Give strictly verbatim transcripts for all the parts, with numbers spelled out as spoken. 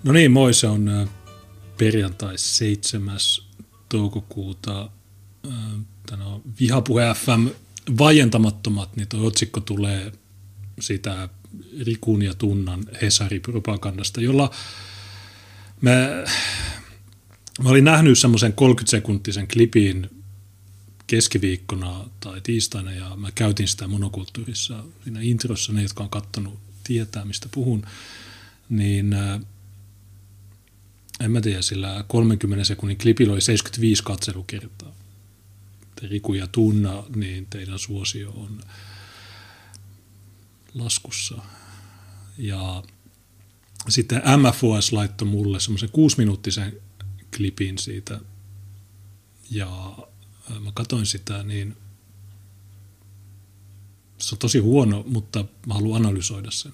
No niin, moi, se on äh, perjantai seitsemäs toukokuuta. Äh, Tänään on Vihapuhe F M vaientamattomat, niin tuo otsikko tulee sitä Rikun ja Tunnan Hesari-propagandasta, jolla mä, mä olin nähnyt semmoisen kolmekymmentä-sekuntisen klipin keskiviikkona tai tiistaina, ja mä käytin sitä monokulttuurissa siinä introssa. Ne, jotka on katsonut, tietää, mistä puhun, niin äh, en mä tiedä, sillä kolmenkymmenen sekunnin klipillä oli seitsemänkymmentäviisi katselukertaa. Te Riku ja Tunna, niin teidän suosio on laskussa. Ja sitten M F O S laittoi mulle semmoisen kuusiminuuttisen klipin siitä, ja mä katsoin sitä, niin se on tosi huono, mutta mä haluan analysoida sen,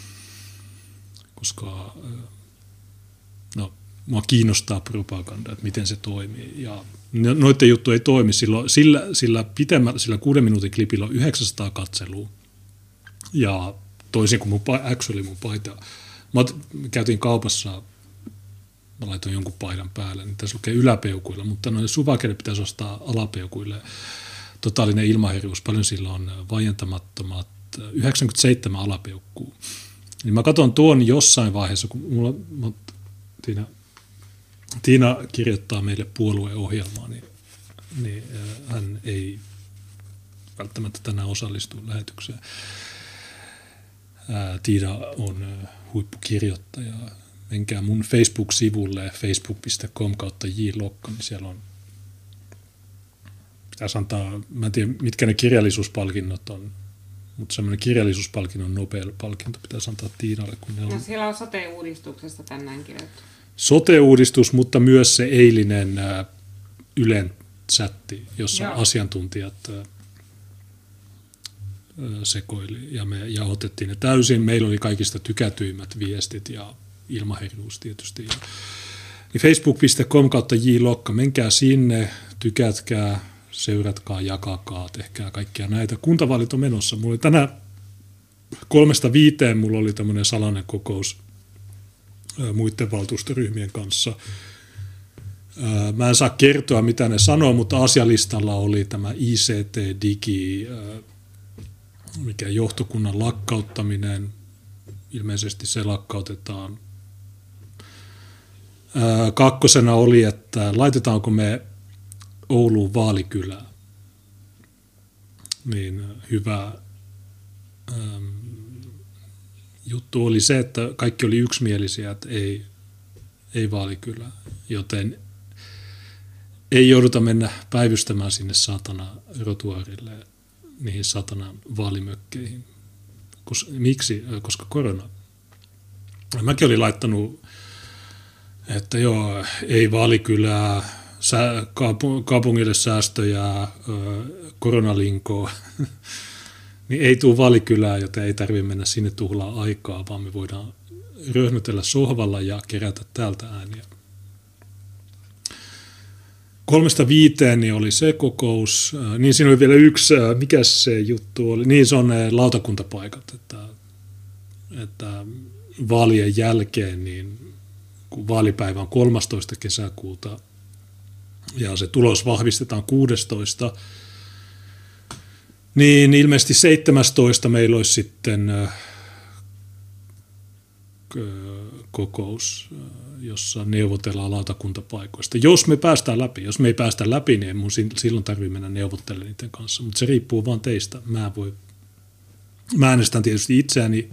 koska no, mua kiinnostaa propaganda, että miten se toimii. Ja noiden juttu ei toimi. Silloin, sillä, sillä, pitemmällä, sillä kuuden minuutin klipillä on yhdeksänsataa katselua. Ja toisin kuin mun, actually mun paita. Mä käytiin kaupassa, mä laitoin jonkun paidan päälle, niin tässä lukee yläpeukuilla, mutta noille suvakeille pitäisi ostaa alapeukuille. Totaalinen ilmaherjuus, paljon sillä on vaientamattomat, yhdeksänkymmentäseitsemän alapeukkuu. Niin mä katson tuon jossain vaiheessa, kun mulla, mulla Tiina, Tiina kirjoittaa meille puolueohjelmaa, niin, niin hän ei välttämättä tänään osallistu lähetykseen. Ää, Tiina on huippukirjoittaja. Menkää mun Facebook-sivulle facebook piste com kautta jlokka, niin siellä on, pitäisi antaa, mä en tiedä mitkä ne kirjallisuuspalkinnot on, mutta semmoinen kirjallisuuspalkinnon Nobel-palkinto pitäisi antaa Tiinalle. Kun ne on... No, siellä on sote-uudistuksesta tänään kirjoittu. Sote-uudistus, mutta myös se eilinen ä, Ylen chatti, jossa Joo. asiantuntijat ä, sekoili ja me jahotettiin ne täysin. Meillä oli kaikista tykätyimmät viestit ja ilmaherjuus tietysti. Ja, niin facebook piste com kautta jlokka, menkää sinne, tykätkää, seuratkaa, jakakaa, tehkää kaikkia näitä. Kuntavaalit on menossa. Mulla oli tänään kolmesta viiteen mulla oli tämmöinen salainen kokous muiden valtuustoryhmien kanssa. Mä en saa kertoa, mitä ne sanoo, mutta asialistalla oli tämä I C T-digi, mikä johtokunnan lakkauttaminen. Ilmeisesti se lakkautetaan. Kakkosena oli, että laitetaanko me Ouluun vaalikylään. Niin hyvä ähm, juttu oli se, että kaikki oli yksimielisiä, että ei, ei vaalikylää, joten ei jouduta mennä päivystämään sinne saatana rotuarille, niihin satanan vaalimökkeihin. Kos, miksi? Koska korona. Mäkin olin laittanut, että joo, ei vaalikylää, kaupungille säästöjä, koronalinkoa, niin ei tule vaalikylää, joten ei tarvitse mennä sinne tuhlaa aikaa, vaan me voidaan röhnötellä sohvalla ja kerätä täältä ääniä. Kolmesta viiteen niin oli se kokous, niin siinä oli vielä yksi, mikä se juttu oli, niin se on ne lautakuntapaikat, että, että vaalien jälkeen, niin kun vaalipäivä on kolmastoista kesäkuuta, ja se tulos vahvistetaan kuudestoista, niin ilmeisesti seitsemästoista meillä olisi sitten kokous, jossa neuvotellaan lautakuntapaikoista. Jos me päästään läpi, jos me ei päästä läpi, niin mun silloin tarvitse mennä neuvottelemaan niiden kanssa, mutta se riippuu vaan teistä. Mä, voi, mä äänestän tietysti itseäni,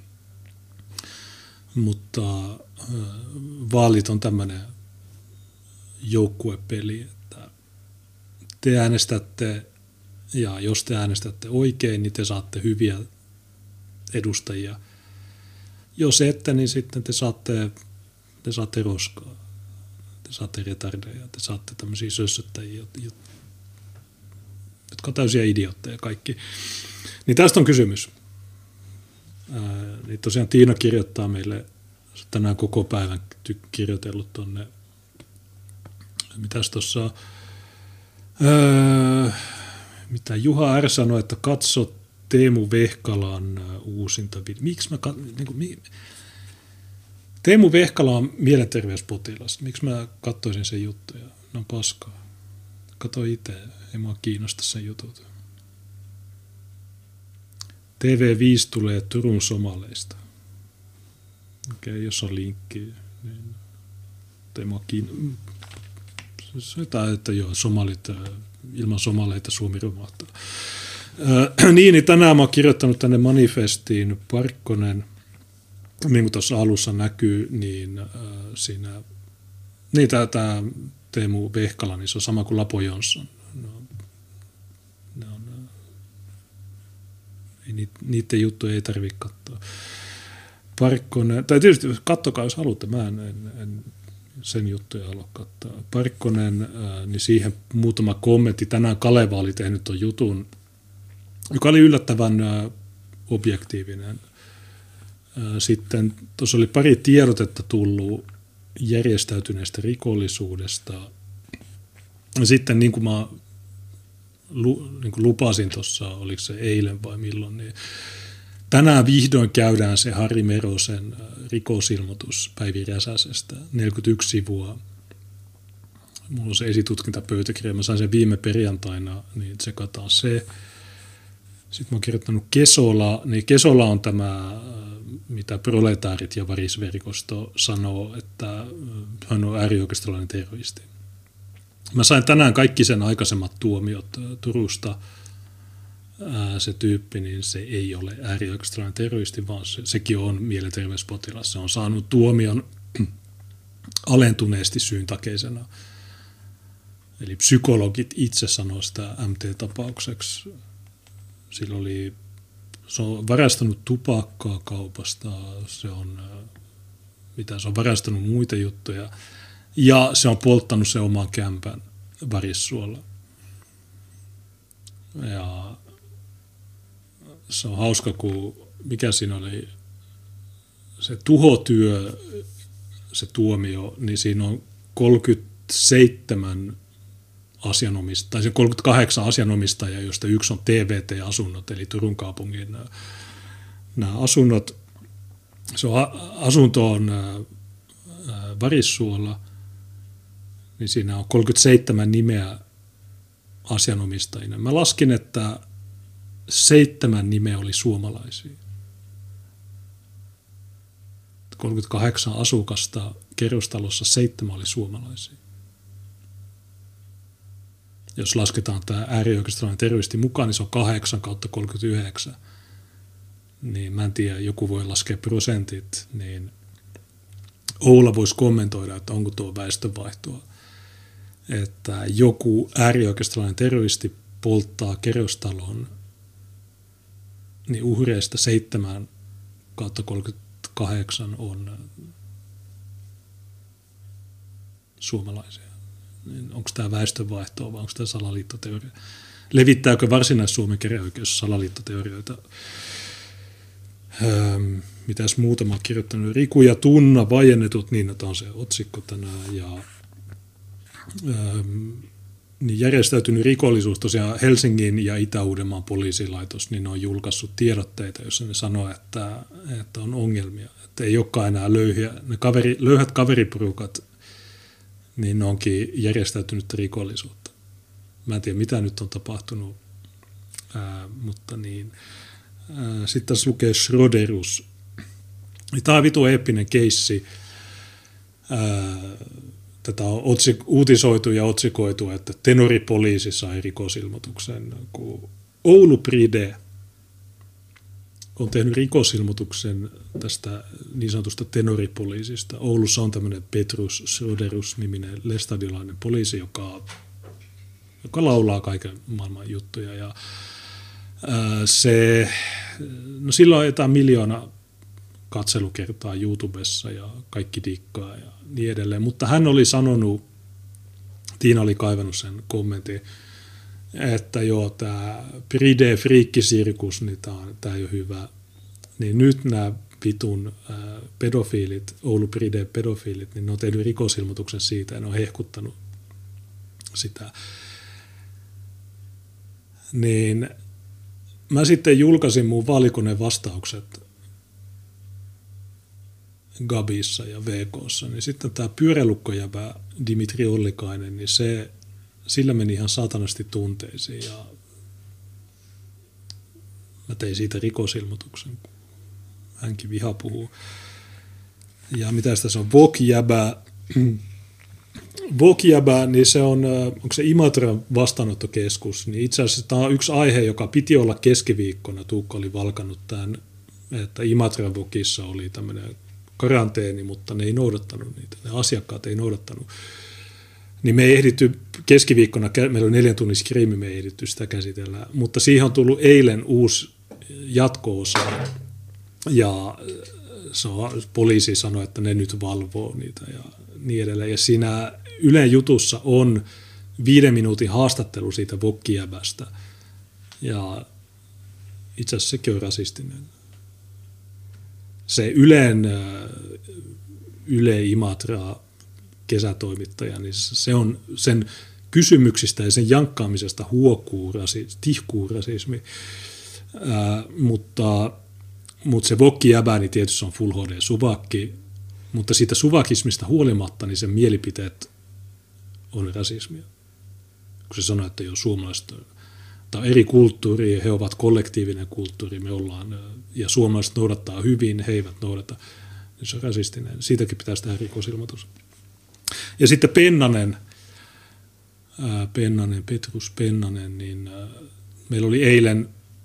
mutta vaalit on tämmöinen joukkuepeli, että te äänestätte, ja jos te äänestätte oikein, niin te saatte hyviä edustajia. Jos ette, niin sitten te saatte, te saatte roskaa, te saatte retardeja, te saatte tämmöisiä sössöttäjiä, jotka on täysiä idiootteja kaikki. Niin tästä on kysymys. Ää, niin tosiaan Tiina kirjoittaa meille tänään koko päivän kirjoitellut tuonne, mitäs tuossa, öö, mitä Juha R. sanoi, että katso Teemu Vehkalan uusinta video. Miksi mä, niin kuin, Teemu Vehkala on mielenterveyspotilas. Miksi mä katsoisin sen juttuja? Ne on paskaa. Kato itse, ei mua kiinnosta sen jutut. T V viisi tulee Turun somaleista. Okei, okay, jos on linkki, niin ei mua kiinnosta. Se on jotain, että joo, somalit, ilman somaleita Suomi romahtaa. Äh, niin, niin tänään mä oon kirjoittanut tänne manifestiin Parkkonen, niin kuin tuossa alussa näkyy, niin äh, siinä, niin tämä Teemu Vehkala, niin se on sama kuin Lapo Jonsson. No, ne on, äh, ei, niiden juttuja ei tarvitse katsoa. Parkkonen, tai tietysti katsokaa, jos haluatte, mä en, en, en sen juttuja halua katsoa. Parkkonen, äh, niin siihen muutama kommentti. Tänään Kaleva oli tehnyt tuon jutun, joka oli yllättävän äh, objektiivinen. Sitten tuossa oli pari tiedotetta tullut järjestäytyneestä rikollisuudesta. Sitten niin kuin mä niin kuin lupasin tuossa, oliko se eilen vai milloin, niin tänään vihdoin käydään se Harri Merosen rikosilmoitus Päivi Räsäsestä, neljäkymmentäyksi sivua. Mulla on se esitutkintapöytäkirja, mä sain sen viime perjantaina, niin tsekataan se. Sitten mä oon kirjoittanut Kesola, niin Kesola on tämä, mitä proletaarit ja varisverkosto sanoo, että hän on äärioikeistolainen terroristi. Mä sain tänään kaikki sen aikaisemmat tuomiot Turusta. Se tyyppi, niin se ei ole äärioikeistolainen terroristi, vaan se, sekin on mielenterveyspotilas. Se on saanut tuomion alentuneesti syyntakeisena. Eli psykologit itse sanoo sitä M T-tapaukseksi. Sillä oli, se on varastanut tupakkaa kaupasta, se on, mitä se on varastanut muita juttuja, ja se on polttanut sen oman kämpän Varissuolla. Ja se on hauska, kun mikä siinä oli, se tuhotyö, se tuomio, niin siinä on kolmekymmentäseitsemän asianomista, tai se kolmekymmentäkahdeksan asianomistajaa, joista yksi on T V T-asunnot, eli Turun kaupungin nämä, nämä asunnot. Se on, asunto on ää, Varissuolla, niin siinä on kolmekymmentäseitsemän nimeä asianomistajina. Mä laskin, että seitsemän nimeä oli suomalaisia. kolmekymmentäkahdeksan asukasta kerrostalossa, seitsemän oli suomalaisia. Jos lasketaan tämä äärioikeistolainen terroristi mukaan, niin se on kahdeksan kautta kolmekymmentäyhdeksän. Niin mä en tiedä, joku voi laskea prosentit, niin Oula voisi kommentoida, että onko tuo väestönvaihtoa. Että joku äärioikeistolainen terroristi polttaa kerrostalon, niin uhreista seitsemän kautta kolmekymmentäkahdeksan on suomalaisia. Onko tämä väestönvaihtoa vai onko tämä salaliittoteoria? Levittääkö varsinais-Suomen käräjäoikeus salaliittoteorioita? Öö, mitäs muutama on kirjoittanut? Riku ja Tunna, vaiennetut, niin tämä on se otsikko tänään. Ja, öö, niin järjestäytynyt rikollisuus, tosiaan Helsingin ja Itä-Uudenmaan poliisilaitos, niin ne on julkaissut tiedotteita, joissa ne sanoo, että, että on ongelmia. Että ei olekaan enää löyhiä, ne kaveri, löyhät kaveriporukat, niin ne onkin järjestäytynyt rikollisuutta. Mä en tiedä, mitä nyt on tapahtunut, ää, mutta niin. Ää, sitten tässä lukee Schroderus. Tämä on vitu eeppinen keissi. Ää, tätä on otsik- uutisoitu ja otsikoitu, että tenoripoliisi sai rikosilmoituksen, kun Oulu Pride on tehnyt rikosilmoituksen tästä niin sanotusta tenoripoliisista. Oulussa on tämmöinen Petrus Schroderus-niminen lestadiolainen poliisi, joka, joka laulaa kaiken maailman juttuja. Ja, ää, se, no silloin on jotain miljoona katselukertaa YouTubessa ja kaikki dikkaa ja niin edelleen. Mutta hän oli sanonut, Tiina oli kaivannut sen kommentin, että joo, tämä Pride friikkisirkus, niin tämä ei ole hyvä. Niin nyt nämä vitun ää, pedofiilit, Oulu Pride pedofiilit, niin ne on tehnyt rikosilmoituksen siitä ja ne on hehkuttanut sitä. Niin mä sitten julkaisin mun vaalikoneen vastaukset Gabissa ja V K:ssa, niin sitten tämä pyörälukkojävä Dimitri Ollikainen, niin se, sillä meni ihan saatanasti tunteisiin ja mä tein siitä rikosilmoituksen, kun hänkin viha puhuu. Ja mitä tässä on, Vok-jäbä, Vok-jäbä, niin se on, onko se Imatran vastaanottokeskus, niin itse asiassa tämä on yksi aihe, joka piti olla keskiviikkona. Tuukka oli valkannut tämän, että Imatran Vokissa oli tämmöinen karanteeni, mutta ne ei noudattanut niitä, ne asiakkaat ei noudattanut. Niin me ei ehditty keskiviikkona, meillä oli neljän tunnin skriimi, me ei ehditty sitä käsitellä, mutta siihen on tullut eilen uusi jatko-osa ja se on, poliisi sanoi, että ne nyt valvoo niitä ja niin edelleen. Ja siinä Ylen jutussa on viiden minuutin haastattelu siitä Vok-jäbästä ja itse asiassa sekin on rasistinen. Se Ylen Yle Imatra kesätoimittaja, niin se on sen kysymyksistä ja sen jankkaamisesta huokuu, rasismi, tihkuu rasismi, Ää, mutta, mutta se Vok-jäbä, niin tietysti on Full H D-suvakki, mutta siitä suvakismista huolimatta, niin sen mielipiteet on rasismia. Kun se sanoo, että jos suomalaiset tai eri kulttuuri, he ovat kollektiivinen kulttuuri, me ollaan, ja suomalaiset noudattaa hyvin, he eivät noudata, niin se on rasistinen. Siitäkin pitäisi tehdä rikosilmoitus. Ja sitten Pennanen, ää, Pennanen, Petrus Pennanen, niin ää, meillä oli eilen,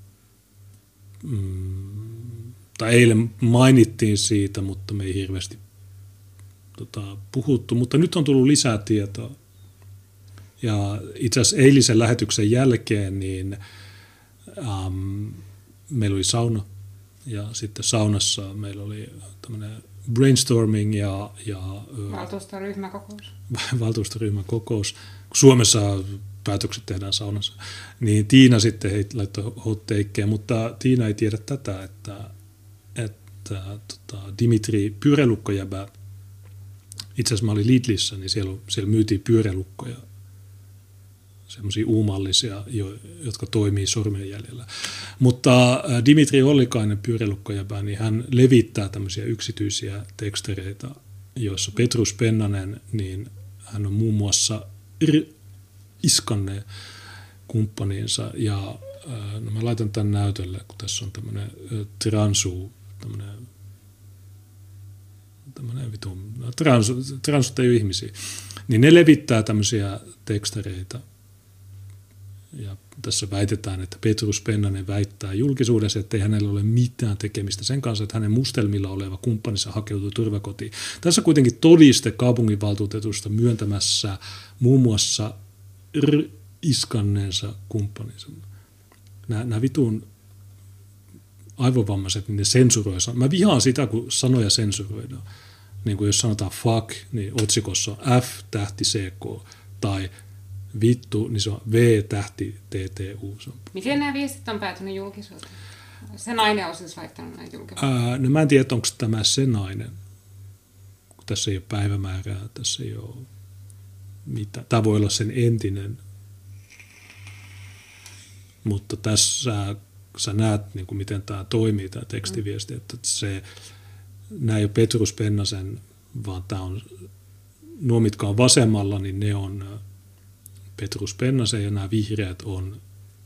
mm, tai eilen mainittiin siitä, mutta me ei hirveästi tota, puhuttu, mutta nyt on tullut lisää tietoa. Ja itse asiassa eilisen lähetyksen jälkeen niin äm, meillä oli sauna ja sitten saunassa meillä oli tämmöinen brainstorming ja, ja valtuustoryhmäkokous. valtuustoryhmäkokous. Suomessa päätökset tehdään saunassa. Niin Tiina sitten hei, laittoi hot-takeja, mutta Tiina ei tiedä tätä, että, että tota, Dimitri pyörälukkojäbä, itse asiassa mä olin Lidlissä, niin siellä, siellä myytiin pyörälukkoja, semmoisia uumallisia, jotka toimii sormenjäljellä. Mutta Dimitri Ollikainen, pyörälukkojäbä, niin hän levittää tämmöisiä yksityisiä tekstereitä, joissa Petrus Pennanen, niin hän on muun muassa iskanneen kumppaninsa. Ja no mä laitan tämän näytölle, kun tässä on tämmöinen transu, tämmöinen tämmöinen vitun, no, trans, transut ei ole ihmisiä, niin ne levittää tämmöisiä tekstereitä. Ja tässä väitetään, että Petrus Pennanen väittää julkisuudessa, että ei hänellä ole mitään tekemistä sen kanssa, että hänen mustelmilla oleva kumppaninsa hakeutuu turvakotiin. Tässä kuitenkin todiste kaupunginvaltuutetusta myöntämässä muun muassa r- iskanneensa kumppaninsa. Nämä, nämä vitun aivovammaiset, niin ne sensuroi. Mä vihaan sitä, kun sanoja sensuroidaan. Niin kuin jos sanotaan fuck, niin otsikossa on F tähti C K tai vittu, niin se on V tähti T T U. Miten nämä viestit on päätynyt julkisuuteen? Se nainen on siis laittanut näitä julkisuuteen. No mä en tiedä, onko tämä se nainen. Tässä ei ole päivämäärää, tässä ei ole mitään. Tämä voi olla sen entinen. Mutta tässä sä näet, niin kuin miten tämä toimii, tämä tekstiviesti, että se, nämä ei ole Petrus Pennasen, vaan tämä on, nuo mitkä on vasemmalla, niin ne on Petrus Pennasen ja nämä vihreät on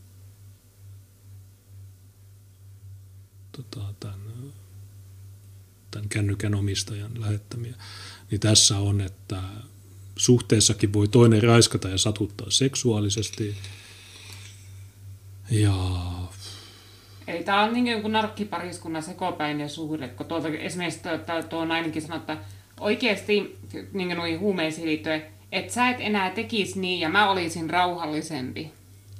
tota, tämän, tämän kännykän omistajan lähettämiä. Niin tässä on, että suhteessakin voi toinen raiskata ja satuttaa seksuaalisesti. Ja eli tämä on niin kuin narkkipariskunnan sekopäinen suhde, kun tuolta esimerkiksi tuo, tuo nainenkin sanoo, että oikeasti niin noihin huumeisiin liittyen, että sä et enää tekisi niin ja mä olisin rauhallisempi.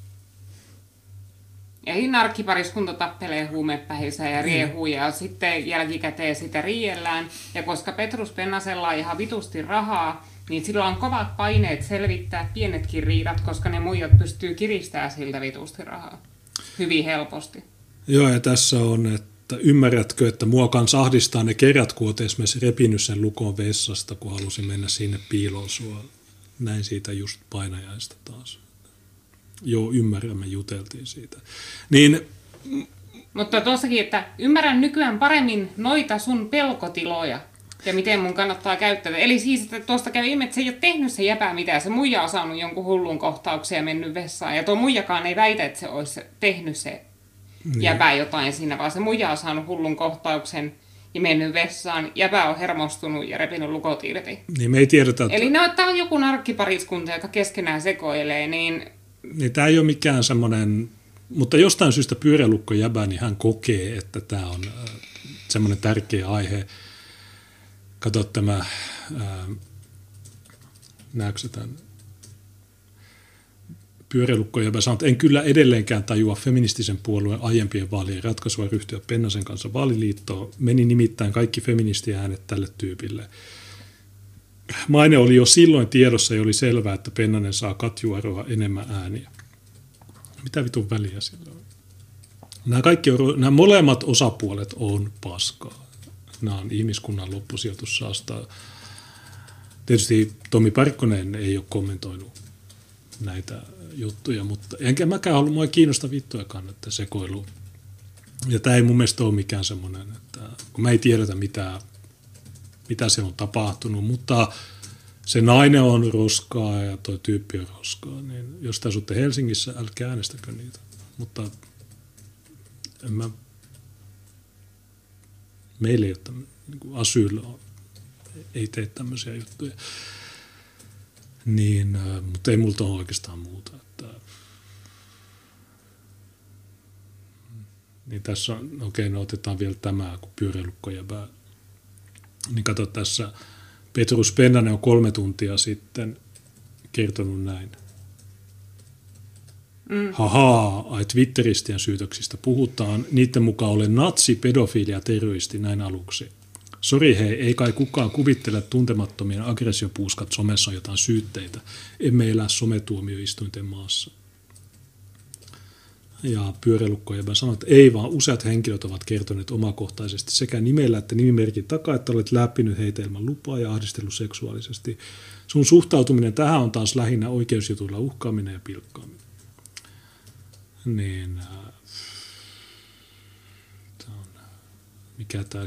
Ja narkkipariskunta tappelee huumepäissä ja riehuu ja sitten jälkikäteen sitä riiellään. Ja koska Petrus Pennasella on ihan vitusti rahaa, niin sillä on kovat paineet selvittää pienetkin riidat, koska ne muijat pystyy kiristämään siltä vitusti rahaa hyvin helposti. Joo, ja tässä on, että ymmärrätkö, että mua kanssa ahdistaa ne kerrat, kun olet esimerkiksi repinyt sen lukon vessasta, kun halusin mennä sinne piiloon sua. Näin siitä just painajaista taas. Joo, ymmärrämme, juteltiin siitä. Niin, mutta tuossakin, että ymmärrän nykyään paremmin noita sun pelkotiloja. Ja miten mun kannattaa käyttää. Eli siis, että tuosta käy ilmi, että se ei ole tehnyt se jäpää mitään. Se muija on saanut jonkun hullun kohtauksen ja mennyt vessaan. Ja tuo muijakaan ei väitä, että se olisi tehnyt se niin. jäpää jotain siinä, vaan se muija on saanut hullun kohtauksen ja mennyt vessaan. Jäpää on hermostunut ja repinyt lukot irti. Niin me ei tiedetä. Että... Eli no, tämä on joku narkkipariskunta, joka keskenään sekoilee, niin... niin tämä ei ole mikään semmoinen... Mutta jostain syystä pyöräilukko jäbä, niin hän kokee, että tämä on äh, semmoinen tärkeä aihe. Kato tämä, äh, näetkö tämän pyöräilukko jäbä sanoo, että en kyllä edelleenkään tajua feministisen puolueen aiempien vaalien ratkaisua ryhtyä Pennasen kanssa vaaliliittoon. Meni nimittäin kaikki feministiäänet tälle tyypille. Maine oli jo silloin tiedossa ja oli selvää, että Pennanen saa Katjuaroa enemmän ääniä. Mitä vitun väliä sillä on? Nämä, kaikki, nämä molemmat osapuolet on paskaa. Nämä on ihmiskunnan loppusijoitus saastaa. Tietysti Tomi Parkkonen ei ole kommentoinut näitä juttuja, mutta enkä mäkään ollut, mua ei kiinnosta vittuakaan, että sekoilu. Ja tämä ei mun mielestä ole mikään semmoinen, että kun mä ei tiedetä mitä, mitä siellä on tapahtunut, mutta se nainen on roskaa ja toi tyyppi on roskaa, niin jos te asutte Helsingissä, älkää äänestäkö niitä. Mutta en mä, meillä ei ole tämmöinen, niin asyl ei tee tämmöisiä juttuja. Niin, mutta ei multa ole oikeastaan muuta. Että, niin tässä on, okei, no otetaan vielä tämä, kun pyöräilukko jäbää. Niin kato tässä, Petrus Pennanen on kolme tuntia sitten kertonut näin. Mm. Hahaa, ai Twitteristien syytöksistä puhutaan. Niiden mukaan olen natsi, pedofiili ja terroristi näin aluksi. Sori hei, ei kai kukaan kuvittele tuntemattomien aggressiopuuskat somessa on jotain syytteitä. Emme elä sometuomioistuinten maassa. Ja pyöräilukko jäbä sanoi, että ei vaan useat henkilöt ovat kertoneet omakohtaisesti sekä nimellä että nimimerkin takaa, että olet läpinyt heitä ilman lupaa ja ahdistellut seksuaalisesti. Sun suhtautuminen tähän on taas lähinnä oikeusjutuilla uhkaaminen ja pilkkaaminen. Niin, äh, tämä on, mikä tämä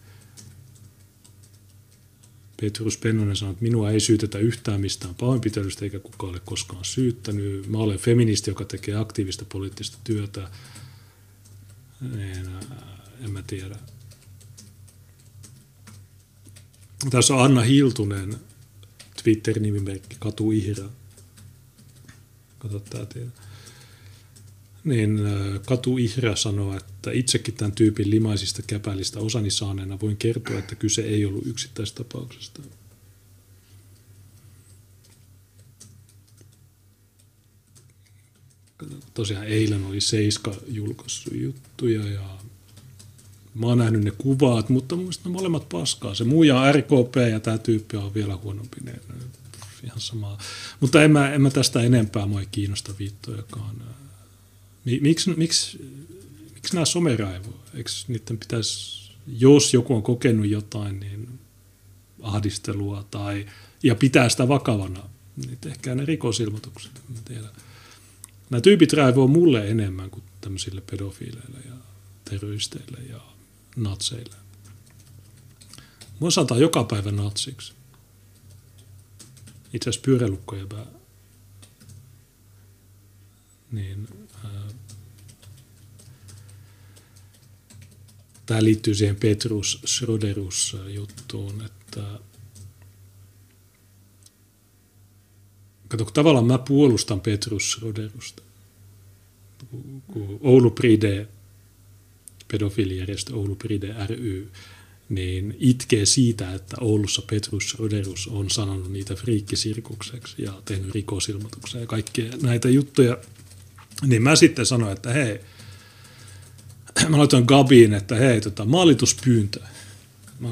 Petrus Pennanen sanoi, että minua ei syytetä yhtään mistään pahoinpitelystä eikä kukaan ole koskaan syyttänyt. Mä olen feministi, joka tekee aktiivista poliittista työtä. En, en mä tiedä. Tässä on Anna Hiltunen, Twitter-nimimerkki, Katu Ihra. Kato tää tiedä. Niin Katu Ihra sanoo, että itsekin tämän tyypin limaisista käpälistä osani saaneena voin kertoa, että kyse ei ollut yksittäistapauksesta. Tosiaan eilen oli Seiska julkaissut juttuja ja mä oon nähnyt ne kuvat, mutta mun mielestä ne molemmat paskaa. Se muija on R K P ja tämä tyyppi on vielä huonompi. Ihan samaa. Mutta en mä, en mä tästä enempää, mua ei kiinnosta viittojakaan. Miksi, miksi, miksi nämä someraivoja? Eikö niiden pitäisi, jos joku on kokenut jotain, niin ahdistelua tai, ja pitää sitä vakavana, niin tehkää ne rikosilmoitukset. Mä tiedän. Nämä tyypit raivoo mulle enemmän kuin tämmöisille pedofiileille ja terroristeille ja natseille. Mua sanotaan joka päivä natsiksi. Itse asiassa pyöräilukkoja niin tämä liittyy siihen Petrus Schroederus-juttuun, että kato, kun tavallaan mä puolustan Petrus Schroederusta, kun Oulu Pride, pedofiilijärjestö Oulu Pride ry, niin itkee siitä, että Oulussa Petrus Schroederus on sanonut niitä friikkisirkukseksi ja tehnyt rikosilmoituksia ja kaikkia näitä juttuja. Niin mä sitten sanoin, että hei, mä laitan Gabiin, että hei, tota, maalituspyyntö. Mä,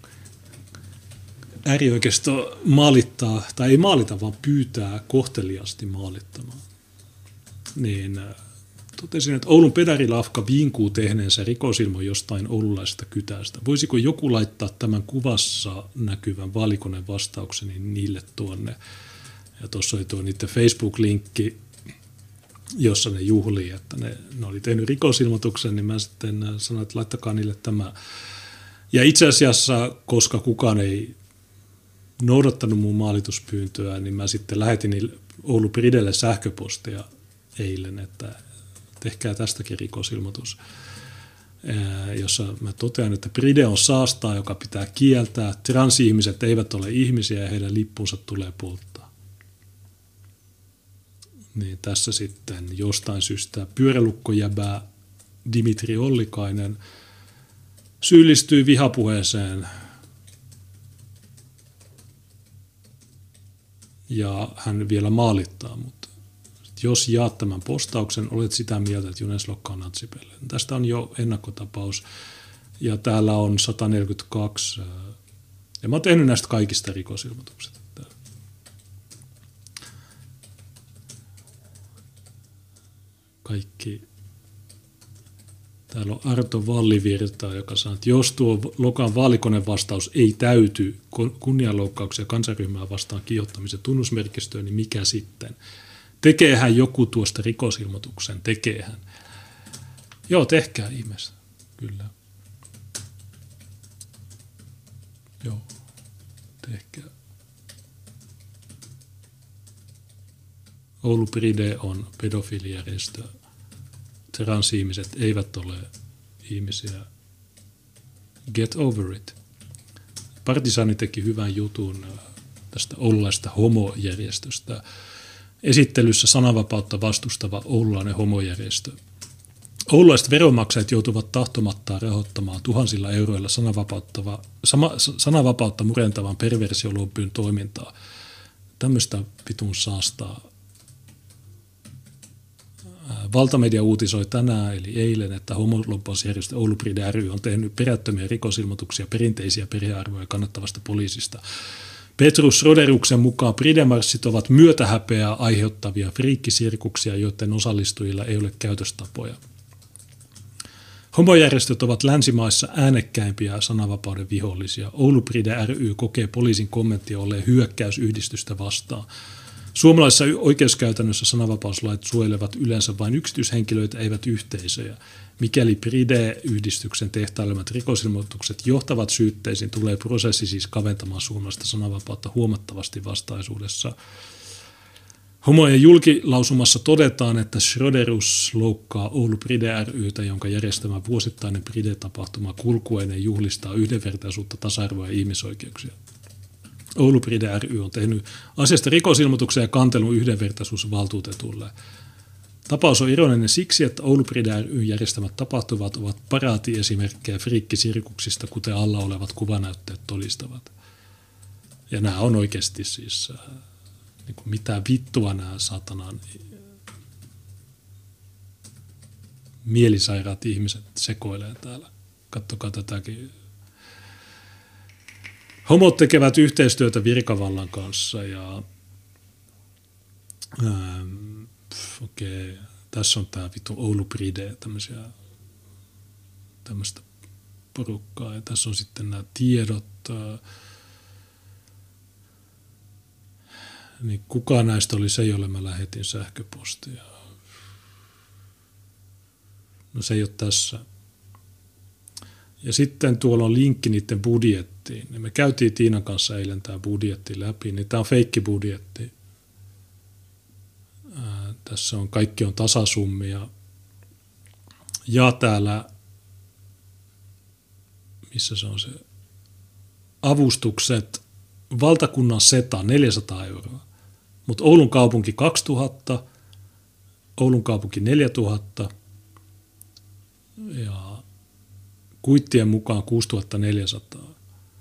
äärioikeisto maalittaa, tai ei maalita, vaan pyytää kohteliasti maalittamaan. Niin totesin, että Oulun pedarilafka viinkuu tehneensä rikosilmo jostain oululaisesta kytästä. Voisiko joku laittaa tämän kuvassa näkyvän vaalikoneen vastaukseni niille tuonne? Ja tuossa oli tuo niiden Facebook-linkki, jossa ne juhlii, että ne, ne oli tehnyt rikosilmoituksen, niin mä sitten sanoin, että laittakaa niille tämä. Ja itse asiassa, koska kukaan ei noudattanut mun maalituspyyntöä, niin mä sitten lähetin Oulu Pridelle sähköpostia eilen, että tehkää tästäkin rikosilmoitus, jossa mä totean, että Pride on saastaa, joka pitää kieltää. Transihmiset eivät ole ihmisiä ja heidän lippunsa tulee polttaa. Niin tässä sitten jostain syystä pyörälukkojäbää Dimitri Ollikainen syyllistyy vihapuheeseen ja hän vielä maalittaa, mutta jos jaat tämän postauksen, olet sitä mieltä, että Junes Lokka on natsipelle. Tästä on jo ennakkotapaus ja täällä on sata neljäkymmentäkaksi ja mä oon tehnyt näistä kaikista rikosilmoitukset. Kaikki. Täällä on Arto Vallivirta, joka sanoo, että jos tuo Lokan vaalikonevastaus ei täyty kunnianloukkauksia kansanryhmää vastaan kiihottamisen tunnusmerkistöön, niin mikä sitten? Tekeehän joku tuosta rikosilmoituksen, tekeehän. Joo, tehkää ihmeessä, kyllä. Joo, tehkää. Oulu Pride on pedofiilijärjestö. Transihmiset eivät ole ihmisiä. Get over it. Partisaani teki hyvän jutun tästä oululaista homojärjestöstä. Esittelyssä sananvapautta vastustava oululainen homojärjestö. Oululaiset veronmaksajat joutuvat tahtomattaan rahoittamaan tuhansilla euroilla sananvapautta murentavan perversiolobbyn toimintaa. Tämmöistä vitun saastaa. Valtamedia uutisoi tänään, eli eilen, että homolobbausjärjestö Oulu Pride ry on tehnyt perättömiä rikosilmoituksia perinteisiä perhearvoja kannattavasta poliisista. Petrus Roderuksen mukaan Pride-marssit ovat myötähäpeää aiheuttavia friikkisirkuksia, joiden osallistujilla ei ole käytöstapoja. Homojärjestöt ovat länsimaissa äänekkäimpiä sananvapauden vihollisia. Oulu Pride ry kokee poliisin kommenttia olleen hyökkäysyhdistystä vastaan. Suomalaisessa oikeuskäytännössä sananvapauslait suojelevat yleensä vain yksityishenkilöitä, eivät yhteisöjä. Mikäli Pride-yhdistyksen tehtailemat rikosilmoitukset johtavat syytteisiin, tulee prosessi siis kaventamaan suomalaista sananvapautta huomattavasti vastaisuudessa. Homojen julkilausumassa todetaan, että Schröderus loukkaa Oulu Pride ry:tä, jonka järjestämä vuosittainen Pride-tapahtuma kulkueineen juhlistaa yhdenvertaisuutta, tasa-arvoa ja ihmisoikeuksia. Oulu Pride ry on tehnyt asiasta rikosilmoituksen ja kantelun yhdenvertaisuusvaltuutetulle. Tapaus on ironinen siksi, että Oulu Pride ry järjestämät tapahtuvat ovat paraatiesimerkkejä friikkisirkuksista, kuten alla olevat kuvanäytteet todistavat. Ja nämä on oikeasti siis, niin kuin mitä vittua nämä satanan mielisairaat ihmiset sekoilee täällä. Katsokaa tätäkin. Homot tekevät yhteistyötä virkavallan kanssa ja ähm, okei, okay, tässä on tämä vitu Oulu Pride, tämmöisiä, tämmöistä porukkaa ja tässä on sitten nämä tiedot. Äh, niin kuka näistä oli se, jolle mä lähetin sähköpostia? No se ei ole tässä. Ja sitten tuolla on linkki niiden budjettiin. Ja me käytiin Tiinan kanssa eilen tämä budjetti läpi, niin tämä on feikkibudjetti. Ää, tässä on kaikki on tasasummia. Ja täällä, missä se on se, avustukset, valtakunnan seta neljäsataa euroa. Mutta Oulun kaupunki kaksituhatta, Oulun kaupunki neljätuhatta ja kuittien mukaan kuusituhattaneljäsataa.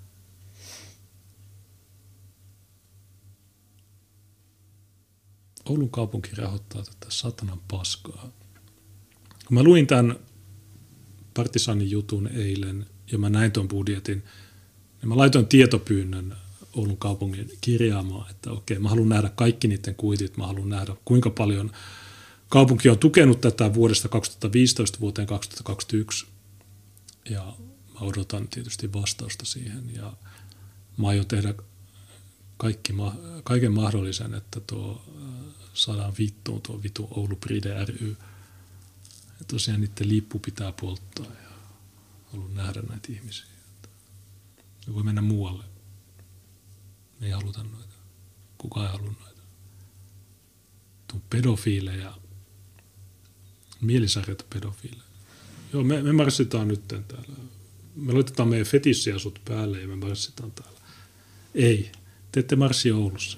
Oulun kaupunki rahoittaa tätä satanan paskaa. Kun mä luin tämän Partisanin jutun eilen ja mä näin tuon budjetin, niin mä laitoin tietopyynnön Oulun kaupungin kirjaamaan, että okei, mä haluan nähdä kaikki niiden kuitit, mä haluan nähdä kuinka paljon kaupunki on tukenut tätä vuodesta kaksituhattaviisitoista vuoteen kaksituhattakaksikymmentäyksi. Ja mä odotan tietysti vastausta siihen ja mä aion tehdä kaikki, kaiken mahdollisen, että tuo saadaan vittuun tuo vitu Oulu Pride ry. Ja tosiaan niiden lippu pitää polttaa ja haluan nähdä näitä ihmisiä. Ne voi mennä muualle. Me ei haluta noita. Kukaan ei halua noita. Tuon pedofiileja, mielisairaita pedofiileja. Joo, me, me marssitaan nyt täällä. Me laitetaan meidän fetissiasut päälle ja me marssitaan täällä. Ei, te ette marssi Oulussa.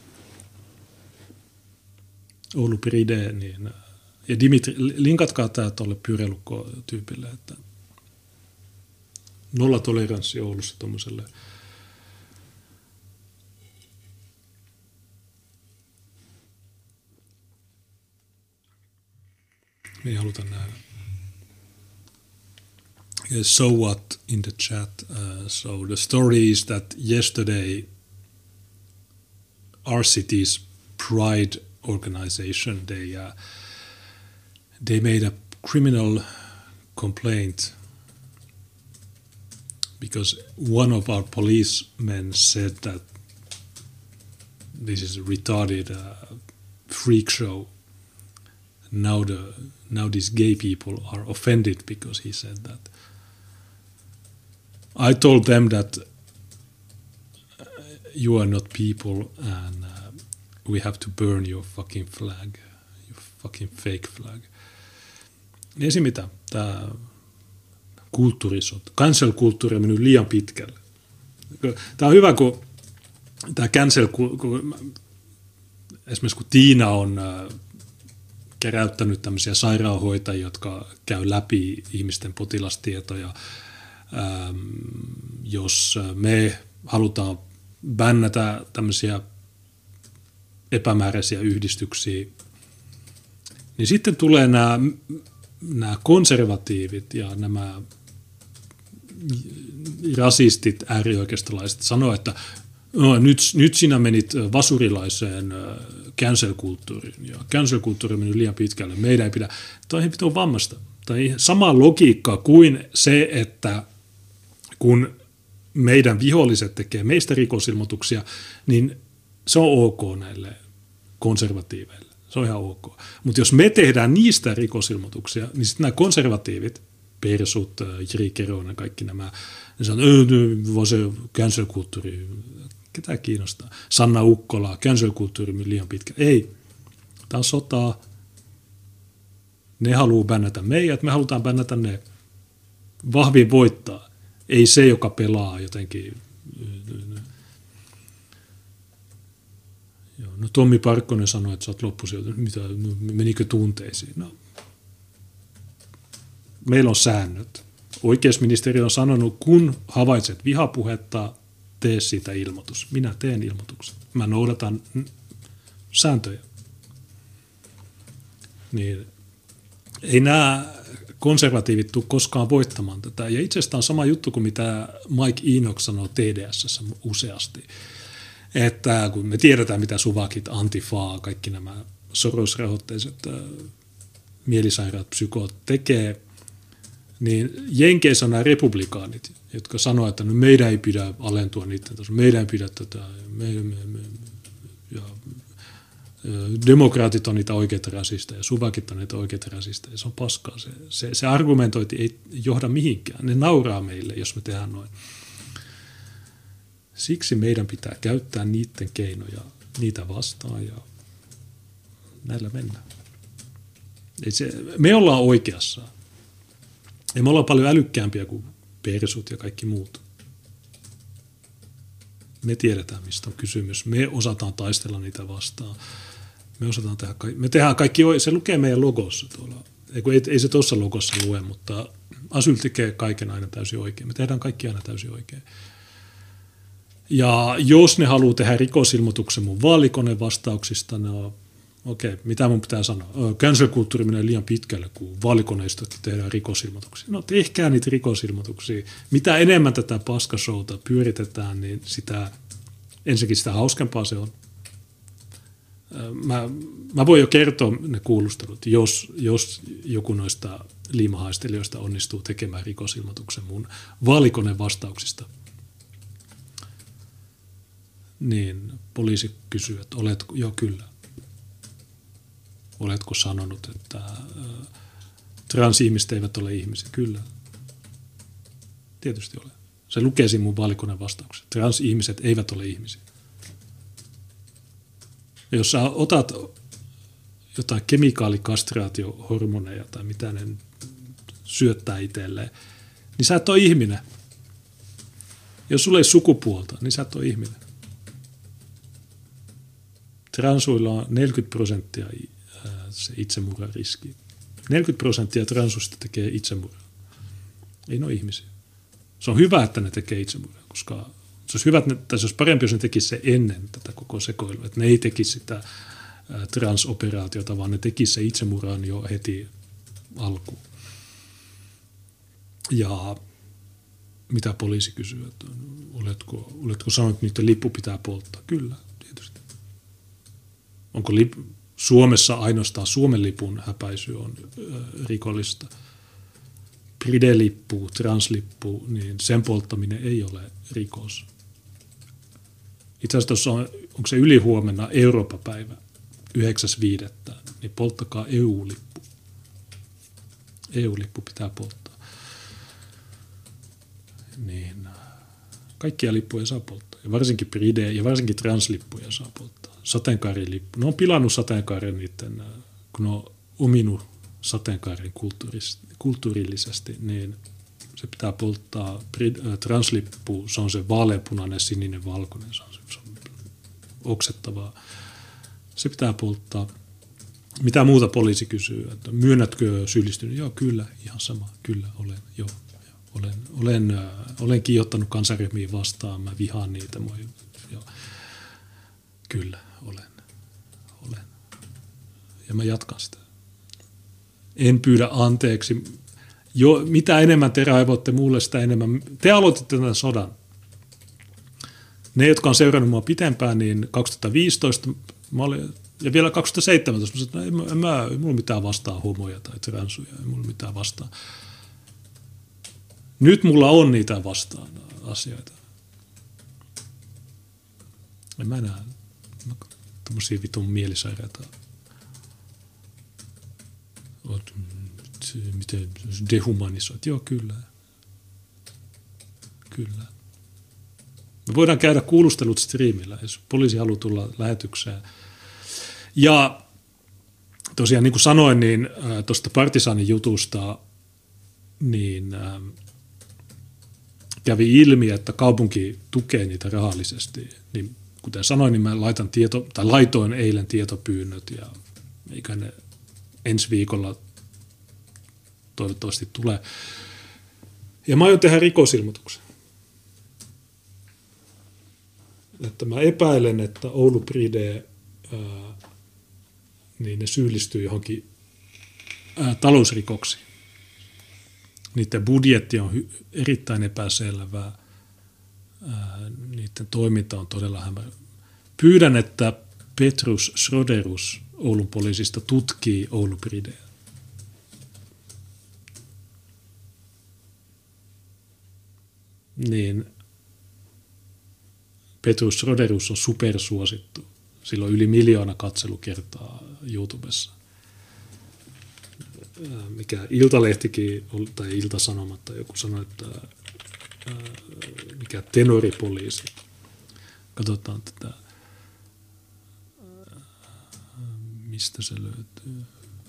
Oulu Pride, niin... Ja Dimitri, linkatkaa tää tuolle Pyreilukko-tyypille, että nolla toleranssi Oulussa tuommoiselle. Me ei haluta nähdä. So what in the chat? Uh, so the story is that yesterday our city's Pride organization, they uh, they made a criminal complaint because one of our policemen said that this is a retarded uh, freak show. Now the now these gay people are offended because he said that. I told them that uh, you are not people and uh, we have to burn your fucking flag, your fucking fake flag. Esim. Mitä? Tämä kulttuurisot. Cancel-kulttuuri on mennyt liian pitkälle. Tämä on hyvä, kun tämä cancel, kun, esimerkiksi kun Tiina on äh, keräyttänyt tämmöisiä sairaanhoitajia, jotka käy läpi ihmisten potilastietoja. Ähm, jos me halutaan bännätä tämmöisiä epämääräisiä yhdistyksiä, niin sitten tulee nämä, nämä konservatiivit ja nämä rasistit, äärioikeistolaiset sanoo, että no, nyt, nyt sinä menit vasurilaiseen cancel-kulttuuriin ja cancel-kulttuuri on mennyt liian pitkälle. Meidän ei pidä. Tämä on pitää vammasta. Tai sama logiikka kuin se, että kun meidän viholliset tekee meistä rikosilmoituksia, niin se on ok näille konservatiiveille. Se on ihan ok. Mutta jos me tehdään niistä rikosilmoituksia, niin sitten nämä konservatiivit, Persut, Jiri Keronen, kaikki nämä, ne sanoo, että se cancel-kulttuuri, ketä kiinnostaa? Sanna Ukkola, cancel-kulttuuri on liian pitkä. Ei, tämä on sotaa. Ne haluaa bännätä meidät, me halutaan bännätä ne. Vahvin voittaa. Ei se, joka pelaa jotenkin. Joo, no Tommi Parkkonen sanoi, että sä oot loppusijoitus. Mitä, no, menikö tunteisiin? No. Meillä on säännöt. Oikeusministeri on sanonut, kun havaitset vihapuhetta, tee siitä ilmoitus. Minä teen ilmoituksen. Mä noudatan sääntöjä. Niin ei nämä konservatiivit tule koskaan voittamaan tätä. Ja itse asiassa on sama juttu kuin mitä Mike Enoch sanoo T D S:ssä useasti. Että kun me tiedetään, mitä suvakit, antifaa, kaikki nämä Soros-rahoitteiset äh, mielisairaat psykoot tekee, niin Jenkeissä on nämä republikaanit, jotka sanoo, että no meidän ei pidä alentua niiden tasolla, meidän ei pidä tätä, me, me, me, ja demokraatit on niitä oikeita rasisteja, suvakit on niitä oikeita rasisteja, se on paskaa. Se, se, se argumentointi ei johda mihinkään, ne nauraa meille, jos me tehdään noin. Siksi meidän pitää käyttää niiden keinoja, niitä vastaan ja näillä mennään. Ei se, me ollaan oikeassa. Ja me ollaan paljon älykkäämpiä kuin persut ja kaikki muut. Me tiedetään, mistä on kysymys. Me osataan taistella niitä vastaan. Me osataan tehdä kaikki. Me tehdään kaikki, se lukee meidän logossa tuolla. Ei, ei, ei se tuossa logossa lue, mutta Asyl tekee kaiken aina täysin oikein. Me tehdään kaikki aina täysin oikein. Ja jos ne haluaa tehdä rikosilmoituksen mun vaalikoneen vastauksista, no okei, okay, mitä mun pitää sanoa? Cancel-kulttuuri menee liian pitkälle, kun vaalikoneistosta tehdään rikosilmoituksia. No tehkää niitä rikosilmoituksia. Mitä enemmän tätä paskashowta pyöritetään, niin sitä, ensinnäkin sitä hauskempaa se on. Mä, mä voin jo kertoa ne kuulustelut, jos, jos joku noista liimahaistelijoista onnistuu tekemään rikosilmoituksen mun vaalikoneen vastauksista. Niin poliisi kysyy, että oletko, joo kyllä. Oletko sanonut, että äh, transihmiset eivät ole ihmisiä? Kyllä. Tietysti ole. Se lukee siinä mun vaalikoneen vastauksessa. Transihmiset eivät ole ihmisiä. Ja jos sä otat jotain kemikaalikastraatiohormoneja tai mitä ne syöttää itselleen, niin sä et ole ihminen. Jos sulla ei sukupuolta, niin sä et ole ihminen. Transuilla on neljäkymmentä prosenttia se itsemurhariski. neljäkymmentä prosenttia transuista tekee itsemurhaa. Ei ne ole ihmisiä. Se on hyvä, että ne tekee itsemurhaa, koska se olisi, hyvä, että ne, tai se olisi parempi, jos ne tekisi se ennen tätä koko sekoilua. Että ne ei tekisi sitä transoperaatiota, vaan ne tekisi se itsemurhaan jo heti alkuun. Ja mitä poliisi kysyy, että oletko, oletko sanonut, että niiden lippu pitää polttaa? Kyllä, tietysti. Onko lip, Suomessa ainoastaan Suomen lipun häpäisy on äh, rikollista? Pride-lippu, translippu, niin sen polttaminen ei ole rikos. Itse asiassa tuossa on, onko se ylihuomenna Eurooppa-päivä, yhdeksäs viidettä, niin polttakaa E U-lippu. E U-lippu pitää polttaa. Niin, kaikkia lippuja saa polttaa, ja varsinkin Pride- ja varsinkin translippuja saa polttaa. Sateenkaarilippu. Ne on pilannut sateenkaaren niiden, kun ne on ominut sateenkaaren kulttuurillisesti, niin se pitää polttaa. Translippu, se on se vaaleanpunainen, sininen, valkoinen, se on, se on oksettavaa. Se pitää polttaa. Mitä muuta poliisi kysyy, että myönnätkö syyllistynyt? Joo, kyllä, ihan sama, kyllä, olen, joo. Olen, olen, äh, olen kiihottanut kansanryhmiä vastaan, mä vihaan niitä. Moi, joo. Kyllä, olen, olen. Ja mä jatkan sitä. En pyydä anteeksi. Jo, mitä enemmän te raivoitte mulle, sitä enemmän. Te aloititte tämän sodan. Ne, jotka on seurannut mua pitempään, niin kaksituhattaviisitoista mä olin, ja vielä kaksituhattaseitsemäntoista mä sanoin, että en, en, mä, ei mulla mitään vastaa homoja tai transuja, ei mulla mitään vastaa. Nyt mulla on niitä vastaan asioita. En mä näe tämmöisiä vitun mielisairaita. Oot, miten dehumanisoit? Joo, kyllä. Kyllä. Me voidaan käydä kuulustelut striimillä, jos poliisi haluaa tulla lähetykseen. Ja tosiaan niin kuin sanoin, niin äh, tuosta Partisanin jutusta, niin äh, kävi ilmi, että kaupunki tukee niitä rahallisesti. Niin, kuten sanoin, niin mä laitan tieto, tai laitoin eilen tietopyynnöt ja eikä ne ensi viikolla toivottavasti tulee. Ja mä aion tehdä rikosilmoituksen. Että mä epäilen, että Oulu Pride, ää, niin ne syyllistyy johonkin ää, talousrikoksiin. Niiden budjetti on hy- erittäin epäselvää. Ää, niiden toiminta on todella hämärä. Pyydän, että Petrus Schroderus Oulun poliisista tutkii Oulu Prideä. Niin Petrus Schroderus on supersuosittu. Sillä on yli miljoona katselukertaa YouTubessa. Mikä Iltalehtikin, tai Iltasanomat, tai joku sanoi, että mikä tenoripoliisi. Katsotaan tätä, mistä se löytyy.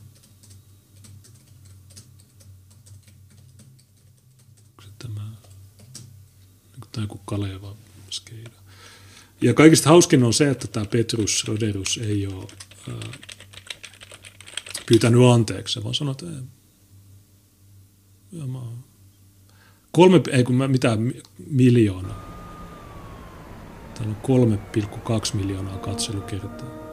Onko se tämä, tämä joku Kaleva skeida. Ja kaikista hauskin on se, että tämä Petrus Schroderus ei ole ää, pyytänyt anteeksi, vaan sanoi, että ei, ja mä, kolme, ei kun mä, mitään miljoonaa. Täällä on kolme pilkku kaksi miljoonaa katselukertaa.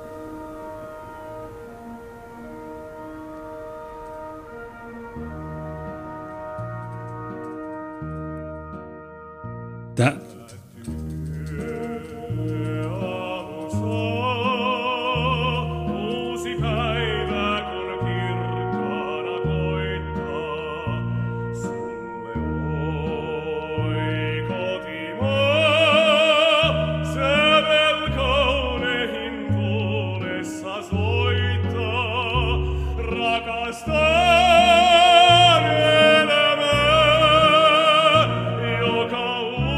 Tää, Joka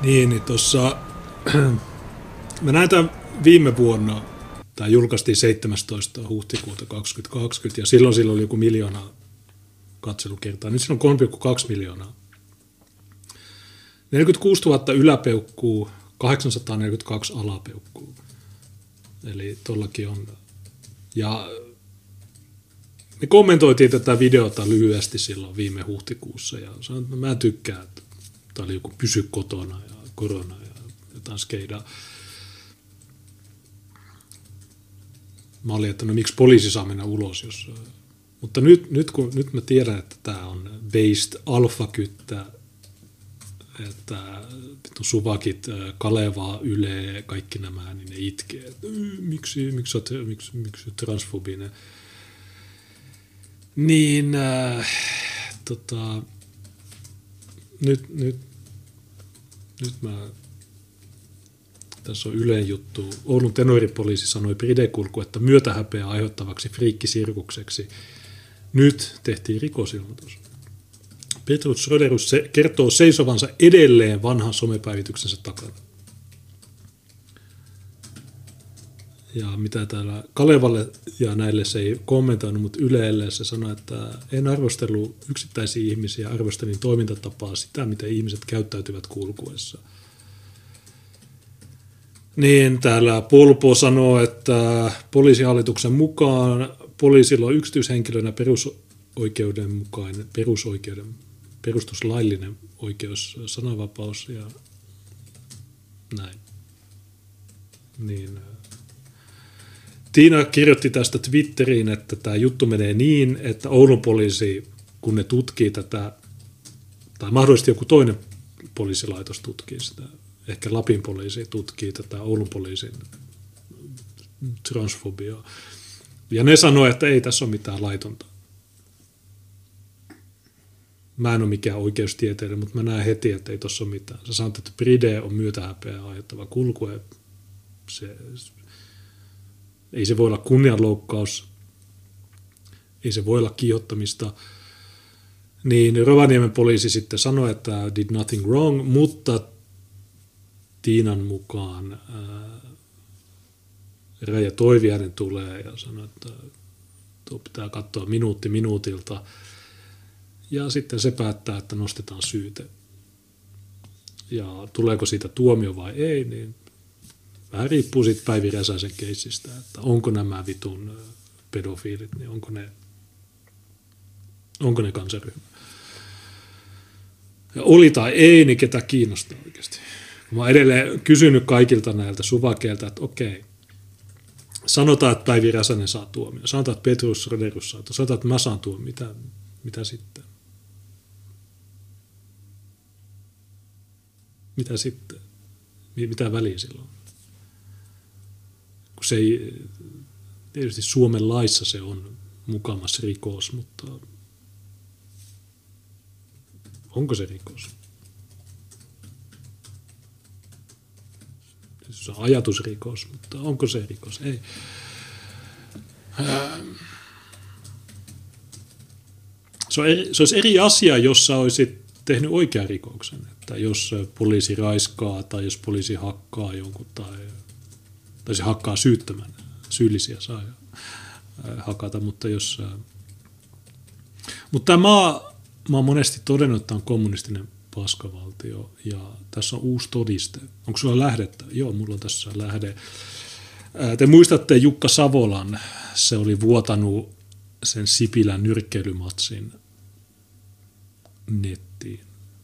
Niin, niin tuossa, mä näin tämän viime vuonna, tämä julkaistiin seitsemästoista huhtikuuta kaksituhattakaksikymmentä, ja silloin sillä oli joku miljoona katselukertaa. Nyt siinä on kolme pilkku kaksi miljoonaa. neljäkymmentäkuusituhatta yläpeukkuu, kahdeksansataaneljäkymmentäkaksi alapeukkuu. Eli tuollakin on. Ja me kommentoitiin tätä videota lyhyesti silloin viime huhtikuussa, ja sanoin, että mä tykkään, että tämä oli joku pysy kotona ja korona ja jotain skeidaa. Mä olin, että no miksi poliisi saa mennä ulos, jos... Mutta nyt, nyt, kun, nyt mä tiedän, että tämä on based alfakyttä, että suvakit, Kalevaa, Yle, kaikki nämä, niin ne itkee, että miksi, miksi, olet, miksi, miksi olet transfobinen. Niin, äh, tota, nyt, nyt, nyt mä, tässä on Ylen juttu. Oulun tenoripoliisi sanoi Pridekulku, että myötähäpeä aiheuttavaksi friikkisirkukseksi. Nyt tehtiin rikosilmoitus. Petrus Schröderus se kertoo seisovansa edelleen vanhan somepäivityksensä takana. Ja mitä täällä Kalevalle ja näille se ei kommentoinut, mutta Ylelle se sanoi, että en arvostellut yksittäisiä ihmisiä, arvostelin toimintatapaa, sitä miten ihmiset käyttäytyvät kulkuessa. Niin täällä Polpo sanoo, että poliisihallituksen mukaan poliisilla on yksityishenkilönä perusoikeuden mukainen, perusoikeuden, perustuslaillinen oikeus, sananvapaus ja näin. Niin, Tiina kirjoitti tästä Twitteriin, että tämä juttu menee niin, että Oulun poliisi, kun ne tutkii tätä, tai mahdollisesti joku toinen poliisilaitos tutkii sitä, ehkä Lapin poliisi tutkii tätä Oulun poliisin transfobiaa. Ja ne sanoo, että ei tässä ole mitään laitonta. Mä en ole mikään oikeustieteilijä, mutta mä näen heti, että ei tuossa ole mitään. Sä sanot, että Pride on myötähäpeä aiheuttava kulku. Se, ei se voi olla kunnianloukkaus. Ei se voi olla kiihottamista. Niin Rovaniemen poliisi sitten sanoi, että did nothing wrong, mutta Tiinan mukaan ää, Raija Toiviainen tulee ja sanoo, että tuo pitää katsoa minuutti minuutilta. Ja sitten se päättää, että nostetaan syyte. Ja tuleeko siitä tuomio vai ei, niin vähän riippuu siitä Päivi Räsäsen keissistä, että onko nämä vitun pedofiilit, niin onko ne, onko ne kansanryhmä. Ja oli tai ei, niin ketä kiinnostaa oikeasti. Mä oon edelleen kysynyt kaikilta näiltä suvakeilta, että okei, sanotaan, että Päivi Räsänen saa tuomio, sanotaan, että Petrus Schröderus saa tuomio, sanotaan, että mä saan tuomio, mitä, mitä sitten? Mitä sitten? Mitä väliä silloin? Kun se ei, tietysti Suomen laissa se on mukamas rikos, mutta onko se rikos? Se on ajatusrikos, mutta onko se rikos? Ei. Se, on eri, se olisi eri asia, jos sä olisit tehnyt oikean rikoksen. Että jos poliisi raiskaa tai jos poliisi hakkaa jonkun tai, tai se hakkaa syyttömän, syyllisiä saa hakata, mutta jos... Mutta tämä maa, mä oon monesti todennut, että tämä on kommunistinen paskavaltio ja tässä on uusi todiste. Onko sulla lähdettä? Joo, mulla on tässä lähde. Te muistatte Jukka Savolan, se oli vuotanut sen Sipilän nyrkkeilymatsin nettiin.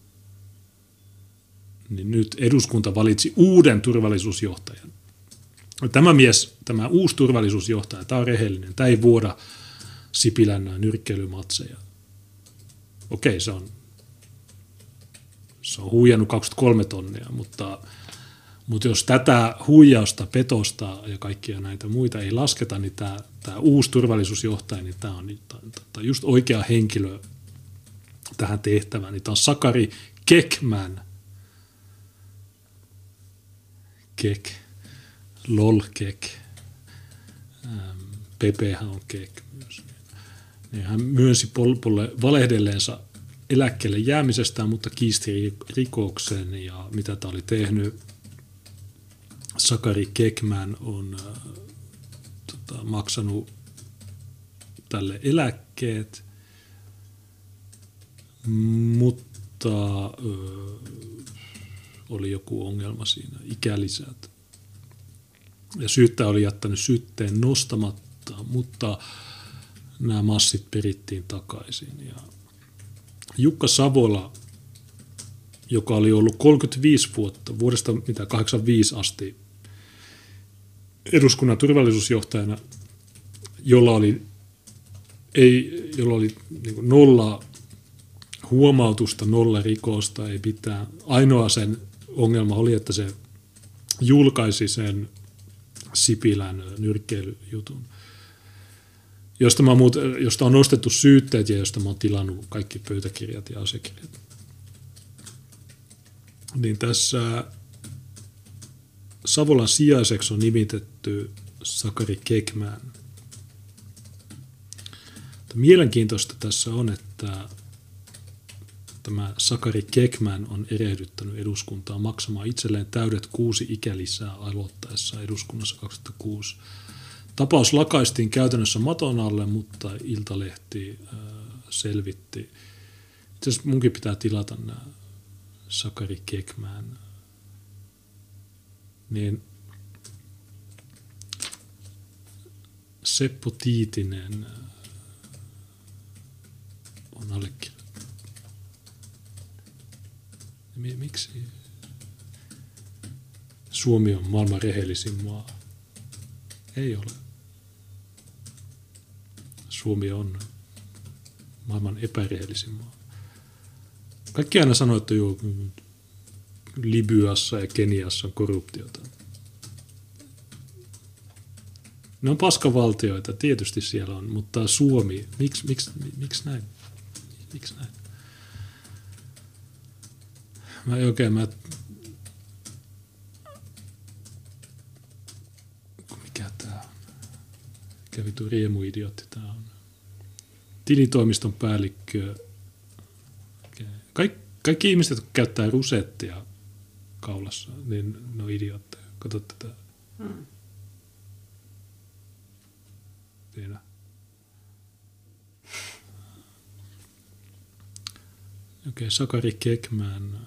Niin nyt eduskunta valitsi uuden turvallisuusjohtajan. Tämä mies, tämä uusi turvallisuusjohtaja, tämä on rehellinen. Tämä ei vuoda Sipilän nyrkkeilymatseja. Okei, se on, se on huijannut kaksikymmentäkolme tonnia, mutta, mutta jos tätä huijausta, petosta ja kaikkia näitä muita ei lasketa, niin tämä, tämä uusi turvallisuusjohtaja, niin tämä on, tämä on just oikea henkilö tähän tehtävään. Niin tämä on Sakari Kekman. Kek. Lol Kek. Pepehän on Kek myös. Niin hän myönsi Polpolle valehdelleensa eläkkeelle jäämisestään, mutta kiisti rikoksen ja mitä tämä oli tehnyt. Sakari Kekman on äh, tota, maksanut tälle eläkkeet, mutta äh, oli joku ongelma siinä, ikälisät. Ja syyttäjä oli jättänyt syytteen nostamatta, mutta nämä massit perittiin takaisin. Ja Jukka Savola, joka oli ollut kolmekymmentäviisi vuotta, vuodesta mitä kahdeksankymmentäviisi asti eduskunnan turvallisuusjohtajana, jolla oli, ei, jolla oli niin kuin nolla huomautusta, nolla rikosta, ei mitään. Ainoa sen ongelma oli, että se julkaisi sen Sipilän nyrkkeilyjutun, josta, mä muut, josta on nostettu syytteet ja josta mä oon tilannut kaikki pöytäkirjat ja asiakirjat. Niin tässä Savolan sijaiseksi on nimitetty Sakari Kekman. Mielenkiintoista tässä on, että tämä Sakari Kekman on erehdyttänyt eduskuntaa maksamaan itselleen täydet kuusi ikälisää aloittaessa eduskunnassa kaksituhattakuusi. Tapaus lakaistiin käytännössä maton alle, mutta Iltalehti äh, selvitti. Itse asiassa munkin pitää tilata nämä Sakari Kekman. Niin Seppo Tiitinen on allekirjoittanut. Miksi Suomi on maailman rehellisin maa? Ei ole. Suomi on maailman epärehellisin maa. Kaikki aina sanoo, että joo, Libyassa ja Keniassa on korruptiota. Ne on paskavaltioita, tietysti siellä on, mutta Suomi, miksi, miksi, miksi näin? Miksi näin? Mä ei oikein, mä... Mikä tää on? Mikä vitu riemuidiootti tää on? Tilitoimiston päällikkö. Kaik, kaikki ihmiset, jotka käyttää rusettia kaulassa, niin ne on idiootteja. Kato tätä. Hmm. Siinä. Okei, okay, Sakari Kekman.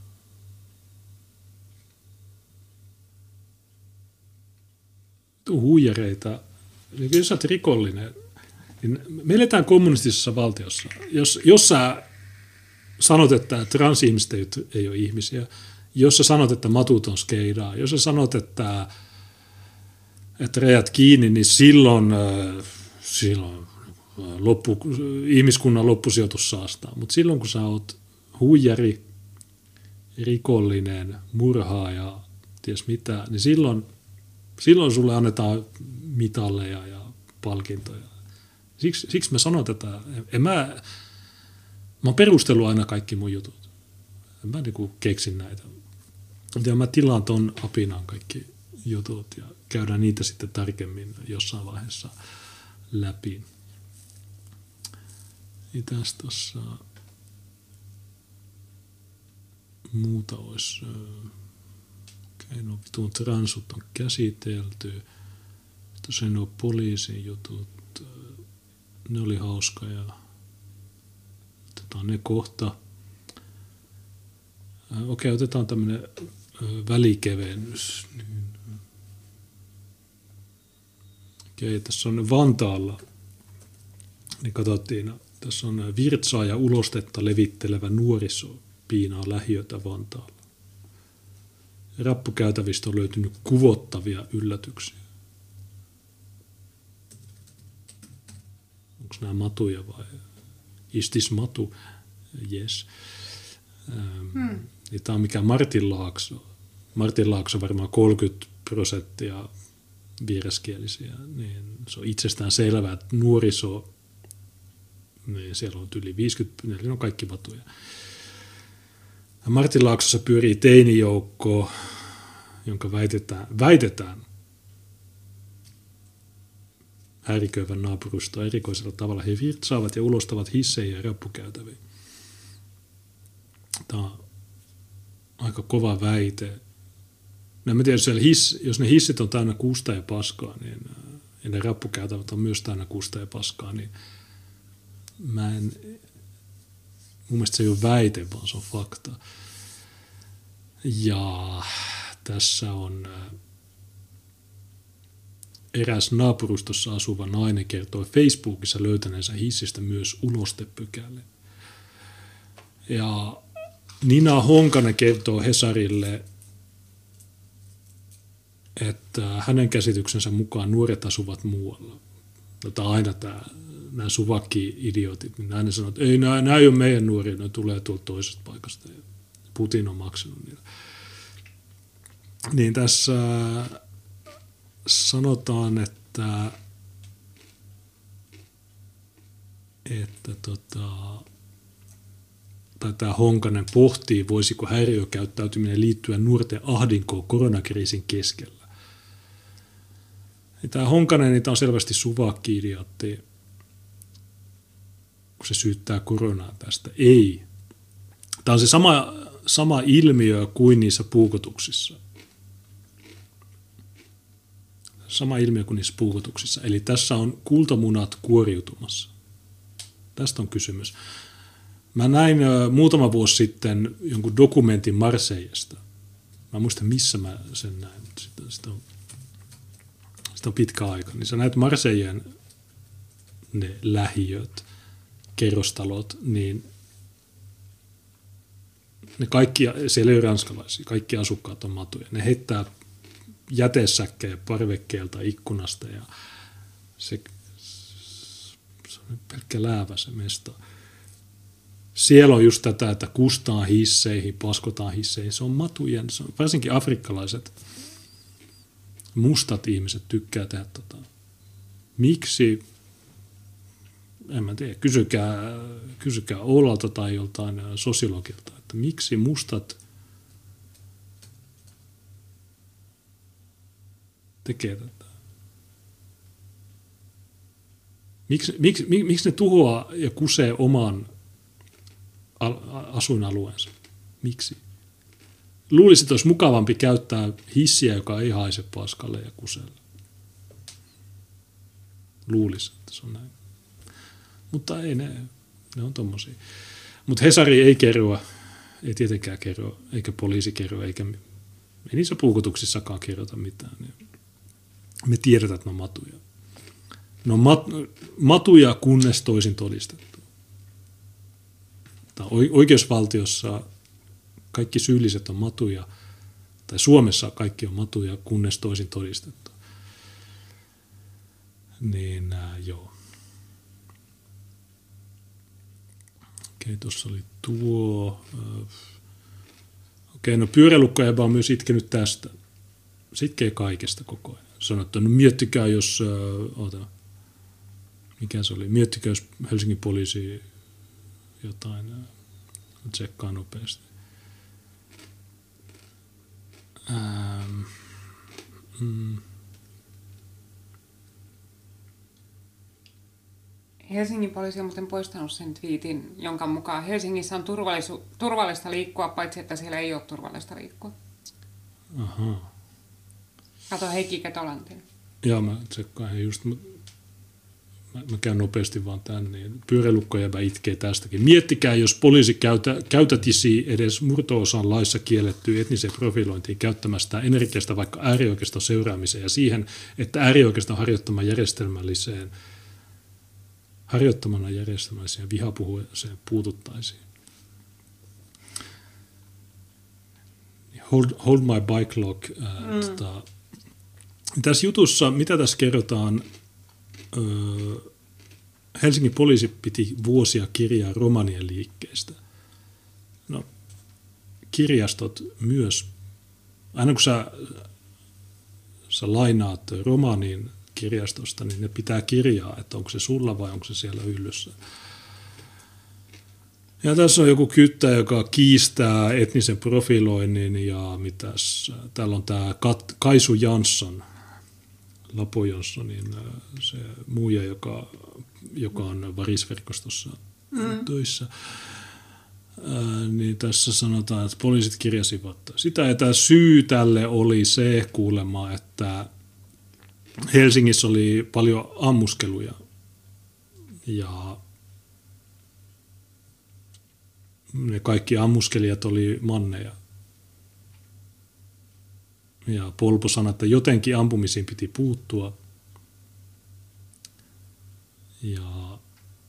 Huijareita. Jos sä oot rikollinen, niin me eletään kommunistisessa valtiossa. Jos, jos sä sanot, että transihmiset ei, ei ole ihmisiä, jos sä sanot, että matut on skeidaa, jos sä sanot, että, että rajat kiinni, niin silloin, silloin loppu, ihmiskunnan loppusijoitus saastaa. Mutta silloin, kun sä oot huijari, rikollinen, murhaaja, ties mitä, niin silloin, silloin sulle annetaan mitalleja ja palkintoja. Siksi, siksi mä sanon tätä. En mä, mä oon perustellut aina kaikki mun jutut. En mä niinku keksin näitä. Ja mä tilaan ton apinaan kaikki jutut ja käydään niitä sitten tarkemmin jossain vaiheessa läpi. Mitäs tossa muuta olisi? Okei, no vitun transut on käsitelty. Tuossa nuo poliisin jutut, ne oli hauska ja otetaan ne kohta. Okei, otetaan tämmöinen välikevennys. Okei, tässä on Vantaalla, niin katsottiin, tässä on virtsaa ja ulostetta levittelevä nuoriso piinaa lähiötä Vantaalla. Rappukäytävistä on löytynyt kuvottavia yllätyksiä. Onko nämä matuja vai? Is this matu? Yes. Hmm. Ja tämä on mikä Martin Laakso. Martin Laakso varmaan kolmekymmentä prosenttia vieraskielisiä. Niin se on itsestään selvää, että nuoriso, niin siellä on yli viisikymmentä, ne on kaikki matuja. Martin Laaksossa pyörii teinijoukko, jonka väitetään, väitetään häiriköivän naapurustoa erikoisella tavalla. He virtsaavat ja ulostavat hissejä ja rappukäytäviä. tämä on aika kova väite. No, mä tiedän, jos, hiss, jos ne hissit on täynnä kusta ja paskaa, niin, ja ne rappukäytävät on myös täynnä kusta ja paskaa, niin mä en, mun mielestä se ei ole väite, vaan se on fakta. Ja tässä on eräs naapurustossa asuva nainen kertoi Facebookissa löytäneensä hissistä myös ulostepykälän. Ja Nina Honkanen kertoo Hesarille, että hänen käsityksensä mukaan nuoret asuvat muualla. Tämä aina tämä, nämä suvakki-idiotit, niin aina sanoo, että ei, nämä, nämä ei ole meidän nuoria, ne tulee tuolta toisesta paikasta. Ja Putin on maksanut niillä. Niin tässä sanotaan, että, että tota, tai tämä Honkanen pohtii, voisiko häiriökäyttäytyminen liittyä nuorten ahdinkoon koronakriisin keskellä. Ja tämä Honkanen, niin tämä on selvästi suvakki-idiotti, kun se syyttää koronaa tästä. Ei. Tämä on se sama, sama ilmiö kuin niissä puukotuksissa. Sama ilmiö kuin niissä puukotuksissa. Eli tässä on kultamunat kuoriutumassa. Tästä on kysymys. Mä näin ö, muutama vuosi sitten jonkun dokumentin Marseillesta. Mä muistan, missä mä sen näin, mutta sitä, sitä, on, sitä on pitkä aika. Niin sä näet Marseillen ne lähiöt, kerrostalot, niin ne kaikki, siellä ei ole ranskalaisia, kaikki asukkaat on matuja. Ne heittää jätesäkkejä parvekkeelta ikkunasta ja se, se on pelkkä läävä se mesta. Siellä on just tätä, että kustaan hisseihin, paskotaan hisseihin. Se on matujen, se on, varsinkin afrikkalaiset mustat ihmiset tykkää tehdä tota. Miksi? En mä tiedä. Kysykää, kysykää Oulalta tai joltain sosiologilta, että miksi mustat tekee tätä. Miksi, miksi, miksi ne tuhoaa ja kusee oman asuinalueensa? Miksi? Luulisin, että olisi mukavampi käyttää hissiä, joka ei haise paskalle ja kuselle. Luulisin, että se on näin. Mutta ei ne, ne on tommosia. Mutta Hesari ei kerroa, ei tietenkään kerroa, eikä poliisi kerroa, eikä ei niissä puukotuksissakaan kerrota mitään. Me tiedetään, että ne on matuja. Ne on mat, matuja, kunnes toisin todistettu. Oikeusvaltiossa kaikki syylliset on matuja, tai Suomessa kaikki on matuja, kunnes toisin todistettu. Niin äh, joo. Okei, tuossa oli tuo. Okei, no pyörälukkoja on myös itkenyt tästä. Se itkee kaikesta koko ajan. Sanottu, no miettikää, jos, äh, oota, mikä se oli, miettikää, jos Helsingin poliisi jotain äh, tsekkaa nopeasti. Ähm, mm. Helsingin poliisi on muuten poistanut sen twiitin, jonka mukaan Helsingissä on turvallista liikkua, paitsi että siellä ei ole turvallista liikkua. Aha. Kato Heikki Ketolantin. Joo, mä tsekkaan just. Mä, mä käyn nopeasti vaan tän, niin pyöräilukkoja itkee tästäkin. Miettikää, jos poliisi käytä, käytätisi edes murto-osan laissa kiellettyä etniseen profilointiin käyttämästä energiasta vaikka äärioikeiston seuraamiseen ja siihen, että äärioikeiston harjoittamaan järjestelmälliseen harjoittamana järjestelmälliseen vihapuheeseen puututtaisiin. Hold, hold my bike lock. Ää, mm. tota, tässä jutussa, mitä tässä kerrotaan, öö, Helsingin poliisi piti vuosia kirjaa romanien liikkeestä. No, kirjastot myös, aina kun sä, sä lainaat romanin kirjastosta, niin ne pitää kirjaa, että onko se sulla vai onko se siellä hyllyssä. Ja tässä on joku kyttä, joka kiistää etnisen profiloinnin ja mitäs, täällä on tämä Kaisu Jansson, Lapo Janssonin se muija, joka, joka on varisverkostossa mm. töissä. Ää, niin tässä sanotaan, että poliisit kirjasivat sitä, että syy tälle oli se kuulemma, että Helsingissä oli paljon ammuskeluja ja ne kaikki ammuskelijat oli manneja. Ja Polpo sanoi, että jotenkin ampumisiin piti puuttua. Ja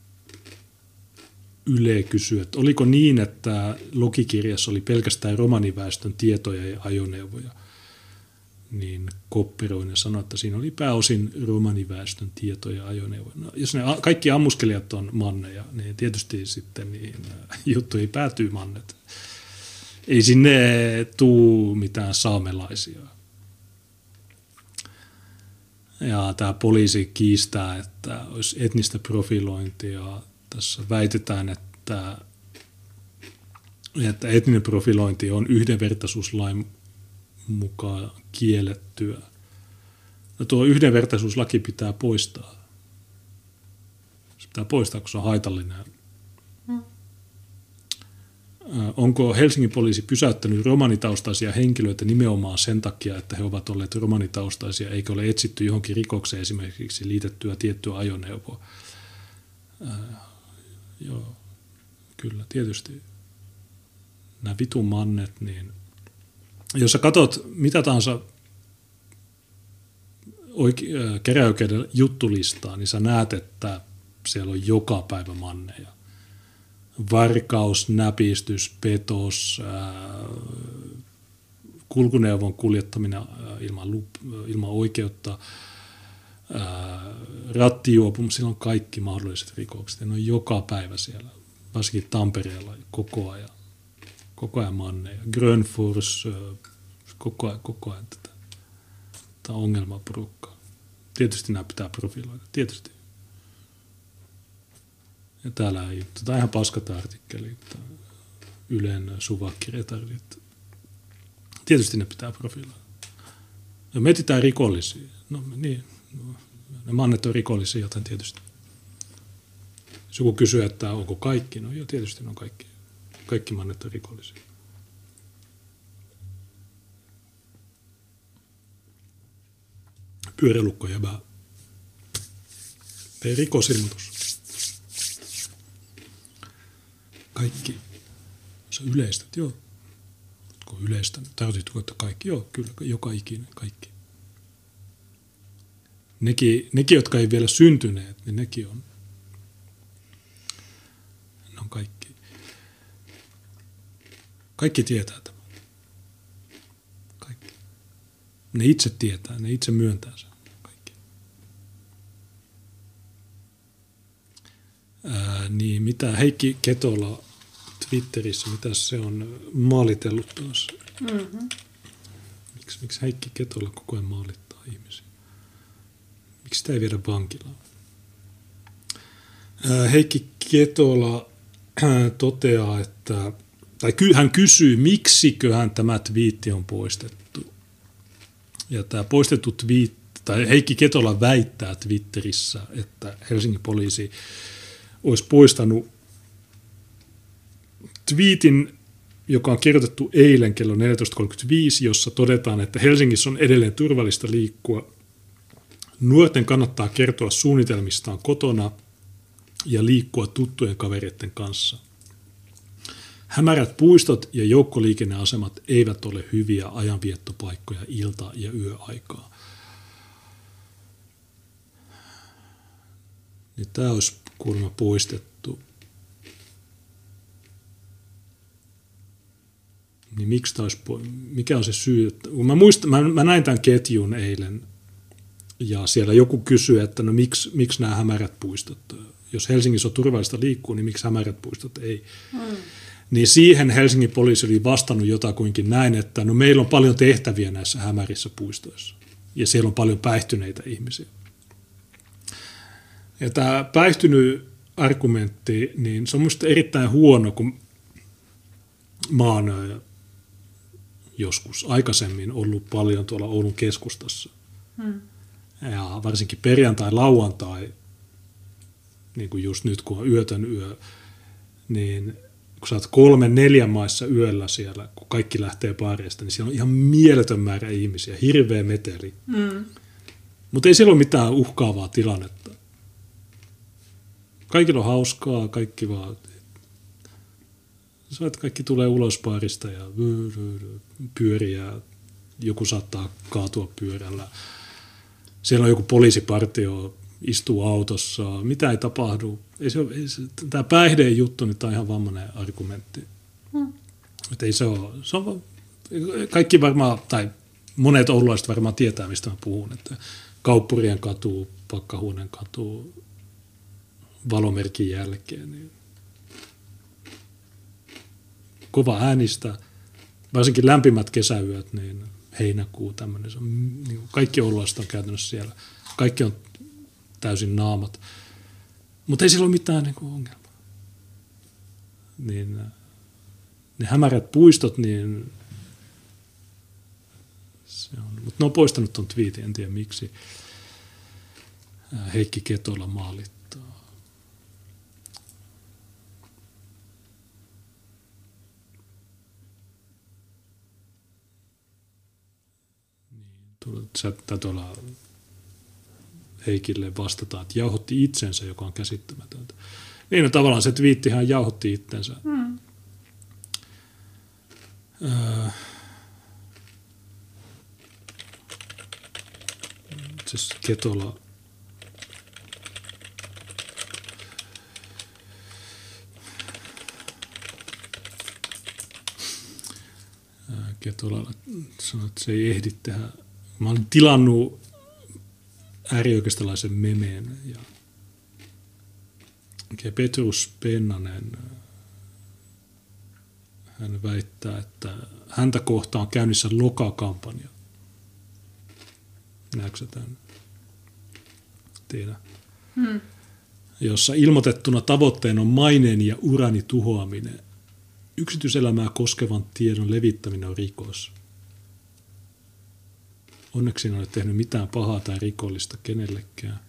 Yle kysyi, että oliko niin, että logikirjassa oli pelkästään romaniväestön tietoja ja ajoneuvoja. Niin Kopperoinen sanoi, että siinä oli pääosin romaniväestön tietoja ja ajoneuvoja. No, jos ne kaikki ammuskelijat on manneja, niin tietysti sitten niin juttu ei päätyy mannet. Ei sinne tuu mitään saamelaisia. Ja tämä poliisi kiistää, että olisi etnistä profilointia. Tässä väitetään, että, että etninen profilointi on yhdenvertaisuuslain mukaan kiellettyä. No tuo yhdenvertaisuuslaki pitää poistaa. Se pitää poistaa, kun se on haitallinen. Hmm. Onko Helsingin poliisi pysäyttänyt romanitaustaisia henkilöitä nimenomaan sen takia, että he ovat olleet romanitaustaisia, eikä ole etsitty johonkin rikokseen esimerkiksi liitettyä tiettyä ajoneuvoa? Äh, joo, kyllä, tietysti. Nämä vitun mannet, niin jos sä katsot mitä tahansa oike- käräjäoikeuden juttulistaa, niin sä näet, että siellä on joka päivä manneja. Varkaus, näpistys, petos, ää, kulkuneuvon kuljettaminen ilman, lup- ilman oikeutta, ää, rattijuopumus, siellä on kaikki mahdolliset rikokset. Ja ne on joka päivä siellä, varsinkin Tampereella koko ajan. Koko ajan manneja. Grönfors, koko ajan, koko ajan tätä, tätä ongelmaporukkaa. Tietysti nämä pitää profiloida, tietysti. Ja täällä ei, tota ihan paskata artikkeli, Ylen suvakkiretardit. Tietysti ne pitää profiloida. Ja me etsitään rikollisia. No niin, no, ne mannet on rikollisia, joten tietysti. Jos joku kysyy, että onko kaikki, no joo, tietysti ne on kaikki. Kaikki mannet on rikollisia. Pyörälukko jäbää. Tee rikosilmoitus. Kaikki. Se on yleistä, joo. Oletko yleistä? Tarvitsitko, että kaikki? Joo, kyllä, joka ikinen, kaikki. Nekin, nekin, jotka ei vielä syntyneet, niin nekin on. Ne on kaikki. Kaikki tietää tämän. Kaikki. Ne itse tietää, ne itse myöntää sen. Kaikki. Ää, niin mitä Heikki Ketola Twitterissä, mitä se on maalitellut taas? Mm-hmm. Miksi, miksi Heikki Ketola koko ajan maalittaa ihmisiä? Miksi sitä ei viedä vankilaan? Ää, Heikki Ketola ää, toteaa, että tai hän kysyy, miksiköhän tämä twiitti on poistettu. Ja tämä poistettu twiitti, tai Heikki Ketola väittää Twitterissä, että Helsingin poliisi olisi poistanut twiitin, joka on kirjoitettu eilen kello neljätoista kolmekymmentäviisi, jossa todetaan, että Helsingissä on edelleen turvallista liikkua. Nuorten kannattaa kertoa suunnitelmistaan kotona ja liikkua tuttujen kavereiden kanssa. Hämärät puistot ja joukkoliikenneasemat eivät ole hyviä ajanviettopaikkoja ilta- ja yöaikaa. Niin tämä olisi kuulemma poistettu. Niin miksi tämä olisi po- mikä on se syy? Mä, muistan, mä, mä näin tämän ketjun eilen ja siellä joku kysyi, että no miksi, miksi nämä hämärät puistot? Jos Helsingissä on turvallista liikkua, niin miksi hämärät puistot ei? Hmm. Niin siihen Helsingin poliisi oli vastannut jotakuinkin näin, että no meillä on paljon tehtäviä näissä hämärissä puistoissa. Ja siellä on paljon päihtyneitä ihmisiä. Ja tämä päihtynyt argumentti, niin se on minusta erittäin huono, kun mä oon joskus aikaisemmin ollut paljon tuolla Oulun keskustassa. Hmm. Ja varsinkin perjantai, lauantai, niin kuin just nyt kun on yötön yö, niin kun sä oot kolme, neljän maissa yöllä siellä, kun kaikki lähtee baareista, niin siellä on ihan mieletön määrä ihmisiä, hirveä meteli. Mm. Mutta ei siellä ole mitään uhkaavaa tilannetta. Kaikilla on hauskaa, kaikki vaan... Sä kaikki tulee ulos baarista ja pyöriä, joku saattaa kaatua pyörällä. Siellä on joku poliisipartio, istuu autossa, mitä ei tapahdu. Ei se ole, ei se, tämä päihdeen juttu, niin tämä on ihan vammainen argumentti. Hmm. Että ei se ole, se on, kaikki varmaan, tai monet oululaiset varmaan tietää, mistä mä puhun. Että Kauppurien katu, Pakkahuoneen katu, valomerkin jälkeen. Niin kova äänistä, varsinkin lämpimät kesäyöt, niin heinäkuu tämmöinen. Se on, niin kaikki oululaiset on käytännössä siellä. Kaikki on täysin naamat. Mutta ei sillä ole mitään niin kuin ongelmaa. Niin, ne hämärät puistot, niin se on. Mutta ne on poistanut tuon twiitin, en tiedä miksi. Heikki Ketola maalittaa. Niin, tuolla Heikille vastataan, että jauhotti itsensä, joka on käsittämätöntä. Niin, no tavallaan se twiittihän jauhotti itsensä. Hmm. Öö, siis Ketola... Ketola sanoi, että se ei ehdi tehdä. Mä olin tilannut äärioikeistolaisen memeen ja Petrus Pennanen, hän väittää, että häntä kohtaan on käynnissä lokakampanja. Näetkö tämän? Tiedä. Hmm. Jossa ilmoitettuna tavoitteena on maineen ja urani tuhoaminen. Yksityiselämää koskevan tiedon levittäminen on rikos. Onneksi en ole tehnyt mitään pahaa tai rikollista kenellekään.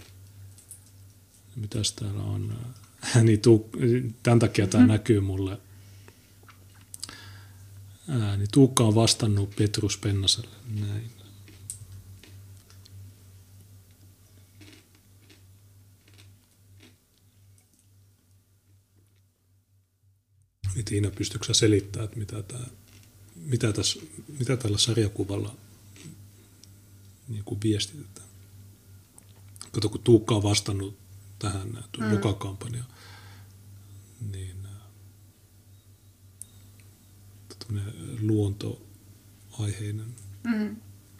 Mitäs täällä on? Niin tuu, tämän takia tämä mm-hmm. näkyy mulle. Ää, niin Tuukka on vastannut Petrus Pennaselle. Näin. Niin Tiina, pystytkö sä selittämään, että mitä, tää, mitä, tässä, mitä tällä sarjakuvalla niin kuin viestitetään? Kato, kun Tuukka on vastannut tähän mm. lokakampanjaan, niin tämmöinen luontoaiheinen. Mm.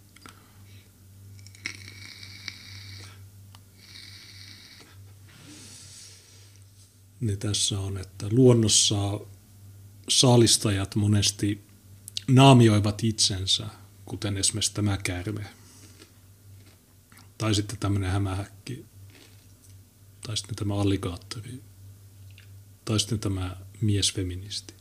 Niin tässä on, että luonnossa saalistajat monesti naamioivat itsensä, kuten esimerkiksi tämä käärme. Tai sitten tämmöinen hämähäkki. Tai sitten tämä alligaattori. Tai sitten tämä miesfeministi.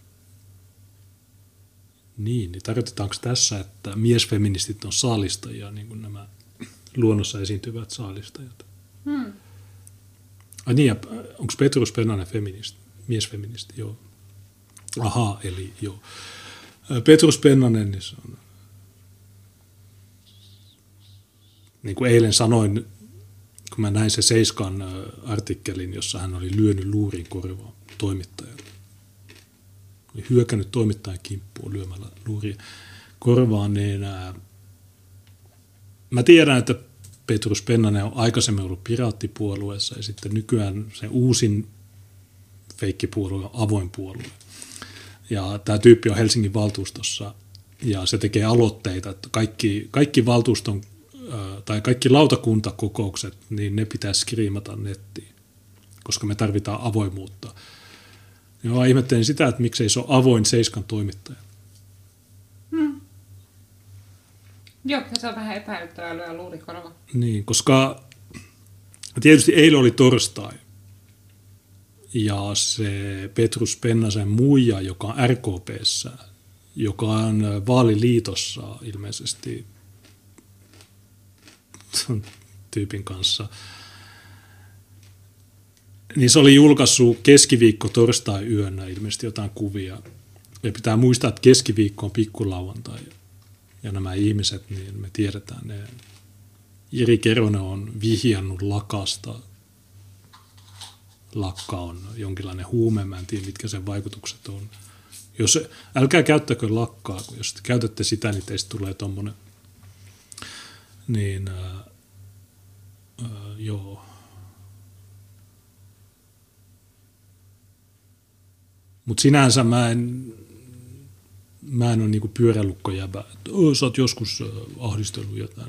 Niin, niin tarkoitetaanko tässä, että miesfeministit on saalistajia, niin kuin nämä luonnossa esiintyvät saalistajat? Hmm. Ai niin, onko Petrus Pennanen feministi? Miesfeministi, joo. Ahaa, eli joo. Petrus Pennanen, niin se on, niin kuin eilen sanoin, kun mä näin se Seiskan artikkelin, jossa hän oli lyönyt luurin korvaan toimittajalle. Oli hyökännyt toimittajan kimppuun lyömällä luurin korvaan, niin ää, mä tiedän, että Petrus Pennanen on aikaisemmin ollut Piraattipuolueessa ja sitten nykyään se uusin feikkipuolue on Avoin puolue. Ja tämä tyyppi on Helsingin valtuustossa ja se tekee aloitteita, että kaikki, kaikki valtuuston tai kaikki lautakuntakokoukset, niin ne pitää skriimata nettiin, koska me tarvitaan avoimuutta. Ja mä ihmettelin sitä, että miksei se ole avoin Seiskan toimittaja. Hmm. Joo, se on vähän epäilyttävää lyödä luurikorva. Niin, koska tietysti eilen oli torstai. Ja se Petrus Pennasen muija, joka on R K P:ssä, joka on vaaliliitossa ilmeisesti tyypin kanssa, niin se oli julkaissut keskiviikko torstai yönä ilmeisesti jotain kuvia. Ja pitää muistaa, että keskiviikko on pikkulauantai. Ja nämä ihmiset, niin me tiedetään, ne Jiri Keronen on vihjannut lakasta. Lakka on jonkinlainen huume, mä en tiedä mitkä sen vaikutukset on. Jos, älkää käyttäkö lakkaa, kun jos te käytätte sitä, niin teistä tulee tommonen. Niin, ää, ää, joo. Mutta sinänsä mä en, mä en ole niinku pyörälukkojäbä. Sä oot joskus ahdistellut jotain.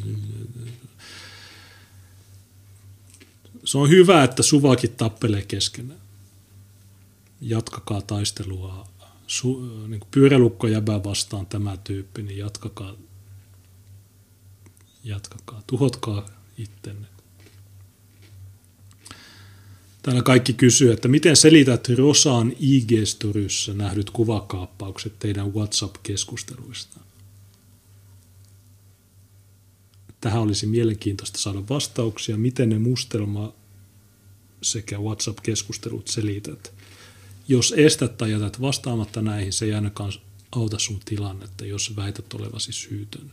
Se on hyvä, että suvakin tappelee keskenään. Jatkakaa taistelua. Su, niinku pyörälukkojäbää vastaan tämä tyyppi, niin jatkakaa. Jatkakaa. Tuhotkaa ittenne. Täällä kaikki kysyy, että miten selität Rosan I G-storyssä nähdyt kuvakaappaukset teidän WhatsApp-keskusteluista? Tähän olisi mielenkiintoista saada vastauksia, miten ne mustelma sekä WhatsApp-keskustelut selität. Jos estät tai jätät vastaamatta näihin, se ei ainakaan auta sun tilannetta, jos väität olevasi syytön.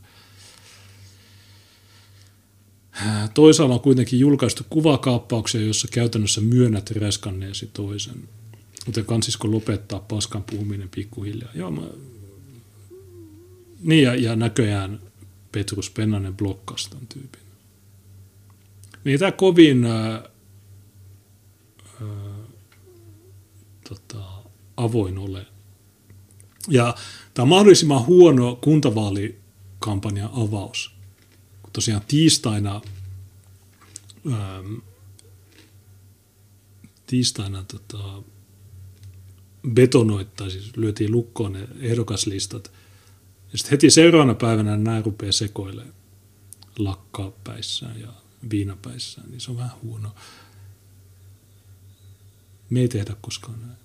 Toisaalla on kuitenkin julkaistu kuvakaappauksia, joissa käytännössä myönnät räskanneesi toisen. Joten kansisko lopettaa paskan puhuminen pikkuhiljaa. Joo, mä... Niin ja, ja näköjään Petrus Pennanen blokkasi tämän tyypin. Niin tämä kovin ää, ää, tota, avoin ole. Ja tämä on mahdollisimman huono kuntavaalikampanjan avaus. Tosiaan tiistaina, ähm, tiistaina tota, betonoittaa, siis lyötiin lukkoon ne ehdokaslistat. Ja sitten heti seuraavana päivänä nämä rupeaa sekoilemaan lakkaapäissään ja viinapäissään, niin se on vähän huono. Me ei tehdä koskaan näin.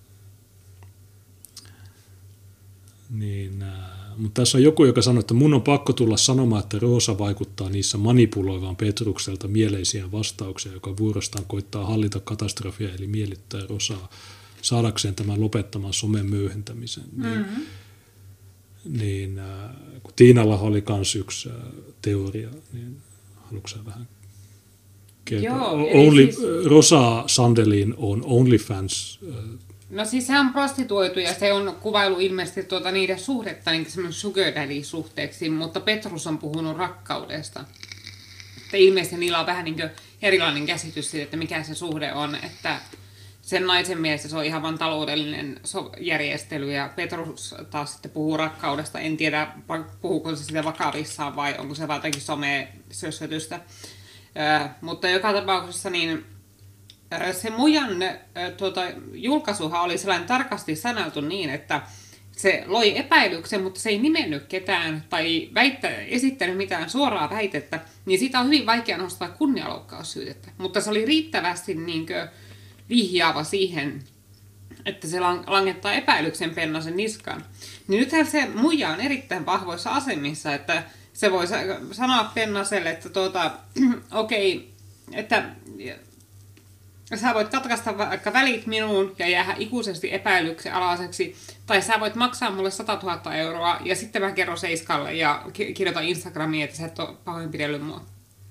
Niin, äh, mutta tässä on joku, joka sanoo, että mun on pakko tulla sanomaan, että Roosa vaikuttaa niissä manipuloivaan Petrukselta mieleisiä vastauksia, joka vuorostaan koittaa hallita katastrofia, eli miellyttää Rosaa saadakseen tämän lopettamaan somen myöhentämisen. Niin, mm-hmm. niin äh, kun Tiinalla oli myös yksi äh, teoria, niin haluatko sä vähän kertoa? Joo, Only, siis... Rosa Sandelin on OnlyFans. Äh, No siis se on prostituoitu ja se on kuvailu ilmeisesti tuota niiden suhdetta niin semmoinen sugar daddy-suhteeksi, mutta Petrus on puhunut rakkaudesta. Että ilmeisesti niillä on vähän niin kuin erilainen käsitys siitä, että mikä se suhde on, että sen naisen mielestä se on ihan vain taloudellinen järjestely ja Petrus taas sitten puhuu rakkaudesta. En tiedä, puhuuko se sitä vakavissaan vai onko se vaan jotenkin some-sössötystä. Äh, mutta joka tapauksessa niin se muijan tuota, julkaisuhan oli sellainen tarkasti saneltu niin, että se loi epäilyksen, mutta se ei nimennyt ketään tai väittä, esittänyt mitään suoraa väitettä, niin siitä on hyvin vaikea nostaa kunnianloukkaussyytettä. Mutta se oli riittävästi niin kuin vihjaava siihen, että se langettaa epäilyksen Pennasen niskaan. Niin nythän se muija on erittäin vahvoissa asemissa, että se voi sanoa Pennaselle, että tuota, okei, okay, että sä voit katkaista vaikka välit minuun ja jäädä ikuisesti epäilyksen alaiseksi, tai sä voit maksaa mulle satatuhatta euroa ja sitten mä kerron Seiskalle ja kirjoitan Instagramiin, että sä et ole pahoinpidellyt mua.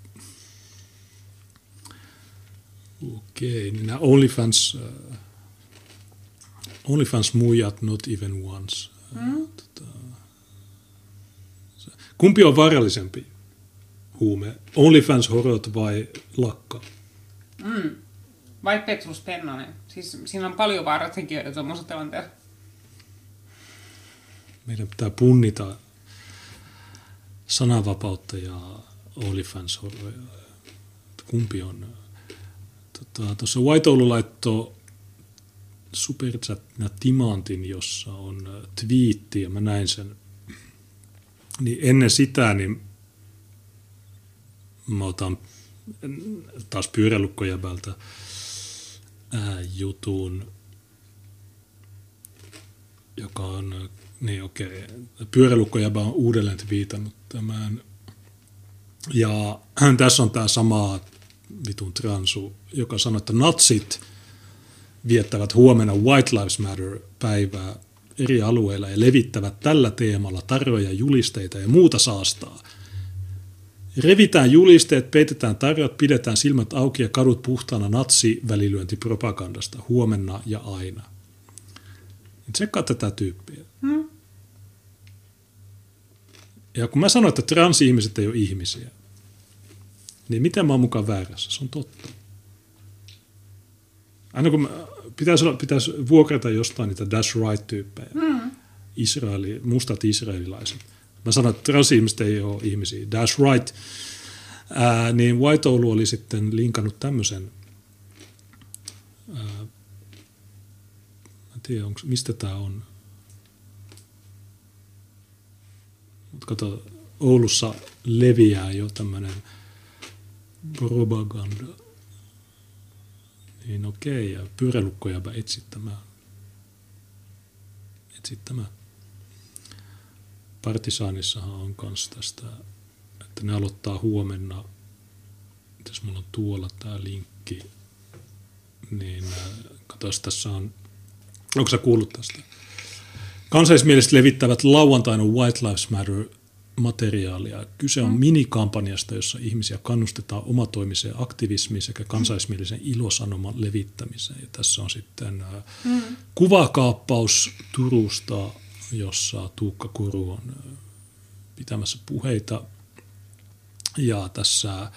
Okei, niin nämä OnlyFans, uh, OnlyFans muijat not even once. Hmm? Tota, kumpi on vaarallisempi huume? OnlyFans horot vai lakka? Mm. Vai Petrus Pennanen. Siis siinä on paljon vaaratekijöitä tuommoisessa tilanteessa. Meidän pitää punnita sananvapautta ja OnlyFans-horoja. Kumpi on? Tuossa tota, White Oulu laittoi superchatina timantin, jossa on twiitti, ja mä näin sen. Niin ennen sitä, niin mä otan taas pyörälukkojäbältä ää, jutun, joka on, niin okei, okay, pyörälukkojäbä on uudelleen viitannut tämän. Ja tässä on tämä sama vitun transu, joka sanoo, että natsit viettävät huomenna White Lives Matter-päivää eri alueilla ja levittävät tällä teemalla tarroja, julisteita ja muuta saastaa. Revitään julisteet, peitetään tarjot, pidetään silmät auki ja kadut puhtaana natsi-välilyöntipropagandasta huomenna ja aina. Tsekkaa tätä tyyppiä. Hmm. Ja kun mä sanoin, että transihmiset ei ole ihmisiä, niin miten mä oon mukaan väärässä? Se on totta. Aina kun pitäisi, pitäisi vuokrata jostain niitä That's Right-tyyppejä, hmm. Israeli, mustat israelilaiset. Mä sanoin, että transihmiset ei ole ihmisiä. That's Right. Ää, niin White Oulu oli sitten linkannut tämmöisen, ää, mä en tiedä, onko, mistä tämä on. Mutta kato, Oulussa leviää jo tämmöinen propaganda. Niin okei, ja pyörälukkoja etsittämään. Etsittämään. Partisaanissahan on myös tästä, että ne aloittaa huomenna, jos mulla on tuolla tämä linkki, niin katsotaan, tässä on, onko sä kuullut tästä? Kansallismieliset levittävät lauantaina White Lives Matter materiaalia. Kyse on mm. minikampanjasta, jossa ihmisiä kannustetaan omatoimiseen aktivismiin sekä kansallismielisen ilosanoman levittämiseen. Ja tässä on sitten mm. kuvakaappaus Turusta, jossa Tuukka Kuru on pitämässä puheita. Ja tässä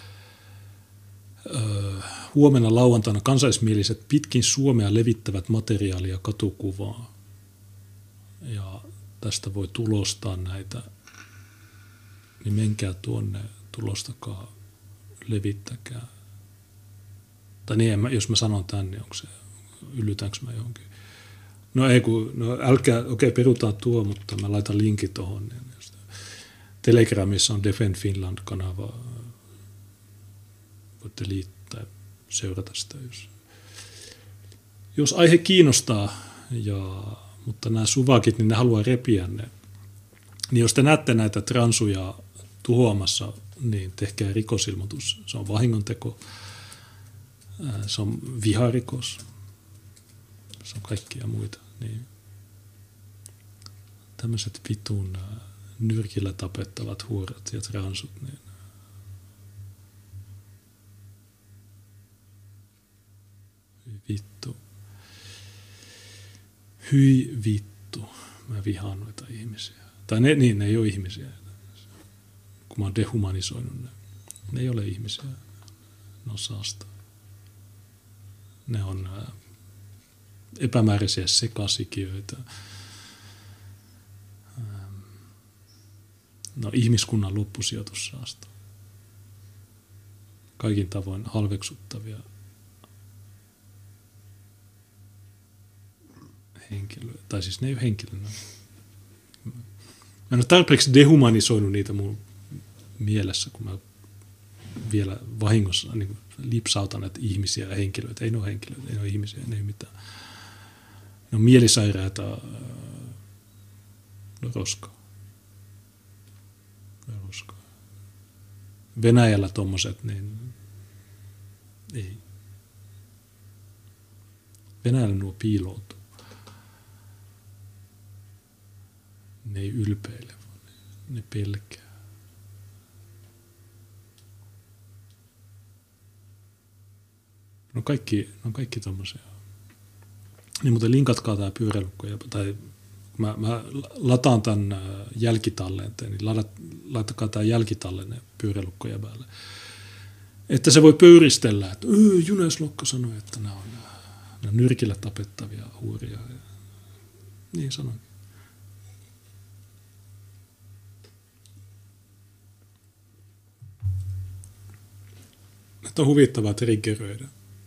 ö, huomenna lauantaina kansallismieliset pitkin Suomea levittävät materiaalia katukuvaa. Ja tästä voi tulostaa näitä, niin menkää tuonne, tulostakaa, levittäkää. Tai niin, jos mä sanon tän, niin onko se, yllytänkö mä johonkin? No ei kun, no älkää, okei okay, perutaan tuo, mutta mä laitan linkin tuohon. Niin Telegramissa on Defend Finland-kanava. Voitte liittää, seurata sitä, jos, jos aihe kiinnostaa. Ja, mutta nämä suvakit, niin ne haluaa repiä ne. Niin jos te näette näitä transuja tuhoamassa, niin tehkää rikosilmoitus. Se on vahingonteko. Se on viharikos. Se on kaikkia muita. Niin. Tämmöiset vitun nyrkillä tapettavat huorat ja transut. Niin. Vittu. Hyi vittu. Mä vihaan noita ihmisiä. Tai ne, niin, ne ei ole ihmisiä. Kun mä oon dehumanisoinut ne. Ne ei ole ihmisiä. Ne on saasta. Ne on epämääräisiä sekasikiöitä. No ihmiskunnan loppusijoitussaasta. Kaikin tavoin halveksuttavia henkilöitä. Tai siis ne ei ole henkilönä. Mä en ole tarpeeksi dehumanisoinut niitä mun mielessä, kun mä vielä vahingossa niin lipsautan näitä ihmisiä ja henkilöitä. Ei ne ole henkilöitä, ei ne ole ihmisiä, ne ei ole mitään. Ne on mielisairaita no, roskaa. No, roskaa. Venäjällä tommoset, niin ei. Venäjällä nuo piiloutuu. Ne ei ylpeile, vaan ne, ne pelkää. No kaikki, no kaikki tommosia. Niin muuten linkatkaa tää pyöräilukko, tai mä, mä lataan tän jälkitallenteen, niin ladat, laittakaa tää jälkitallenne pyöräilukkoja päälle. Että se voi pöyristellä, että Junes Lokko sanoi, että nämä on, nämä on nyrkillä tapettavia huuria. Niin sanoin. Että on huvittavaa triggeröidä.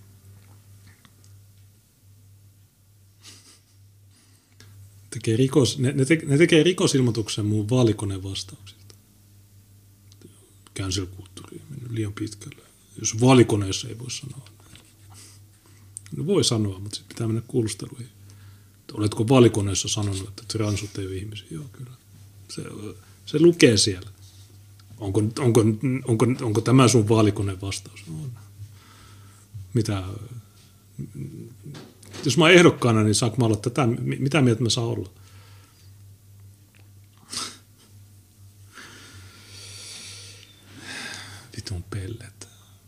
Tekee rikos, ne, ne, te, ne tekee rikosilmoituksen muun vaalikoneen vastauksilta. Cancel-kulttuuri on mennyt liian pitkälle. Jos vaalikoneessa ei voi sanoa. No voi sanoa, mutta sitten pitää mennä kuulusteluihin. Oletko vaalikoneessa sanonut, että transut ei ole ihmisiä? Joo, kyllä. Se, se lukee siellä. Onko, onko, onko, onko tämä sun vaalikoneen vastaus? On. Mitä Jos mä oon ehdokkaana, niin saanko mä olla tätä, mitä mieltä mä saan olla? Vitun pellet.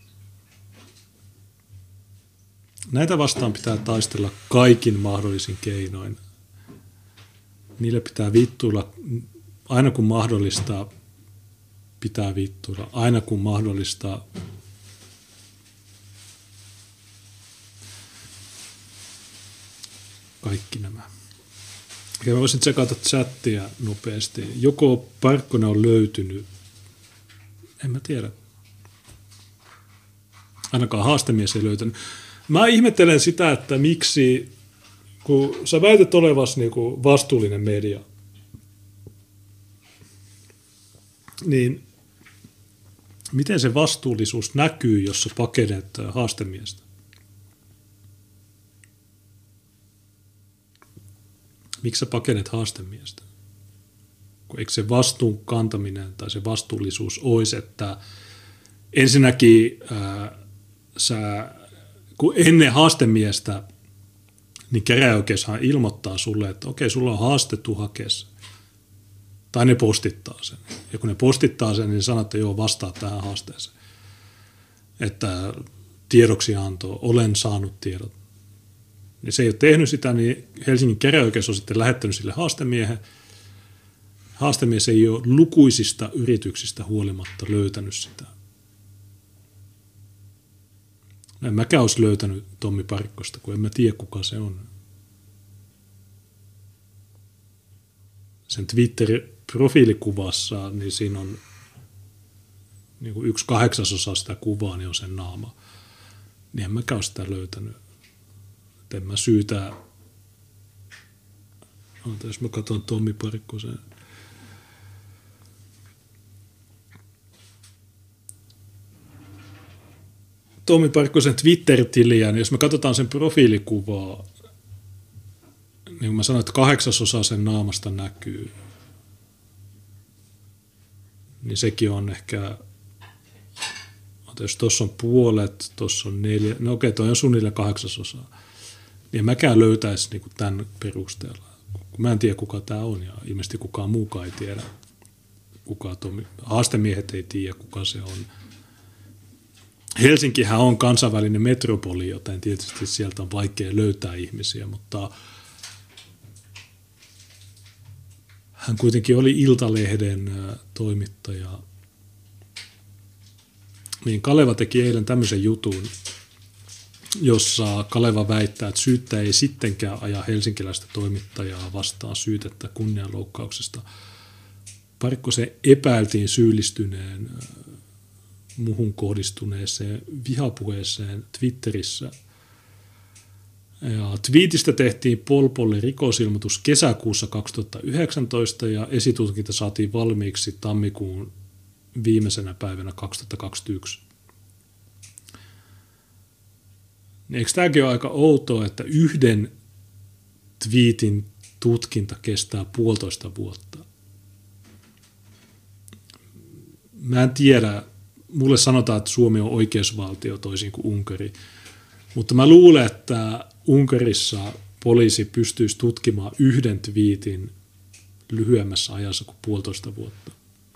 Näitä vastaan pitää taistella kaikin mahdollisin keinoin. Niille pitää vittuilla, aina kun mahdollista, pitää vittuilla. Aina kun mahdollista, kaikki nämä. Ja mä voisin tsekata chattia nopeasti. Joko Parkkonen on löytynyt? En mä tiedä. Ainakaan haastemies ei löytänyt. Mä ihmettelen sitä, että miksi, kun sä väität olevasi niinku vastuullinen media, niin miten se vastuullisuus näkyy, jos sä pakenet haastemiestä? Miksi sä pakenet haastemiestä? Kun eikö se vastuun kantaminen tai se vastuullisuus olisi, että ensinnäkin ää, sä, kun ennen haastemiestä, niin käräjäoikeushan ilmoittaa sulle, että okei, sulla on haastettu hakes. Tai ne postittaa sen. Ja kun ne postittaa sen, niin sanoo, että joo, vastaa tähän haasteeseen. Että tiedoksianto, olen saanut tiedot. Ja se ei ole tehnyt sitä, niin Helsingin käräjäoikeus on sitten lähettänyt sille haastemiehen. Haastemies ei ole lukuisista yrityksistä huolimatta löytänyt sitä. En mäkään olisi löytänyt Tommi Parikkosta, kun en mä tiedä, kuka se on. Sen Twitter-profiilikuvassa, niin siinä on niin kuin yksi kahdeksasosa sitä kuvaa, niin on sen naama. Niin en mäkään ole sitä löytänyt. Et en mä syytä. Ota, jos mä katson Tommi Parikkosen. Tommi Parikkosen Twitter-tiliä, niin jos me katsotaan sen profiilikuvaa, niin kuin mä sanoin, että kahdeksasosa sen naamasta näkyy, niin sekin on ehkä, jos tuossa on puolet, tuossa on neljä, no okei, toi on suunnilleen kahdeksasosa, niin en mäkään löytäisi niin kuin tämän perusteella, kun mä en tiedä, kuka tämä on, ja ilmeisesti kukaan muukaan ei tiedä, kuka Tommi, haastemiehet ei tiedä, kuka se on. Helsinkihän on kansainvälinen metropoli, joten tietysti sieltä on vaikea löytää ihmisiä, mutta hän kuitenkin oli Iltalehden toimittaja. Niin Kaleva teki eilen tämmöisen jutun, jossa Kaleva väittää, että syyttäjä ei sittenkään aja helsinkiläistä toimittajaa vastaan syytettä kunnianloukkauksesta. Parikkosen epäiltiin syyllistyneen muhun kohdistuneeseen vihapuheeseen Twitterissä. Ja twiitistä tehtiin Polpolle rikosilmoitus kesäkuussa kaksituhattayhdeksäntoista ja esitutkinta saatiin valmiiksi tammikuun viimeisenä päivänä kaksituhattakaksikymmentäyksi. Eikö tämäkin ole aika outoa, että yhden twiitin tutkinta kestää puolitoista vuotta? Mä en tiedä. Mulle sanotaan, että Suomi on oikeusvaltio toisin kuin Unkari, mutta mä luulen, että Unkarissa poliisi pystyisi tutkimaan yhden twiitin lyhyemmässä ajassa kuin puolitoista vuotta.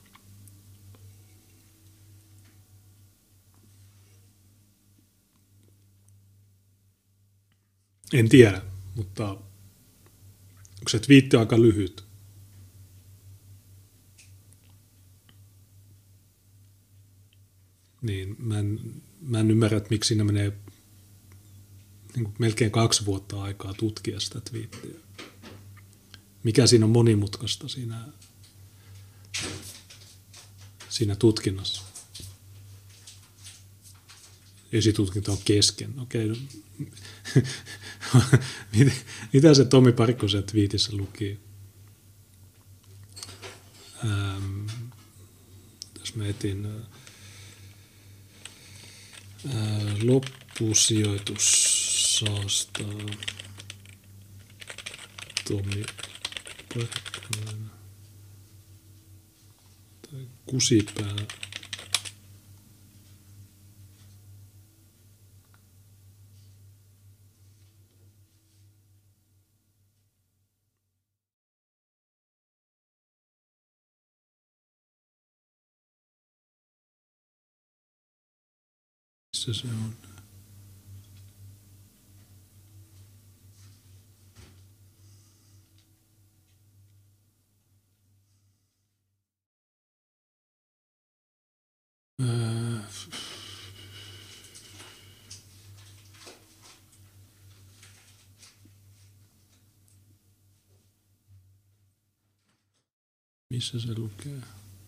En tiedä, mutta onko se twiitti aika lyhyt? Niin mä en, mä en ymmärrä, että miksi siinä menee niin kuin melkein kaksi vuotta aikaa tutkia sitä twiittiä. Mikä siinä on monimutkaista siinä, siinä tutkinnassa? Esitutkinta on kesken. Okei. Mitä se Tommi Parikkosen twiitissä luki? Ähm, jos mä etin Ää, loppusijoitus saastaa Tommi Parikkonen tai Kusipää. Missä se on? Öö. Missä se lukee?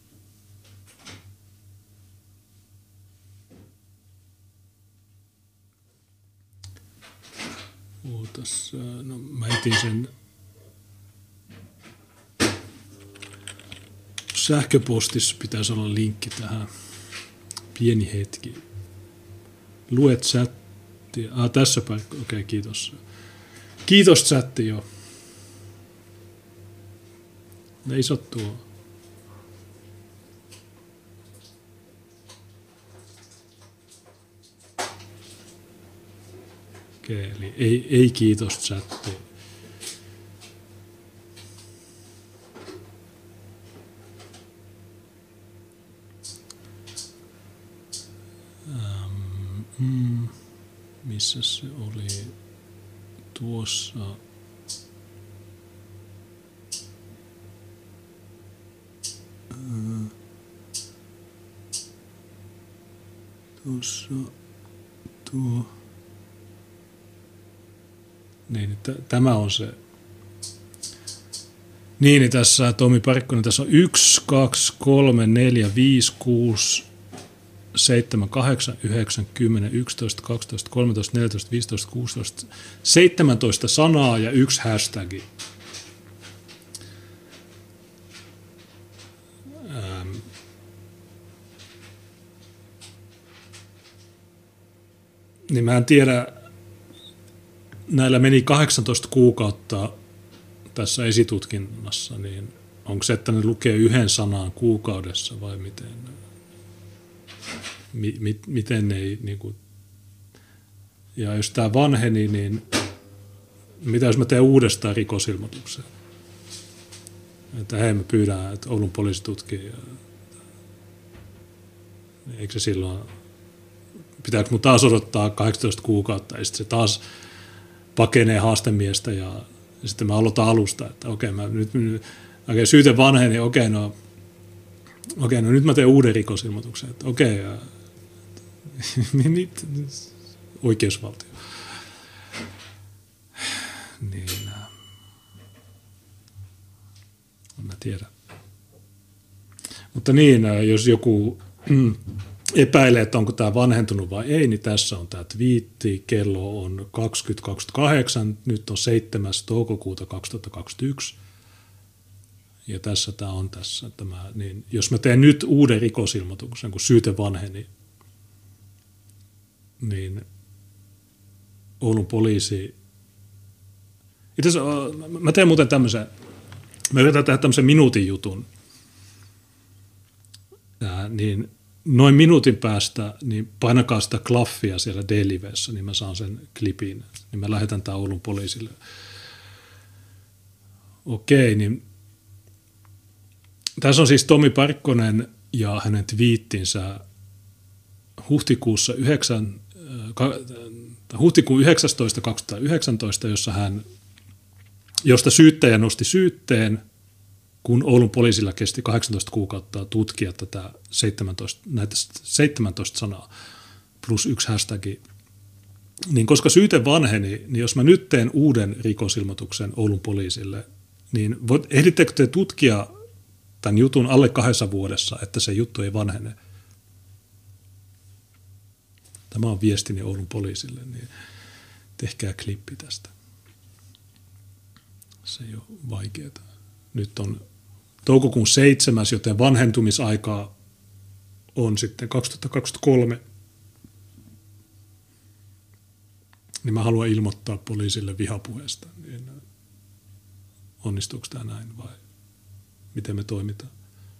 Ootas, no mä etin sen sähköpostissa, pitäisi olla linkki tähän. Pieni hetki. Lue chattia. Ah, tässä päin. Okei, okay, kiitos. Kiitos chatti, joo. Ne isot tuo. Okei, okay, eli ei, ei kiitos chatti. Ähm, mm, missä se oli? Tuossa. Äh, tuossa. Tuo. Niin, t- tämä on se. Niin, niin tässä Tomi Parikkonen, tässä on yksi, kaksi, kolme, neljä, viisi, kuusi, seitsemän, kahdeksan, yhdeksän, kymmenen, yksitoista, kaksitoista, kolmetoista, neljätoista, viisitoista, kuusitoista, seitsemäntoista sanaa ja yksi hashtagi. Ähm. Niin mä en tiedä, näillä meni kahdeksantoista kuukautta tässä esitutkinnassa, niin onko se, että ne lukee yhden sanan kuukaudessa vai miten? Mi, mi, miten ne ei, niin kuin, ja jos tämä vanheni, niin mitä jos mä teen uudestaan rikosilmoituksen? Että hei, me pyydään, että Oulun poliisi tutkii. Ja, eikö se silloin, pitääkö mun taas odottaa kahdeksantoista kuukautta ja sitten se taas pakenee haastemiestä ja sitten mä aloitan alusta, että okei, mä nyt, nyt okei, syyte vanheni, okei, no, okei, no nyt mä teen uuden rikosilmoituksen, että okei, ja, mit, oikeusvaltio. Niin, mä tiedän. Mutta niin, jos joku epäilee, että onko tämä vanhentunut vai ei, niin tässä on tämä twiitti, kello on kaksikymmentä kaksikymmentäkahdeksan, nyt on seitsemäs toukokuuta kaksituhattakaksikymmentäyksi, ja tässä tämä on tässä. Tämä, niin jos mä teen nyt uuden rikosilmoituksen, kun syyte vanheni, niin Oulun poliisi, itse asiassa mä teen muuten tämmöisen, mä yritän tehdä tämmöisen minuutin jutun, ja, niin noin minuutin päästä, niin painakaa sitä klaffia siellä D-livessä, niin mä saan sen klipin. Niin mä lähetän tämän Oulun poliisille. Okei, niin tässä on siis Tomi Parikkonen ja hänen twiittinsä huhtikuussa yhdeksän, äh, huhtikuun yhdeksästoista kaksituhattayhdeksäntoista, jossa hän, josta syyttäjä nosti syytteen, kun Oulun poliisilla kesti kahdeksantoista kuukautta tutkia tätä seitsemäntoista, näitä seitsemäntoista sanaa plus yksi hashtagi, niin koska syyte vanheni, niin jos mä nyt teen uuden rikosilmoituksen Oulun poliisille, niin voit, ehdittekö te tutkia tämän jutun alle kahdessa vuodessa, että se juttu ei vanhene? Tämä on viestini Oulun poliisille, niin tehkää klippi tästä. Se ei ole vaikeaa. Nyt on toukokuun seitsemäs, joten vanhentumisaika on sitten kaksituhattakaksikymmentäkolme. Niin mä haluan ilmoittaa poliisille vihapuheesta. Niin onnistuuko tämä näin vai miten me toimitaan?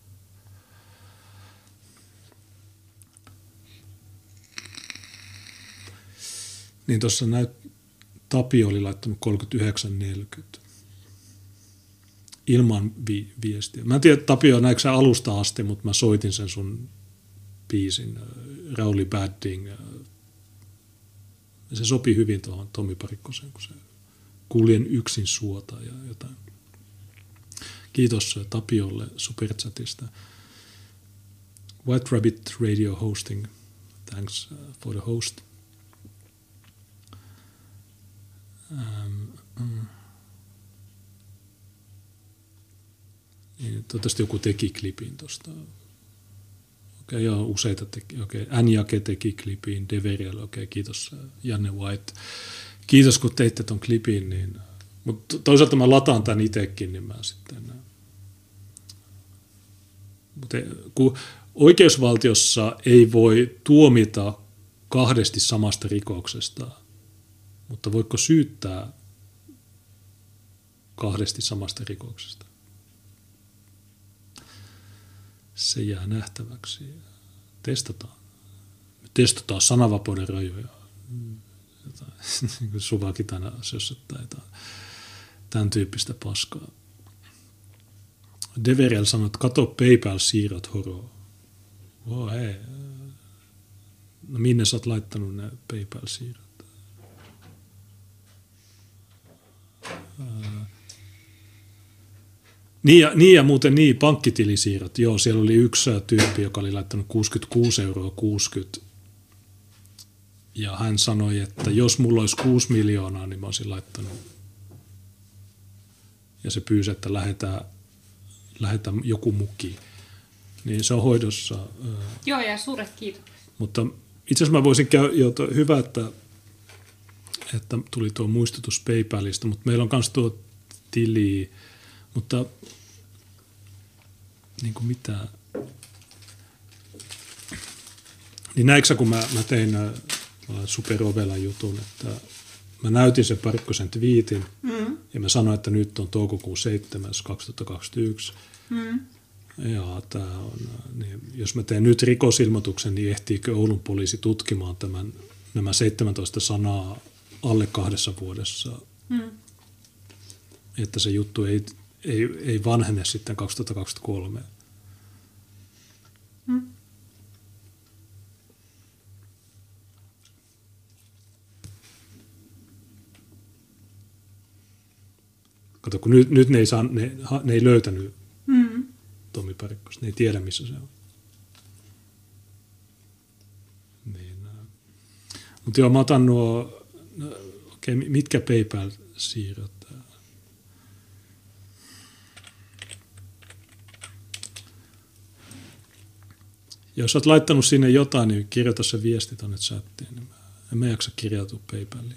Niin tuossa näyt, Tapio oli laittanut kolmekymmentäyhdeksän neljäkymmentä. Ilman vi- viestiä. Mä en tiedä, Tapio, näetkö sä alusta asti, mutta mä soitin sen sun biisin, Rauli Badding, Ja se sopi hyvin tuohon Tommi Parikkoseen, kun se kuljen yksin suota ja jotain. Kiitos Tapiolle Superchatista. White Rabbit Radio Hosting. Thanks for the host. Um, um. Toivottavasti joku teki klipin tuosta. Okei, okay, joo, useita teki. Okei, okay. N-Jake teki klipin, Deveriel, okei, okay, kiitos Janne White. Kiitos, kun teitte ton klipin, niin, mutta toisaalta mä lataan tämän itsekin, niin mä sitten... Mutta kun oikeusvaltiossa ei voi tuomita kahdesti samasta rikoksesta, mutta voiko syyttää kahdesti samasta rikoksesta? Se jää nähtäväksi. Testataan. Me testataan sananvapauden rajoja. Suvakin aina sössöttää jotain tämän tyyppistä paskaa. Deveriel sanoi, että kato PayPal-siirrot horo. Oh, hei. No minne sä oot laittanut ne PayPal-siirrot? Niin ja, niin ja muuten niin, pankkitilisiirrot. Joo, siellä oli yksi tyyppi, joka oli laittanut kuusikymmentäkuusi euroa kuusikymmentä. Ja hän sanoi, että jos mulla olisi kuusi miljoonaa, niin mä olisin laittanut. Ja se pyysi, että lähdetään, lähdetään joku muki. Niin se on hoidossa. Joo, ja suuret kiitokset. Mutta itse asiassa mä voisin käydä, jo, hyvä, että, että tuli tuo muistutus PayPalista, mutta meillä on myös tuo tili, mutta niin kuin mitä... Niin näitkö kun mä, mä tein superovelan jutun, että mä näytin sen Parikkosen twiitin mm. ja mä sanoin, että nyt on toukokuun seitsemäs kaksituhattakaksikymmentäyksi. Mm. Ja tää on, niin jos mä teen nyt rikosilmoituksen, niin ehtiikö Oulun poliisi tutkimaan tämän, nämä seitsemäntoista sanaa alle kahdessa vuodessa, mm. että se juttu ei, ei, ei vanhene sitten kaksituhattakaksikymmentäkolme. Mm. Kato, kun nyt, nyt ne, ei saa, ne, ne ei löytänyt mm. Tommi Parikkosta, ne ei tiedä, missä se on. Niin, mutta joo, mä otan nuo, no, okei, okay, mitkä PayPal-siirrot? Jos olet laittanut sinne jotain, niin kirjoita se viesti tuonne chattiin. Niin mä, en mä jaksa kirjautua PayPaliin.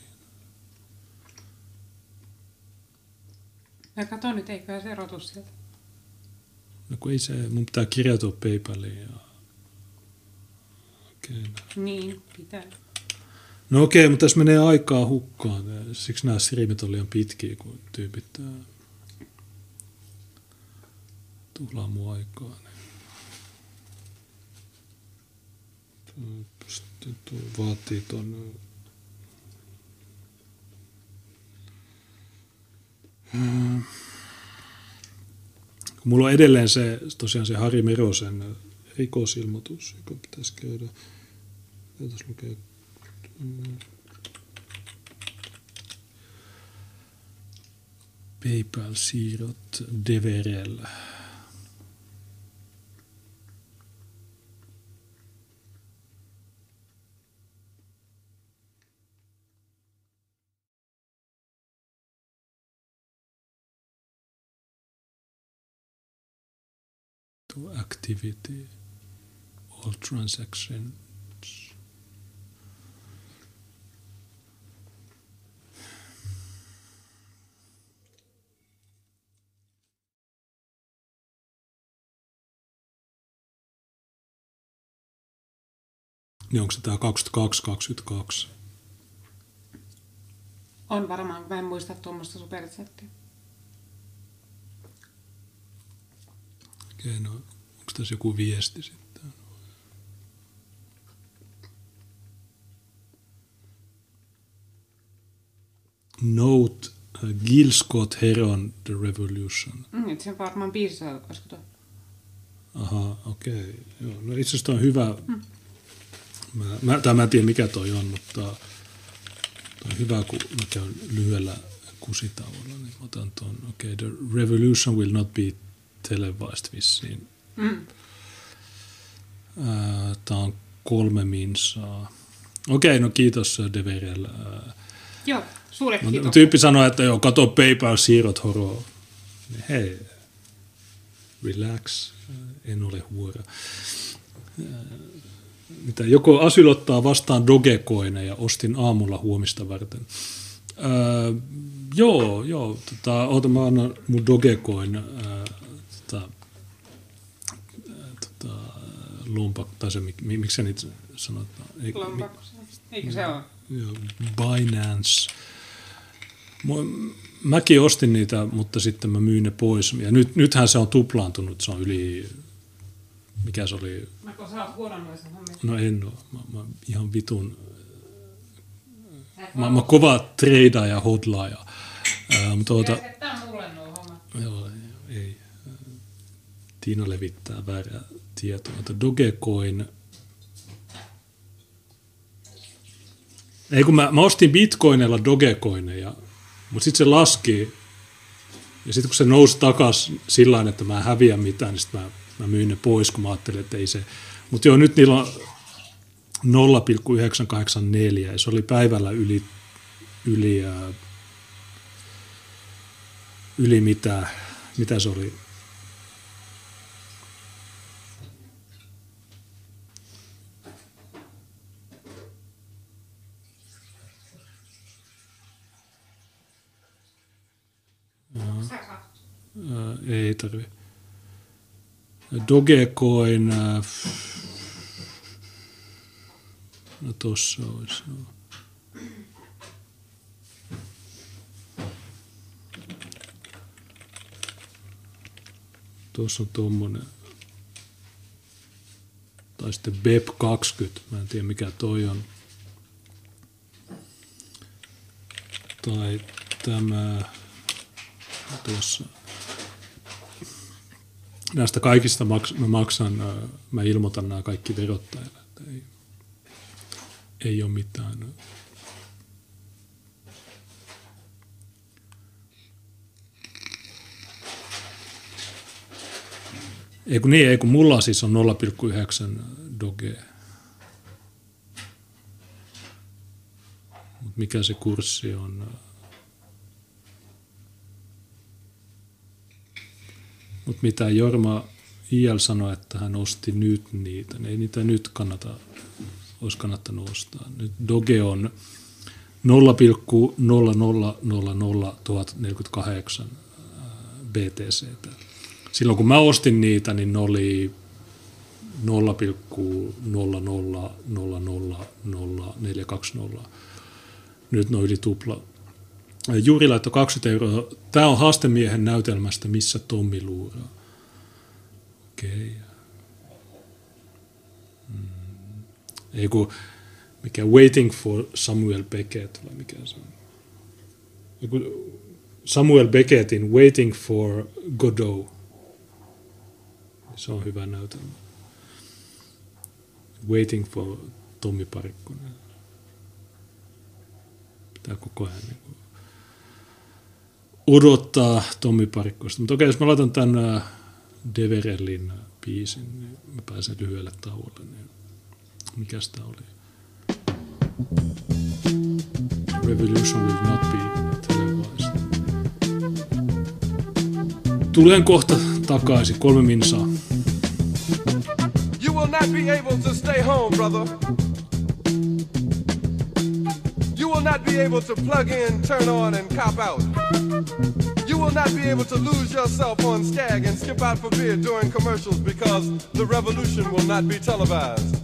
Ja kato nyt, eikö se erotu sieltä? No kun ei se, mun pitää kirjautua PayPaliin. Ja... Okay, no. Niin, pitää. No okei, okay, mutta tässä menee aikaa hukkaan. Siksi nämä streamit on liian pitkiä, kun tyypit tuhlaa mun aikaa. Sitten tuo vaatii tuon... Hmm. Mulla on edelleen se, tosiaan se Harri Merosen rikosilmoitus, joka pitäisi käydä. Täytäisi lukea. PayPal-siirrot Deveriel. Activity, all transactions. Niin onko se tämä kaksikymmentäkaksi kaksikymmentäkaksi? On varmaan, mä en muista tuommoista superchattia. Okei, no onko tässä joku viesti sitten? Note uh, Gil Scott Heron The Revolution. Mm, se on varmaan biisissä, olisiko tuo? Aha, okei. Okay. Joo, no itse asiassa on hyvä. Mm. Mä, mä, tai mä en tiedä mikä toi on, mutta on hyvä, kun mä käyn lyhyellä kusitauolla, niin mä otan tuon, okei, okay, the revolution will not be televised vissiin. Mm. Tämä on kolme minsaa. Okei, no kiitos Deverel. Joo, suuret kiitos. Tyyppi sanoi, että joo, kato PayPal-siirrot horo. Hei, relax, en ole huora. Mitä, joko Asyl ottaa vastaan Dogecoineja, ostin aamulla huomista varten. Öö, joo, joo, tota, oota, mä annan mun Dogecoin ää, tota, tota, lompakko, tai se, miksi sä niitä sanotaan? Lompakko, eikö se ole? Joo, Binance. Mäkin ostin niitä, mutta sitten mä myin ne pois. Ja nyt, nythän se on tuplaantunut, se on yli, mikä se oli? Mäkö sä oot huono noissa hommissa? No en oo, mä, mä ihan vitun, mä, mä kova treidaan ja hodlaaja. Ää, mutta oota, jäsettää mulle nuo hommat. Joo, ei. Tiina levittää väärää tietoa. Dogecoin. Ei kun mä, mä ostin bitcoinilla Dogecoineja, mutta sitten se laski. Ja sitten kun se nousi takaisin sillä tavalla, että mä en häviä mitään, niin sitten mä, mä myin ne pois, kun mä ajattelin, että ei se. Mutta joo, nyt niillä on nolla pilkku yhdeksänsataakahdeksankymmentäneljä ja se oli päivällä yli, yli, ää, yli mitä, mitä se oli. Ää, ei tarvi. Dogecoin, ää, no tossa olisi. No. Tuossa on tuommoinen, tai sitten B E P kaksikymmentä, mä en tiedä mikä toi on. Tai tämä tuossa. Näistä kaikista maks- mä maksan, mä ilmoitan nämä kaikki verottajille, että ei, ei ole mitään. Ei kun niin, ei kun mulla siis on nolla pilkku yhdeksän doge. Mut mikä se kurssi on? Mutta mitä Jorma I L sanoi, että hän osti nyt niitä, niin ei niitä nyt kannata, olisi kannattanut ostaa. Nyt doge on nolla pilkku nolla nolla nolla nolla yksi nolla neljä kahdeksan B T C. Silloin kun mä ostin niitä, niin ne oli nolla pilkku nolla nolla nolla nolla nolla neljä kaksikymmentä. Nyt ne on yli tupla. Juuri laittoi kaksikymmentä euroa. Tämä on Haastemiehen näytelmästä, missä Tommi luuraa. Okei. Okay. Hmm. Ei kun, mikä Waiting for Samuel Beckett, vai mikä se on? Samuel Beckettin Waiting for Godot. Se on hyvä näytelmä. Waiting for Tommi Parikkonen. Pitää koko ajan niin kuin odottaa Tommi Parikkoista. Mutta okei, jos mä laitan tämän Deverellin biisin, niin mä pääsen lyhyelle tauolle. Niin mikäs tää oli? Revolution will not be televised. Tulen kohta takaisin, kolme minsaa. You will not be able to stay home, brother. You will not be able to plug in, turn on, and cop out. You will not be able to lose yourself on Skag and skip out for beer during commercials because the revolution will not be televised.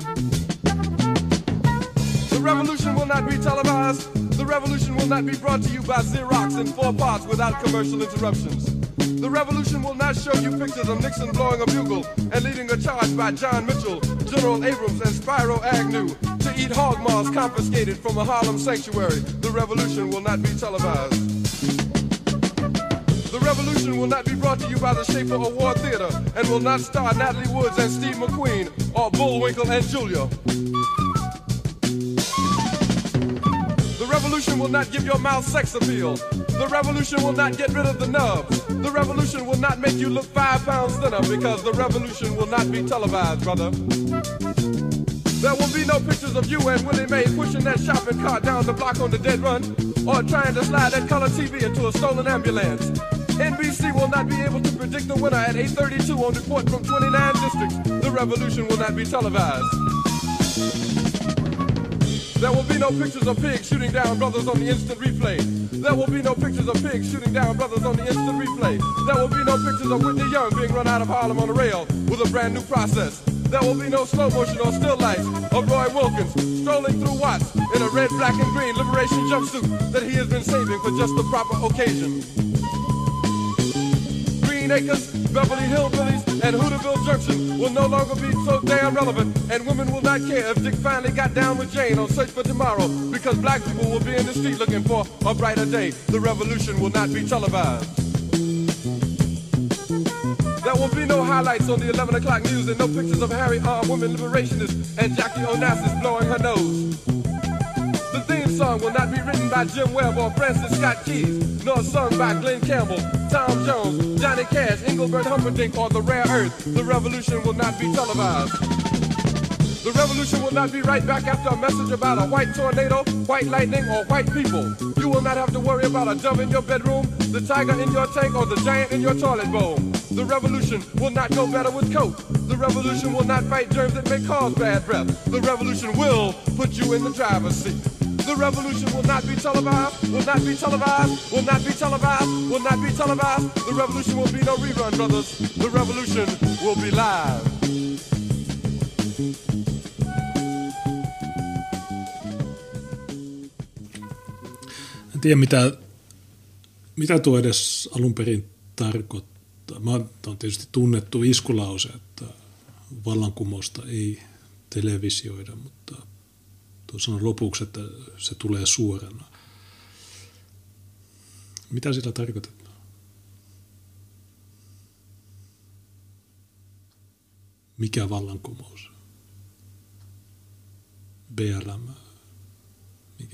The revolution will not be televised. The revolution will not be brought to you by Xerox in four parts without commercial interruptions. The revolution will not show you pictures of Nixon blowing a bugle and leading a charge by John Mitchell, General Abrams, and Spyro Agnew to eat hog maws confiscated from a Harlem sanctuary. The revolution will not be televised. The revolution will not be brought to you by the Schaefer Award Theater and will not star Natalie Woods and Steve McQueen or Bullwinkle and Julia. The revolution will not give your mouth sex appeal. The revolution will not get rid of the nubs. The revolution will not make you look five pounds thinner, because the revolution will not be televised, brother. There will be no pictures of you and Willie Mae pushing that shopping cart down the block on the dead run, or trying to slide that color T V into a stolen ambulance. N B C will not be able to predict the winner at eight thirty-two on Report from twenty-nine districts. The revolution will not be televised. There will be no pictures of pigs shooting down brothers on the instant replay. There will be no pictures of pigs shooting down brothers on the instant replay. There will be no pictures of Whitney Young being run out of Harlem on a rail with a brand new process. There will be no slow motion or still lights of Roy Wilkins strolling through Watts in a red, black, and green liberation jumpsuit that he has been saving for just the proper occasion. Green Acres, Beverly Hillbillies, and Hooterville Junction will no longer be so damn relevant, and women will not care if Dick finally got down with Jane on Search for Tomorrow, because black people will be in the street looking for a brighter day. The revolution will not be televised. There will be no highlights on the eleven o'clock news and no pictures of Harry armed women liberationists and Jackie Onassis blowing her nose. The theme song will not be written by Jim Webb or Francis Scott Keys, nor sung by Glenn Campbell, Tom Jones, Johnny Cash, Engelbert Humperdinck, or The Rare Earth. The revolution will not be televised. The revolution will not be right back after a message about a white tornado, white lightning, or white people. You will not have to worry about a dove in your bedroom, the tiger in your tank, or the giant in your toilet bowl. The revolution will not go better with coke. The revolution will not fight germs that may cause bad breath. The revolution will put you in the driver's seat. The revolution will not be televised, will not be televised, will not be televised, will not be televised. The revolution will be no rerun, brothers. The revolution will be live. En tiedä, mitä, mitä tuo edes alun perin tarkoittaa. Mä on tietysti tunnettu iskulause, että vallankumousta ei televisioida, mutta tuo sanoo lopuksi, että se tulee suorana. Mitä sillä tarkoitetaan? Mikä vallankumous? B L M? Mikä?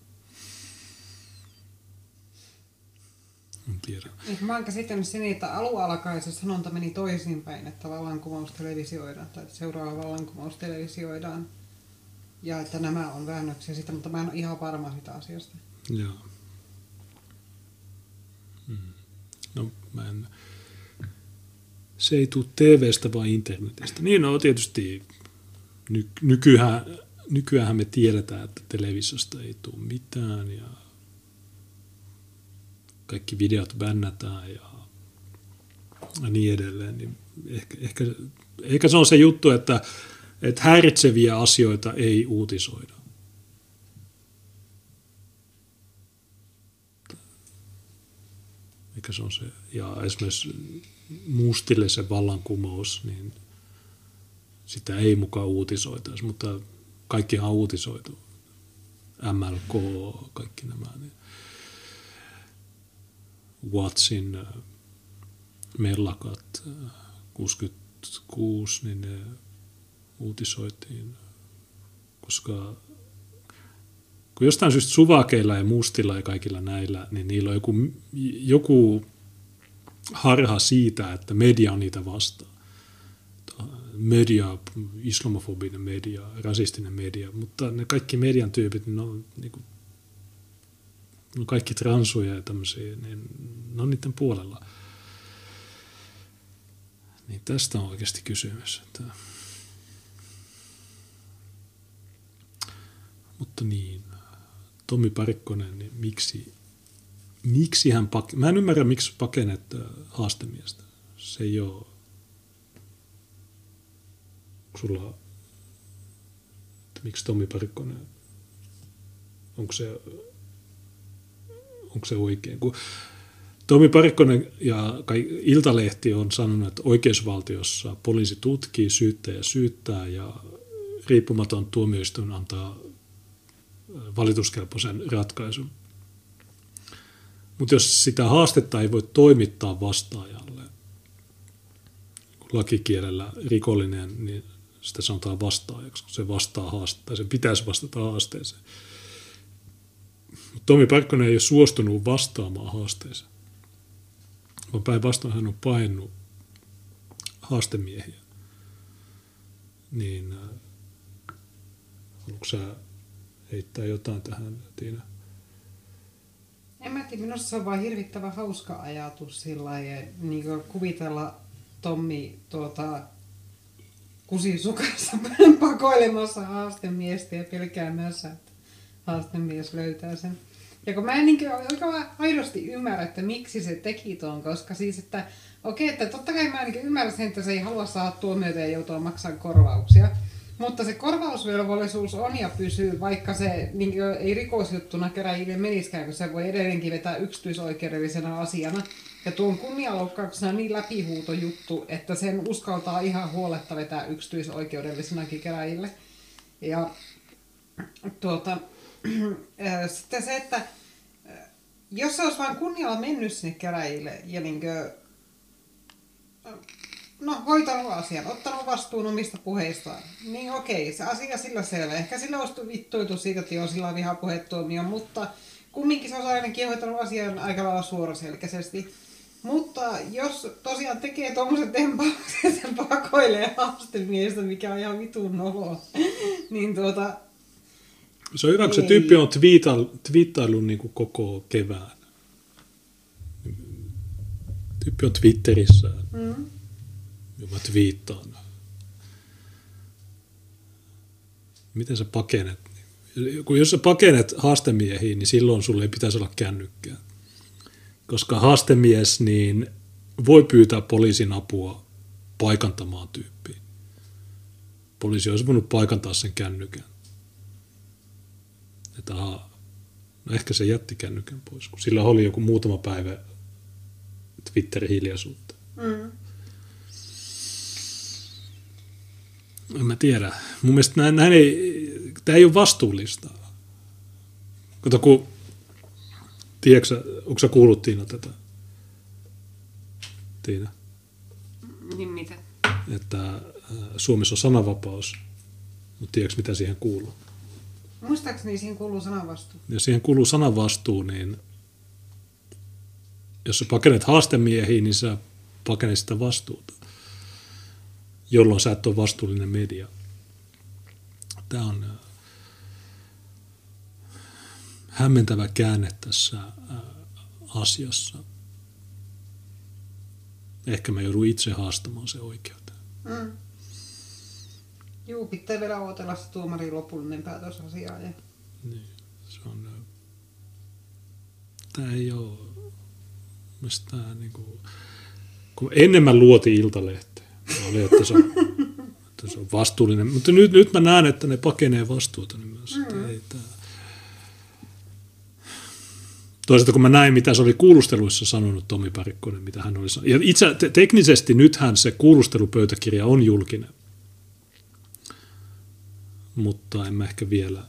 En tiedä. Mä oon käsittänyt sen, että alun alkaen se sanonta meni toisinpäin, että vallankumous televisioidaan tai että seuraava vallankumous televisioidaan. Ja että nämä on väännöksiä sitä, mutta mä en ole ihan varma sitä asiasta. Joo. Hmm. No mä en... Se ei tule T V:stä vaan internetistä. Niin no tietysti ny- nykyään, nykyäänhän me tiedetään, että televisiosta ei tule mitään ja kaikki videot bännätään ja, ja niin edelleen. Niin ehkä, ehkä, ehkä se on se juttu, että, että häiritseviä asioita ei uutisoida. Eikä se on se. Ja esimerkiksi Mustille se vallankumous, niin sitä ei mukaan uutisoitaisi, mutta kaikkihan on uutisoitu. M L K, kaikki nämä. Niin. Wattsin mellakat kuusikymmentäkuusi, niin ne uutisoitiin, koska kun jostain syystä Suvakeilla ja Mustilla ja kaikilla näillä, niin niillä on joku, joku harha siitä, että media on niitä vastaan. Media, islamofobinen media, rasistinen media, mutta ne kaikki median tyypit, ne on, niin kuin, ne on kaikki transuja ja tämmöisiä, niin ne on niiden puolella. Niin tästä on oikeasti kysymys. Että... Mutta niin, Tommi Parikkonen, niin miksi, miksi hän pakeni? Mä en ymmärrä, miksi pakenet haastemiestä. Se ei ole... Sulla, miksi Tommi Parikkonen, onko se, onko se oikein? Kun Tommi Parikkonen ja Iltalehti on sanonut, että oikeusvaltiossa poliisi tutkii, syyttäjä syyttää ja riippumaton tuomioistuin antaa valituskelpoisen ratkaisun. Mutta jos sitä haastetta ei voi toimittaa vastaajalle, lakikielellä rikollinen, niin sitä sanotaan vastaajaksi, kun se vastaa haasteen, sen pitäisi vastata haasteeseen. Mutta Tommi Parkkonen ei ole suostunut vastaamaan haasteeseen, vaan päinvastoin hän on painut haastemiehiä. Niin äh, haluatko sä heittää jotain tähän, Tiina? En mä tiedä, minusta se on vaan hirvittävän hauska ajatus sillä lailla, niin kuvitella Tommi tuota, kusisukassa pakoilemassa haastemiestä ja pelkäämässä, että haastemies löytää sen. Ja kun mä en niin oikein aidosti ymmärrä, että miksi se teki tuon, koska siis, että okei, että totta kai mä niin ymmärrän sen, että se ei halua saada tuomioita ja joutua maksamaan korvauksia. Mutta se korvausvelvollisuus on ja pysyy, vaikka se niin ei rikosjuttuna käräjille meniskään, kun se voi edelleenkin vetää yksityisoikeudellisena asiana. Ja tuon kunnianloukkauksena niin läpihuutojuttu, että sen uskaltaa ihan huoletta vetää yksityisoikeudellisenakin käräjille. Ja tuota, sitten se, että jos se olisi vain kunnialla mennyt sinne käräjille ja niin kuin, no, hoitanut asian, ottanut vastuun omista puheistaan, niin okei, se asia sillä selvä. Ehkä sillä olisi vittuitu siitä, että joo, sillä on vihapuhetuomio, mutta kumminkin se olisi ainakin hoitanut asian aika lailla suoraselkäisesti. Mutta jos tosiaan tekee tuommoisen tempauksen, sen pakoilee haastemiestä, mikä on ihan vitun noloa, niin tuota... Se on hyvä, kun se tyyppi on twiittaillut niin kuin koko kevään. Tyyppi on Twitterissä. Mm. Ja mä twiittaan. Miten sä pakenet? Kun jos sä pakenet haastemiehiin, niin silloin sulle ei pitäisi olla kännykkää. Koska haastemies niin voi pyytää poliisin apua paikantamaan tyyppiä. Poliisi olisi voinut paikantaa sen kännykän. Että aha, no ehkä se jätti kännykän pois, kun sillä oli joku muutama päivä Twitterin hiljaisuutta. Mm. En mä tiedä. Mun mielestä näin, näin ei, tämä ei ole vastuullista. Kato, kun, tiedätkö, onko sä kuullut Tiina tätä? Tiina? Niin mitä? Että Suomessa on sananvapaus, mutta tiedätkö mitä siihen kuuluu? Muistaakseni siihen kuuluu sananvastuu. Ja siihen kuuluu sananvastuu, niin jos sä pakenet haastemiehiin, niin sä pakenet sitä vastuuta, jolloin sä et ole vastuullinen media. Tämä on hämmentävä käänne tässä asiassa. Ehkä mä joudun itse haastamaan se oikeuteen. Mm. Juu, pitää vielä odotella se tuomarin lopullinen päätös asiaa. Ja... Niin, se on... Tämä ei ole... Tämä, niin kuin, kun ennen mä luotin Iltalehteen, oli, että se on, että se on vastuullinen. Mutta nyt, nyt mä näen, että ne pakenee vastuuta. Niin myös, mm. ei, tämä... Toisaalta kun mä näin, mitä se oli kuulusteluissa sanonut Tommi Parkkonen, mitä hän oli sanonut. Ja itse te, teknisesti nythän se kuulustelupöytäkirja on julkinen. Mutta en mä ehkä vielä,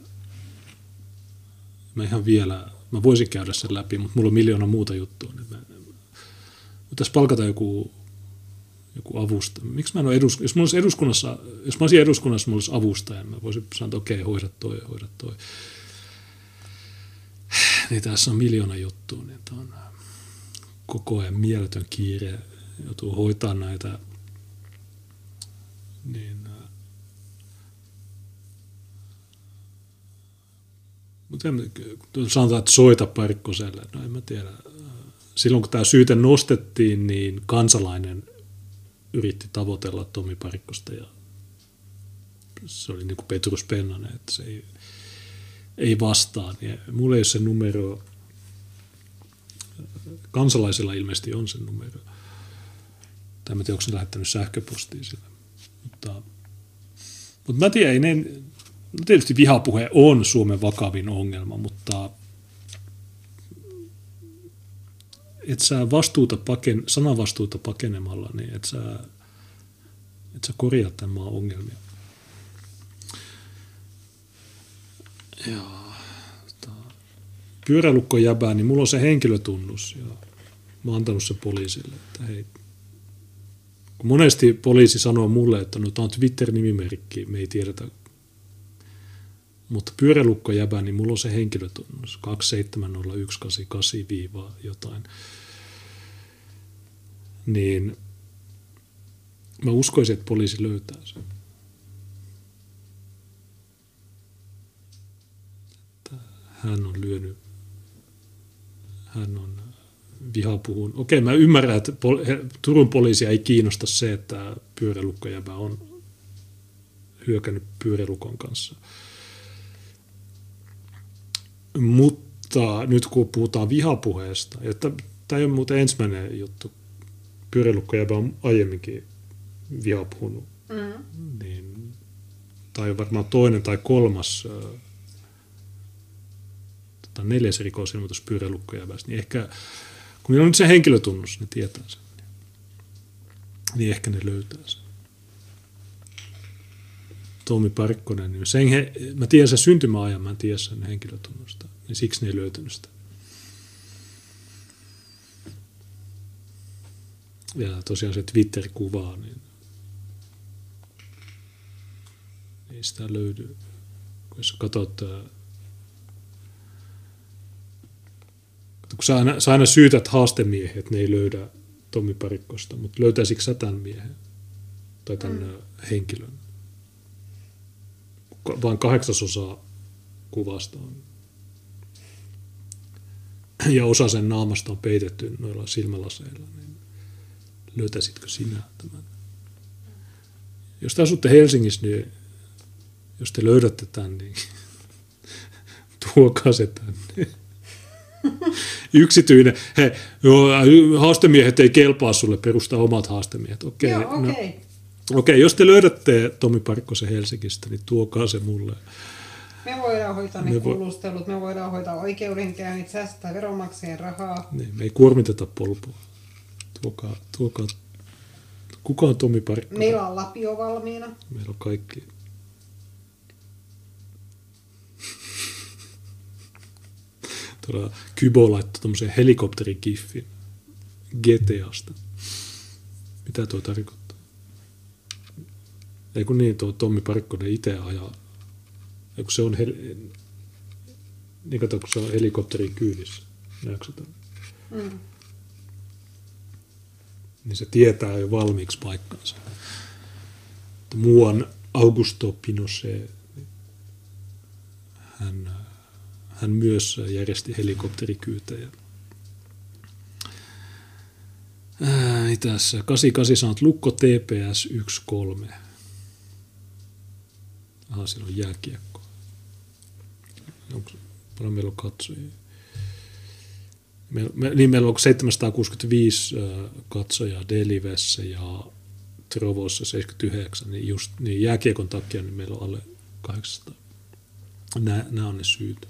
mä ihan vielä, mä voisin käydä sen läpi, mutta mulla on miljoona muuta juttua. Niin mä, mä tässä palkata joku, joku avustaja. Miksi mä en ole edus, jos, olisi eduskunnassa, jos mä olisin eduskunnassa, mulla olisi avustaja, mä voisin sanoa, että okei, hoida toi, hoida toi. Niin tässä on miljoona juttua, niin tämä on koko ajan mieletön kiire, joutuu hoitamaan näitä, niin mutta sanotaan, että soita Parkkoselle. No en mä tiedä. Silloin kun tämä syyte nostettiin, niin kansalainen yritti tavoitella Tommi Parkkosta ja se oli niin kuin Petrus Pennanen, että se ei, ei vastaa. Ja mulla ei ole se numero. Kansalaisilla ilmeisesti on se numero. Tai en tiedä, onko se lähettänyt sähköpostia sille. Mutta, mutta mä tiedän, ei ne... No tietysti vihapuhe on Suomen vakavin ongelma, mutta et sä vastuuta paken, sananvastuuta pakenemalla, niin et sä, et sä korjaa tämän maan ongelmia. Ja, pyörälukko jäbää, niin mulla on se henkilötunnus ja mä oon antanut se poliisille, että hei. Kun monesti poliisi sanoo mulle, että no tää on Twitter-nimimerkki, me ei tiedetä, Mutta pyörälukkojäbä, niin mulla on se henkilötunnus kaksi seitsemän nolla yksi kahdeksan kahdeksan jotain. Niin mä uskoisin, että poliisi löytää sen. Hän on lyönyt, hän on vihapuhun. Okei, mä ymmärrän, että Turun poliisia ei kiinnosta se, että pyörälukkojäbä on hyökännyt pyörälukon kanssa. Mutta nyt kun puhutaan vihapuheesta, että tämä ei ole muuten ensimmäinen juttu, pyörälukkojäbä on aiemminkin vihapuhunut, mm. niin tai on varmaan toinen tai kolmas tota, neljäs rikosilmoitus pyörälukkojäbästä, niin ehkä kun niillä on nyt se henkilötunnus, ne tietää sen, niin ehkä ne löytää sen. Tommi Parkkonen, niin sen he, mä tiedän sen syntymäajan, mä en tiedä sen henkilötunnusta, niin siksi ne ei löytänyt sitä. Ja tosiaan se Twitter-kuvaa, niin ei sitä löydy. Jos katsot, kun sä aina, sä aina syytät haastemiehiä, että ne ei löydä Tommi Parikkosta, mutta löytäisikö sä tämän miehen tai tämän mm. henkilön? Vain kahdeksasosa kuvasta on. Ja osa sen naamasta on peitetty noilla silmälaseilla. Niin löytäisitkö sinä tämän? Jos te asutte Helsingissä, niin jos te löydätte tämän, niin tuokaa se tänne. Yksityinen. Hei, haastemiehet ei kelpaa sulle, perustaa omat haastemiehet. Okei, Joo, okei. Okay. No, okei, jos te löydätte Tommi Parkkosen Helsingistä, niin tuokaa se mulle. Me voidaan hoitaa ne me kuulustelut, vo... me voidaan hoitaa oikeudenkäynnit, säästää veronmaksajien rahaa. Niin, me ei kuormiteta polpua. Tuokaa, tuokaa. Kuka on Tommi Parkkonen? Meillä on lapio valmiina. Meillä on kaikki. Tuolla Kybo laittoi tuommoisen helikopterikiffin G T A:sta. Mitä tuo tarkoittaa? Ei kun niin, tuo Tommi Parkkonen itse ajaa. Ei kun se on, hel... niin kato, kun se on helikopterin kyydissä. Näetkö sitä? Mm. Niin se tietää jo valmiiksi paikkansa. Muuan Augusto Pinochet, hän, hän myös järjesti helikopterikyytejä. Ää, tässä kahdeksankymmentäkahdeksan sanot lukko T P S yksi kolme. Aha, siellä on jääkiekko. Onko, paljon meillä on katsojia? Meillä, me, niin meillä on seitsemänsataakuusikymmentäviisi äh, katsojaa Delivessä ja Trovossa seitsemänkymmentäyhdeksän, niin, just, niin jääkiekon takia niin meillä on alle kahdeksansataa. Nämä, nämä on ne syyt.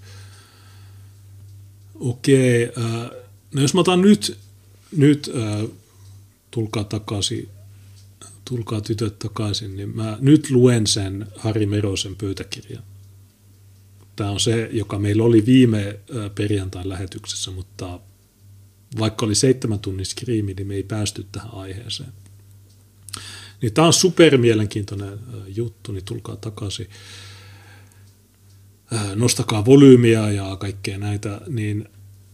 Okei, äh, no jos mä otan nyt, nyt äh, tulkaa takaisin, tulkaa tytöt takaisin, niin mä nyt luen sen Harri Merosen pöytäkirjan. Tämä on se, joka meillä oli viime perjantain lähetyksessä, mutta vaikka oli seitsemän tunnin skriimi, niin me ei päästy tähän aiheeseen. Niin tämä on supermielenkiintoinen juttu, niin tulkaa takaisin. Nostakaa volyymiä ja kaikkea näitä. Niin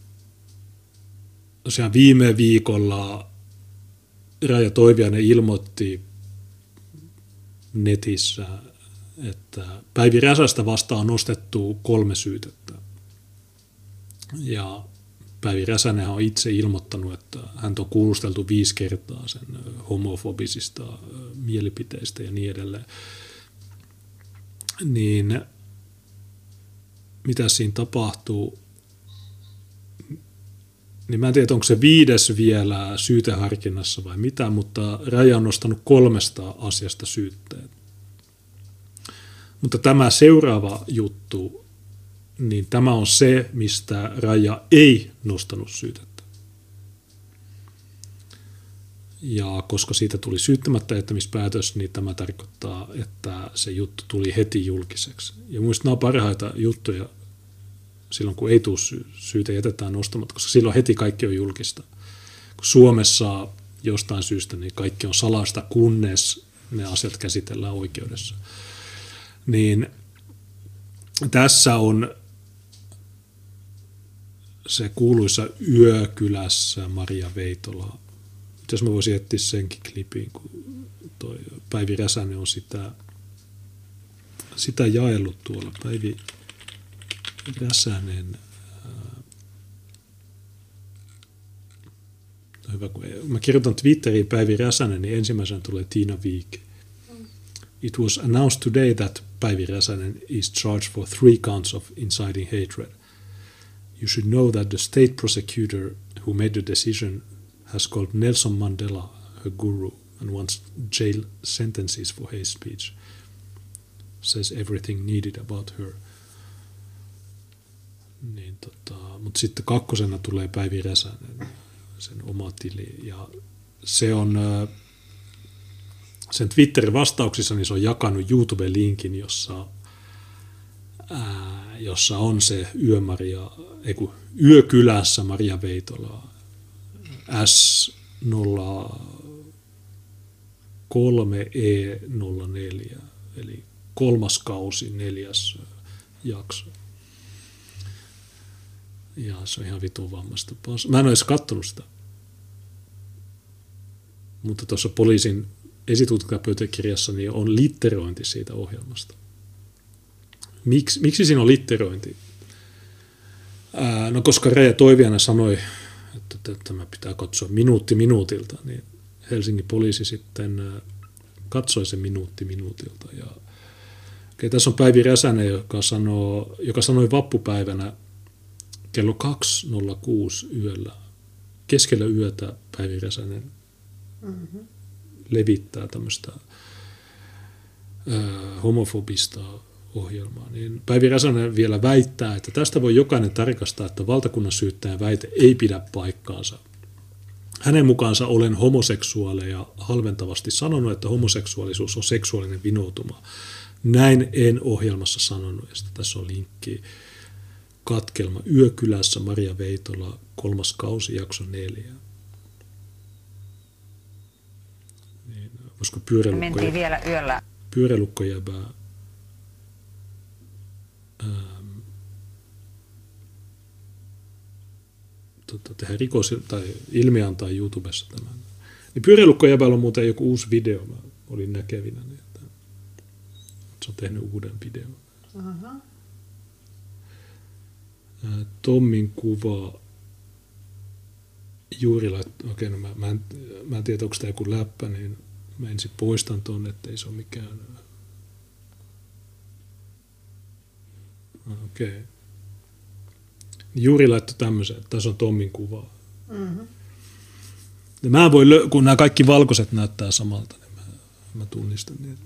tosiaan viime viikolla Raija Toiviainen ilmoitti netissä, että Päivi Räsästä vastaan on nostettu kolme syytettä. Ja Päivi Räsänen on itse ilmoittanut, että hän on kuulusteltu viisi kertaa sen homofobisista mielipiteistä ja niin edelleen. Niin mitä siinä tapahtuu? Niin mä en tiedä, onko se viides vielä syyteharkinnassa vai mitä, mutta Raija on nostanut kolmesta asiasta syytteet. Mutta tämä seuraava juttu, niin tämä on se, mistä Raija ei nostanut syytettä. Ja koska siitä tuli syyttämättä jättämispäätös, niin tämä tarkoittaa, että se juttu tuli heti julkiseksi. Ja muista nämä on parhaita juttuja silloin, kun ei tule syytä jätetään nostamatta, koska silloin heti kaikki on julkista. Kun Suomessa jostain syystä niin kaikki on salasta, kunnes ne asiat käsitellään oikeudessa. Niin tässä on se kuuluisa Yökylässä Maria Veitola. Jos mä voisin etsiä senkin klipin, kun toi Päivi Räsänen on sitä, sitä jaellut tuolla. Päivi Räsänen. Hyvä, kun mä kirjoitan Twitteriin Päivi Räsänen, niin ensimmäisenä tulee Tiina Viik. It was announced today that Päivi Räsänen is charged for three counts of inciting hatred. You should know that the state prosecutor who made the decision has called Nelson Mandela her guru and wants jail sentences for hate speech. Says everything needed about her. Niin, tota, mutta sitten kakkosena tulee Päivi Räsänen, sen oma tili. Ja se on, sen Twitterin vastauksissa niin se on jakanut YouTube-linkin, jossa, ää, jossa on se Yömaria, ei kun, Yökylässä Maria Veitola, S nolla kolme E nolla neljä, eli kolmas kausi, neljäs jakso. Ja se on ihan vitun vammasta. Mä en ole edes kattonut sitä. Mutta tuossa poliisin esitutkintapöytäkirjassa niin on litterointi siitä ohjelmasta. Miks, miksi siinä on litterointi? Ää, no koska Reija Toiviainen sanoi, että tämä pitää katsoa minuutti minuutilta, niin Helsingin poliisi sitten katsoi sen minuutti minuutilta. Ja, okay, tässä on Päivi Räsänen, joka, sanoo, joka sanoi vappupäivänä kello kaksi nolla kuusi yöllä, keskellä yötä Päivi Räsänen mm-hmm. levittää tämmöistä äh, homofobista ohjelmaa. Niin Päivi Räsänen vielä väittää, että tästä voi jokainen tarkastaa, että valtakunnan syyttäjän väite ei pidä paikkaansa. Hänen mukaansa olen homoseksuaaleja halventavasti sanonut, että homoseksuaalisuus on seksuaalinen vinoutuma. Näin en ohjelmassa sanonut, ja tässä on linkki. Katkelma Yökylässä Maria Veitola, kolmas kausi, jakso neljä. Niin, voisiko pyörälukko... Mentiin vielä yöllä. Pyörälukko jäbää. Ähm, tota, tehdä rikos tai ilmiantaa YouTubessa tämän. Niin pyörälukko jäbäällä on muuten joku uusi video, mä olin näkevinä. Niin, että se on tehnyt uuden videon. Aha. Tommin kuva juuri laittoi, okei, no mä, mä, en, mä en tiedä, onko tämä joku läppä, niin mä ensin poistan tuonne, ettei se ole mikään. Okei. Okay. Juuri laittoi tämmöisen, että tässä on Tommin kuva. Mm-hmm. Ja mä voin, lö- kun nämä kaikki valkoiset näyttää samalta, niin mä, mä tunnistan niitä.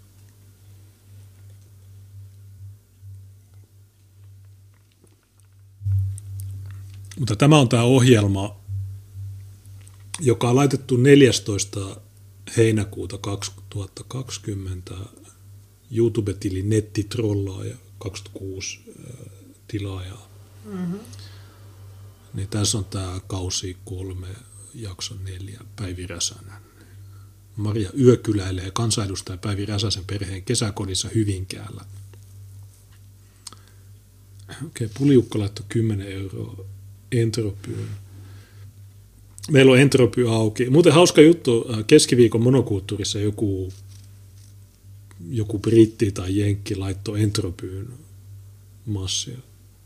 Mutta tämä on tämä ohjelma, joka on laitettu neljästoista heinäkuuta kaksituhattakaksikymmentä YouTube-tili Nettitrollaaja kaksikymmentäkuusi tilaajaa. Mm-hmm. Niin tässä on tämä kausi kolme, jakso neljä, Päivi Räsänen. Maria yökyläilee kansanedustaja Päivi Räsäsen perheen kesäkodissa Hyvinkäällä. Okei, okay, Puliukka laittoi kymmenen euroa Entropyyn. Meillä on Entropy auki. Muuten hauska juttu, keskiviikon monokulttuurissa joku, joku britti tai jenkki laittoi Entropyyn massia.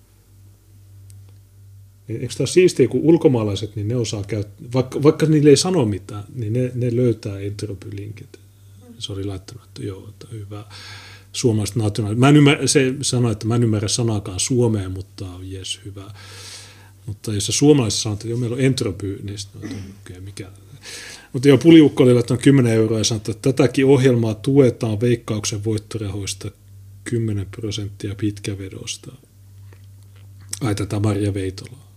Eikö tämä siistiä, kun ulkomaalaiset, niin ne osaa käyttää, vaikka, vaikka niille ei sano mitään, niin ne, ne löytää Entropy-linkit. Se oli laittanut, että joo, että hyvä. Suomalaiset nationaalit. Mä en ymmärrä, se sanoi, että mä en ymmärrä sanakaan suomea, mutta jes, hyvä. Mutta jos se suomalaiset sanoo, että joo, meillä on Entropy, niin sitten on okay, mikä. Mutta joo, Puliukko oli laittanut kymmenen euroa ja sanoi, että tätäkin ohjelmaa tuetaan Veikkauksen voittorahoista kymmenen prosenttia pitkävedosta. Ai tätä Maria Veitolaa.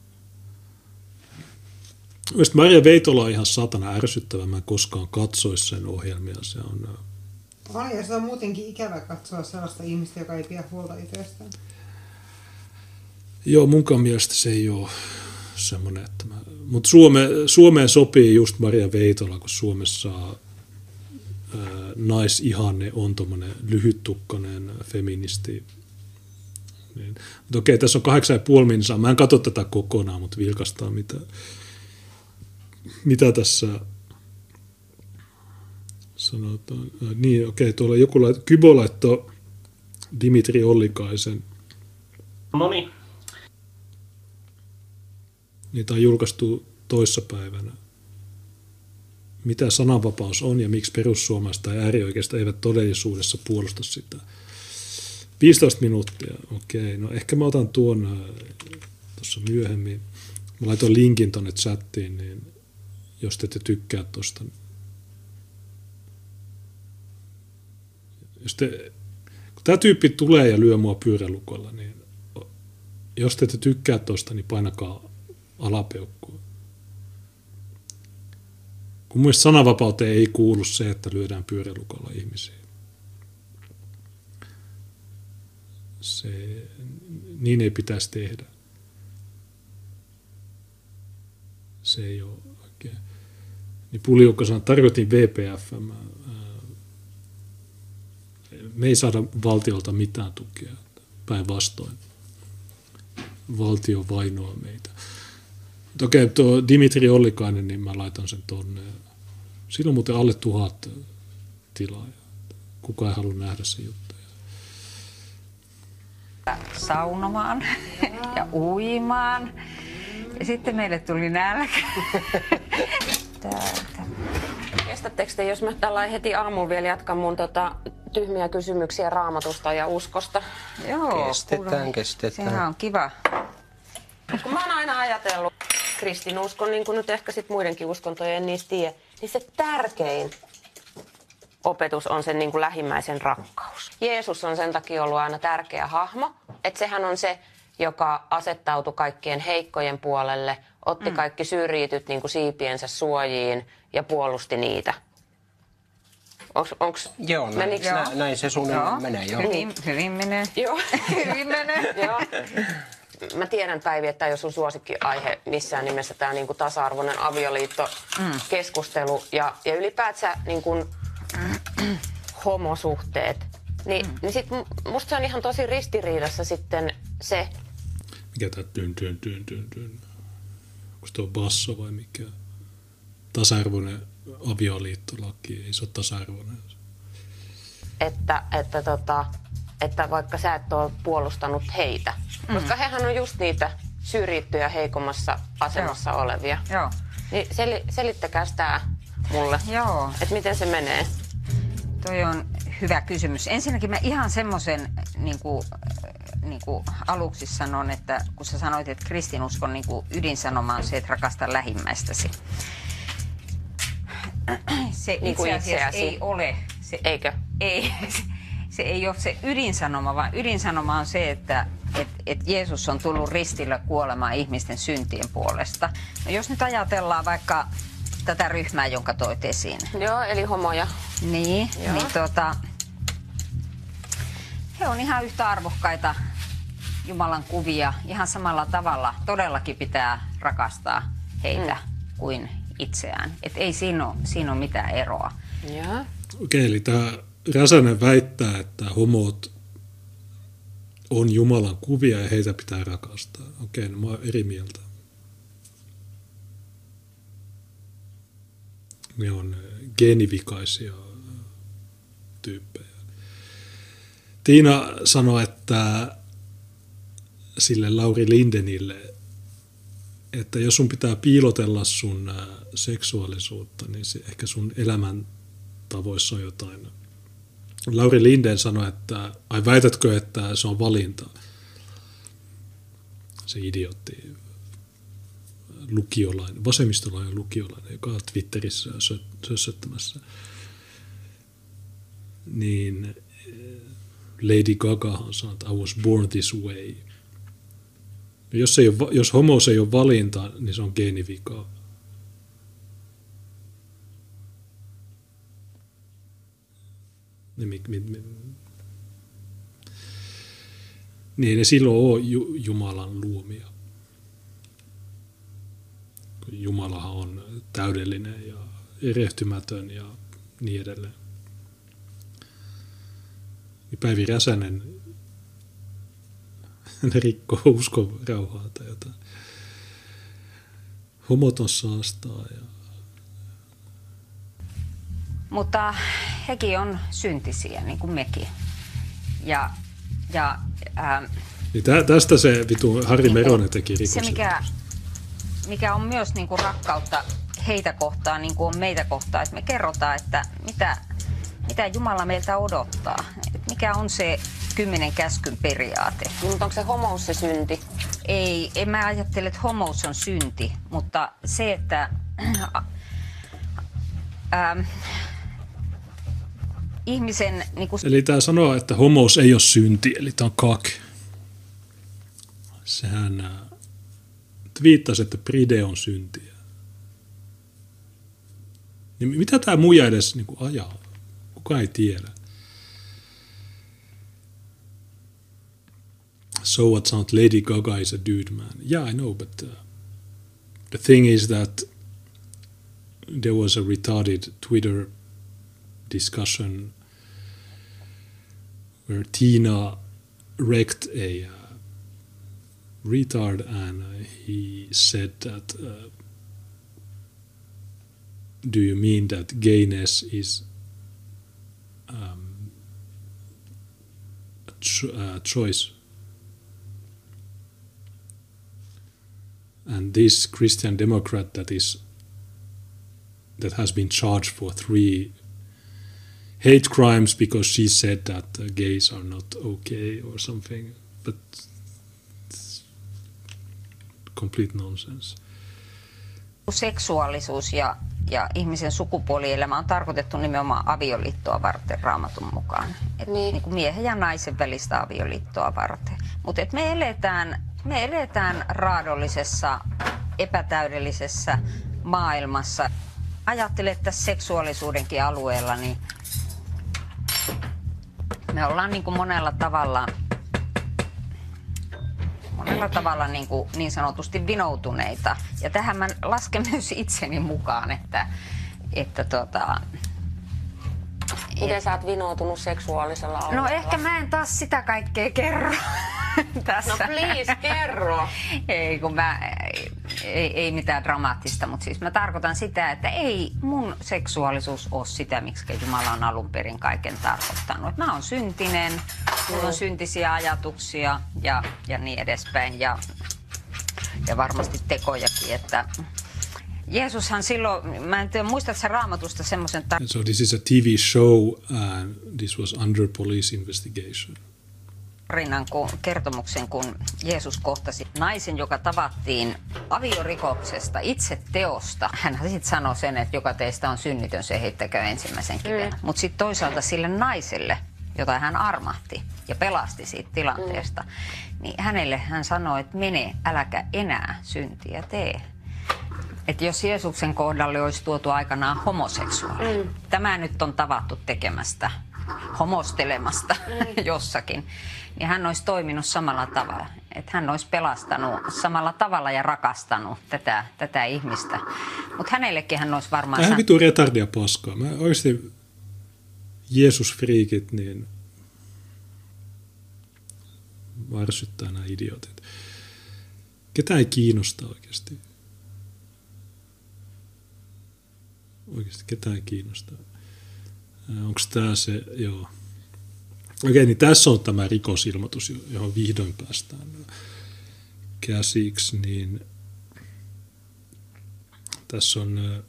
Mielestäni Maria Veitola on ihan satana ärsyttävä. Mä en koskaan katsoisi sen ohjelmia. Se on... On, ja se on muutenkin ikävä katsoa sellaista ihmistä, joka ei pidä huolta itsestään. Joo, munkaan mielestä se ei ole semmoinen, että mä... Mutta Suome, Suomeen sopii just Maria Veitola, kun Suomessa ää, naisihanne on tommoinen lyhyttukkainen feministi, Niin. Mutta okei, tässä on kahdeksan ja puoli minsaa. Mä en katso tätä kokonaan, mutta vilkastaa mitä, mitä tässä sanotaan. Niin, okei, tuolla joku lait, Kybo laittoi Dimitri Ollikaisen. Noniin. Niitä on julkaistu toissapäivänä. Mitä sananvapaus on ja miksi perussuomalaiset tai äärioikeista eivät todellisuudessa puolusta sitä. viisitoista minuuttia, okei. No ehkä mä otan tuon tuossa myöhemmin. Mä laitoin linkin tonne chattiin, niin jos te ette tykkää tuosta. Jos te, kun tämä tyyppi tulee ja lyö mua pyörälukolla, niin jos te ette tykkää tuosta, niin painakaa alapeukkua. Kun mun mielestä sananvapauteen ei kuulu se, että lyödään pyörälukolla ihmisiä. Se, niin ei pitäisi tehdä. Se ei ole oikein. Niin Puliukko sanoi, tarkoitin V P F. Mä, me ei saada valtiolta mitään tukea. Päinvastoin. Valtio vainoaa meitä. Mutta okei, tuo Dimitri Ollikainen, niin mä laitan sen tonne. Siinä on muuten alle tuhat tilaa. Kukaan ei halua nähdä se juttu. Saunomaan ja uimaan. Ja sitten meille tuli nälkä. Täältä. Kestättekö te, jos mä tällä heti aamuun vielä jatkan mun tota, tyhmiä kysymyksiä Raamatusta ja uskosta? Joo, Kestetään, kuule, kestetään. Sehän on kiva. Kun mä oon aina ajatellut kristinuskon, niin kuin nyt ehkä sit muidenkin uskontojen, en niistä tiedä, niin se tärkein opetus on sen niin kuin lähimmäisen rakkaus. Jeesus on sen takia ollut aina tärkeä hahmo, että sehän on se, joka asettautui kaikkien heikkojen puolelle, otti mm. kaikki syrjityt niin kuin siipiensä suojiin ja puolusti niitä. Onks, onks, Joo, näin, menikö? nä, näin se suunnilleen menee. Joo. Hyvin, hyvin menee. Joo. Hyvin menee. Joo. Mä tiedän, Päivi, että ei ole sun suosikkiaihe missään nimessä tämä niinku tasa-arvoinen avioliitto-keskustelu mm. ja, ja ylipäätään niinku, homosuhteet. Ni, mm. Niin sit musta se on ihan tosi ristiriidassa sitten se. Mikä tää tyn, tyn, tyn, tyn, tyn. Onko se tuo basso vai mikä? Tasa-arvoinen avioliittolaki, ei se ole tasa-arvoinen. Että, että, tota, että vaikka sä et ole puolustanut heitä, mm. koska hehän on just niitä syrjittyjä heikommassa asemassa Joo. olevia. Joo. Niin sel, selittäkääs tää mulle, Joo. että miten se menee. Toi on hyvä kysymys. Ensinnäkin mä ihan semmoisen niin kuin, niin kuin aluksi sanon, että kun sä sanoit, että kristinuskon niin kuin ydinsanoma on se, että rakasta lähimmäistäsi. Se niin kuin itse asiassa itseäsi. ei ole. Se, Eikö? Ei, se ei ole se ydinsanoma, vaan ydinsanoma on se, että et, et Jeesus on tullut ristillä kuolemaan ihmisten syntien puolesta. No jos nyt ajatellaan vaikka tätä ryhmää, jonka toit esiin. Joo, eli homoja. Niin, Joo. niin tota, he on ihan yhtä arvokkaita Jumalan kuvia. Ihan samalla tavalla todellakin pitää rakastaa heitä mm. kuin itseään. Et ei siinä ole, siinä ole mitään eroa. Joo. Okei, eli tämä Räsänen väittää, että homot on Jumalan kuvia ja heitä pitää rakastaa. Okei, no mä oon eri mieltä. Ne on geenivikaisia tyyppejä. Tiina sanoi, että sille Lauri Lindenille, että jos sun pitää piilotella sun seksuaalisuutta, niin se ehkä sun elämän tavoissa on jotain. Lauri Linden sanoi, että ai väitätkö, että se on valinta? Se idiootti lukiolainen, vasemmistolainen lukiolainen, joka on Twitterissä sössöttämässä. Niin Lady Gagahan sanoi, että I was born this way. Jos, ei ole, jos homous ei ole valinta, niin se on geenivika. Niin, niin ne silloin ole Jumalan luomia. Jumalahan on täydellinen ja erehtymätön ja niin edelleen. Päivi Räsänen ne rikkoo uskon rauhaa tai jotain. Homoton saastaa. Ja... Mutta hekin on syntisiä, niin kuin mekin. Ja, ja, ähm, niin tä, tästä se vitu Harri niin Meronen teki rikoksen. Se, mikä, mikä on myös niin kuin rakkautta heitä kohtaan, niin kuin on meitä kohtaan, että me kerrotaan, että mitä, mitä Jumala meiltä odottaa. Että mikä on se kymmenen käskyn periaate. No, mutta onko se homous se synti? Ei, en mä ajattele, että homous on synti, mutta se, että ähm, ihmisen... Niin kuin... Eli tämä sanoo, että homous ei ole synti, eli tämä on kak. Sehän viittasi, että pride on syntiä. Niin mitä tämä muija edes niin kuin ajaa? Kuka ei tiedä. So what sound Lady Gaga is a dude, man. Yeah, I know, but uh, the thing is that there was a retarded Twitter discussion where Tina wrecked a uh, retard and uh, he said that uh, do you mean that gayness is um, a, cho- a choice? And this Christian Democrat that is that has been charged for three hate crimes because she said that uh, gays are not okay or something, but it's complete nonsense. Seksuaalisuus ja, ja ihmisen sukupuolielämä on tarkoitettu nimenomaan avioliittoa varten Raamatun mukaan. Et niin. Niin kuin miehen ja naisen välistä avioliittoa varten. Mutta me eletään, me eletään raadollisessa, epätäydellisessä maailmassa. Ajattele, että seksuaalisuudenkin alueella niin me ollaan niin kuin monella tavalla, monella tavalla niin, kuin niin sanotusti vinoutuneita. Ja tähän mä lasken myös itseni mukaan, että, että tota, Miten et, sä oot vinoutunut seksuaalisella alueella? no ehkä mä en taas sitä kaikkea kerro tässä. No please, kerro. Ei, kun mä, ei, ei mitään dramaattista, mutta siis mä tarkoitan sitä, että ei mun seksuaalisuus ole sitä, miksi Jumala on alun perin kaiken tarkoittanut. Et mä oon syntinen, mulla on syntisiä ajatuksia ja, ja niin edespäin ja, ja varmasti tekojakin, että Jeesushan silloin, mä en tiedä, muistatko sä Raamatusta semmoisen tar- So this is a T V show and this was under police investigation. tarinan kun, kertomuksen, kun Jeesus kohtasi naisen, joka tavattiin aviorikoksesta, itse teosta. Hän sitten sanoi sen, että joka teistä on synnitön, se heittäkö ensimmäisen kiven. Mm. Mutta sitten toisaalta sille naiselle, jota hän armahti ja pelasti siitä tilanteesta, mm. niin hänelle hän sanoi, että mene, äläkä enää syntiä tee. Että jos Jeesuksen kohdalle olisi tuotu aikanaan homoseksuaali, mm. tämä nyt on tavattu tekemästä, homostelemasta mm. jossakin, niin hän olisi toiminut samalla tavalla. Että hän olisi pelastanut samalla tavalla ja rakastanut tätä, tätä ihmistä. Mutta hänellekin hän olisi varmaan... Tähän vitu retardia paskaa. Mä oikeasti Jeesus-friikit, niin varsyttää nämä idiotit. Ketä ei kiinnosta oikeasti? Oikeasti ketään ei kiinnosta. Onko tämä se, joo. Okei, niin tässä on tämä rikosilmoitus, johon vihdoin päästään käsiksi, niin tässä on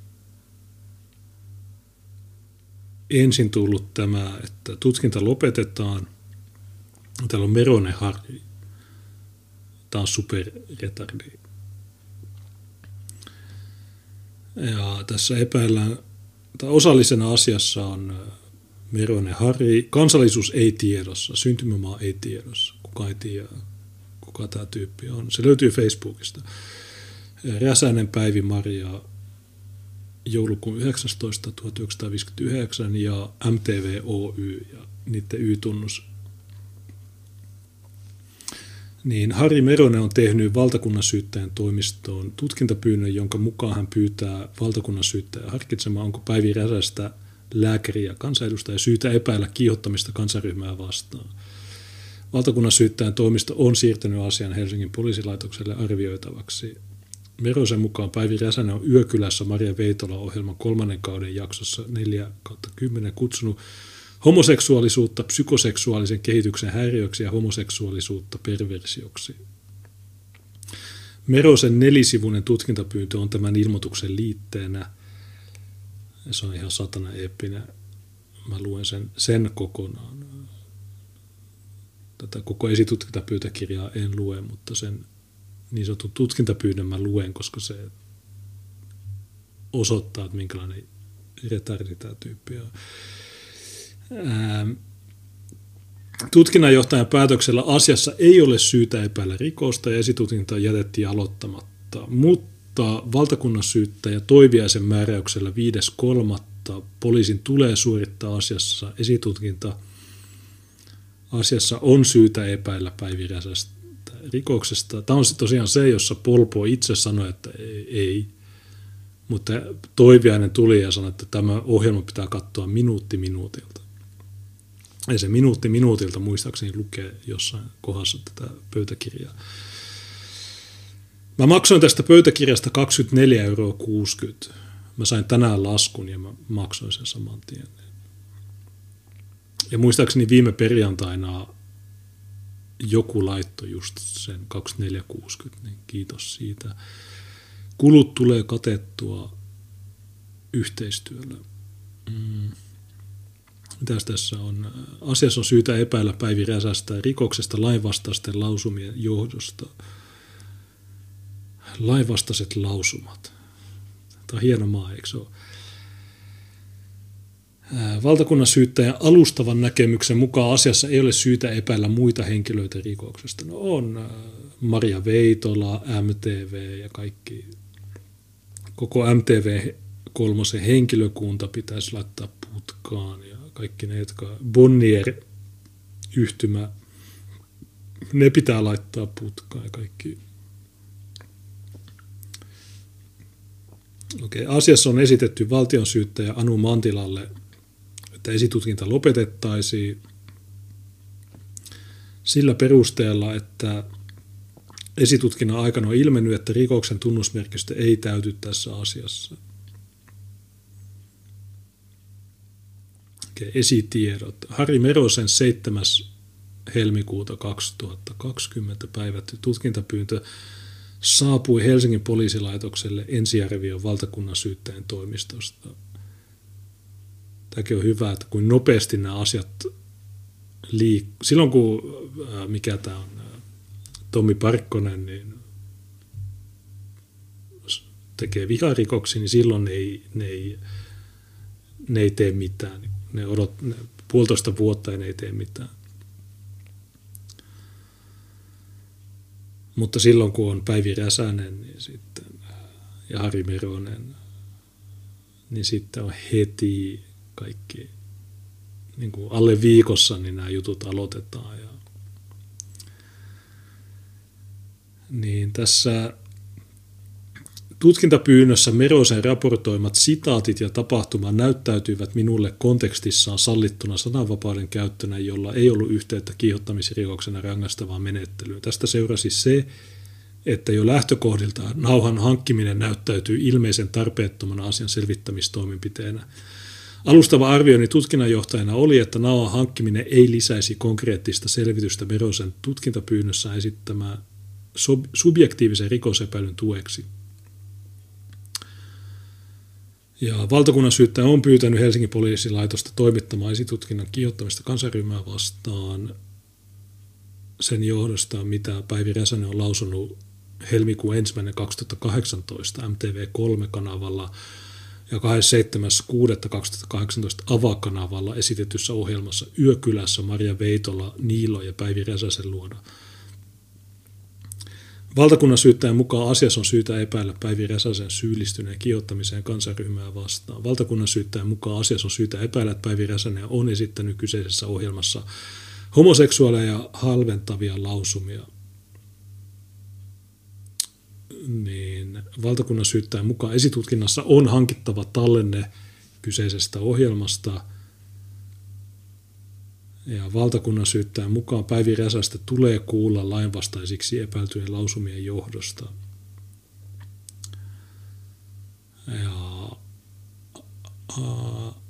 ensin tullut tämä, että tutkinta lopetetaan. Täällä on Meronen Harri. Tämä on superretardi. Ja tässä epäillään, tai osallisena asiassa on Meronen Harri. Kansallisuus ei tiedossa, syntymämaa ei tiedossa. Kuka ei tiedä, kuka tämä tyyppi on. Se löytyy Facebookista. Räsänen Päivi Maria, joulukuun yhdeksästoista tuhatyhdeksänsataaviisikymmentäyhdeksän ja M T V Oy ja niiden Y-tunnus. Niin Harri Meronen on tehnyt valtakunnansyyttäjän toimistoon tutkintapyynnön, jonka mukaan hän pyytää valtakunnansyyttäjää harkitsemaan, onko Päivi Räsästä lääkäri ja kansanedustaja syytä epäillä kiihottamista kansanryhmää vastaan. Valtakunnan syyttäjän toimisto on siirtänyt asian Helsingin poliisilaitokselle arvioitavaksi. Merosen mukaan Päivi Räsänen on Yökylässä Maria Veitola-ohjelman kolmannen kauden jaksossa neljä kautta kymmenen kutsunut homoseksuaalisuutta psykoseksuaalisen kehityksen häiriöksi ja homoseksuaalisuutta perversioksi. Merosen nelisivuinen tutkintapyyntö on tämän ilmoituksen liitteenä. Se on ihan satana eeppinen. Mä luen sen, sen kokonaan. Tätä koko esitutkintapyytäkirjaa en lue, mutta sen niin sanotun tutkintapyynnön mä luen, koska se osoittaa, että minkälainen retardi tämä tyyppi on. Tutkinnanjohtajan päätöksellä asiassa ei ole syytä epäillä rikosta ja esitutkinta jätettiin aloittamatta, mutta valtakunnan syyttäjä Toiviaisen määräyksellä viides kolmatta poliisin tulee suorittaa asiassa esitutkinta. Asiassa on syytä epäillä Päivi Räsästä rikoksesta. Tämä on tosiaan se, jossa Polpo itse sanoi, että ei, ei. Mutta Toiviainen tuli ja sanoi, että tämä ohjelma pitää katsoa minuutti minuutilta. Ja se minuutti minuutilta muistaakseni lukee jossain kohdassa tätä pöytäkirjaa. Mä maksoin tästä pöytäkirjasta kaksikymmentäneljä euroa kuusikymmentä. Mä sain tänään laskun ja mä maksoin sen saman tien. Ja muistaakseni viime perjantaina joku laittoi just sen kaksikymmentäneljä kuusikymmentä, niin kiitos siitä. Kulut tulee katettua yhteistyöllä. Mm. Mitäs tässä on? Asiassa on syytä epäillä Päivi Räsästä rikoksesta lainvastaisten lausumien johdosta. Lainvastaiset lausumat. Tämä on hieno maa, eikö se ole? Valtakunnan syyttäjän alustavan näkemyksen mukaan asiassa ei ole syytä epäillä muita henkilöitä rikoksesta. No on Maria Veitola, M T V ja kaikki. Koko M T V kolmosen henkilökunta pitäisi laittaa putkaan ja kaikki ne, jotka Bonnier-yhtymä, ne pitää laittaa putkaan ja kaikki. Okei, asiassa on esitetty valtionsyyttäjä Anu Mantilalle, että esitutkinta lopetettaisiin sillä perusteella, että esitutkinnan aikana on ilmennyt, että rikoksen tunnusmerkistö ei täyty tässä asiassa. Okei, esitiedot. Harri Merosen seitsemäs helmikuuta kaksituhattakaksikymmentä päivätty tutkintapyyntö saapui Helsingin poliisilaitokselle ensiarvion valtakunnan syyttäjän toimistosta. Tämäkin on hyvä, että kuin nopeasti nämä asiat liikkuu. Silloin kun, ää, mikä tämä on, ää, Tommi Parkkonen, niin tekee viharikoksia, niin silloin ne ei, ne ei, ne ei tee mitään. Ne odot, ne, puolitoista vuotta ja ne ei tee mitään. Mutta silloin kun on Päivi Räsänen niin sitten, ja Harri Meronen, niin sitten on heti kaikki, niin kuin alle viikossa niin nämä jutut aloitetaan. Ja niin tässä tutkintapyynnössä Merosen raportoimat sitaatit ja tapahtuma näyttäytyivät minulle kontekstissaan sallittuna sananvapauden käyttönä, jolla ei ollut yhteyttä kiihottamisrikoksena rangaistavaan menettelyyn. Tästä seurasi se, että jo lähtökohdilta nauhan hankkiminen näyttäytyy ilmeisen tarpeettomana asian selvittämistoimenpiteenä. Alustava arvioni tutkinnanjohtajana oli, että nauhan hankkiminen ei lisäisi konkreettista selvitystä Merosen tutkintapyynnössä esittämään sub- subjektiivisen rikosepäilyn tueksi. Ja valtakunnan syyttäjä on pyytänyt Helsingin poliisilaitosta toimittamaan esitutkinnan kiihottamista kansanryhmää vastaan sen johdosta, mitä Päivi Räsänen on lausunut helmikuun ensimmäinen kaksituhattakahdeksantoista M T V kolme -kanavalla ja kahdeskymmenesseitsemäs kuudetta kaksituhattakahdeksantoista A V A-kanavalla esitetyssä ohjelmassa Yökylässä Maria Veitola, Niilo ja Päivi Räsäsen luona. Valtakunnan syyttäjän mukaan asiassa on syytä epäillä Päivi Räsäsen syyllistyneen kiihottamiseen kansanryhmää vastaan. Valtakunnan syyttäjän mukaan asiassa on syytä epäillä, että Päivi Räsänen on esittänyt kyseisessä ohjelmassa homoseksuaaleja halventavia lausumia. Niin valtakunnan syyttäjän mukaan esitutkinnassa on hankittava tallenne kyseisestä ohjelmasta. Ja valtakunnan syyttäjän mukaan Päivi Räsästä tulee kuulla lainvastaisiksi epäiltyjen lausumien johdosta. Ja uh,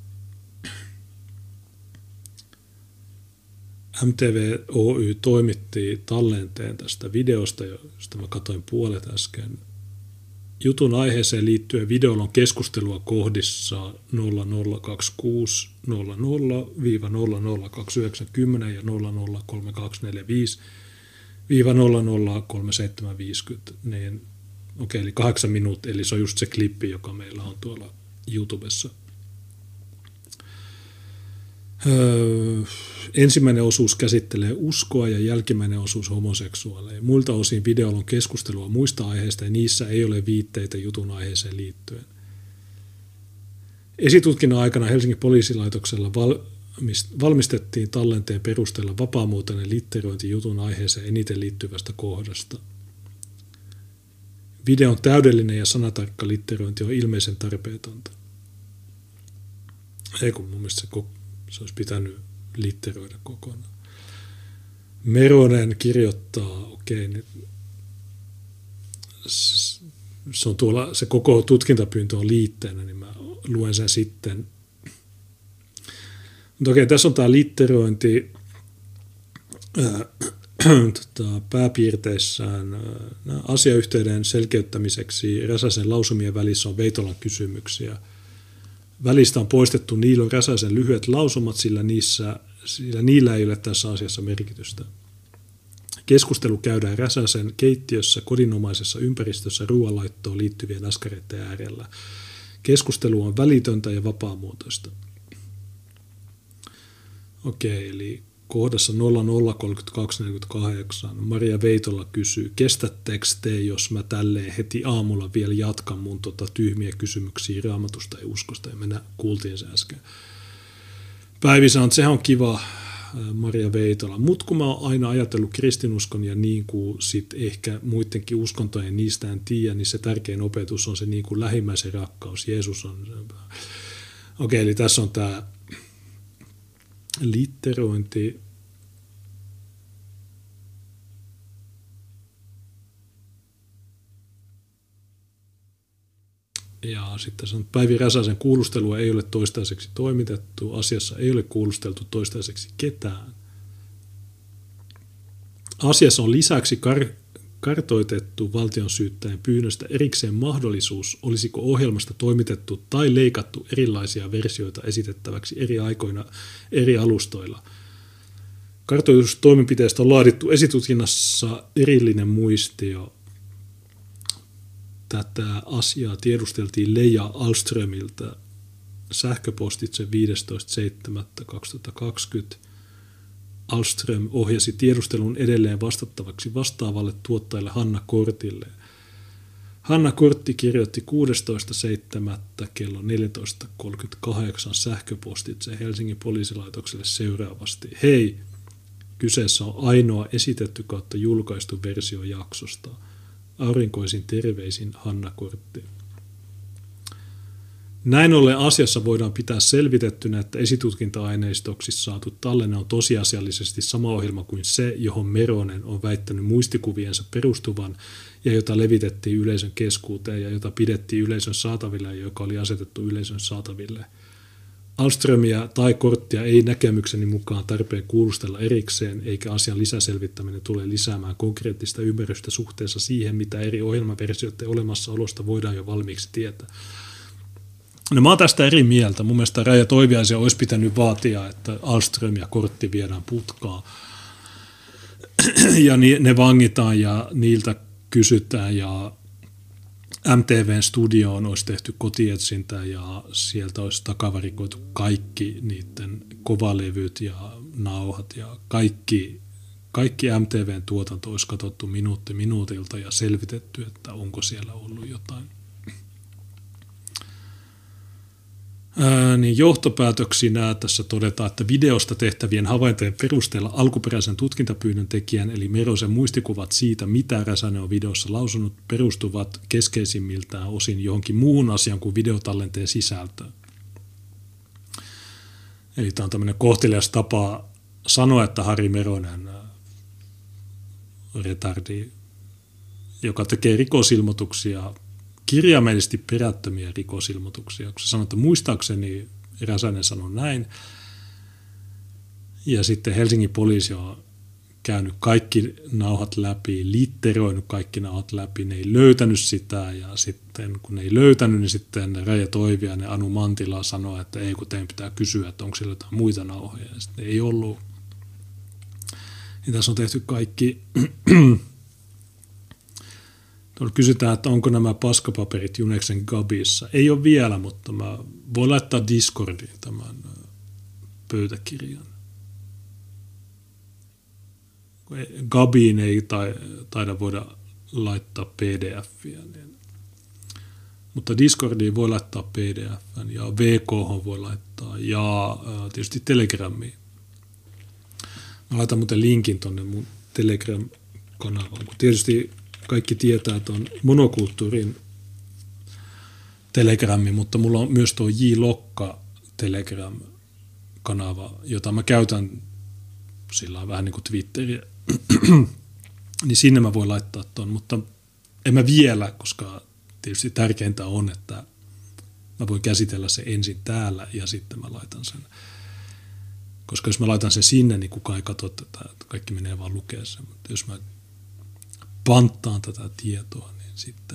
M T V Oy toimitti tallenteen tästä videosta, josta mä katsoin puolet äsken. Jutun aiheeseen liittyen videolla on keskustelua kohdissa nolla nolla kaksi kuusi nolla nolla nolla nolla kaksi yhdeksän kymmenen ja nolla nolla kolme kaksi neljä viisi nolla nolla kolme seitsemän viisikymmentä. Niin, okei, eli kahdeksan minuuttia, eli se on just se klippi, joka meillä on tuolla YouTubessa. Öö, ensimmäinen osuus käsittelee uskoa ja jälkimmäinen osuus homoseksuaaleja. Muilta osin videolla on keskustelua muista aiheista ja niissä ei ole viitteitä jutun aiheeseen liittyen. Esitutkinnan aikana Helsingin poliisilaitoksella valmistettiin tallenteen perusteella vapaamuotoinen litterointi jutun aiheeseen eniten liittyvästä kohdasta. Videon täydellinen ja sanatarkka litterointi on ilmeisen tarpeetonta. Ei kun mun mielestä se, se olisi pitänyt litteroida kokonaan. Meronen kirjoittaa, okei, okay, se on tuolla, se koko tutkintapyyntö on liitteenä, niin mä luen sen sitten. Mutta okei, okay, tässä on tämä litterointi ää, tota, pääpiirteissään ää, asiayhteyden selkeyttämiseksi Räsäsen lausumien välissä on Veitolan kysymyksiä. Välistä on poistettu Niilo Räsäsen lyhyet lausumat, sillä, niissä, sillä niillä ei ole tässä asiassa merkitystä. Keskustelu käydään Räsäsen keittiössä kodinomaisessa ympäristössä ruoanlaittoon liittyvien askareiden äärellä. Keskustelu on välitöntä ja vapaamuotoista. Okei, eli kohdassa nolla nolla kolmekymmentäkaksi neljäkymmentäkahdeksan Maria Veitola kysyy, kestättekö te, jos mä tälleen heti aamulla vielä jatkan mun tota tyhmiä kysymyksiä Raamatusta ja uskosta, ja me kuultiin se äsken. Päivi sanoo, että sehän on kiva, Maria Veitola, mutta kun mä oon aina ajatellut kristinuskon ja niin kuin sit ehkä muidenkin uskontojen niistä en tiedä, niin se tärkein opetus on se niin kuin lähimmäisen rakkaus. Jeesus on... Okei, eli tässä on tämä litterointi. Ja sitten sanon, että Päivi Räsäsen kuulustelua ei ole toistaiseksi toimitettu, asiassa ei ole kuulusteltu toistaiseksi ketään. Asiassa on lisäksi kar- kartoitettu valtionsyyttäjän pyynnöstä erikseen mahdollisuus, olisiko ohjelmasta toimitettu tai leikattu erilaisia versioita esitettäväksi eri aikoina eri alustoilla. Kartoitustoimenpiteestä on laadittu esitutkinnassa erillinen muistio. Tätä asiaa tiedusteltiin Leija Alströmiltä sähköpostitse viidestoista seitsemättä kaksituhattakaksikymmentä. Alström ohjasi tiedustelun edelleen vastattavaksi vastaavalle tuottajalle Hanna Kortille. Hanna Kortti kirjoitti kuudestoista seitsemättä kello neljätoista kolmekymmentäkahdeksan sähköpostitse Helsingin poliisilaitokselle seuraavasti. Hei, kyseessä on ainoa esitetty kautta julkaistu versio jaksosta. Aurinkoisin terveisin Hanna Kortti. Näin ollen asiassa voidaan pitää selvitettynä, että esitutkinta-aineistoksi saatu tallenne on tosiasiallisesti sama ohjelma kuin se, johon Meronen on väittänyt muistikuviensa perustuvan ja jota levitettiin yleisön keskuuteen ja jota pidettiin yleisön saataville ja joka oli asetettu yleisön saataville. Alströmiä tai Korttia ei näkemykseni mukaan tarpeen kuulustella erikseen, eikä asian lisäselvittäminen tule lisäämään konkreettista ymmärrystä suhteessa siihen, mitä eri ohjelmaversioiden olemassaolosta voidaan jo valmiiksi tietää. No mä oon tästä eri mieltä. Mun mielestä Raija Toiviaisia olisi pitänyt vaatia, että Alström ja Kortti viedään putkaan. Ja ne vangitaan ja niiltä kysytään ja M T V:n studioon olisi tehty kotietsintä ja sieltä olisi takavarikoitu kaikki niiden kovalevyt ja nauhat ja kaikki, kaikki M T V:n tuotanto olisi katsottu minuutti minuutilta ja selvitetty, että onko siellä ollut jotain. Ää, niin johtopäätöksinä tässä todetaan, että videosta tehtävien havaintojen perusteella alkuperäisen tutkintapyynnön tekijän eli Merosen muistikuvat siitä, mitä Räsänen on videossa lausunut, perustuvat keskeisimmiltään osin johonkin muuhun asiaan kuin videotallenteen sisältöön. Eli tämä on tämmöinen kohtelias tapa sanoa, että Harri Meronen retardi, joka tekee rikosilmoituksia, kirjaimellisesti perättömiä rikosilmoituksia. Kun se sanoo, että muistaakseni Räsänen sanoi näin, ja sitten Helsingin poliisi on käynyt kaikki nauhat läpi, litteroinut kaikki nauhat läpi, ne ei löytänyt sitä, ja sitten kun ne ei löytänyt, niin sitten Raija Toiviainen ja Anu Mantila sanoi, että ei, kun teidän pitää kysyä, että onko siellä jotain muita nauhoja, ja sitten ei ollut. Ja tässä on tehty kaikki. Tuolla kysytään, että onko nämä paskapaperit Juneksen Gabissa. Ei ole vielä, mutta mä voin laittaa Discordiin tämän pöytäkirjan. Gabiin ei taida voida laittaa P D F:iä, niin. Mutta Discordiin voi laittaa P D F:n ja V K voi laittaa ja tietysti Telegramiin. Mä laitan muuten linkin tonne mun Telegram-kanavaan, kun tietysti kaikki tietää, että on monokulttuurin Telegrammi, mutta mulla on myös tuo J. Lokka Telegram-kanava, jota mä käytän sillä vähän niin kuin Twitteriä, niin sinne mä voin laittaa ton, mutta en mä vielä, koska tietysti tärkeintä on, että mä voin käsitellä se ensin täällä ja sitten mä laitan sen. Koska jos mä laitan sen sinne, niin kukaan ei katso tätä, että kaikki menee vaan lukea sen. Mutta jos mä panttaan tätä tietoa, niin sitten,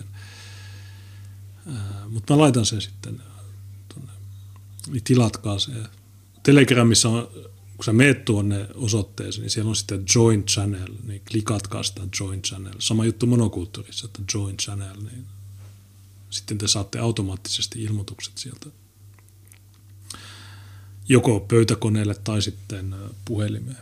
ää, mutta mä laitan sen sitten tuonne, niin tilatkaa se. Telegramissa on, kun sä meet tuonne osoitteeseen, niin siellä on sitten Join Channel, niin klikatkaa sitä Join Channel. Sama juttu monokulttuurissa, että Join Channel, niin sitten te saatte automaattisesti ilmoitukset sieltä joko pöytäkoneelle tai sitten puhelimeen.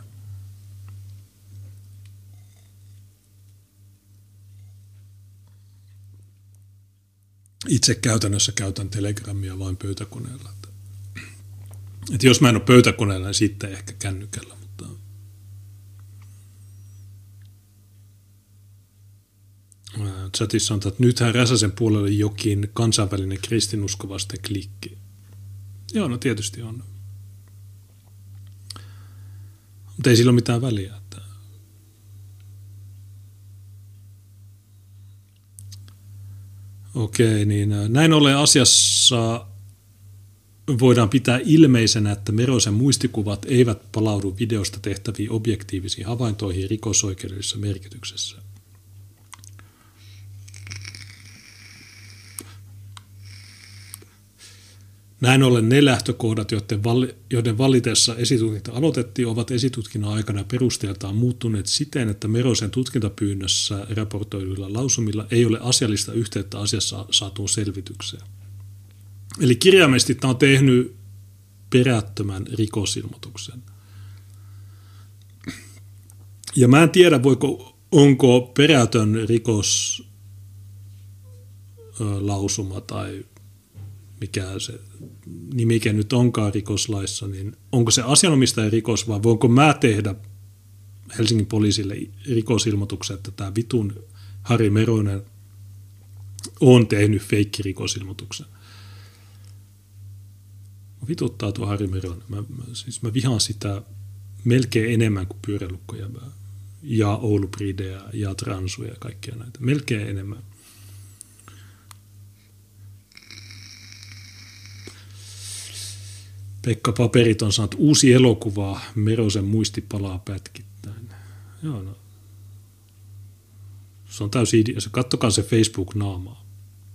Itse käytännössä käytän Telegramia vain pöytäkoneella. Että jos mä en ole pöytäkoneella, niin sitten ehkä kännykällä. Mutta chatissa on, että nythän Räsäsen puolelle jokin kansainvälinen kristinuskovasten klikki. Joo, no tietysti on. Mutta ei sillä ole mitään väliä. Että okei, niin näin ollen asiassa voidaan pitää ilmeisenä, että Merosen muistikuvat eivät palaudu videosta tehtäviin objektiivisiin havaintoihin rikosoikeudellisessa merkityksessä. Näin ollen ne lähtökohdat, joiden valitessa esitutkinta aloitettiin, ovat esitutkinnan aikana perusteeltaan muuttuneet siten, että Merosen tutkintapyynnössä raportoiduilla lausumilla ei ole asiallista yhteyttä asiassa saatuun selvitykseen. Eli kirjaimellisesti tämä on tehnyt perättömän rikosilmoituksen. Ja mä en tiedä, voiko, onko perätön rikoslausuma tai mikä se nimike nyt onkaan rikoslaissa, niin onko se asianomistajan rikos vai voinko mä tehdä Helsingin poliisille rikosilmoituksen, että tämä vitun Harri Meronen on tehnyt feikkirikosilmoituksen. Vituttaa tuo Harri Meronen. Mä, mä, siis mä vihaan sitä melkein enemmän kuin pyörälukkoja ja Oulu Prideä ja transuja ja kaikkia näitä. Melkein enemmän. Pekka Paperit on sanonut, uusi elokuva, Merosen muisti palaa pätkittäin. Joo, no. Se on täysin idea. Kattokaa se Facebook-naamaa.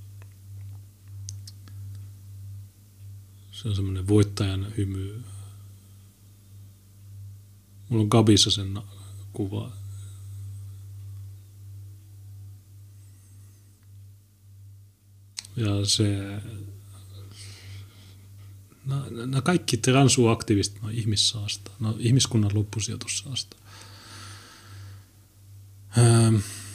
Se on semmoinen voittajan hymy. Mulla on Gabissa sen kuva. Ja se... Nämä kaikki transuaktivistit on ihmissaasta. No, ihmiskunnan loppusijoitussaasta. Ähm.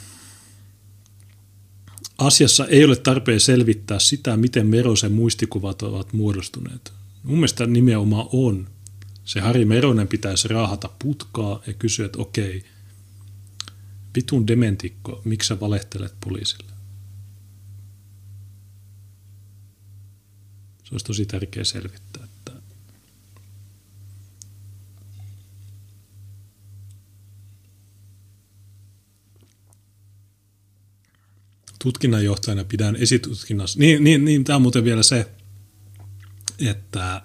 Asiassa ei ole tarpeen selvittää sitä, miten Merosen muistikuvat ovat muodostuneet. Mun mielestä nimenomaan on. Se Harri Meronen pitäisi raahata putkaa ja kysyä, että okei, vitun dementikko, miksi sä valehtelet poliisille? Se olisi tosi tärkeää selvittää. Että tutkinnanjohtajana pidän esitutkinnassa. Niin, niin, niin tämä on muuten vielä se, että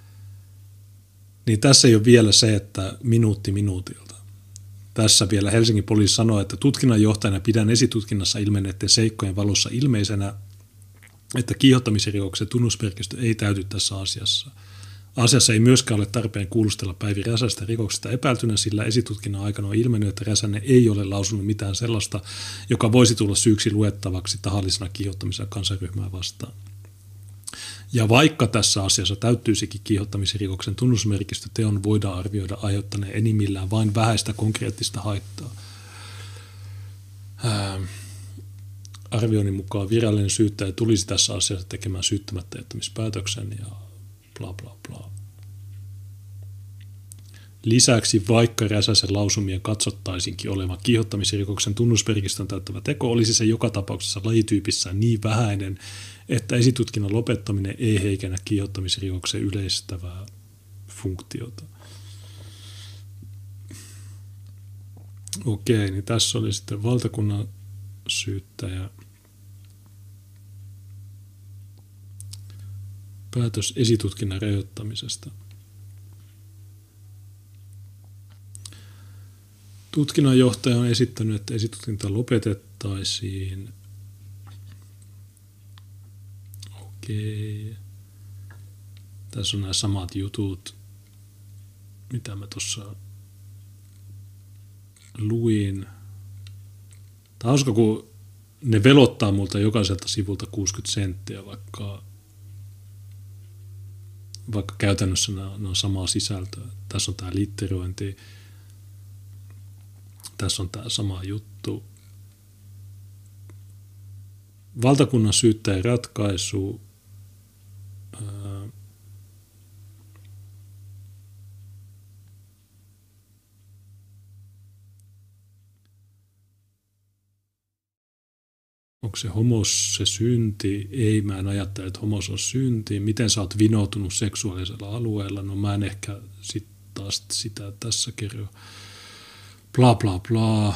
niin tässä ei ole vielä se, että minuutti minuutilta. Tässä vielä Helsingin poliisi sanoo, että tutkinnanjohtajana pidän esitutkinnassa ilmenneiden seikkojen valossa ilmeisenä, että kiihottamisrikoksen tunnusmerkistö ei täyty tässä asiassa. Asiassa ei myöskään ole tarpeen kuulustella Päivi Räsästä rikoksesta epäiltynä, sillä esitutkinnan aikana on ilmennyt, että Räsänen ei ole lausunut mitään sellaista, joka voisi tulla syyksi luettavaksi tahallisena kiihottamisena kansanryhmää vastaan. Ja vaikka tässä asiassa täyttyisikin kiihottamisrikoksen tunnusmerkistö, teon voidaan arvioida aiheuttaneen enimmillään vain vähäistä konkreettista haittaa. Ää, arvioinnin mukaan virallinen syyttäjä tulisi tässä asiassa tekemään syyttämättä jättämispäätöksen ja bla bla bla. Lisäksi vaikka Räsäsen lausumien katsottaisinkin olevan kiihottamisrikoksen tunnusmerkistön täyttävä teko, olisi se joka tapauksessa lajityypissään niin vähäinen, että esitutkinnan lopettaminen ei heikennä kiihottamisrikoksen yleistävää funktiota. Okei, niin tässä oli sitten valtakunnan syyttäjä. Päätös esitutkinnan rajoittamisesta. Tutkinnanjohtaja on esittänyt, että esitutkinta lopetettaisiin. Okei. Tässä on nämä samat jutut, mitä mä tuossa luin. Tämä on hauska, kun ne velottaa multa jokaiselta sivulta kuusikymmentä senttiä, vaikka, vaikka käytännössä ne on, ne on samaa sisältöä. Tässä on tämä litterointi. Tässä on tämä sama juttu. Valtakunnan syyttäjän ratkaisu. Ää, onko se homos se synti? Ei, mä en ajattele, että homos on synti. Miten sä oot vinoutunut seksuaalisella alueella? No mä en ehkä sit taas sitä tässä kerro. Bla bla bla.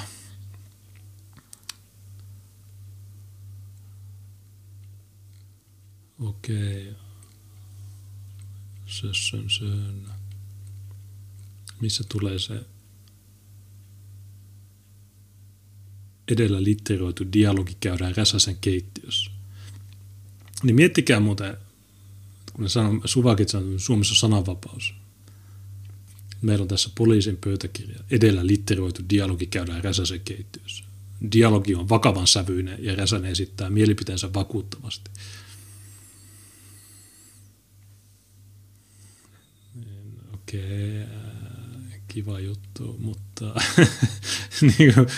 Okei. Sössön sön. Missä tulee se edellä litteroitu dialogi käydään Räsäsen keittiössä. Niin miettikää muuten, kun ne sanoo, suvakit sanoo, että Suomessa on sananvapaus. Meillä on tässä poliisin pöytäkirja. Edellä litteroitu dialogi käydään Räsäsen keittiössä. Dialogi on vakavan sävyinen ja Räsänen esittää mielipiteensä vakuuttavasti. Okei, kiva juttu, mutta niin kuin,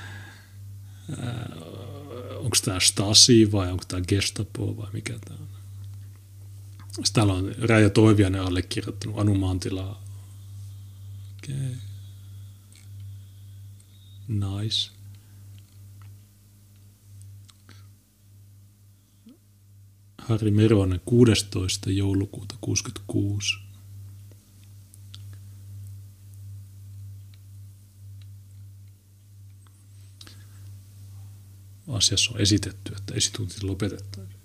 onko tämä Stasi vai onko tämä Gestapo vai mikä tämä on? Sitten täällä on Raija Toiviainen allekirjoittanut Anu Mantilaa. Okei. Okay. Nice. Harri Meronen kuudestoista joulukuuta kuusikymmentäkuusi. Asiassa on esitetty, että esitutkinta lopetettaisiin.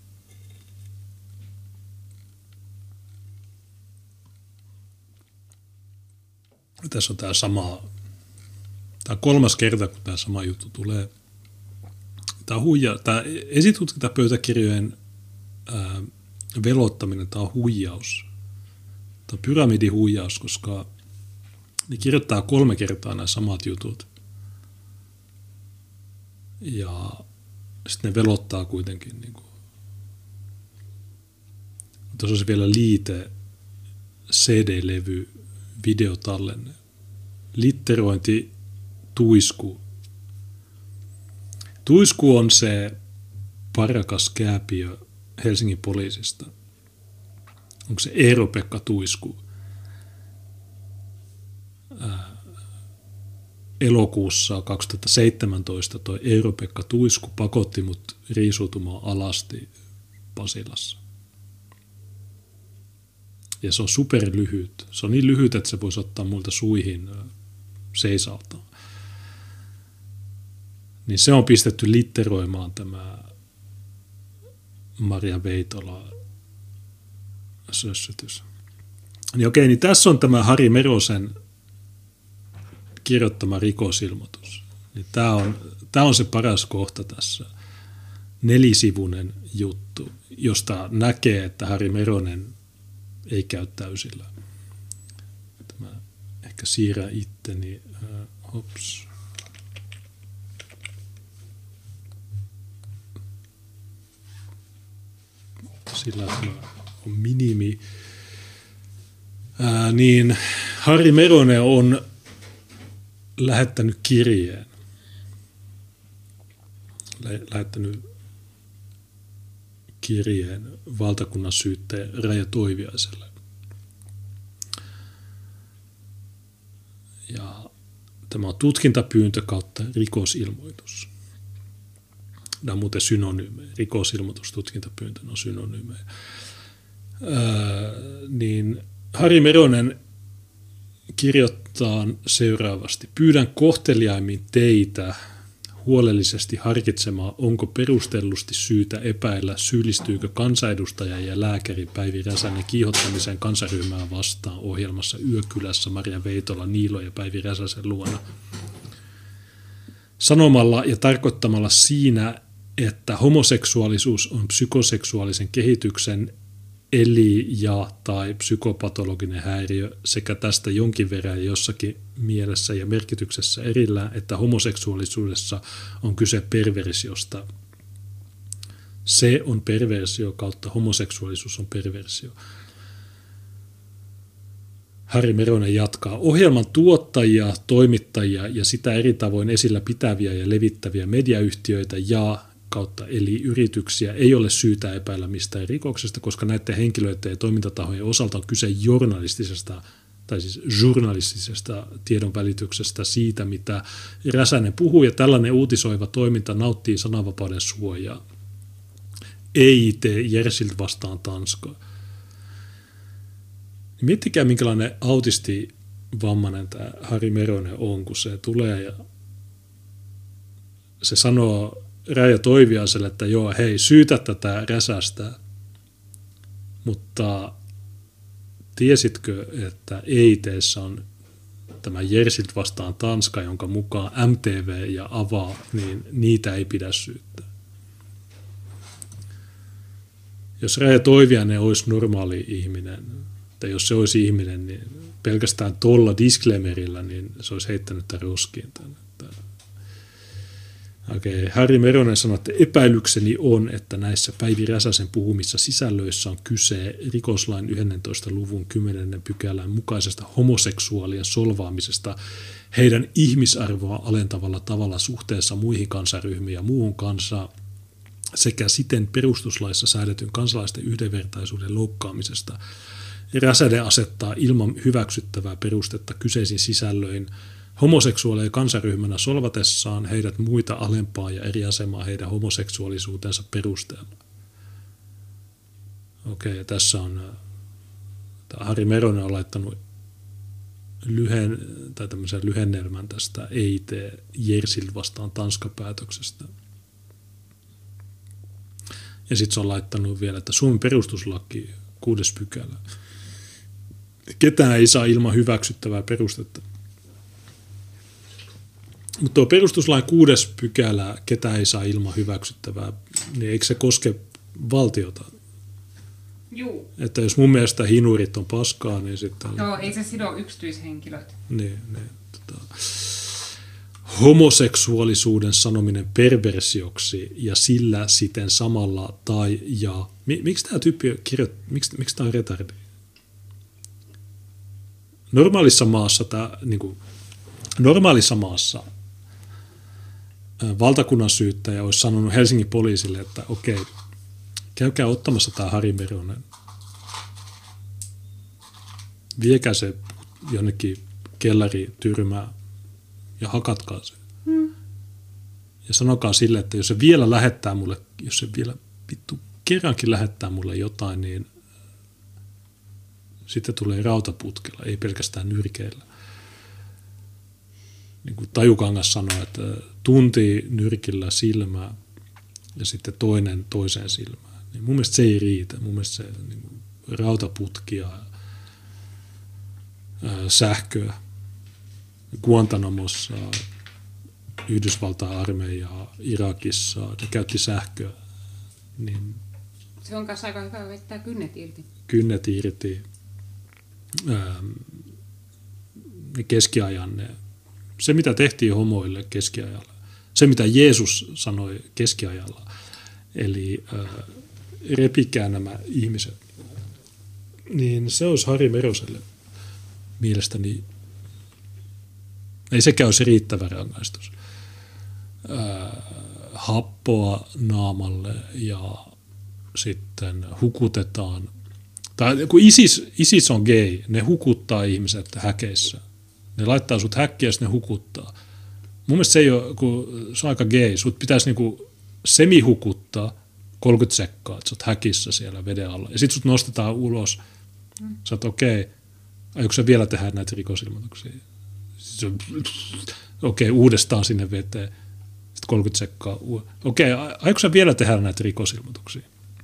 Tässä on tämä sama, tämä kolmas kerta, kun tämä sama juttu tulee. Tämä, huija, tämä esitutkintapöytäkirjojen ää, velottaminen, tämä on huijaus. Tämä on pyramidihuijaus, koska ne kirjoittaa kolme kertaa nämä samat jutut. Ja sitten ne velottaa kuitenkin. Niin kuin. Tuossa olisi vielä liite, C D-levy, videotallenne. Litterointi, tuisku. Tuisku on se parakas kääpiö Helsingin poliisista. Onko se Eero-Pekka Tuisku? Ää, elokuussa kaksituhattaseitsemäntoista toi Eero-Pekka Tuisku pakotti mut riisuutumaan alasti Pasilassa. Ja se on superlyhyt. Se on niin lyhyt, että se voisi ottaa multa suihin seisaaltaan. niin se on pistetty litteroimaan tämä Maria Veitola sössytys. Niin okei, niin tässä on tämä Harri Merosen kirjoittama rikosilmoitus. Niin tämä on, tämä on se paras kohta tässä. Nelisivuinen juttu, josta näkee, että Harri Meronen ei käy täysillä. Mä ehkä siirrän itteni. Äh, hops. Sillä on minimi. Ää, niin Harri Meronen on lähettänyt kirjeen. Lä- lähettänyt kirjeen valtakunnan syyttäjä Raija Toiviaiselle. Ja tämä on tutkintapyyntö kautta rikosilmoitus. Nämä on muuten synonyymejä. Rikosilmoitus, tutkintapyyntö on synonyymejä. Öö, niin Harri Meronen kirjoittaa seuraavasti. Pyydän kohteliaimmin teitä huolellisesti harkitsemaan, onko perustellusti syytä epäillä, syyllistyykö kansanedustaja ja lääkäri Päivi Räsänen kiihottamiseen kansanryhmää vastaan ohjelmassa Yökylässä Maria Veitola, Niilo ja Päivi Räsäsen luona. Sanomalla ja tarkoittamalla siinä, että homoseksuaalisuus on psykoseksuaalisen kehityksen eli ja tai psykopatologinen häiriö sekä tästä jonkin verran jossakin mielessä ja merkityksessä erillään, että homoseksuaalisuudessa on kyse perversiosta. Se on perversio kautta homoseksuaalisuus on perversio. Harri Meronen jatkaa. Ohjelman tuottajia, toimittajia ja sitä eri tavoin esillä pitäviä ja levittäviä mediayhtiöitä ja kautta eli yrityksiä ei ole syytä epäillä mistään rikoksesta, koska näiden henkilöiden ja toimintatahojen osalta on kyse journalistisesta tai siis journalistisesta tiedonvälityksestä siitä, mitä Räsänen puhuu, ja tällainen uutisoiva toiminta nauttii sananvapauden suojaa. E I T Jersilt vastaan Tanska. Miettikää, minkälainen autistivammainen tämä Harri Meronen on, kun se tulee ja se sanoo Raija Toiviaiselle, että joo, hei, syytä tätä Räsästä, mutta tiesitkö, että E I T:ssä on tämä Jersilt vastaan Tanska, jonka mukaan M T V ja Avaa, niin niitä ei pidä syyttää. Jos Raija Toiviainen olisi normaali ihminen, tai jos se olisi ihminen, niin pelkästään tuolla disclaimerilla, niin se olisi heittänyt tämän roskiin tänne. Okei, Harri Meronen sanoi, että epäilykseni on, että näissä Päivi Räsäsen puhumissa sisällöissä on kyse rikoslain yhdentoista luvun kymmenennen pykälän mukaisesta homoseksuaalien solvaamisesta heidän ihmisarvoa alentavalla tavalla suhteessa muihin kansaryhmiin ja muuhun kansaan sekä siten perustuslaissa säädetyn kansalaisten yhdenvertaisuuden loukkaamisesta. Räsänen asettaa ilman hyväksyttävää perustetta kyseisin sisällöin homoseksuaaleja kansaryhmänä solvatessaan heidät muita alempaa ja eri asemaa heidän homoseksuaalisuutensa perusteella. Okei, tässä on Harri Meronen on laittanut lyhen, tai tämmöisen lyhennelmän tästä E I T Jersilt vastaan Tanska-päätöksestä. Ja sitten se on laittanut vielä, että Suomen perustuslaki, kuudes pykälä. Ketään ei saa ilman hyväksyttävää perustetta. Mutta tuo perustuslain kuudes pykälä, ketä ei saa ilman hyväksyttävää, niin eikö se koske valtiota? Juu. Että jos mun mielestä hinurit on paskaa, niin sitten... Joo, ei se sido yksityishenkilöt. Niin, niin, tota, homoseksuaalisuuden sanominen perversioksi ja sillä siten samalla tai ja... Miksi tämä tyyppi kirjoittaa, miksi, miksi tämä on retardi? Normaalissa maassa tämä... Niin kuin, normaalissa maassa valtakunnan syyttäjä olisi sanonut Helsingin poliisille, että okei, käykää ottamassa tämä Harri Meronen. Viekää se jonnekin kellarityrmään ja hakatkaa se. Hmm. Ja sanokaa sille, että jos se vielä lähettää mulle, jos se vielä vittu kerrankin lähettää mulle jotain, niin sitten tulee rautaputkella, ei pelkästään nyrkeillä. niin kuin Tajukangas sanoi, että tunti nyrkillä silmää ja sitten toinen toiseen silmään. Niin mun mielestä se ei riitä. Mun mielestä se niin kuin rautaputkia, ää, sähköä, Guantanamossa, Yhdysvaltain armeijaa, Irakissa, ne käytti sähköä. Niin se on kanssa aika hyvä vettää kynnet irti. Kynnet irti. Ää, keskiajan ne, se mitä tehtiin homoille keskiajalla, se mitä Jeesus sanoi keskiajalla, eli ää, repikää nämä ihmiset, niin se olisi Harri Meroselle mielestäni, ei sekään olisi riittävä rangaistus. Ää, happoa naamalle ja sitten hukutetaan. Tai kun ISIS, ISIS on gay, ne hukuttaa ihmiset häkeissä. Ne laittaa sut häkkiä ja ne hukuttaa. Mun mielestä se ei ole, kun se on aika gay. Sut pitäisi niinku semi-hukuttaa kolmekymmentä sekkaa, että sä oot häkissä siellä veden alla. Ja sit sut nostetaan ulos. Sä oot okei, okay, aiotko sä vielä tehdä näitä rikosilmoituksia? Okei, okay, uudestaan sinne veteen. Sitten kolmekymmentä sekkaa. Okei, okay, aiotko sä vielä tehdä näitä rikosilmoituksia?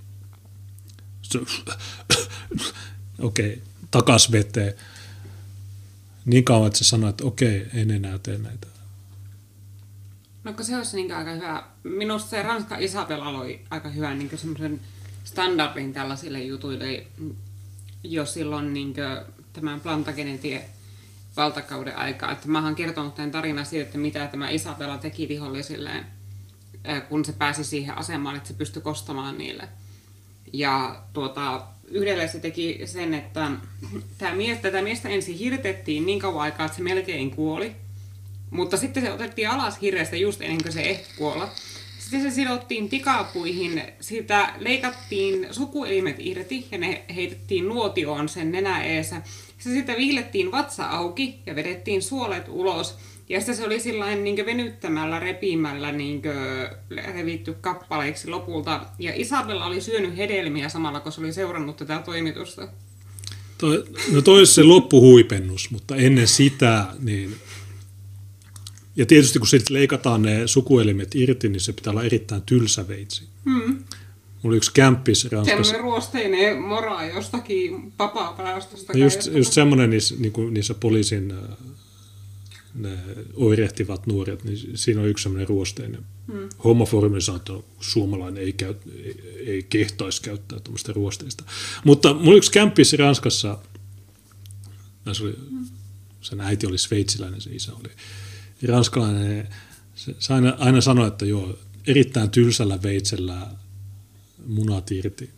Okei, okay, takas veteen. Niin kauan, että se sanoo, että okei, okay, en enää tee näitä. No se olisi niin aika hyvä. Minusta se Ranska Isabella oli aika hyvä niin semmoisen standardin tällaisille jutuille jo silloin niin tämän Plantagenetin valtakauden aikaa. Että mä oon kertonut tämän tarinan siitä, että mitä tämä Isabella teki vihollisilleen, kun se pääsi siihen asemaan, että se pystyi kostamaan niille. Ja tuota, yhdelle se teki sen, että tämä mies, tätä miestä ensin hirtettiin niin kauan aikaa, että se melkein kuoli. Mutta sitten se otettiin alas hirrestä just ennen kuin se ehti kuolla. Sitten se sidottiin tikapuihin, siitä leikattiin sukuelimet irti ja ne heitettiin nuotioon sen nenä eessä. Se sitten viilettiin vatsa auki ja vedettiin suolet ulos. Ja sitten se oli sillain niin venyttämällä, repimällä niin revitty kappaleiksi lopulta. Ja Isabella oli syönyt hedelmiä samalla, kun se oli seurannut tätä toimitusta. Toi, no toi se loppuhuipennus, mutta ennen sitä, niin... Ja tietysti kun sitten leikataan ne sukuelimet irti, niin se pitää olla erittäin tylsä veitsi. Hmm. Mulla oli yksi kämppis Ranskassa. Semmoinen ruosteinen mora jostakin papapäästöstä. No just, just semmoinen niissä, niin niissä poliisin ne oirehtivat nuoret, niin siinä on yksi semmoinen ruosteinen. Hmm. Homoformisaatio, suomalainen ei, käy, ei, ei kehtaisi käyttää tuommoista ruosteista. Mutta mulla oli yksi kämppis Ranskassa, se oli, sen äiti oli sveitsiläinen, se isä oli ranskalainen, se aina, aina sanoi, että joo, erittäin tylsällä veitsellä munat irti.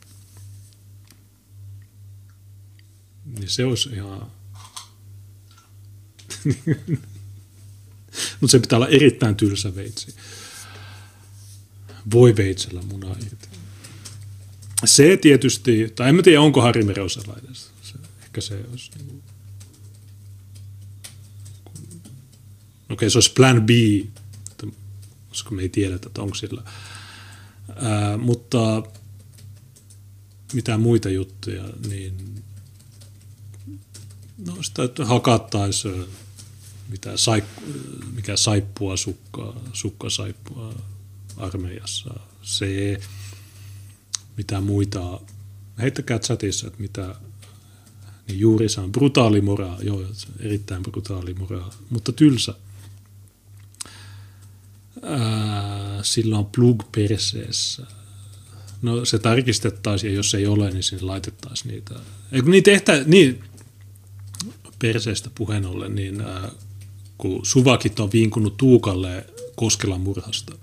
Niin se olisi ihan... Mutta se pitää olla erittäin tylsä veitsi. Voi veitsellä munaa irti. Se tietysti, tai en mä tiedä, onko Harri Merosella edes. Se, ehkä se olisi... Okei, se olisi plan B, koska me ei tiedetä, että onko sillä. Ää, mutta mitä muita juttuja, niin no sitä, että hakattaisiin mitä saippu, mikä saippua sukkaa, sukkasaippua armeijassa. Se, mitä muita, heittäkää chatissa, että mitä, niin juuri se on brutaali moraa, joo, erittäin brutaali moraa, mutta tylsä. Ää, sillä on plug perseessä. No se tarkistettaisiin ja jos ei ole, niin sinne laitettaisiin niitä. Eikö niin tehtä, niin perseestä puheen ollen, niin ää, kun suvakit on vinkunut Tuukalle Koskelan murhasta.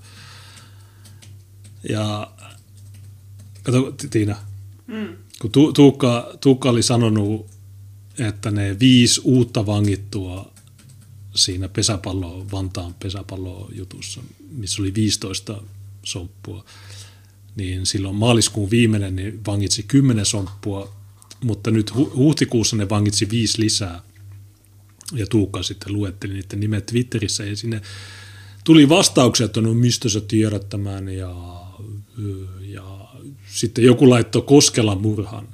Ja kato Tiina, mm. kun tu, Tuukka, Tuukka oli sanonut, että ne viisi uutta vangittua siinä pesäpallo, Vantaan pesäpallojutussa, missä oli viisitoista somppua, niin silloin maaliskuun viimeinen niin vangitsi kymmenen somppua, mutta nyt hu- huhtikuussa ne vangitsi viisi lisää. Ja Tuukka sitten luetteli niiden nimet Twitterissä ja sinne tuli vastauksia, että no mistä sä tiedät tämän ja, ja sitten joku laittoi Koskelan murhan.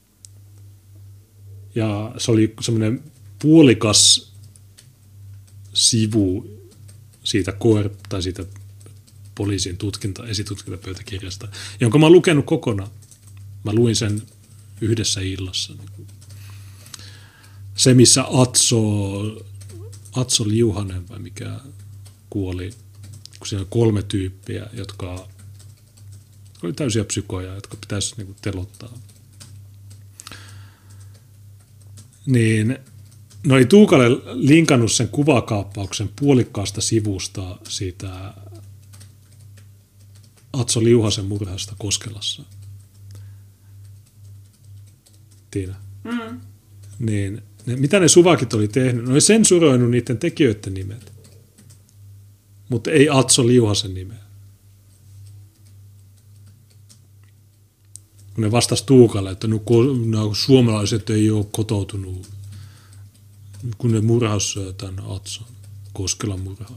Ja se oli semmoinen puolikas sivu siitä koer, tai siitä poliisin tutkinta, esitutkintapöytäkirjasta, jonka mä oon lukenut kokonaan. Mä luin sen yhdessä illassa. Se, missä Atso, Atso Liuhanen vai mikä kuoli, kun siinä on kolme tyyppiä, jotka oli täysiä psykoja, jotka pitäisi niin kuin telottaa. Niin no oli Tuukalle linkannut sen kuvakaappauksen puolikkaasta sivusta siitä Atso Liuhasen murhasta Koskelassa. Tiina. Mm. Niin, ne, mitä ne suvakit oli tehnyt? Ne oli sensuroinut niiden tekijöiden nimet, mutta ei Atso Liuhasen nimeä. Kun ne vastasi Tuukalle, että no, no, suomalaiset ei ole kotoutunut, kun ne murhasi tämän Atson, Koskelan murha.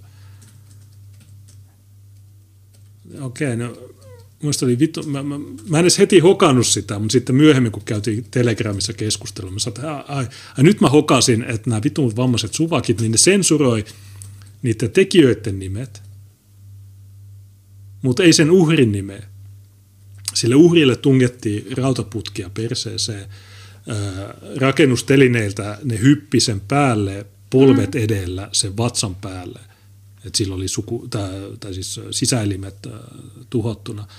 Okei, okay, no muista oli vittu, mä, mä, mä en edes heti hokannut sitä, mutta sitten myöhemmin, kun käytiin Telegramissa keskustelua, mä sanoin, että ai, ai, nyt mä hokasin, että nämä vitun vammaiset suvakit, niin ne sensuroi niiden tekijöiden nimet, mutta ei sen uhrin nimeä. Sille uhrille tungettiin rautaputkia perseeseen, rakennustelineiltä ne hyppi sen päälle, polvet mm. edellä, sen vatsan päälle. Että sillä oli suku, tai, tai siis sisäelimet äh, tuhottuna.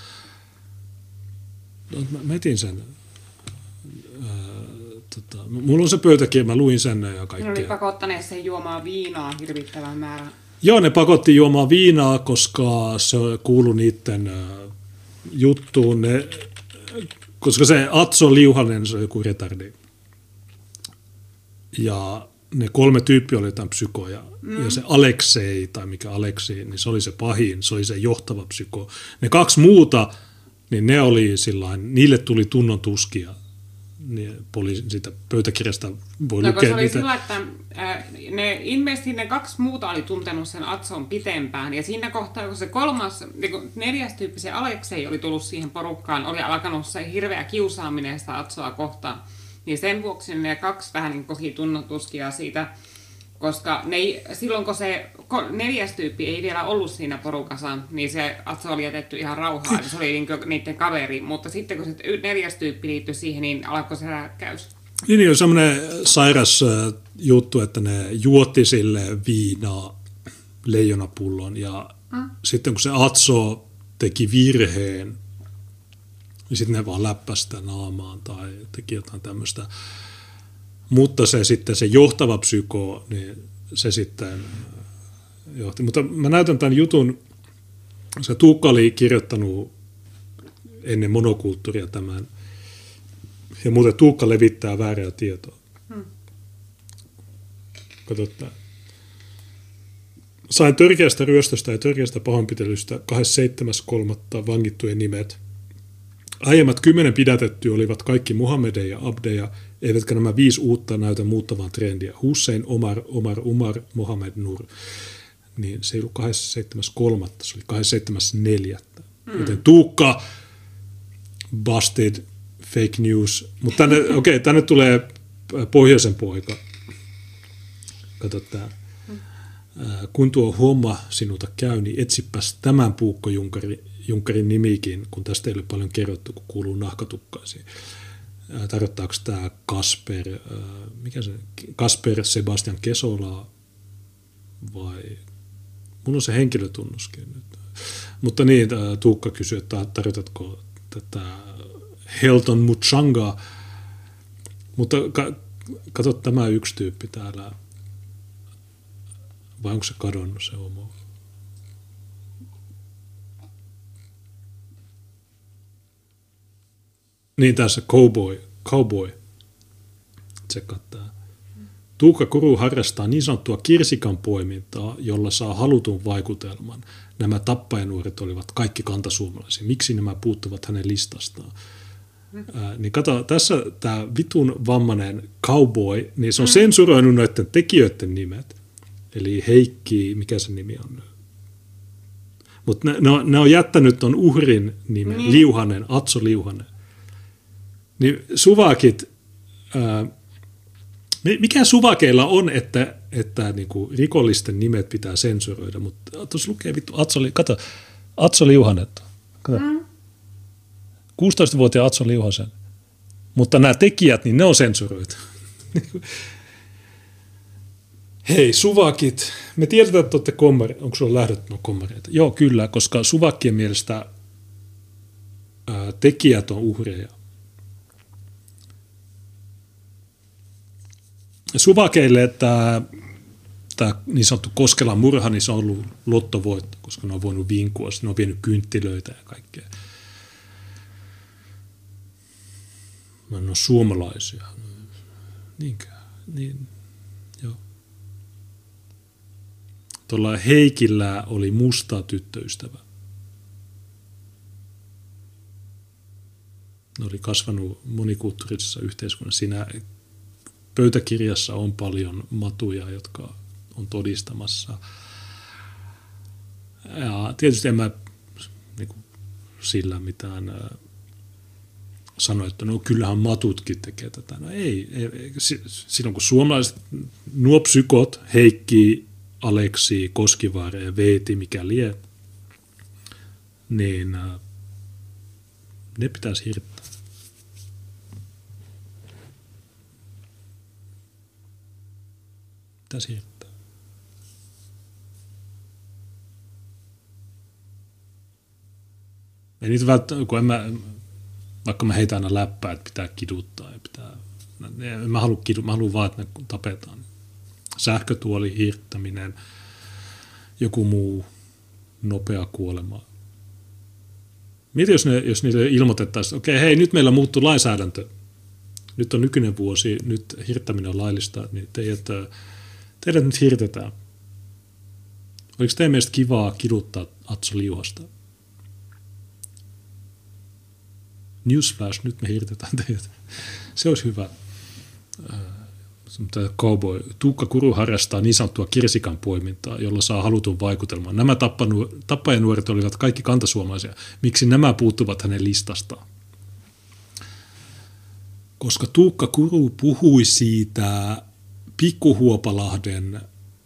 No, mä, mä etin sen. Äh, tota, mulla on se pöytäkirja, mä luin sen ja kaikkea. Ne oli pakottaneet sen juomaan viinaa hirvittävän määrän. Joo, ne pakotti juomaan viinaa, koska se kuului niiden äh, juttuun. Ne, koska se Atso Liuhanen, se on joku retardi. Ja ne kolme tyyppiä oli jotain psykoja. Mm. Ja se Aleksei, tai mikä Aleksi, niin se oli se pahin, se oli se johtava psyko. Ne kaksi muuta, niin ne oli sillain, niille tuli tunnon tuskia. Niin poliisin siitä pöytäkirjasta voi no, lukea se oli niitä. sillä, että äh, ne, ilmeisesti ne kaksi muuta oli tuntenut sen Atson pitempään. Ja siinä kohtaa, kun se kolmas, niin neljäs tyyppi, se Aleksei oli tullut siihen porukkaan, oli alkanut se hirveä kiusaaminen sitä Atsoa kohtaan. Niin sen vuoksi ne kaksi vähän niin koki tunnotuskia siitä, koska ne ei, silloin kun se neljäs tyyppi ei vielä ollut siinä porukassa, niin se Atso oli jätetty ihan rauhaan, eli se oli niin niiden kaveri. Mutta sitten kun se neljäs tyyppi liittyi siihen, niin alkoi se rääkkäys. Niin, niin on semmoinen sairas juttu, että ne juotti sille viinaa leijonapullon ja mm. sitten kun se Atso teki virheen, niin sitten ne vaan läppäsi sitä naamaan tai teki jotain tämmöistä. Mutta se sitten se johtava psyko, niin se sitten johti. Mutta mä näytän tämän jutun, se Tuukka oli kirjoittanut ennen monokulttuuria tämän, ja muuten Tuukka levittää väärää tietoa. Hmm. Katsotaan. Sain törkeästä ryöstöstä ja törkeästä pahoinpitelystä kahdeskymmenesseitsemäs kolmatta vangittujen nimet. Aiemmat kymmenen pidätettyä olivat kaikki Muhammedeja ja Abdeja, eivätkä nämä viisi uutta näytä muuttavan trendiä. Hussein, Omar, Omar, Umar, Mohamed Nur. Niin se ei ollut kahdeskymmenesseitsemäs kolmatta, se oli kahdeskymmenesseitsemäs neljättä Mm. Joten Tuukka, busted, fake news. Mutta tänne, okay, tänne tulee pohjoisen poika. Kato tää. Mm. Kun tuo homma sinulta käy, niin etsipäs tämän puukkojunkari Junkkarin nimikin, kun tästä ei ole paljon kerrottu, kun kuuluu nahkatukkaisiin. Tarkoittaako tämä Kasper, mikä se, Kasper Sebastian Kesolaa vai, mulla on se henkilötunnuskin nyt. Mutta niin, Tuukka kysyy, että tarkoitatko tätä Helton Muchangaa, mutta katso tämä yksi tyyppi täällä, vai onko se kadonnut se homo? Niin tässä cowboy, cowboy. Tsekattaa. Tuukka Kuru harrastaa niin sanottua kirsikan poimintaa, jolla saa halutun vaikutelman. Nämä tappajanuoret olivat kaikki kantasuomalaisia. Miksi nämä puuttuvat hänen listastaan? Mm. Ää, niin kato, tässä tämä vitun vammainen cowboy, niin se on mm. sensuroinut noiden tekijöiden nimet. Eli Heikki, mikä se nimi on? Mutta ne, ne, on, ne on jättänyt ton uhrin nimen, mm. Liuhanen, Atso Liuhanen. Niin suvakit ää, Mikä suvakeilla on, että, että niin kuin rikollisten nimet pitää sensuroida, mutta tuossa lukee vittu Atsoli, kato, Atsoli Juhanen. Kato. Mm. kuusitoistavuotiaan Atsoli Juhasen. Mutta nämä tekijät, niin ne on sensuroitu. Hei, suvakit. Me tiedetään, että olette kommari. Onko sulla lähdöt no kommareita? Joo, kyllä, koska suvakkien mielestä ää, tekijät on uhreja. Suvakeille tämä, tämä niin sanottu Koskelan murha, niin se on ollut lottovoitto, koska ne on voinut vinkua, ne on vienyt kynttilöitä ja kaikkea. Mä en ole suomalaisia. Niinkään. Niin, joo. Tuolla Heikillä oli musta tyttöystävä. Ne oli kasvanut monikulttuurisessa yhteiskunnassa. Siinä pöytäkirjassa on paljon matuja, jotka on todistamassa. Ja tietysti en mä niin kuin, sillä mitään äh, sano, että no kyllähän matutkin tekee tätä. No ei, ei, ei. Silloin kun suomalaiset, nuo psykot, Heikki, Aleksi, Koskivaara ja Veeti, mikä lie, niin äh, ne pitäisi hirttää. Pitäisi hirttää. Ei niitä välttämättä, kun en mä, vaikka mä heitän aina läppää, että pitää kiduttaa ja pitää, en mä halua kiduttaa, mä haluan vaan, että ne tapetaan. Sähkötuoli, hirttäminen, joku muu nopea kuolema. Mieti, jos, ne, jos niille ilmoitettaisiin, okei, okay, hei, nyt meillä muuttuu lainsäädäntö. Nyt on nykyinen vuosi, nyt hirttäminen on laillista, niin teidät, teidät nyt hirtetään. Oliko teidän mielestä kivaa kiduttaa Atsoli Juhasta? Newsflash, nyt me hirtetään teidät. Se olisi hyvä. Cowboy. Tuukka Kuru harrastaa niin sanottua kirsikan poimintaa, jolla saa halutun vaikutelman. Nämä tappajanuoret olivat kaikki kantasuomaisia. Miksi nämä puuttuvat hänen listastaan? Koska Tuukka Kuru puhui siitä Pikkuhuopalahden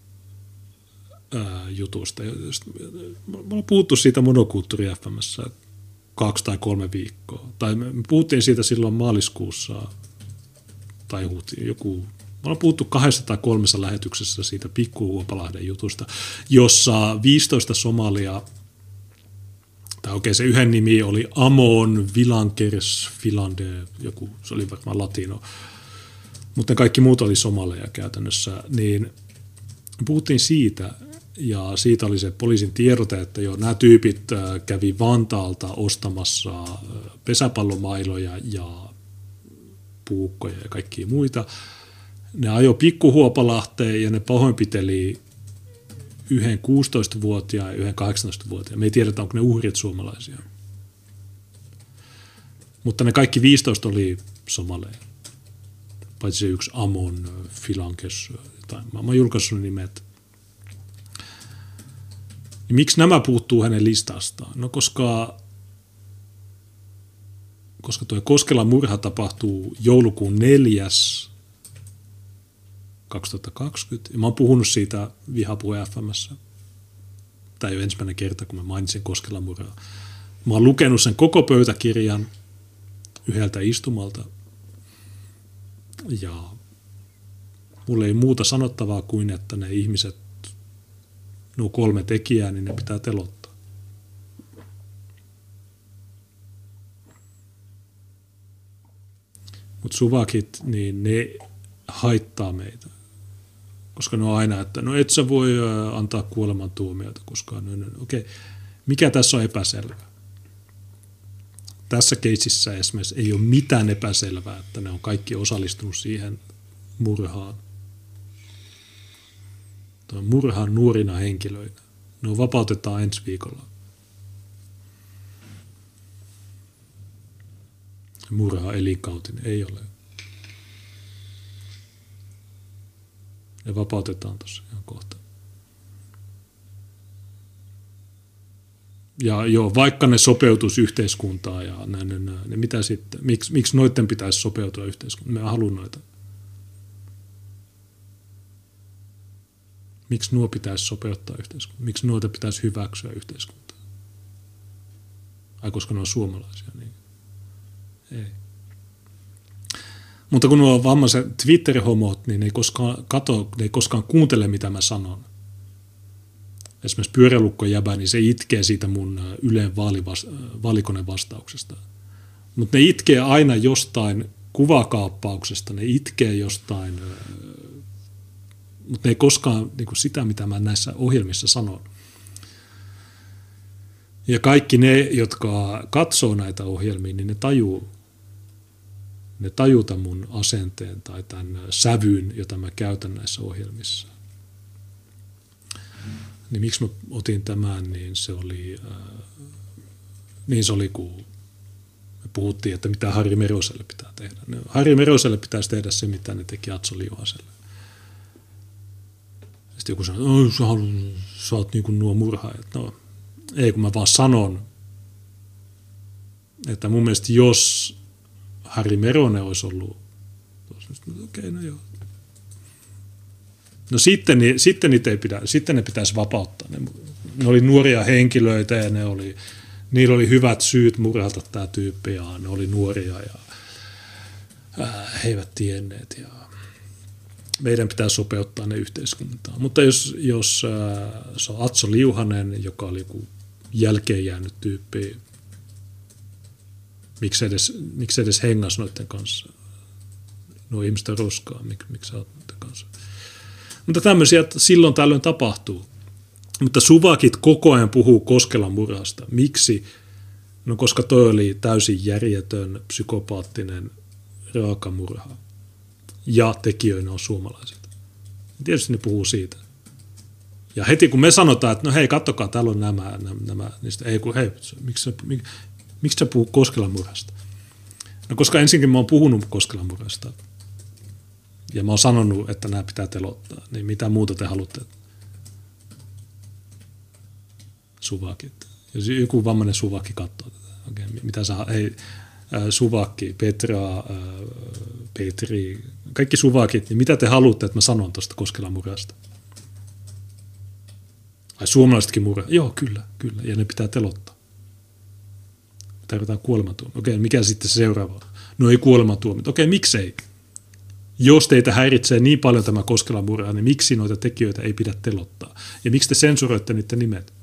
ää, jutusta. Me ollaan puhuttu siitä Monokulttuuri F M:ssä kaksi tai kolme viikkoa. Tai me puhuttiin siitä silloin maaliskuussa tai huhti, joku. Me ollaan puhuttu kahdessa tai kolmessa lähetyksessä siitä Pikkuhuopalahden jutusta, jossa viisitoista somalia, tai okei se yhden nimi oli Amon Vilankers Filande, joku, se oli varmaan latino, mutta kaikki muut oli somaleja käytännössä, niin puhuttiin siitä, ja siitä oli se poliisin tiedote, että jo nämä tyypit kävi Vantaalta ostamassa pesäpallomailoja ja puukkoja ja kaikkia muita. Ne ajoi Pikkuhuopalahteen ja ne pahoinpiteli yhden kuusitoistavuotiaan ja yhden kahdeksantoistavuotiaan. Me ei tiedetä, onko ne uhrit suomalaisia. Mutta ne kaikki viisitoista oli somaleja. Paitsi se yksi Amon Filankes. Tai mä oon julkaissut nimet. Ja miksi nämä puuttuu hänen listastaan? No koska, koska tuo Koskelan murha tapahtuu joulukuun neljäs kaksituhattakaksikymmentä. Ja mä oon puhunut siitä Vihapuhe F M:ssä. Tämä ei ole ensimmäinen kerta, kun mä mainitsin Koskelan murhaa. Mä oon lukenut sen koko pöytäkirjan yhdeltä istumalta. Ja mulla ei muuta sanottavaa kuin, että ne ihmiset, nuo kolme tekijää, niin ne pitää telottaa. Mutta suvakit, niin ne haittaa meitä. Koska ne on aina, että no et sä voi antaa kuolemantuomiota, koska no, no, okei, okay. Mikä tässä on epäselvää? Tässä keississä esimerkiksi ei ole mitään epäselvää, että ne on kaikki osallistunut siihen murhaan. Tuo murhaan nuorina henkilöinä. Ne vapautetaan ensi viikolla. Murha elinkautinen ei ole. Ne vapautetaan tuossa ihan kohta. Ja joo, vaikka ne sopeutuisi yhteiskuntaan ja näin, näin, näin, niin mitä sitten? Miks, miksi noiden pitäisi sopeutua yhteiskuntaan? Me haluan noita. miksi nuo pitäisi sopeuttaa yhteiskuntaan, miksi nuoita pitäisi hyväksyä yhteiskuntaan. Ai koska ne on suomalaisia, niin ei. Mutta kun nuo vammaiset Twitter-homot, niin ne ei koskaan kato, ne ei koskaan kuuntele, mitä mä sanon. Esimerkiksi pyörälukko jäbä, niin se itkee siitä mun Ylen vaalikonevastauksesta. Mutta ne itkee aina jostain kuvakaappauksesta, ne itkee jostain, mutta ne ei koskaan niin kuin sitä, mitä mä näissä ohjelmissa sanon. Ja kaikki ne, jotka katsoo näitä ohjelmia, niin ne tajuu, ne tajuta mun asenteen tai tämän sävyn, jota mä käytän näissä ohjelmissa. Niin miksi mä otin tämän, niin se oli, äh, niin se oli kun me puhuttiin, että mitä Harri Meroselle pitää tehdä. Harri Meroselle pitäisi tehdä se, mitä ne teki Atso Liuhaselle. Sitten joku sanoi, että sä, sä oot niin kuin nuo murhaajat. No, ei, kun mä vaan sanon, että mun mielestä jos Harri Meronen olisi ollut, okei, okay, no joo. No sitten, niin, sitten, niitä ei pidä, sitten ne pitäisi vapauttaa. Ne, ne oli nuoria henkilöitä ja ne oli, niillä oli hyvät syyt murhata tämä tyyppi ja ne oli nuoria ja ää, he eivät tienneet ja meidän pitää sopeuttaa ne yhteiskuntaan. Mutta jos, jos ää, se on Atso Liuhanen, joka oli joku jälkeen jäänyt tyyppi, miksi edes, miksi edes hengas noiden kanssa? No ihmiset on roskaa, mik, miksi sä oot noiden kanssa? Mutta tämmöisiä silloin tällöin tapahtuu. Mutta suvakit koko ajan puhuu Koskelan murhasta. Miksi? No koska toi oli täysin järjetön, psykopaattinen, raaka murha. Ja tekijöinä on suomalaiset. Tietysti ne puhuu siitä. Ja heti kun me sanotaan, että no hei, katsokaa, täällä on nämä, nämä, nämä niistä, ei kun hei, miksi sä, mik, miksi sä puhuu Koskelan murhasta? No koska ensinkin mä oon puhunut Koskelan murhasta. Ja mä oon sanonut, että nämä pitää telottaa. Niin mitä muuta te haluatte? Suvakit. Jos joku vammainen suvakki katsoo tätä. Okei, mitä sä, hei, äh, suvakki, Petra, äh, Petri, kaikki suvakit, niin mitä te haluatte, että mä sanon tuosta Koskelan murhasta? Ai suomalaisetkin murha? Joo, kyllä, kyllä. Ja ne pitää telottaa. Tarvitaan kuolemantuomio. Okei, mikä sitten se seuraava? No ei kuolemantuomio. Okei, miksei? Jos teitä häiritsee niin paljon tämä Koskelan murha, niin miksi noita tekijöitä ei pidä telottaa? Ja miksi te sensuroitte niiden nimet?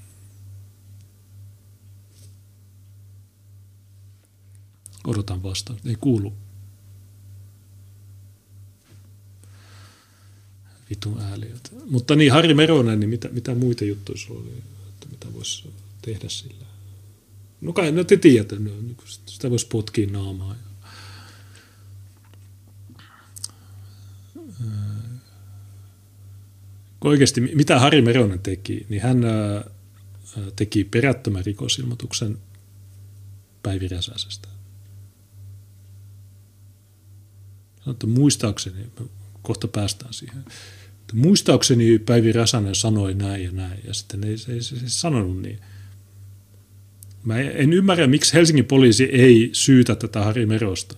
Odotan vastaan. Ei kuulu. Vitun ääliötä. Mutta niin, Harri Meronen, niin mitä, mitä muita juttuja sulla oli, että mitä voisi tehdä sillä? No kai, no te tiedätte, no, sitä voisi potkia naamaa. Oikeasti, mitä Harri Meronen teki, niin hän ää, teki perättömän rikosilmoituksen Päivi Räsäsestä. Sanotaan, muistaakseni, kohta päästään siihen, että muistaakseni Päivi Räsänen sanoi näin ja näin, ja sitten ei se, se, se sanonut niin. Mä en ymmärrä, miksi Helsingin poliisi ei syytä tätä Harri Merosta,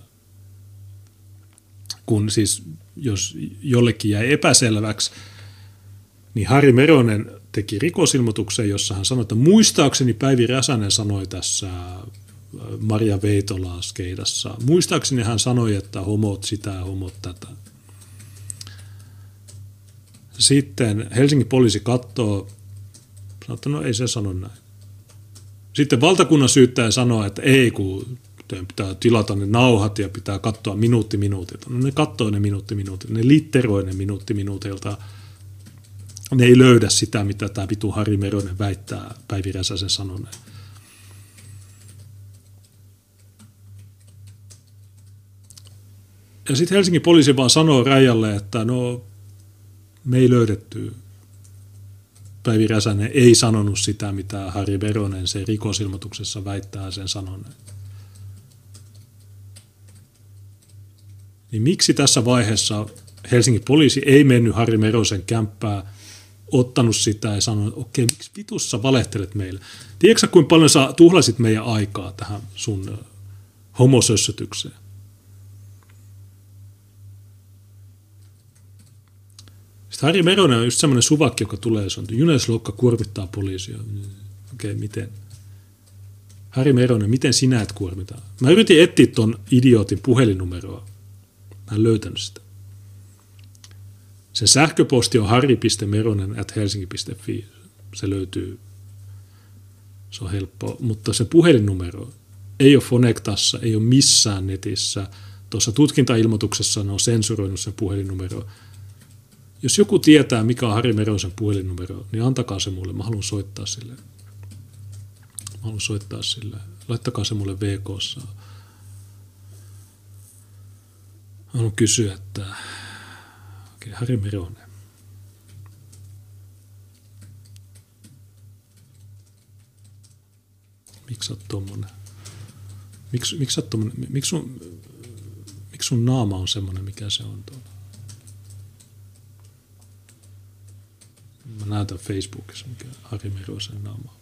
kun siis jos jollekin jäi epäselväksi, niin Harri Meronen teki rikosilmoituksen, jossa hän sanoi, että muistaakseni Päivi Räsänen sanoi tässä Maria Veitola skeidassa. Muistaakseni hän sanoi, että homot sitä ja homot tätä. Sitten Helsingin poliisi katsoo, sanoo, että no ei se sano näin. Sitten valtakunnan syyttäjä sanoo, että ei, kun pitää tilata ne nauhat ja pitää katsoa minuutti minuutilta. No ne katsoo ne minuutti minuutilta, ne litteroi ne minuutti minuutilta. Ne ei löydä sitä, mitä tämä vitu Harri Meronen väittää Päivi Räsäsen sanoneen. Ja sitten Helsingin poliisi vaan sanoo Rajalle, että no me ei löydetty. Päivi Räsänen ei sanonut sitä, mitä Harri Meronen se rikosilmoituksessa väittää sen sanoneen. Niin miksi tässä vaiheessa Helsingin poliisi ei mennyt Harri Merosen kämppää, ottanut sitä ja sanonut, että okei, miksi vitussa valehtelet meille? Tiedätkö kuinka paljon sä tuhlasit meidän aikaa tähän sun homosössötykseen? Sitten Harri Meronen on just semmoinen suvakki, joka tulee, se on Juneslokka kuormittaa poliisia. Okei, okay, miten? Harri Meronen, miten sinä et kuormita? Mä yritin etsiä ton idiootin puhelinnumeroa. Mä en löytänyt sitä. Sen sähköposti on harri piste meronen at helsinki piste fi. Se löytyy. Se on helppo. Mutta se puhelinnumero ei ole Fonectassa, ei ole missään netissä. Tuossa tutkintailmoituksessa ne on sensuroinut sen puhelinnumero. Jos joku tietää, mikä on Harri Merosen puhelinnumero, niin antakaa se mulle. Mä haluan soittaa sille. Mä haluan soittaa sille. Laittakaa se mulle V K:ssa. Mä haluan kysyä, että okei, okay, Harri Meronen. Miksi sä oot tommonen? Miksi, miksi sä oot tommonen? Miksi sun, miksi sun naama on semmonen, mikä se on tuolla? Mä näytän Facebookissa, mikä Harri Merosen naama on.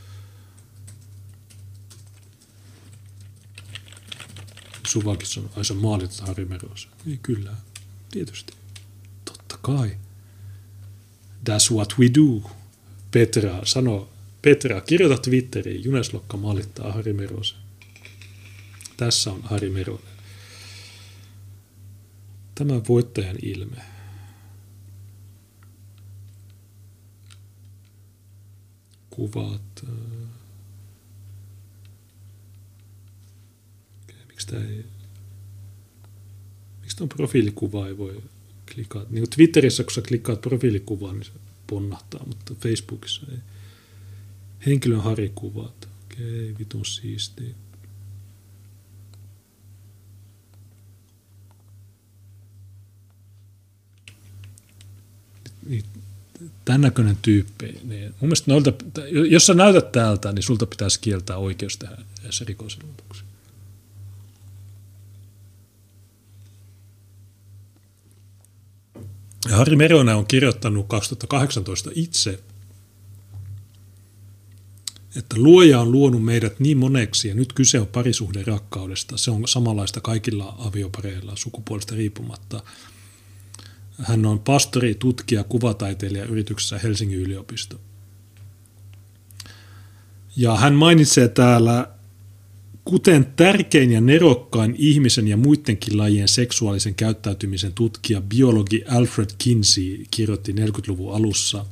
Suvakissa on, ai sä maalitat Harri Merosen. Ei kyllä, tietysti. Totta kai. That's what we do. Petra sanoo, Petra, kirjoita Twitteriin, Juneslokka maalittaa Harri Merosen. Tässä on Harri Meronen. Tämä voittajan ilme. Kuvat. Okay, miksi tämä ei... Miksi tuon profiilikuvaa ei voi klikata? Niin kuin Twitterissä, kun sä klikkaat profiilikuvaa, niin se ponnahtaa, mutta Facebookissa ei. Henkilön Harri-kuvat. Okei, okay, vitun siistiä. Niin, tämän näköinen tyyppi. Niin mun mielestä noilta, jos sä näytät täältä, niin sulta pitäisi kieltää oikeus tehdä edes rikosilmoituksia. Ja Harri Meronen on kirjoittanut kaksituhattakahdeksantoista itse, että luoja on luonut meidät niin moneksi ja nyt kyse on parisuhden rakkaudesta. Se on samanlaista kaikilla aviopareilla sukupuolesta riippumatta. Hän on pastori, tutkija, kuvataiteilija yrityksessä Helsingin yliopisto. Ja hän mainitsee täällä, kuten tärkein ja nerokkain ihmisen ja muidenkin lajien seksuaalisen käyttäytymisen tutkija biologi Alfred Kinsey kirjoitti neljäkymmentäluvun alussa,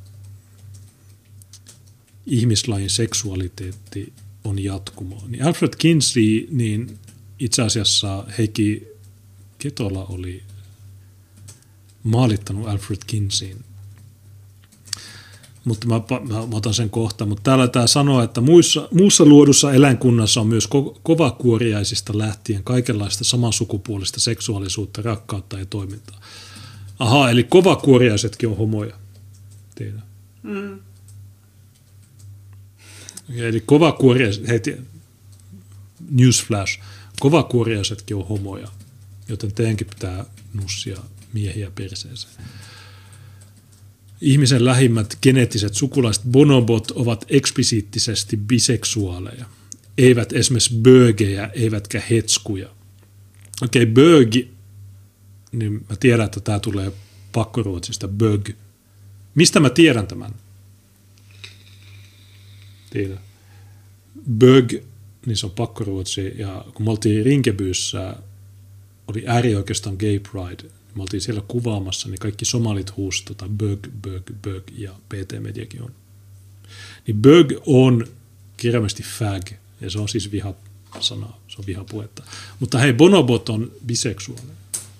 ihmislajin seksuaaliteetti on jatkumo. Niin Alfred Kinsey, niin itse asiassa Heikki Ketola oli maalittanut Alfred Kinseyin. Mutta mä, mä, mä otan sen kohta. Mutta täällä tämä sanoo, että muissa, muussa luodussa eläinkunnassa on myös ko- kovakuoriaisista lähtien kaikenlaista samansukupuolista seksuaalisuutta, rakkautta ja toimintaa. Ahaa, eli kovakuoriaisetkin on homoja. Tiedän. Mm. Eli kovakuoriaiset, hei, newsflash, kovakuoriaisetkin on homoja, joten teidänkin pitää nussia miehiä perseeseen. Ihmisen lähimmät geneettiset sukulaiset bonobot ovat eksplisiittisesti biseksuaaleja. Eivät esimerkiksi bögejä, eivätkä hetskuja. Okei, okay, bög, niin mä tiedän, että tämä tulee pakkoruotsista, bög. Mistä mä tiedän tämän? Tiedän. Bög, niin se on pakkoruotsi, ja kun me oltiin Rinkebyssä, oli äärioikeiston Gay Pride, me oltiin siellä kuvaamassa, niin kaikki somalit huusi tota bög, bög, bög, ja P T-mediakin on. Niin bög on kirjaimellisesti fag, ja se on siis vihasana, se on vihapuhetta. Mutta hei, bonobot on biseksuaalinen.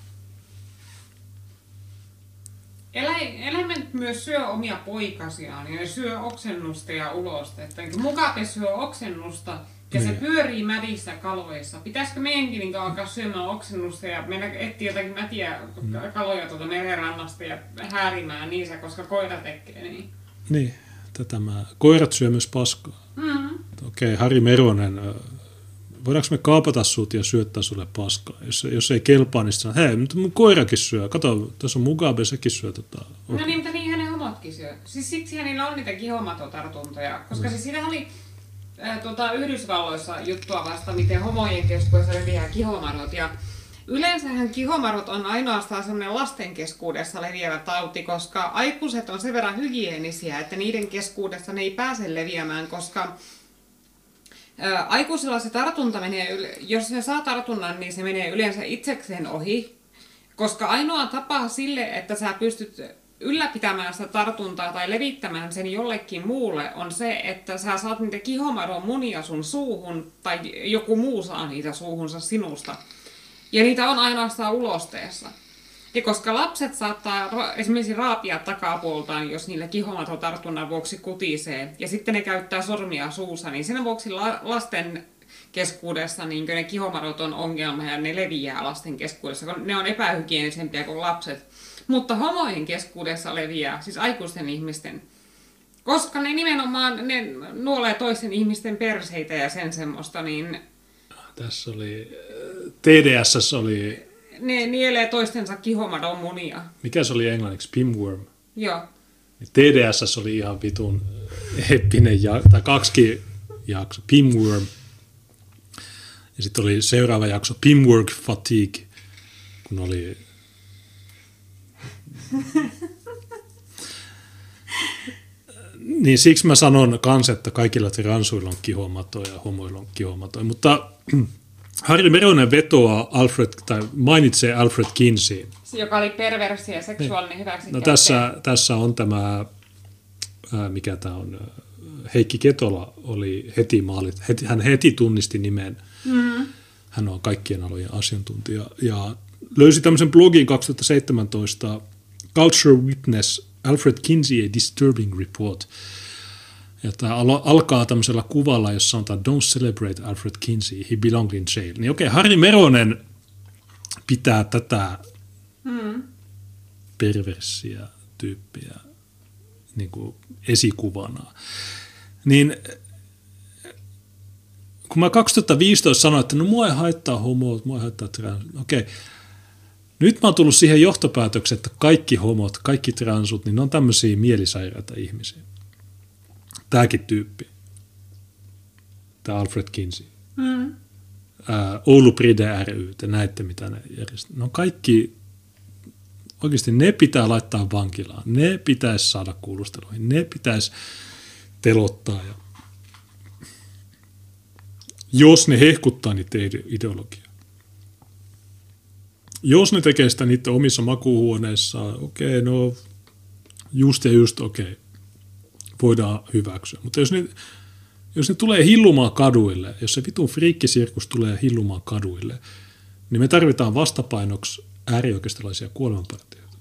Eläimet myös syö omia poikasiaan ja ne syö oksennusta ja ulosta. Että Mugabe syö oksennusta ja niin. Se pyörii mädissä kaloissa. Pitäisikö meidänkin niin alkaa syömään oksennusta ja mennä etsiä jotakin mätiä mm. kaloja tuolta merenrannasta ja häärimään niissä, koska koira tekee niin? Niin, tätä mä. Koirat syö myös paskaa. Mm. Okei, okay, Harri Meronen, voidaanko me kaapata sut ja syöttää sulle paskaa? Jos, jos ei kelpaa, niin sanoo, hei, mutta mun koirakin syö. Kato, tässä on Mugabe, sekin syö tota. Okay. No niin, mutta niin hänen homotkin syö. Siis siksi niillä on niitä kihomatotartuntoja, koska mm. siis siinä oli äh, tuota, Yhdysvalloissa juttua vasta, miten homojen keskuudessa leviää kihomadot. Ja Yleensähän kihomarot on ainoastaan semmoinen lasten keskuudessa leviävä tauti, koska aikuiset on sen verran hygienisiä, että niiden keskuudessa ne ei pääse leviämään, koska ää, aikuisilla se tartunta menee, jos se saa tartunnan, niin se menee yleensä itsekseen ohi, koska ainoa tapa sille, että sä pystyt ylläpitämään sitä tartuntaa tai levittämään sen jollekin muulle, on se, että sä saat niitä kihomadon munia sun suuhun tai joku muu saa niitä suuhunsa sinusta. Ja niitä on ainoastaan ulosteessa. Ja koska lapset saattaa ra- esimerkiksi raapia takapuoltaan, jos niillä kihomatotartunnan vuoksi kutisee, ja sitten ne käyttää sormia suussa, niin sen vuoksi la- lasten keskuudessa niin ne kihomadot on ongelma ja ne leviää lasten keskuudessa, kun ne on epähygienisempiä kuin lapset. Mutta homojen keskuudessa leviää, siis aikuisten ihmisten, koska ne nimenomaan ne nuolee toisten ihmisten perseitä ja sen semmoista, niin tässä oli, T D S oli... Ne nielee toistensa kihomadon munia. Mikä se oli englanniksi? Pinworm. Joo. T D S oli ihan vitun eeppinen, ja, tai kaksikin jakso, Pinworm. Ja sitten oli seuraava jakso, Pinwork Fatigue, kun oli... Niin siksi mä sanon kans, että kaikilla transuilla on kihomatoja ja homoilla on kihomatoja. Mutta Harri Meronen vetoaa Alfred, tai mainitsee Alfred Kinseyin. Joka oli perversi ja seksuaalinen hyväksikäyttö. No tässä, tässä on tämä, ää, mikä tämä on, Heikki Ketola oli heti maalit, heti, hän heti tunnisti nimen. Mm. Hän on kaikkien alojen asiantuntija ja löysi tämmöisen blogin kaksituhattaseitsemäntoista, Culture Witness, Alfred Kinsey, A Disturbing Report. Ja tämä alkaa tämmöisellä kuvalla, jossa sanotaan Don't celebrate Alfred Kinsey, he belonged in jail. Niin okei, Harri Meronen pitää tätä mm. perversiä tyyppiä niin kuin esikuvana. Niin kun mä kaksituhattaviisitoista sanoin, että no mua ei haittaa homot, mua ei haittaa trans, okei. Nyt mä oon tullut siihen johtopäätökseen, että kaikki homot, kaikki transut, niin ne on tämmöisiä mielisairaita ihmisiä. Tääkin tyyppi. Tää Alfred Kinsey. Mm. Ää, Oulu Pride ry, te näette mitä ne järjestetään. No kaikki, oikeasti ne pitää laittaa vankilaan. Ne pitäisi saada kuulusteluihin. Ne pitäisi telottaa. Ja jos ne hehkuttaa niitä ideologiaa. Jos ne tekee sitä niiden omissa makuuhuoneissaan, okei, okay, no just ja just okei, okay, voidaan hyväksyä. Mutta jos ne, jos ne tulee hillumaan kaduille, jos se vitun friikkisirkus tulee hillumaan kaduille, niin me tarvitaan vastapainoksi äärioikeistolaisia kuolemanpartioita,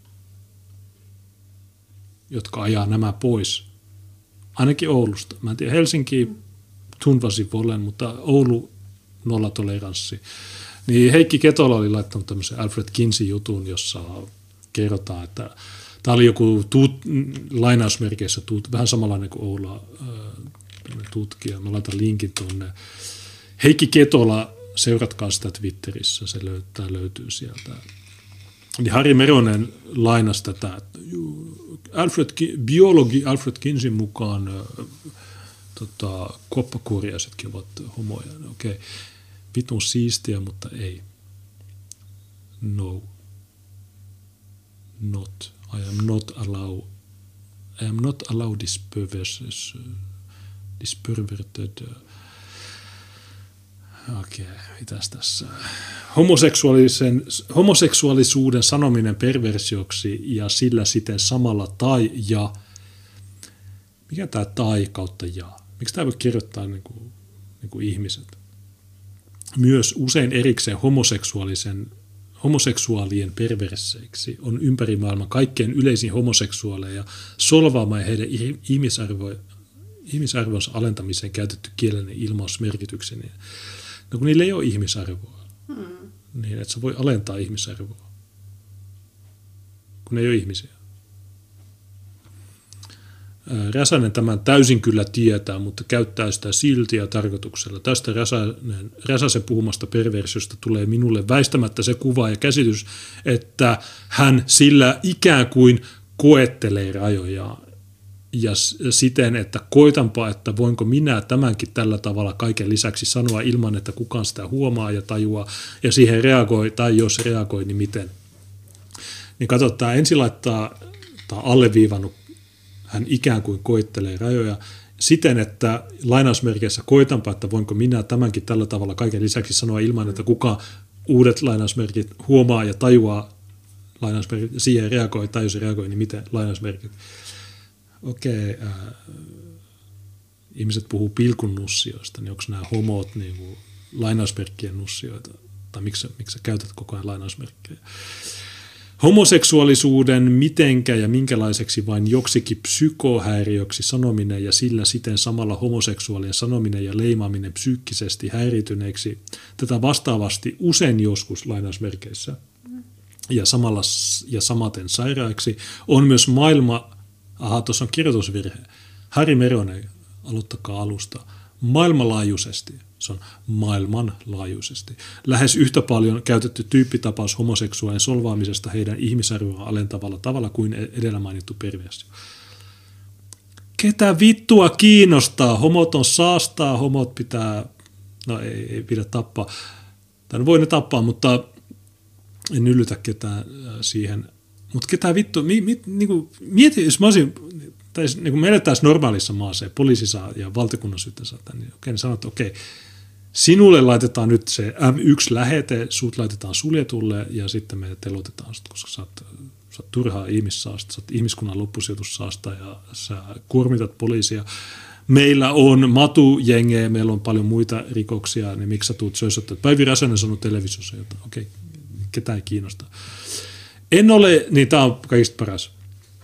jotka ajaa nämä pois. Ainakin Oulusta. Mä en tiedä, Helsinki tunvasi volen, mutta Oulu nollatoleranssi. Niin Heikki Ketola oli laittanut tämmöisen Alfred Kinsey-jutun, jossa kerrotaan, että tämä oli joku tuut, lainausmerkeissä tuut, vähän samanlainen kuin Oula äh, tutkija. Mä laitan linkin tuonne. Heikki Ketola, seuratkaa sitä Twitterissä, se löytää, löytyy sieltä. Niin Harri Meronen lainasi tätä, että Alfred, biologi Alfred Kinseyn mukaan äh, tota, koppakuoriaisetkin ovat homoja. Okei. Okay. Vitun siistiä, mutta ei. No. Not. I am not allow. I am not allowed this perverse, this perverted. Okei, okay, mitäs tässä? Homoseksuaalisen, homoseksuaalisuuden sanominen perversioksi ja sillä siten samalla tai ja. Mikä tämä tai kautta ja? Miksi tämä voi kirjoittaa niin kuin, niin kuin ihmiset? Myös usein erikseen homoseksuaalisen, homoseksuaalien perverseiksi on ympäri maailman kaikkein yleisin homoseksuaaleja solvaamaan heidän ihmisarvo, ihmisarvonsa alentamiseen käytetty kielellinen ilmaus merkityksenä. No kun niillä ei ole ihmisarvoa, hmm. niin että sä voi alentaa ihmisarvoa, kun ei ole ihmisiä. Räsänen tämän täysin kyllä tietää, mutta käyttää sitä silti ja tarkoituksella. Tästä Räsänen, Räsäsen puhumasta perversiosta tulee minulle väistämättä se kuva ja käsitys, että hän sillä ikään kuin koettelee rajojaan. ja siten, että koitanpa, että voinko minä tämänkin tällä tavalla kaiken lisäksi sanoa ilman, että kukaan sitä huomaa ja tajuaa ja siihen reagoi, tai jos reagoi, niin miten. Niin kato, tämä ensin laittaa, tämä alleviivannut, hän ikään kuin koittelee rajoja siten, että lainausmerkeissä koitanpa, että voinko minä tämänkin tällä tavalla kaiken lisäksi sanoa ilman, että kukaan uudet lainausmerkit huomaa ja tajuaa lainausmerkit, siihen reagoi, tai jos reagoi, niin miten lainausmerkit. Okei, äh, ihmiset puhuu pilkun nussioista, niin onko nämä homot niin kuin lainausmerkkien nussioita, tai miksi, miksi sä käytät koko ajan lainausmerkkejä? Homoseksuaalisuuden mitenkä ja minkälaiseksi vain joksikin psykohäiriöksi sanominen ja sillä siten samalla homoseksuaalien sanominen ja leimaaminen psyykkisesti häirityneeksi, tätä vastaavasti usein joskus lainausmerkeissä ja, samalla, ja samaten sairaiksi, on myös maailma, aha, tuossa on kirjoitusvirhe, Harri Meronen, aloittakaa alusta, maailmanlaajuisesti. Se on maailmanlaajuisesti. Lähes yhtä paljon käytetty tyyppitapaus homoseksuaalien solvaamisesta heidän ihmisarvoa alentavalla tavalla kuin edellä mainittu perversio. Ketä vittua kiinnostaa? Homot on saastaa, homot pitää, no ei, ei pidä tappaa. Tai no voi ne tappaa, mutta en yllytä ketään siihen. Mutta ketä vittua, mi, mi, niinku, mieti, jos mä olisin, tai niin kun me elettäisiin normaalissa maassa ja poliisi saa ja valtakunnan syyttä saa tämän, niin okei, ne sanoo, että okei, sinulle laitetaan nyt se M yksi lähete, sut laitetaan suljetulle ja sitten me telotetaan sut, koska sä oot, sä oot turhaa ihmissaasta, sä oot ihmiskunnan loppusijoitussaasta ja sä kuormitat poliisia. Meillä on matujengejä, meillä on paljon muita rikoksia, niin miksi sä tuut söisöttämään? Päivi Räsänen sanoi televisiossa jotain, okei, ketään ei kiinnosta. En ole, niin tää on kaikista paras.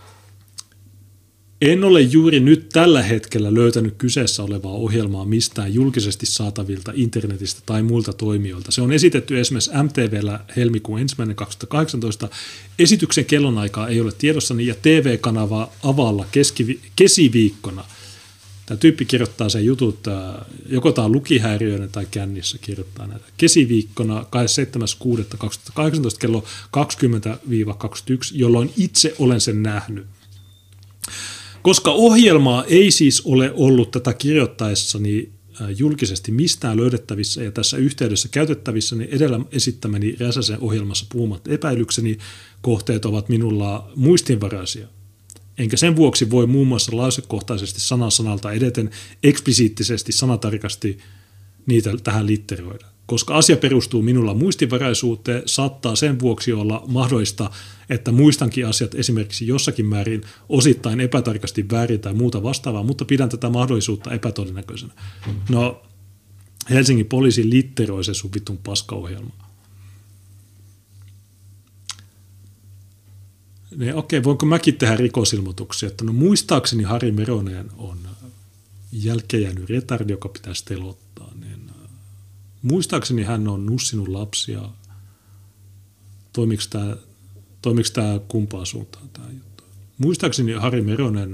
En ole juuri nyt tällä hetkellä löytänyt kyseessä olevaa ohjelmaa mistään julkisesti saatavilta internetistä tai muilta toimijoilta. Se on esitetty esimerkiksi M T V:llä helmikuun ensimmäinen kaksituhattakahdeksantoista. Esityksen kellonaikaa ei ole tiedossani ja T V-kanava avalla keskivi- kesiviikkona. Tämä tyyppi kirjoittaa sen jutut, joko tämä on lukihäiriöinen tai kännissä kirjoittaa näitä. Kesiviikkona kahdeskymmenesseitsemäs kuudetta kaksituhattakahdeksantoista kello kaksikymmentä kaksikymmentäyksi, jolloin itse olen sen nähnyt. Koska ohjelmaa ei siis ole ollut tätä kirjoittaessani julkisesti mistään löydettävissä ja tässä yhteydessä käytettävissä, niin edellä esittämäni Räsäsen ohjelmassa puhumat epäilykseni kohteet ovat minulla muistinvaraisia. Enkä sen vuoksi voi muun muassa lausekohtaisesti sana sanalta edeten eksplisiittisesti sanatarkasti niitä tähän litteroida. Koska asia perustuu minulla muistinvaraisuuteen, saattaa sen vuoksi olla mahdollista, että muistankin asiat esimerkiksi jossakin määrin osittain epätarkasti väärin tai muuta vastaavaa, mutta pidän tätä mahdollisuutta epätodennäköisenä. No, Helsingin poliisi litteroi se sun vitun paskaohjelma. Niin, okei, voinko mäkin tehdä rikosilmoituksia? Että no muistaakseni Harri Meronen on jälkeenjäänyt retardi, joka pitäisi telottaa. Niin, muistaakseni hän on nussinut lapsia. Toimiko tämä, toimiko tämä kumpaan suuntaan tämä juttu? Muistaakseni Harri Meronen,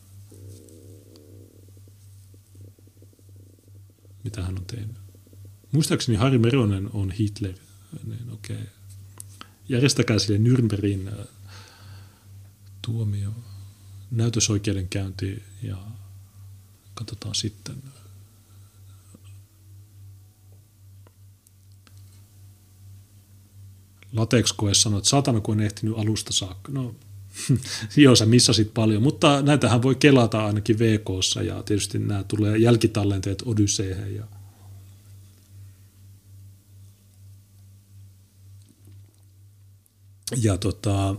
mitä hän on tehnyt? Muistaakseni Harri Meronen on Hitler. Niin, okei. Järjestäkää sille Nürnbergin tuomio, näytösoikeudenkäynti ja katsotaan sitten. Latex-koe sanoi, että satana kun on ehtinyt alusta saakka. No, joo, sä missasit paljon, mutta näitähän voi kelata ainakin V K:ssa ja tietysti nämä tulee jälkitallenteet Odysseen ja ja tota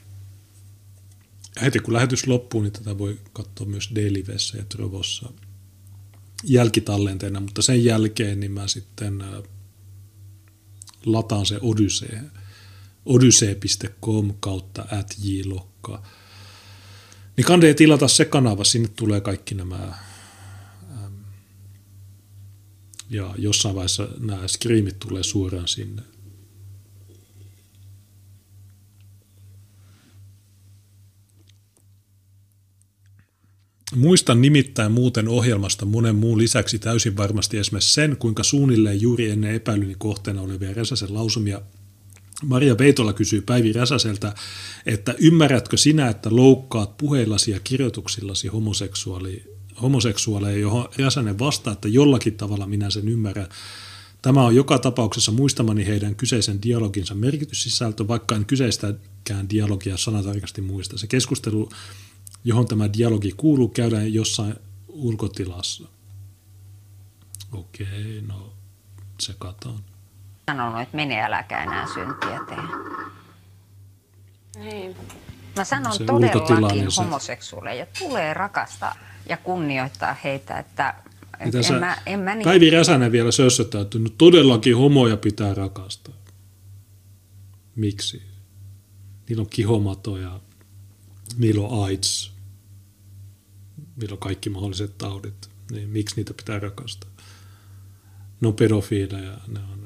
heti kun lähetys loppuu, niin tätä voi katsoa myös D-livessä ja Trovossa jälkitallenteena, mutta sen jälkeen niin mä sitten lataan se Odysseen, odyssee piste com kautta at jlokka. Niin kannattaa tilata se kanava, sinne tulee kaikki nämä, ja jossain vaiheessa nämä screamit tulee suoraan sinne. Muistan nimittäin muuten ohjelmasta monen muun lisäksi täysin varmasti esimerkiksi sen, kuinka suunnilleen juuri ennen epäilyni kohteena olevia Räsäsen lausumia Maria Veitola kysyy Päivi Räsäseltä, että ymmärrätkö sinä, että loukkaat puheillasi ja kirjoituksillasi homoseksuaali, homoseksuaaleja, johon Räsänen vastaa, että jollakin tavalla minä sen ymmärrän. Tämä on joka tapauksessa muistamani heidän kyseisen dialoginsa merkityssisältö, vaikka en kyseistäkään dialogia sanatarkasti muista. Se keskustelu, johon tämä dialogi kuuluu, käydään jossain ulkotilassa. Okei, no tsekataan. Sanonut, että mene äläkä enää syntiä tee. Niin. Mä sanon Se todellakin ulkotilanne, se- homoseksuaaleja. Tulee rakastaa ja kunnioittaa heitä, että Mitä en sä, mä, en mä niin... Päivi Räsänen vielä sössöttää, että no todellakin homoja pitää rakastaa. Miksi? Niillä on kihomatoja, niillä on AIDS, niillä on kaikki mahdolliset taudit. Niin miksi niitä pitää rakastaa? Ne on pedofiileja, ne on...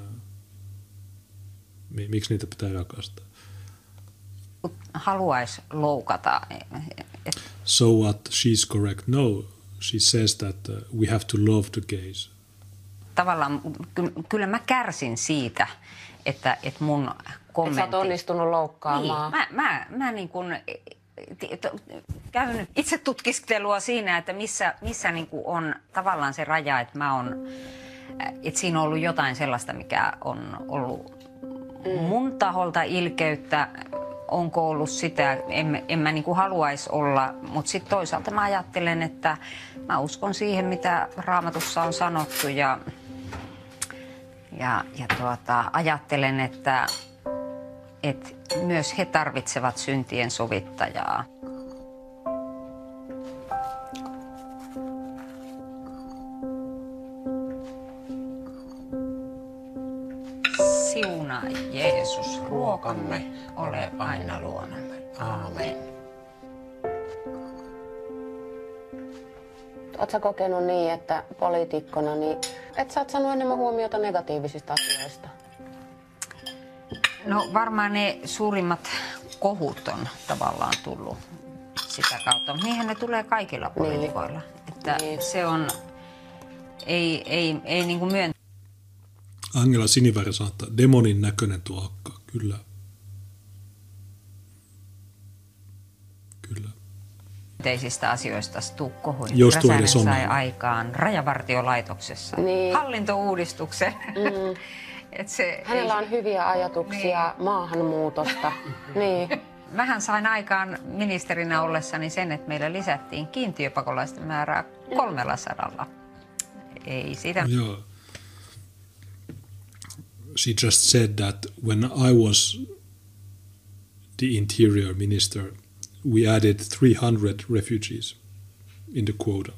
Miksi niitä pitää rakastaa? haluaisi loukata. Et So what? She's correct. No, she says that uh, we have to love the gays. tavallaan ky- kyllä mä kärsin siitä, että, että mun kommentti... Et sä oot onnistunut loukkaamaan. Niin, mä, mä, mä niin kuin käyn itse tutkiskelua siinä, että missä, missä niin kuin on tavallaan se raja, että mä on, että siinä on ollut jotain sellaista, mikä on ollut mun taholta ilkeyttä. Onko ollut sitä, en, en mä niin kuin haluaisi olla, mutta sitten toisaalta mä ajattelen, että mä uskon siihen, mitä Raamatussa on sanottu ja, ja, ja tuota, ajattelen, että, että myös he tarvitsevat syntien sovittajaa. Siunaa Jeesus ruokamme, ole aina luonamme. Aamen. Oletko sä kokenut niin, että poliitikkona, niin et sä oot saanut enemmän huomiota negatiivisista asioista? No varmaan ne suurimmat kohut on tavallaan tullut sitä kautta, mutta niinhän ne tulee kaikilla poliitikoilla. Niin. Että niin. Se on, ei, ei, ei niin kuin myöntä. Angela Siniväri sanoo, että demonin näköinen tuo akka. Kyllä. Kyllä. Myönteisistä asioista tuu kohuja. Jos tuo Räsänen edes on. sai aikaan rajavartiolaitoksessa Niin. hallintouudistuksen. Mm. Et se Hänellä ei... on hyviä ajatuksia niin. maahanmuutosta. niin. Mähän sain aikaan ministerinä ollessani sen, että meillä lisättiin kiintiöpakolaisten määrää kolmella sadalla. Ei sitä... Joo. She just said that when I was the interior minister, we added three hundred refugees in the quota.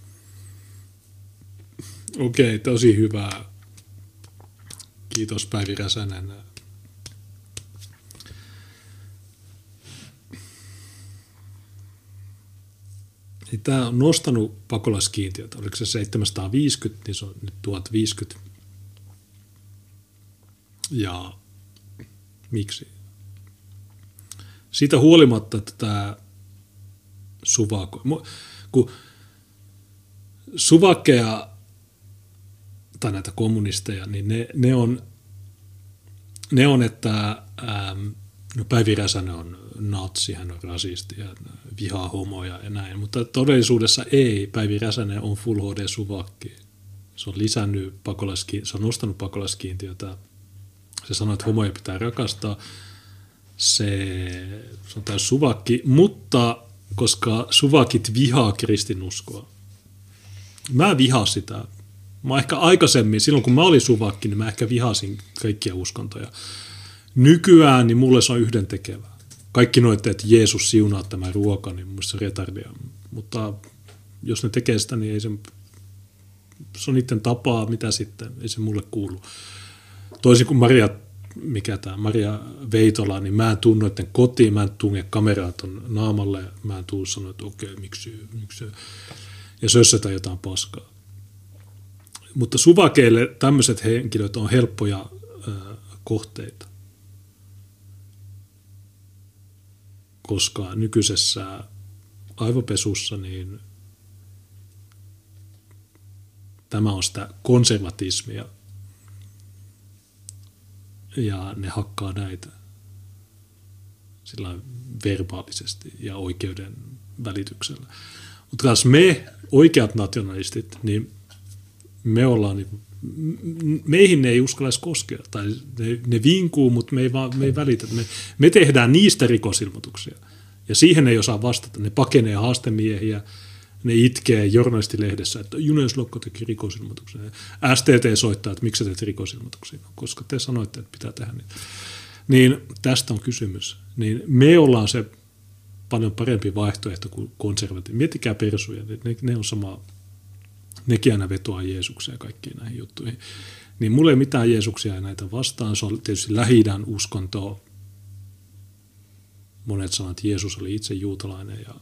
Okei, okay, tosi hyvä. Kiitos Päivi Räsänen. Tämä on nostanut pakolaiskiintiötä. Oliko se seitsemänsataaviisikymmentä, niin se on nyt tuhat viisikymmentä. Ja miksi? Siitä huolimatta, että tämä suvako, kun suvakeja tai näitä kommunisteja, niin ne, ne, on, ne on, että ähm, no Päivi Räsänen on natsi, hän on rasisti ja vihaa homoja ja näin, mutta todellisuudessa ei. Päivi Räsänen on full H D-suvakki. Se on lisännyt pakolaiskiintiötä, se on nostanut pakolaiskiintiötä. Se sanoo, että homoja pitää rakastaa. Se, se on täys suvakki, mutta koska suvakit vihaa kristinuskoa. Mä vihaan sitä. Mä ehkä aikaisemmin, silloin kun mä olin suvakki, niin mä ehkä vihasin kaikkia uskontoja. Nykyään niin mulle se on yhdentekevää. Kaikki noitte, että Jeesus siunaa tämä ruoka, niin mun se on retardia. Mutta jos ne tekee sitä, niin ei se, se on niiden tapaa, mitä sitten, ei se mulle kuulu. Toisin kuin Maria, mikä tämä, Maria Veitola, niin mä en tuu noiden kotiin, mä en tunge kameraa ton naamalle, mä en tuu sanoa, että okei, miksi, miksi, ja sössätä jotain paskaa. Mutta suvakeille tämmöiset henkilöt on helppoja ö, kohteita, koska nykyisessä aivopesussa niin tämä on sitä konservatismia, ja ne hakkaa näitä sillä verbaalisesti ja oikeuden välityksellä. Mutta taas me, oikeat nationalistit, niin me ollaan, niin, meihin ne ei uskalla koskea, tai ne, ne vinkuu, mutta me ei, vaan, me ei välitä. Me, me tehdään niistä rikosilmoituksia, ja siihen ei osaa vastata. Ne pakenee haastemiehiä, ne itkee journalistilehdessä, että Juneslokko teki rikosilmoituksen. S T T soittaa, että miksi sä teet rikosilmoituksia, koska te sanoitte, että pitää tehdä niitä. Niin tästä on kysymys. Niin me ollaan se paljon parempi vaihtoehto kuin konservatiivi. Miettikää persuja, ne, ne on sama, nekin aina vetoaa Jeesukseen ja kaikkiin näihin juttuihin. Niin mulla ei mitään Jeesuksia näitä vastaan. Se on tietysti Lähi-idän uskontoa. Monet sanovat, että Jeesus oli itse juutalainen ja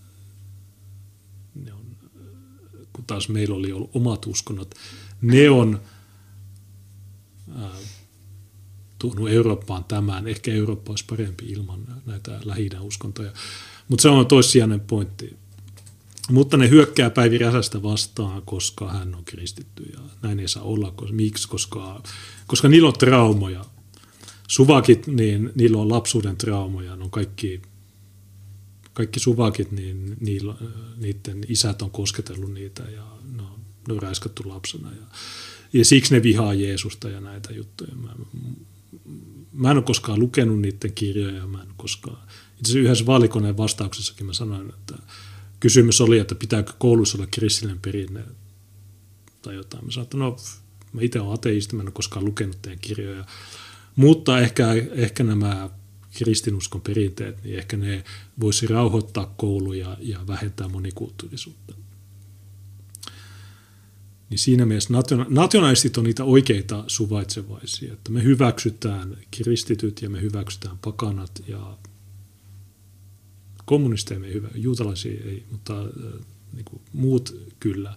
ne on, kun taas meillä oli ollut omat uskonnot, ne on ää, tuonut Eurooppaan tämän. Ehkä Eurooppa olisi parempi ilman näitä Lähi-idän uskontoja. Mutta se on toissijainen pointti. Mutta ne hyökkää Päivi Räsästä vastaan, koska hän on kristitty. Ja näin ei saa olla. Miksi? Koska, koska niillä on traumoja. Suvakit, niin niillä on lapsuuden traumoja. Ne on kaikki, kaikki suvakit, niin niillä, niiden isät on kosketellut niitä ja ne on, ne on räiskattu lapsena. Ja, ja siksi ne vihaa Jeesusta ja näitä juttuja. Mä, Mä en ole koskaan lukenut niiden kirjoja, mä en koskaan. Itse asiassa yhdessä vaalikoneen vastauksessakin mä sanoin, että kysymys oli, että pitääkö koulussa olla kristillinen perinne tai jotain. Mä sanoin, että no, mä itse olen ateisti, mä en ole koskaan lukenut teidän kirjoja. Mutta ehkä, ehkä nämä kristinuskon perinteet, niin ehkä ne voisi rauhoittaa kouluja ja vähentää monikulttuurisuutta. Niin siinä mielessä nationalistit on niitä oikeita suvaitsevaisia, että me hyväksytään kristityt ja me hyväksytään pakanat ja kommunisteja me ei hyvä, juutalaisia ei, mutta äh, niin kuin muut kyllä.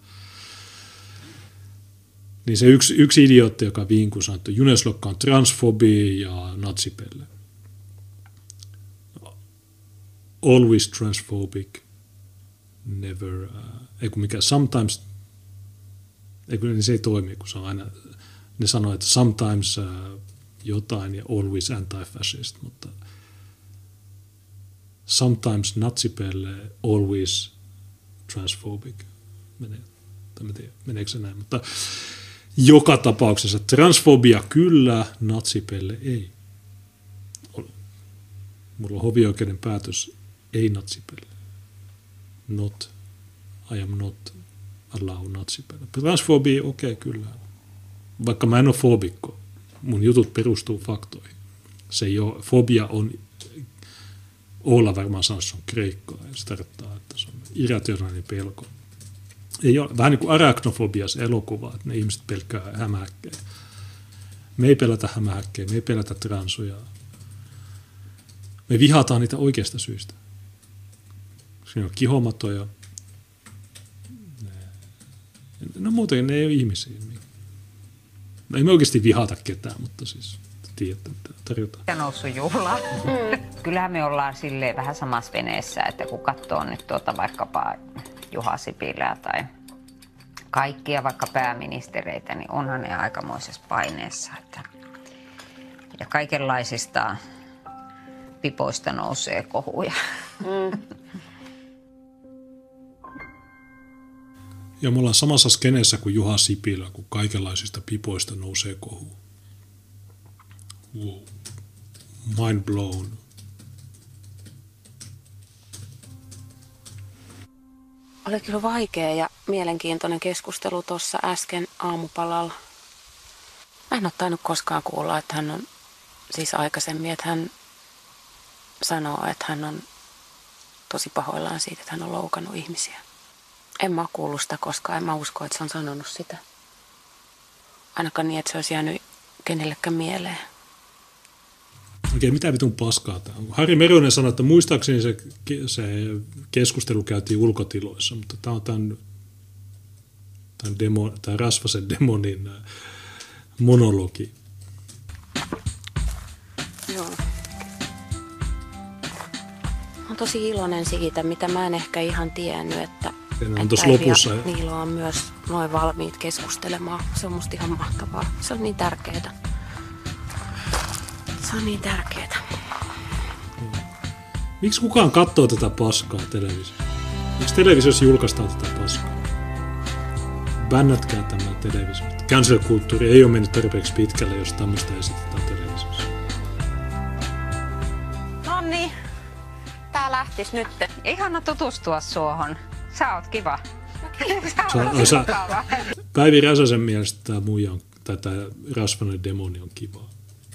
Niin se yksi, yksi idiootti, joka vinkuu, sanoo, että Juneslokka on transfobi ja natsipelle. Always transphobic, never, uh, ei kun mikä, sometimes. Eikö, niin se ei toimi, kun se on aina, ne sanoo, että sometimes uh, jotain ja always anti-fascist, mutta sometimes natsipelle, always transphobic. Menee, tai tiedä, meneekö se näin, mutta joka tapauksessa transfobia kyllä, natsipelle ei. Mulla on hovioikeuden päätös, ei natsipelle. Not, I am not allow natsipelle. Transfobia, okei, okay, kyllä. Vaikka mä en ole fobikko, mun jutut perustuu faktoihin. Se ei ole, fobia on, Olla varmaan sanoisi, on kreikkaa, ja se tarkoittaa, että se on irrationaalinen pelko. Ei ole, vähän niin kuin arachnofobia, se elokuva, että ne ihmiset pelkää hämähäkkejä. Me ei pelätä hämähäkkejä, me ei pelätä transuja. Me vihataan niitä oikeasta syystä. Siinä on kihomatoja. No muuten ne ei ole ihmisiä. No ei me oikeasti vihata ketään, mutta siis tiedätte, mitä tarjotaan. Ja noussut juhla. Mm. Kyllähän me ollaan silleen vähän samassa veneessä, että kun katsoo nyt tuota vaikkapa Juha Sipilää tai kaikkia vaikka pääministereitä, niin onhan ne aikamoisessa paineessa. Että ja kaikenlaisista pipoista nousee kohuja. Mm. Ja me ollaan samassa skeneessä kuin Juha Sipilä, kun kaikenlaisista pipoista nousee kohu. Wow. Mind blown. Oli kyllä vaikea ja mielenkiintoinen keskustelu tuossa äsken aamupalalla. Mä en ole tainnut koskaan kuulla, että hän on siis aikaisemmin, että hän sanoo, että hän on tosi pahoillaan siitä, että hän on loukannut ihmisiä. En mä ole kuullut sitä koskaan, en mä usko, että se on sanonut sitä. Ainakaan niin, että se olisi jäänyt kenellekään mieleen. Okei, mitä vitun paskaa tämä on? Harri Meronen sanoi, että muistaakseni se, se keskustelu käytiin ulkotiloissa, mutta tämä on tämän, tämän, demo, tämän Rasvasen demonin monologi. Joo. Olen tosi iloinen siitä, mitä mä en ehkä ihan tiennyt, että, että Päivi ja Niilo on myös noin valmiit keskustelemaan. Se on musta ihan mahtavaa. Se on niin tärkeää. Se on niin tärkeetä. Miksi kukaan katsoo tätä paskaa televisiossa? Miksi televisiossa julkaistaan tätä paskaa? Bännätkää tämä televisiosta. Cancel-kulttuuri ei ole mennyt tarpeeksi pitkälle, jos tämmöistä esitetään televisiossa. Nonni, tää lähtis nyt. Ihana tutustua suohon. Sä oot kiva. Sä, Sä sä, oot mukava. Päivi Räsäsen mielestä tämä muija on, tai tämä rasvainen demoni on kivaa.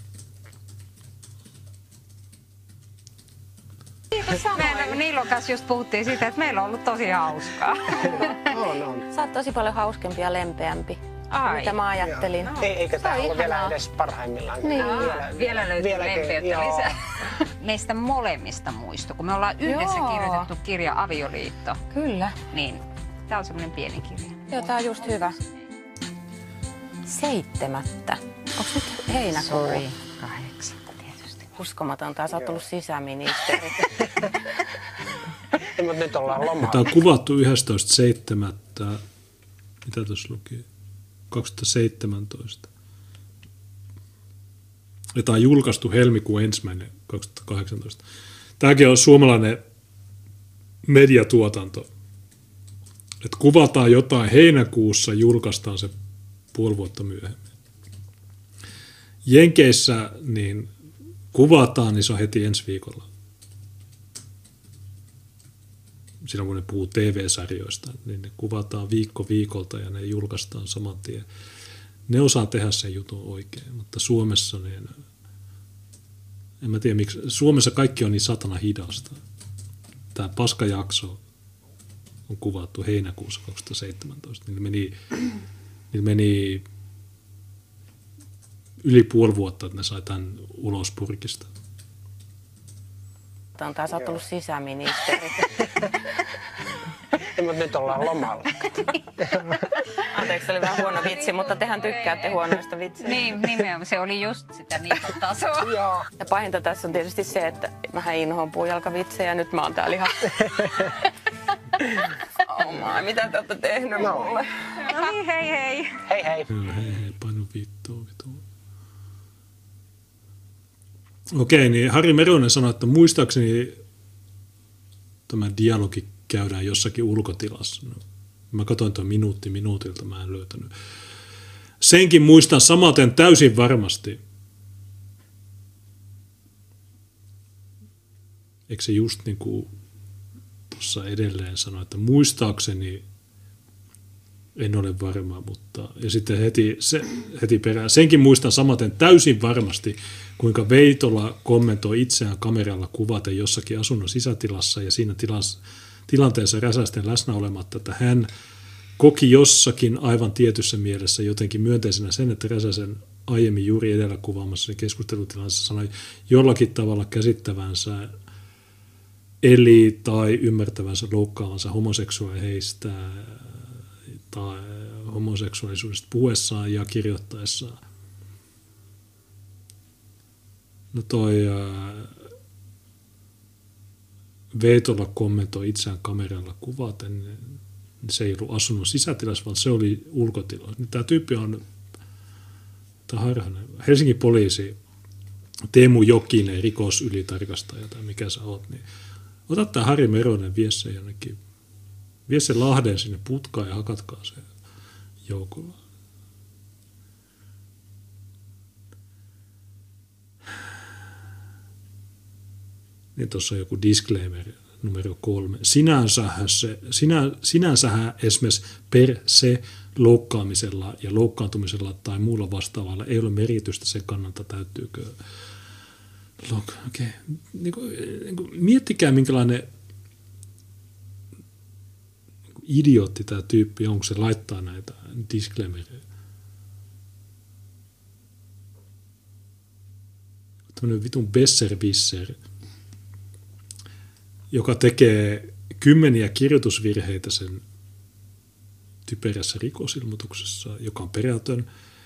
Me Niilon kanssa just puhuttiin siitä, että meillä on ollut tosi hauskaa. On, on. Sä oot tosi paljon hauskempi ja lempeämpi. Ai. Mitä mä ajattelin. Ei, eikö Se tämä on ollut vielä ihanaa. edes parhaimmillaan? Niin. Vielä, vielä löytyy vieläkin, lempeyttä joo. lisää. Meistä molemmista muisto, kun me ollaan yhdessä Joo. kirjoitettu kirja Avioliitto, Kyllä. niin tää on semmoinen pieni kirja. Joo, tää on just hyvä. Seitsemättä. Onks nyt heinäkuu? Sorry, kahdeksan tietysti. Uskomatonta, sä oot ollut sisäministeri. Ei, mutta nyt ollaan Tämä lomalla. on kuvattu yhdestoista seitsemättä Mitä tuossa luki? kaksituhattaseitsemäntoista Ja tämä on julkaistu helmikuun ensimmäinen kaksituhattakahdeksantoista Tämäkin on suomalainen mediatuotanto. Että kuvataan jotain heinäkuussa, julkaistaan se puoli vuotta myöhemmin. Jenkeissä niin kuvataan, niin se on heti ensi viikolla. Silloin kun ne puhuu T V-sarjoista, niin ne kuvataan viikko viikolta ja ne julkaistaan saman tien. Ne osaa tehdä sen jutun oikein, mutta Suomessa niin, en mä tiedä miksi, Suomessa kaikki on niin satana hidasta. Tämä paskajakso on kuvattu heinäkuussa kaksituhattaseitsemäntoista Niillä meni, niillä meni yli puoli vuotta, että ne sai tämän ulos purkista. Tää sä oot ollut sisäministeri. Ei, mutta nyt ollaan lomalla. Anteeksi, se oli vähän huono vitsi, mutta tehän tykkäätte huonoista vitseistä. Niin, nimenomaan. Se oli just sitä niitä tasoa. Joo. Ja pahinta tässä on tietysti se, että mähän inhoan puujalkavitsejä ja nyt mä oon täällä ihan... Oh my, mitä te olette tehnyt No. mulle? No niin, hei hei. Hei hei. Kyllä, hei hei, painu vittua, vittua. Okei, niin Harri Meronen sanoi, että muistaakseni tämä dialogi käydään jossakin ulkotilassa. No, mä katsoin tuon minuutti minuutilta, mä en löytänyt. Senkin muistan samaten täysin varmasti. Eikö se just niin kuin tuossa edelleen sanoi, että muistaakseni en ole varma, mutta ja sitten heti, se, heti perään. Senkin muistan samaten täysin varmasti, kuinka Veitola kommentoi itseään kameralla kuvaten jossakin asunnon sisätilassa ja siinä tilassa, tilanteessa Räsästen läsnä olematta, että hän koki jossakin aivan tietyssä mielessä jotenkin myönteisenä sen, että Räsäsen aiemmin juuri edellä kuvaamassa keskustelutilanteessa sanoi jollakin tavalla käsittävänsä eli tai ymmärtävänsä loukkaavansa homoseksuaaleista tai homoseksuaalisuudesta puhuessaan ja kirjoittaessaan. No toi ää, Veitola kommentoi itseään kameralla kuvaten, se ei ollut asunnon sisätilassa, vaan se oli ulkotilassa. Tämä tyyppi on tämä harhainen. Helsingin poliisi, Teemu Jokinen, rikosylitarkastaja tai mikä sä oot, niin ota tämä Harri Meronen, vie se jonnekin, vie se Lahden sinne putkaan ja hakatkaa se joukolla. Niin tuossa on joku disclaimer numero kolme. Sinänsähän, se, sinä, sinänsähän esimerkiksi per se loukkaamisella ja loukkaantumisella tai muulla vastaavalla ei ole merkitystä sen kannalta, täyttyykö. Okay. Niin kuin, niin kuin, miettikää, minkälainen idiootti tämä tyyppi on, kun se laittaa näitä disclaimereja. Tämmöinen vitun besserwisser, joka tekee kymmeniä kirjoitusvirheitä sen typerässä rikosilmoituksessa, joka on perätön.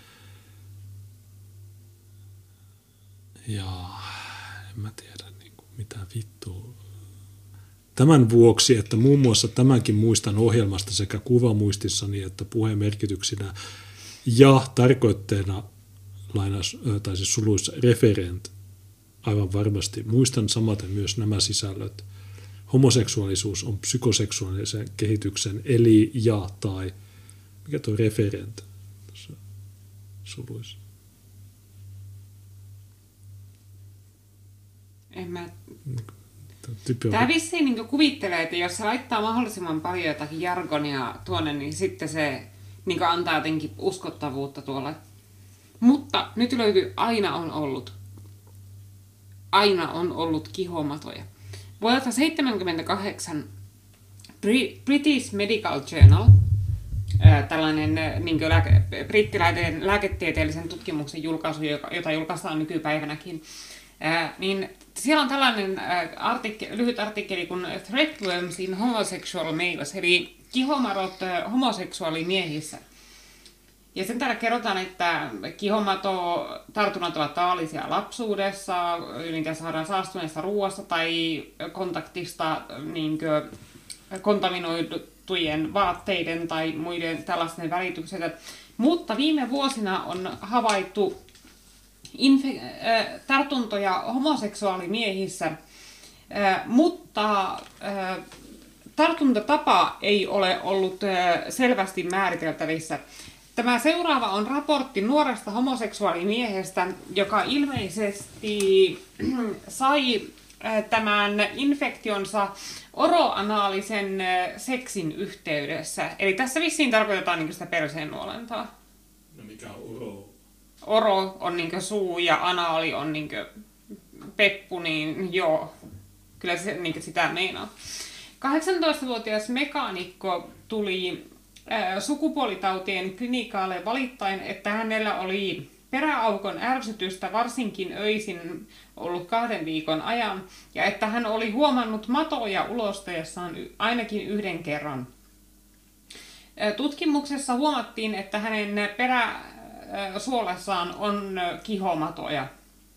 Ja en mä tiedä niin kuin, mitä vittua. Tämän vuoksi, että muun muassa tämänkin muistan ohjelmasta sekä kuvamuistissani että puheen merkityksinä ja tarkoitteena lainaus, tai siis suluissa referent, aivan varmasti. Muistan samaten myös nämä sisällöt. Homoseksuaalisuus on psykoseksuaalisen kehityksen eli ja tai, mikä tuo referent tuossa suluissa? En mä... Tyyppi on... Tämä vissiin niin kuvittelee, että jos se laittaa mahdollisimman paljon jotakin jargonia tuonne, niin sitten se niin antaa jotenkin uskottavuutta tuolla. Mutta nyt löytyy, aina on ollut. Aina on ollut kihomatoja. Vuodelta seitsemänkymmentäkahdeksan British Medical Journal, tällainen niin lääke, brittiläinen lääketieteellisen tutkimuksen julkaisu, jota julkaistaan nykypäivänäkin, niin siellä on tällainen artikkeli, lyhyt artikkeli kuin Threadworms in Homosexual Males, eli kihomarot homoseksuaalimiehissä. Ja sen täällä kerrotaan, että kihomato-tartunnat ovat tavallisia lapsuudessa, niitä saadaan saastuneesta ruoasta tai kontaktista niin kuin, kontaminoitujen vaatteiden tai muiden tällaisten välityksestä. Mutta viime vuosina on havaittu infe- äh, tartuntoja homoseksuaalimiehissä, äh, mutta äh, tartuntatapa ei ole ollut äh, selvästi määriteltävissä. Tämä seuraava on raportti nuoresta homoseksuaalimiehestä, joka ilmeisesti sai tämän infektionsa oroanaalisen seksin yhteydessä. Eli tässä vissiin tarkoitetaan niin sitä perseennuolentaa. No mikä on oro? Oro on niin suu ja anaali on niin peppu, niin joo, kyllä se niin sitä meinaa. kahdeksantoistavuotias mekaanikko tuli sukupuolitautien klinikaalle valittain, että hänellä oli peräaukon ärsytystä varsinkin öisin ollut kahden viikon ajan ja että hän oli huomannut matoja ulosteessaan ainakin yhden kerran. Tutkimuksessa huomattiin, että hänen peräsuolessaan on kihomatoja.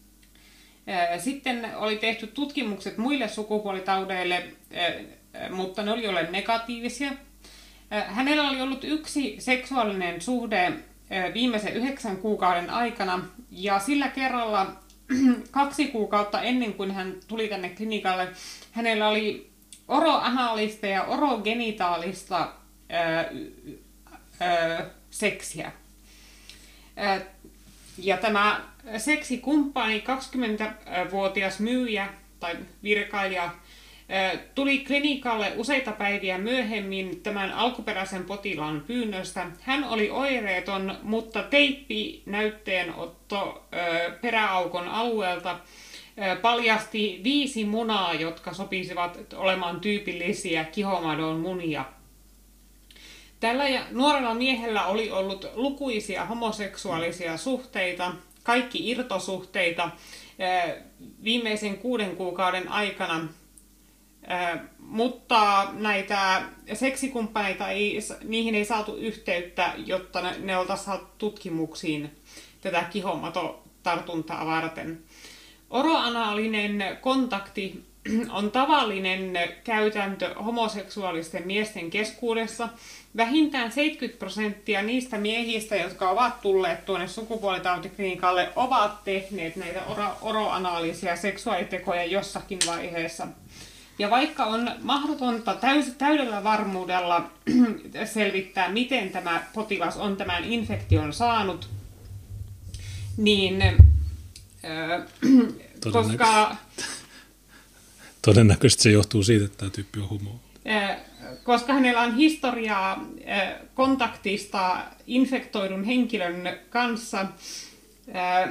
Sitten oli tehty tutkimukset muille sukupuolitaudeille, mutta ne oli olleet negatiivisia. Hänellä oli ollut yksi seksuaalinen suhde viimeisen yhdeksän kuukauden aikana ja sillä kerralla kaksi kuukautta ennen kuin hän tuli tänne klinikalle, hänellä oli oroanaalista ja orogenitaalista ää, ää, seksiä. Ää, ja tämä seksikumppani, kaksikymmentävuotias myyjä tai virkailija, tuli klinikalle useita päiviä myöhemmin tämän alkuperäisen potilaan pyynnöstä. Hän oli oireeton, mutta teippinäytteenotto peräaukon alueelta paljasti viisi munaa, jotka sopisivat olemaan tyypillisiä kihomadon munia. Tällä nuorella miehellä oli ollut lukuisia homoseksuaalisia suhteita, kaikki irtosuhteita viimeisen kuuden kuukauden aikana. Äh, mutta näitä seksikumppaneita ei, niihin ei saatu yhteyttä, jotta ne, ne oltaisiin saatu tutkimuksiin tätä kihomatotartuntaa varten. Oroanaalinen kontakti on tavallinen käytäntö homoseksuaalisten miesten keskuudessa. Vähintään seitsemänkymmentä prosenttia niistä miehistä, jotka ovat tulleet tuonne sukupuolitautiklinikalle, ovat tehneet näitä oro- oroanaalisia seksuaalitekoja jossakin vaiheessa. Ja vaikka on mahdotonta täys, täydellä varmuudella selvittää, miten tämä potilas on tämän infektion saanut, niin äh, koska... Todennäköisesti se johtuu siitä, että tämä tyyppi on homo. Äh, koska hänellä on historiaa äh, kontaktista infektoidun henkilön kanssa, äh,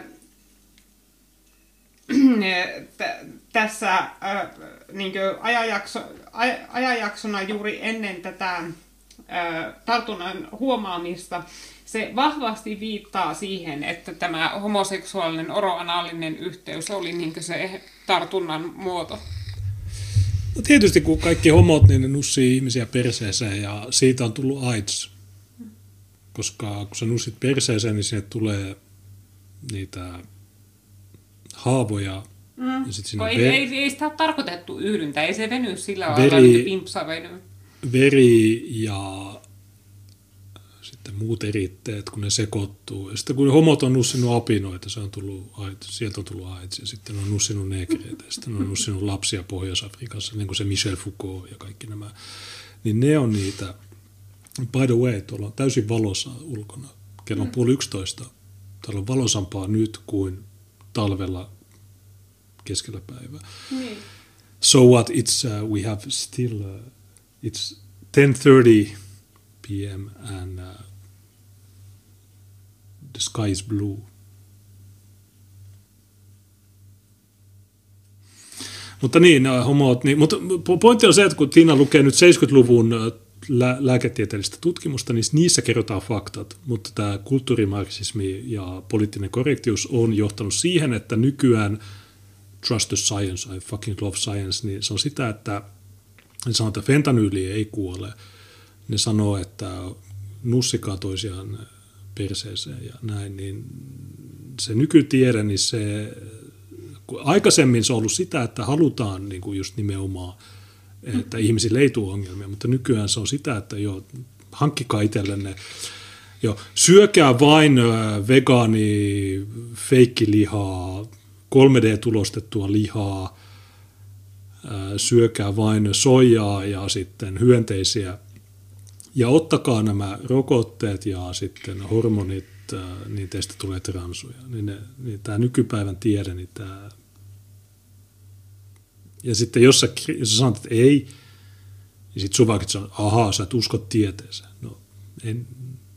tässä äh, niin ajanjakso, aj, ajanjaksona juuri ennen tätä äh, tartunnan huomaamista, se vahvasti viittaa siihen, että tämä homoseksuaalinen oroanaalinen yhteys oli niin se tartunnan muoto. No tietysti kun kaikki homot, niin ne nussii ihmisiä perseeseen ja siitä on tullut AIDS. Koska kun sä nussit perseeseen, niin sinne tulee niitä haavoja. Mm. Ja sit siinä ei, ver... ei, ei sitä ole tarkoitettu yhdyntä, ei se veny sillä veri, lailla, niin pimpsa veny. Veri ja sitten muut eritteet, kun ne sekoittuu. Ja sitten kun homot on nussinut apinoita, se on tullut, sieltä on tullut AIDS, ja sitten on nussinut negreitä, ja sitten on nussinut lapsia Pohjois-Afrikassa, niin kuin se Michel Foucault ja kaikki nämä. Niin ne on niitä, by the way, tuolla on täysin valossa ulkona. Kello on puoli yksitoista. Täällä on valosampaa nyt kuin talvella keskellä päivää. Niin. So what, it's, uh, we have still, uh, it's ten thirty p m and uh, the sky is blue. Mutta niin, nämä homot, niin, mutta pointti on se, että kun Tiina lukee nyt seitsemänkymmentäluvun lä- lääketieteellistä tutkimusta, niin niissä kerrotaan faktat, mutta tämä kulttuurimarksismi ja poliittinen korrektius on johtanut siihen, että nykyään trust the science, I fucking love science, niin se on sitä, että ne sanoo, että fentanyyli ei kuole. Ne sanoo, että nussikaa toisiaan perseeseen ja näin, niin se nykytiede, niin se, aikaisemmin se on ollut sitä, että halutaan niin kuin just nimenomaan, että ihmisille ei tule ongelmia, mutta nykyään se on sitä, että jo hankkikaa itsellenne, jo syökää vain vegaani, feikkilihaa, kolme D-tulostettua lihaa, syökää vain soijaa ja sitten hyönteisiä ja ottakaa nämä rokotteet ja sitten hormonit, niin teistä tulee transuja. Niin, ne, niin tämä nykypäivän tiede, niin tämä... Ja sitten jos sä, jos sä sanot, että ei, niin sitten sun vaikka sanoo, ahaa, sä et usko tieteeseen. No, en...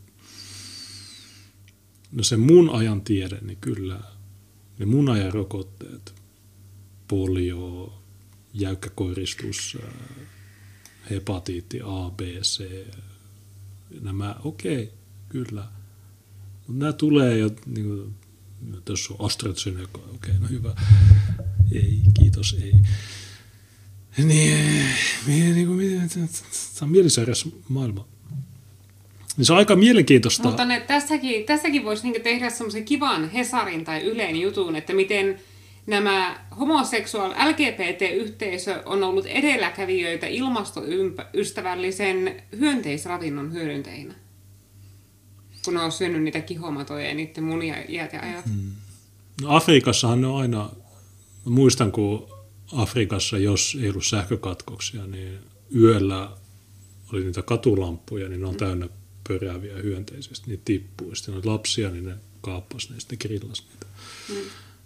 no se mun ajan tiede, niin kyllä, ne mun ajan rokotteet, polio, jäykkä koristus, hepatiitti A, B, C, nämä, okei, okay, kyllä. Mutta nämä tulee jo, niin kuin, tässä on AstraZeneca, okei, okay, no hyvä. Ei, kiitos, ei. Niin, niin kuin, tämä on mielisairas maailma. Niin se on aika mielenkiintoista. Mutta ne, tässäkin, tässäkin voisi niin tehdä semmoisen kivan Hesarin tai Ylen jutun, että miten nämä homoseksuaali L G B T-yhteisö on ollut edelläkävijöitä ilmastoystävällisen hyönteisravinnon hyödyntäjinä. Kun ne on syönyt niitä kihomatoja ja niiden munia iät ja ajat. Hmm. No Afrikassahan ne on aina, muistan kun Afrikassa, jos ei ollut sähkökatkoksia, niin yöllä oli niitä katulamppuja, niin ne on täynnä pörääviä hyönteisiä. Niitä tippuu. Sitten on lapsia, niin ne kaappasi ne ja sitten grillasi niitä. Hmm.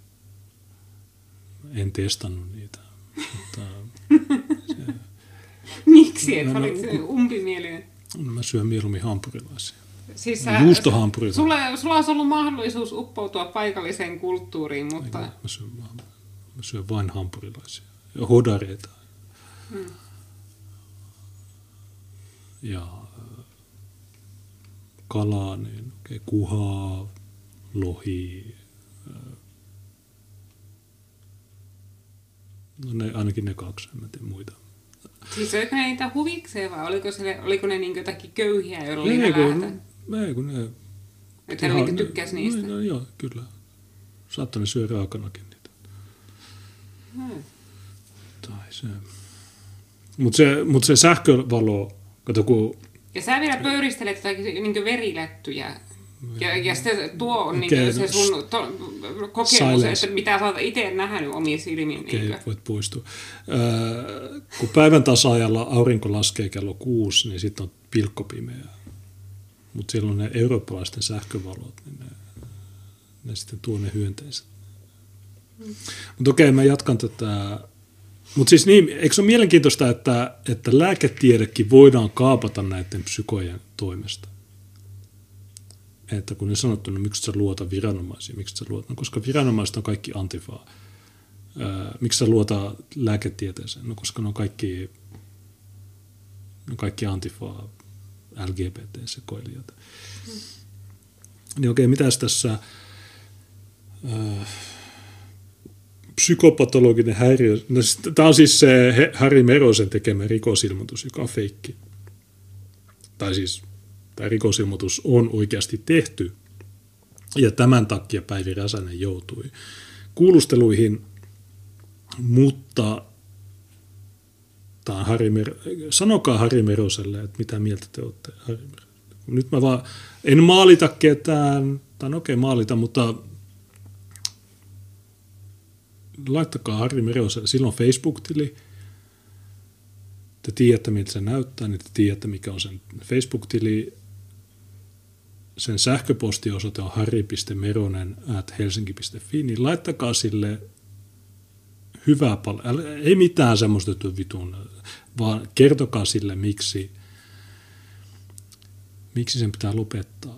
En testannut niitä. Mutta se, miksi? Et no, oliko se umpimielinen? No, mä syön mieluummin hampurilaisia. Siis juustohampurilaisia. Sulla, sulla olisi ollut mahdollisuus uppoutua paikalliseen kulttuuriin, mutta... Mä syön, mä, mä syön vain hampurilaisia. Ja hodareita. Hmm. Ja kalaa, niin okay, kuhaa, lohi. No ne, ainakin ne kaksi, en tiedä muita. Siis söikö ne niitä huvikseen vai oliko, se, oliko ne niin jotakin köyhiä, joilla oli ne vähätä? Ei, kun ne... Että ne niin tykkäs niistä? No, no joo, kyllä. Saattaa ne syö raakanakin niitä. Hmm. Tai se... Mutta se, mut se sähkövalo, kato kun... Ja sä vielä pöyristelet jotakin niin verilättyjä. Ja, ja sitten tuo on okay, niin se sun to, kokemus, silence. Että mitä sä oot itse nähnyt omiin silmiin. Okei, okay, voit poistua. Äh, kun päivän tasa-ajalla aurinko laskee kello kuusi, niin sitten on pilkkopimeää. Mutta silloin ne eurooppalaisten sähkövalot, niin ne, ne sitten tuo ne hyönteiset. Mm. Mutta okei, okay, mä jatkan tätä. Mutta siis niin, eikö se ole mielenkiintoista, että, että lääketiedekin voidaan kaapata näiden psykojen toimesta? Että kun ne sanottu, no miksi sä luota viranomaisia, miksi sä luota, no koska viranomaiset on kaikki antifaa. Ää, miksi sä luota lääketieteeseen, no koska ne on kaikki, ne on kaikki antifaa, L G B T-sekoilijat. Hmm. Niin okei, mitäs tässä ää, psykopatologinen häiriö, no, tämä on siis se Harri Merosen tekemä rikosilmoitus, joka on feikki. Tai siis tämä rikosilmoitus on oikeasti tehty, ja tämän takia Päivi Räsänen joutui kuulusteluihin, mutta tämä Harri Mer- sanokaa Harri Meroselle, että mitä mieltä te olette Harri Meroselle. Nyt mä vaan, en maalita ketään, tai no okei maalita, mutta laittakaa Harri Meroselle, silloin Facebook-tili. Te tiedätte, miltä se näyttää, niin te tiedätte, mikä on sen Facebook-tili. Sen sähköpostiosoite on harri piste meronen ät helsinki piste fi, niin laittakaa sille hyvää paljon. Ei mitään semmoista vitun, vaan kertokaa sille, miksi, miksi sen pitää lopettaa.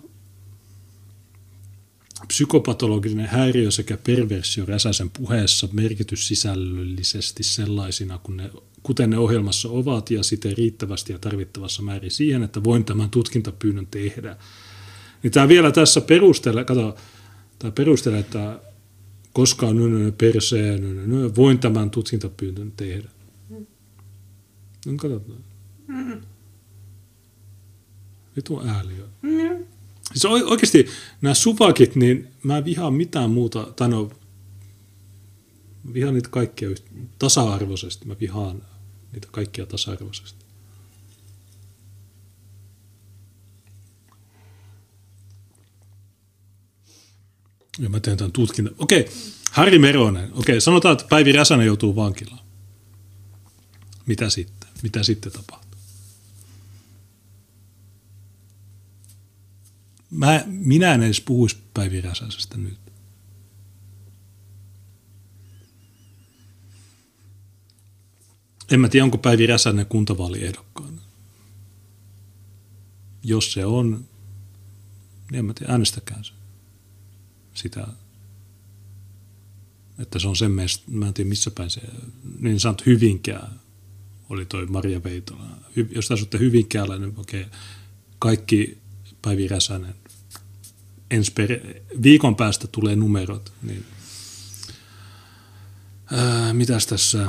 Psykopatologinen häiriö sekä perversio Räsäsen puheessa merkityssisällöllisesti sellaisina, kun ne, kuten ne ohjelmassa ovat, ja siten riittävästi ja tarvittavassa määrin siihen, että voin tämän tutkintapyynnön tehdä. Niin tämä vielä tässä perustelee, kato, tämä perustelee, että koska on nynö perseen, nynö, voin tämän tutkintapyynnön tehdä. No katsotaan. Mm. Vitun ääliö. Mm. Siis oikeasti nämä suvakit, niin mä en vihaa mitään muuta, tai no, vihaan niitä kaikkia tasa-arvoisesti, mä vihaan niitä kaikkia tasa-arvoisesti. Ja mä teen tämän tutkinnan. Okei, Harri Meronen. Okei, sanotaan, että Päivi Räsänen joutuu vankilaan. Mitä sitten? Mitä sitten tapahtuu? Mä, minä en edes puhuisi Päivi Räsäsestä nyt. En mä tiedä, onko Päivi Räsänen kuntavaaliehdokkaana. Jos se on, niin en mä tiedä, äänestäkään se. Sitä, että se on sen mielestä, mä en tiedä missä päin se, niin sanot Hyvinkää, oli toi Maria Veitola. Hy, jos asutte Hyvinkäällä, niin okei, kaikki Päivi Räsänen, ensi per, viikon päästä tulee numerot, niin ää, mitäs tässä,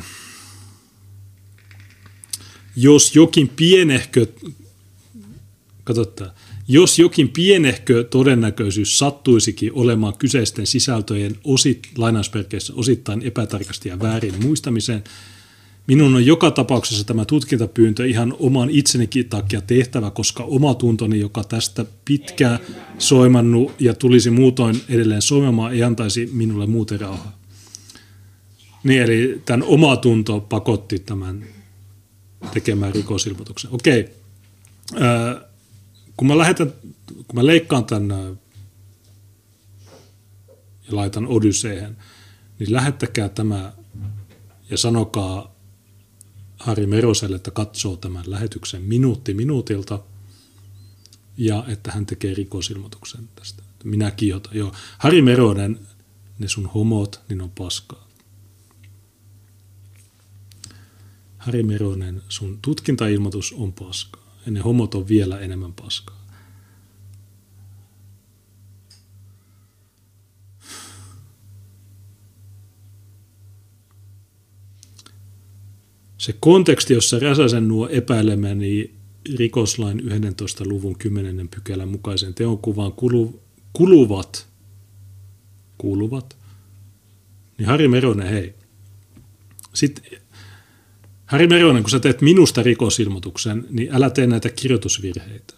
jos jokin pienehkö, katsotaan, jos jokin pienehkö todennäköisyys sattuisikin olemaan kyseisten sisältöjen osit, lainausmerkeissä osittain epätarkasti ja väärin muistamiseen, minun on joka tapauksessa tämä tutkintapyyntö ihan oman itsenikin takia tehtävä, koska oma tuntoni, joka tästä pitkään soimannut ja tulisi muutoin edelleen soimamaan, ei antaisi minulle muuten rauhaa. Niin, eli tämän oma tunto pakotti tämän tekemään rikosilmoituksen. Okei. Öö, Kun mä, lähetän, kun mä leikkaan tämän ja laitan Odysseen, niin lähettäkää tämä ja sanokaa Harri Meroselle, että katsoo tämän lähetyksen minuutti minuutilta ja että hän tekee rikosilmoituksen tästä. Minä kiihotan. Joo. Harri Meronen, ne sun homot, niin on paskaa. Harri Meronen, sun tutkintailmoitus on paskaa. Ja ne homot on vielä enemmän paskaa. Se konteksti, jossa Räsäsen nuo epäilemäni rikoslain yhdentoista luvun kymmenennen pykälän mukaisen teonkuvaan kulu, kuluvat, kuuluvat, niin Harri Meronen, hei. Sitten Harri Meronen, kun sä teet minusta rikosilmoituksen, niin älä tee näitä kirjoitusvirheitä.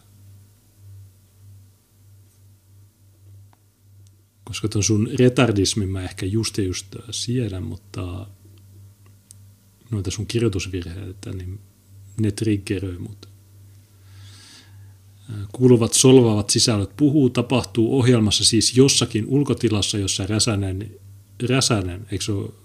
Koska ton sun retardismin mä ehkä just ja just siedän, mutta noita sun kirjoitusvirheitä, niin ne triggeröi mut. Kuuluvat solvaavat sisällöt puhuu, tapahtuu ohjelmassa siis jossakin ulkotilassa, jossa Räsänen, Räsänen, eikö se ole,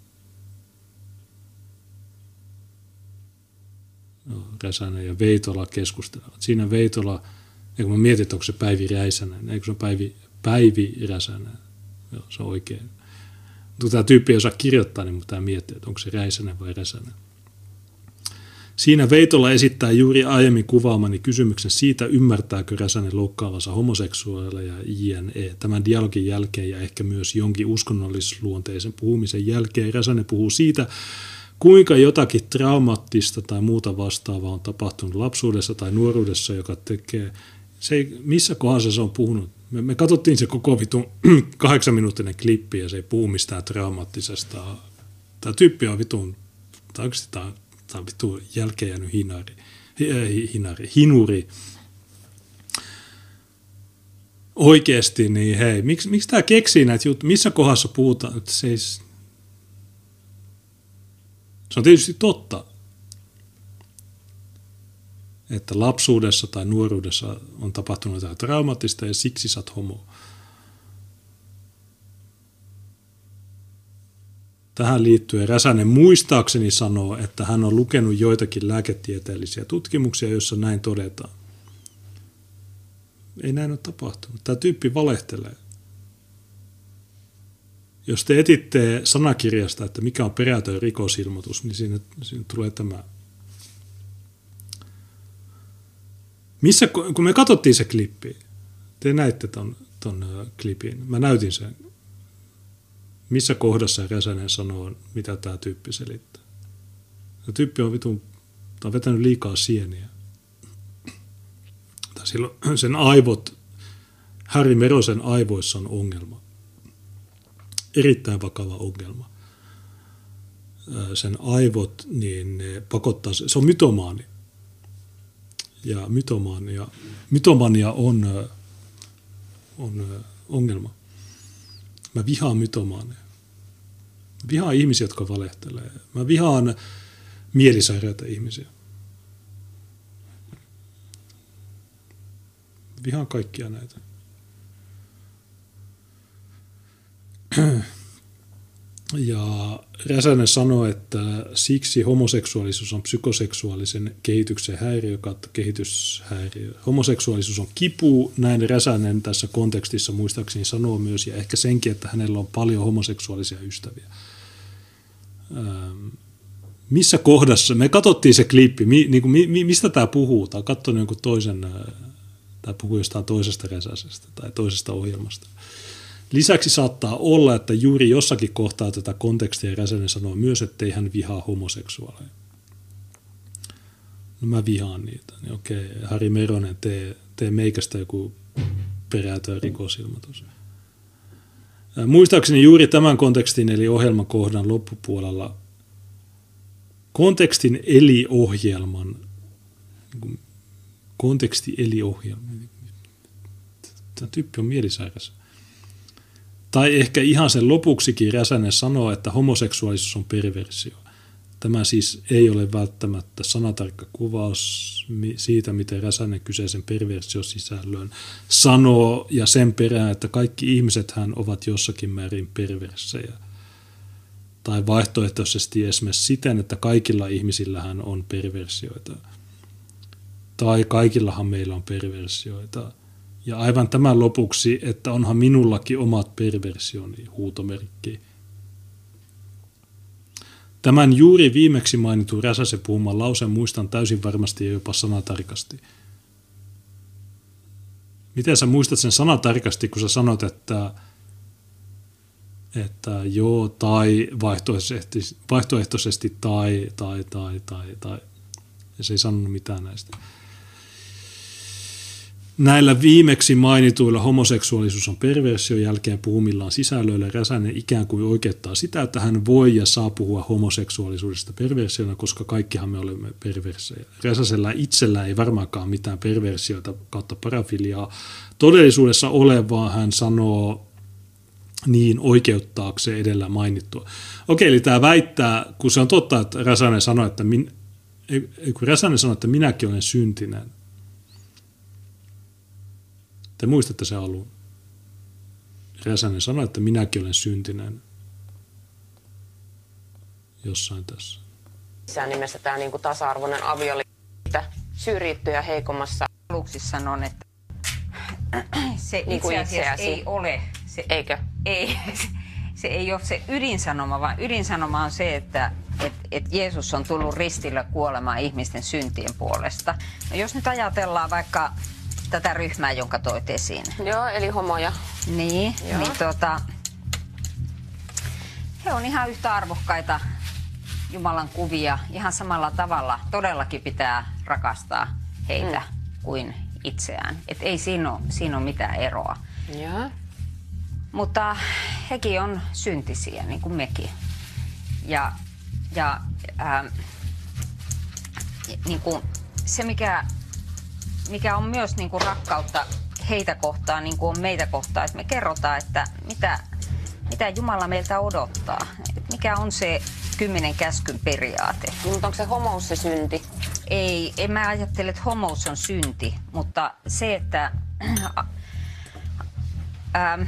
no, Räsänen ja Veitola keskustelevat. Siinä Veitola, eikö mä mietin, että onko se Päivi Räisänen, eikö se ole Päivi, Päivi Räsänen, joo, se on oikein. Mutta tämä tyyppi ei osaa kirjoittaa, niin tämä miettii, että onko se Räisänen vai Räsänen. Siinä Veitola esittää juuri aiemmin kuvaamani kysymyksen siitä, ymmärtääkö Räsänen loukkaavansa homoseksuaaleja ja jne. Tämän dialogin jälkeen ja ehkä myös jonkin uskonnollisluonteisen puhumisen jälkeen Räsänen puhuu siitä, kuinka jotakin traumaattista tai muuta vastaavaa on tapahtunut lapsuudessa tai nuoruudessa, joka tekee, se ei, missä kohdassa se on puhunut. Me, me katsottiin se koko vitun kahdeksanminuuttinen klippi ja se ei puhu mistään traumaattisesta. Tämä tyyppi on vitun, tai oikeasti tämä, tämä on vitun jälkeen jäänyt hinari, hinari, hinuri. oikeasti, niin hei, miksi, miksi tämä keksii näitä juttuja? Missä kohdassa puhutaan? Että se, ei, se on tietysti totta, että lapsuudessa tai nuoruudessa on tapahtunut jotain traumaattista ja siksi sä oot homo. Tähän liittyen Räsänen muistaakseni sanoo, että hän on lukenut joitakin lääketieteellisiä tutkimuksia, joissa näin todetaan. Ei näin ole tapahtunut. Tämä tyyppi valehtelee. Jos te etitte sanakirjasta, että mikä on perätön rikosilmoitus, niin siinä, siinä tulee tämä. Missä, kun me katsottiin se klippi, te näitte ton, ton klipin, mä näytin sen. Missä kohdassa Räsänen sanoo, mitä tämä tyyppi selittää. Tämä tyyppi on vitun, tämä on vetänyt liikaa sieniä. Tai silloin sen aivot, Harri Merosen aivoissa on ongelma. Erittäin vakava ongelma. Sen aivot, niin ne pakottaa, se on mytomaani. Ja mytomania, mytomania on, on ongelma. Mä vihaan mytomaaneja. Mä vihaan ihmisiä, jotka valehtelee. Mä vihaan mielisairaita ihmisiä. Mä vihaan kaikkia näitä. Ja Räsänen sanoi, että siksi homoseksuaalisuus on psykoseksuaalisen kehityksen häiriö kautta kehityshäiriö. Homoseksuaalisuus on kipu, näin Räsänen tässä kontekstissa muistaakseni sanoo myös, ja ehkä senkin, että hänellä on paljon homoseksuaalisia ystäviä. Ähm, missä kohdassa, me katsottiin se klippi, mi, niin kuin, mi, mistä tämä puhuu, tai katsoi jonkun toisen, tämä puhuu jostain toisesta Räsäsestä tai toisesta ohjelmasta. Lisäksi saattaa olla, että juuri jossakin kohtaa tätä kontekstia Räsänen sanoo myös, että ei hän vihaa homoseksuaaleja. No mä vihaan niitä. Niin okei, Harri Meronen, tee, tee meikästä joku perätön rikosilmoitus. Muistaakseni juuri tämän kontekstin eli ohjelman kohdan loppupuolella kontekstin eli ohjelman, konteksti eli ohjelman, tämä tyyppi on mielisairas. Tai ehkä ihan sen lopuksikin Räsänen sanoo, että homoseksuaalisuus on perversio. Tämä siis ei ole välttämättä sanatarkka kuvaus siitä, miten Räsänen kyseisen perversiosisällön sanoo ja sen perään, että kaikki ihmisethän ovat jossakin määrin perversejä. Tai vaihtoehtoisesti esimerkiksi siten, että kaikilla ihmisillähän on perversioita. Tai kaikillahan meillä on perversioita. Ja aivan tämän lopuksi, että onhan minullakin omat perversioni, huutomerkki. Tämän juuri viimeksi mainitun Räsäsen puhuman lauseen muistan täysin varmasti ja jopa sanatarkasti. Miten sä muistat sen sanatarkasti, kun sä sanot, että, että joo, tai vaihtoehtoisesti, vaihtoehtoisesti tai, tai, tai, tai, tai. Ja se ei sanonut mitään näistä. Näillä viimeksi mainituilla homoseksuaalisuus on perversio jälkeen puhumillaan sisällöillä Räsänen ikään kuin oikeuttaa sitä, että hän voi ja saa puhua homoseksuaalisuudesta perversiona, koska kaikkihan me olemme perversejä. Räsäsellä itsellä ei varmaankaan mitään perversioita kautta parafiliaa todellisuudessa ole, vaan hän sanoo niin oikeuttaakseen edellä mainittua. Okei, eli tämä väittää, kun se on totta, että Räsänen sanoi, että, min, kun Räsänen sanoi, että minäkin olen syntinen. Te muistatte sen alun. Räsänen sanoi, että minäkin olen syntinen jossain tässä. Missään nimessä tämä niinku tasa-arvoinen avioliitto syrjittyjä heikommassa. Aluksi sanon, että se Niin kuin itse asiassa itseäsi. ei ole. Se, Eikö? ei, se ei ole se ydinsanoma, vaan ydinsanoma on se, että et, et Jeesus on tullut ristillä kuolemaan ihmisten syntien puolesta. No jos nyt ajatellaan vaikka tätä ryhmää, jonka toit esiin. Joo, eli homoja. Niin, Joo. niin tota, he on ihan yhtä arvokkaita Jumalan kuvia. Ihan samalla tavalla todellakin pitää rakastaa heitä mm. kuin itseään. Et ei siinä ole, siinä ole mitään eroa. Joo. Mutta hekin on syntisiä, niin kuin mekin. Ja, ja ää, niin kuin se, mikä, mikä on myös niin kuin rakkautta heitä kohtaan niin kuin on meitä kohtaan. Että me kerrotaan, että mitä, mitä Jumala meiltä odottaa. Että mikä on se kymmenen käskyn periaate. Niin, mutta onko se homous se synti? Ei, en mä ajattele, että homous on synti, mutta se, että ähm,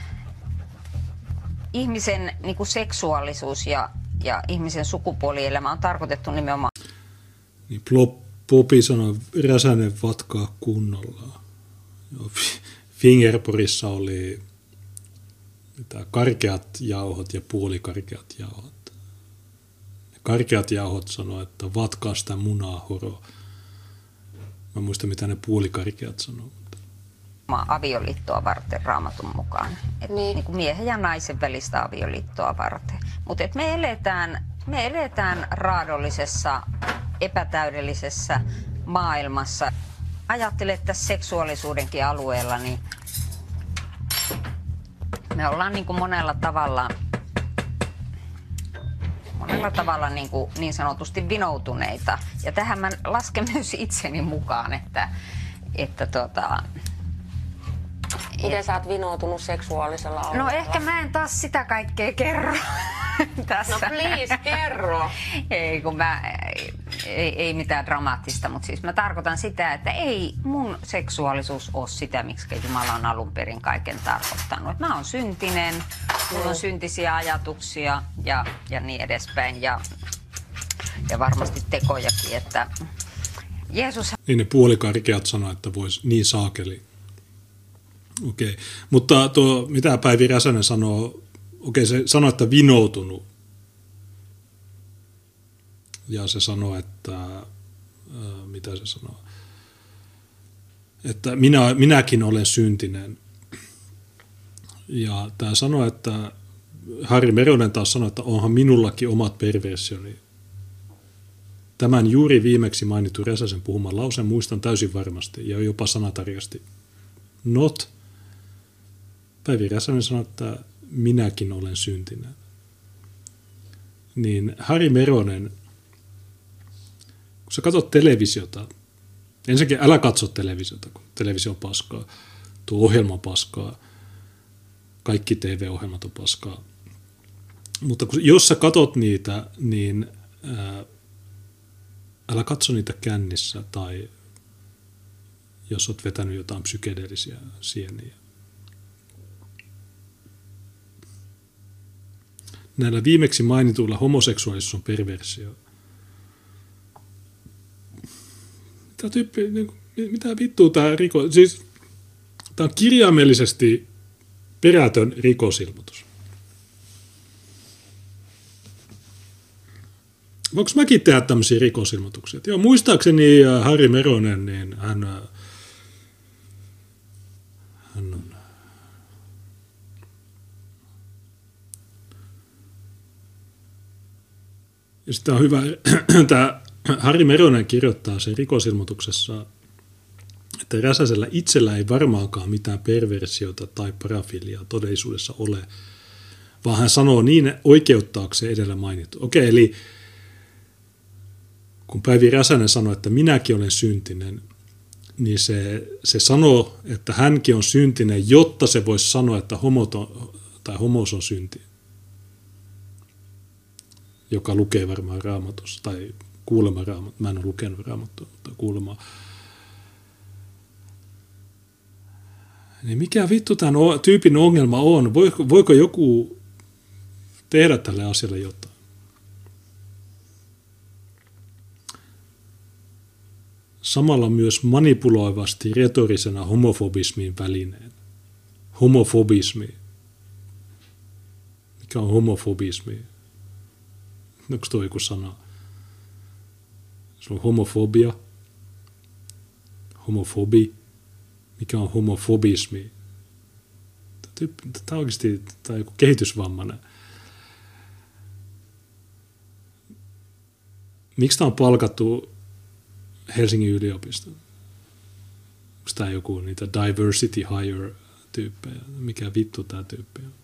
ihmisen niin kuin seksuaalisuus ja, ja ihmisen sukupuolielämä on tarkoitettu nimenomaan. Niin Popi sanoi, Räsänen vatkaa kunnolla. Fingerporissa oli mitä, karkeat jauhot ja puolikarkeat jauhot. Karkeat jauhot sanoi, että vatkaa sitä munaa, horo. Mä muistan, mitä ne puolikarkeat sanoo. Avioliittoa varten Raamatun mukaan. Et Niin. Niin kuin miehen ja naisen välistä avioliittoa varten. Mutta me eletään, me eletään raadollisessa, epätäydellisessä maailmassa. Ajattelen, että tässä seksuaalisuudenkin alueella niin me ollaan niin kuin monella tavalla, monella tavalla niin, kuin niin sanotusti vinoutuneita. Ja tähän mä lasken myös itseni mukaan, että, että tota, Miten sä oot vinoutunut seksuaalisella alueella? no ehkä mä en taas sitä kaikkea kerro tässä. No please, kerro. Ei, kun mä, ei, ei mitään dramaattista, mutta siis mä tarkoitan sitä, että ei mun seksuaalisuus ole sitä, miksi Jumala on alun perin kaiken tarkoittanut. Et mä oon syntinen, mulla on syntisiä ajatuksia ja, ja niin edespäin ja, ja varmasti tekojakin, että Jeesus... Niin ne puolikarkeat sanoi, että vois niin saakeli. Okei, okay. Mutta tuo, mitä Päivi Räsänen sanoo, okei, okay, se sanoo, että vinoutunut. Ja se sanoo, että, äh, mitä se sanoo, että minä, minäkin olen syntinen. Ja tämä sanoo, että Harri Meronen taas sanoo, että onhan minullakin omat perversioni. Tämän juuri viimeksi mainitun Räsäsen puhuman lauseen muistan täysin varmasti ja jopa sanatarkasti. Not. Päivi Räsänen sanoi, että minäkin olen syntinen. Niin Harri Meronen, kun sä katsot televisiota, ensinnäkin älä katso televisiota, kun televisio on paskaa, tuo ohjelma on paskaa, kaikki T V-ohjelmat on paskaa. Mutta kun, jos sä katot niitä, niin ää, älä katso niitä kännissä tai jos olet vetänyt jotain psykedeellisiä sieniä. Näillä viimeksi mainituilla homoseksuaalisuus on perversio. Mitä tyyppi, niin kuin, mitä vittua tämä rikos? Siis, tämä on kirjaimellisesti perätön rikosilmoitus. Voinko mäkin tehdä tämmöisiä rikosilmoituksia? Joo, muistaakseni Harri Meronen, niin hän, hän on ja sitten on hyvä, tämä Harri Meronen kirjoittaa sen rikosilmoituksessa, että Räsäsellä itsellä ei varmaankaan mitään perversiota tai parafiliaa todellisuudessa ole, vaan hän sanoo niin oikeuttaakseen edellä mainittu. Okei, eli kun Päivi Räsänen sanoi, että minäkin olen syntinen, niin se, se sanoo, että hänkin on syntinen, jotta se voisi sanoa, että homot on, tai homous on synti. Joka lukee varmaan Raamatussa, tai kuulemma Raamattua. Mä en ole lukenut Raamattua, mutta kuulemma. Niin mikä vittu tämän tyypin ongelma on? Voiko, voiko joku tehdä tälle asialle jotain? Samalla myös manipuloivasti retorisena homofobismin välineen. Homofobismi. Mikä on homofobismi? Onko tuo joku sana? Se on homofobia. Homofobi. Mikä on homofobismi? Tämä on oikeasti tämä on joku kehitysvammainen. Miksi tämä on palkattu Helsingin yliopistoon? Onko tämä joku niitä diversity hire tyyppejä? Mikä vittu tämä tyyppi on?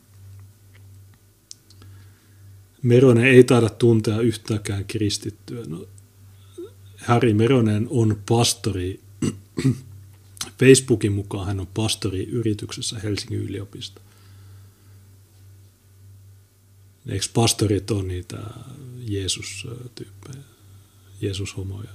Meronen ei taida tuntea yhtäkään kristittyä. No, Harri Meronen on pastori Facebookin mukaan hän on pastori yrityksessä Helsingin yliopisto. Eikö pastorit ole niitä Jeesus-tyyppejä, Jeesus-homoja?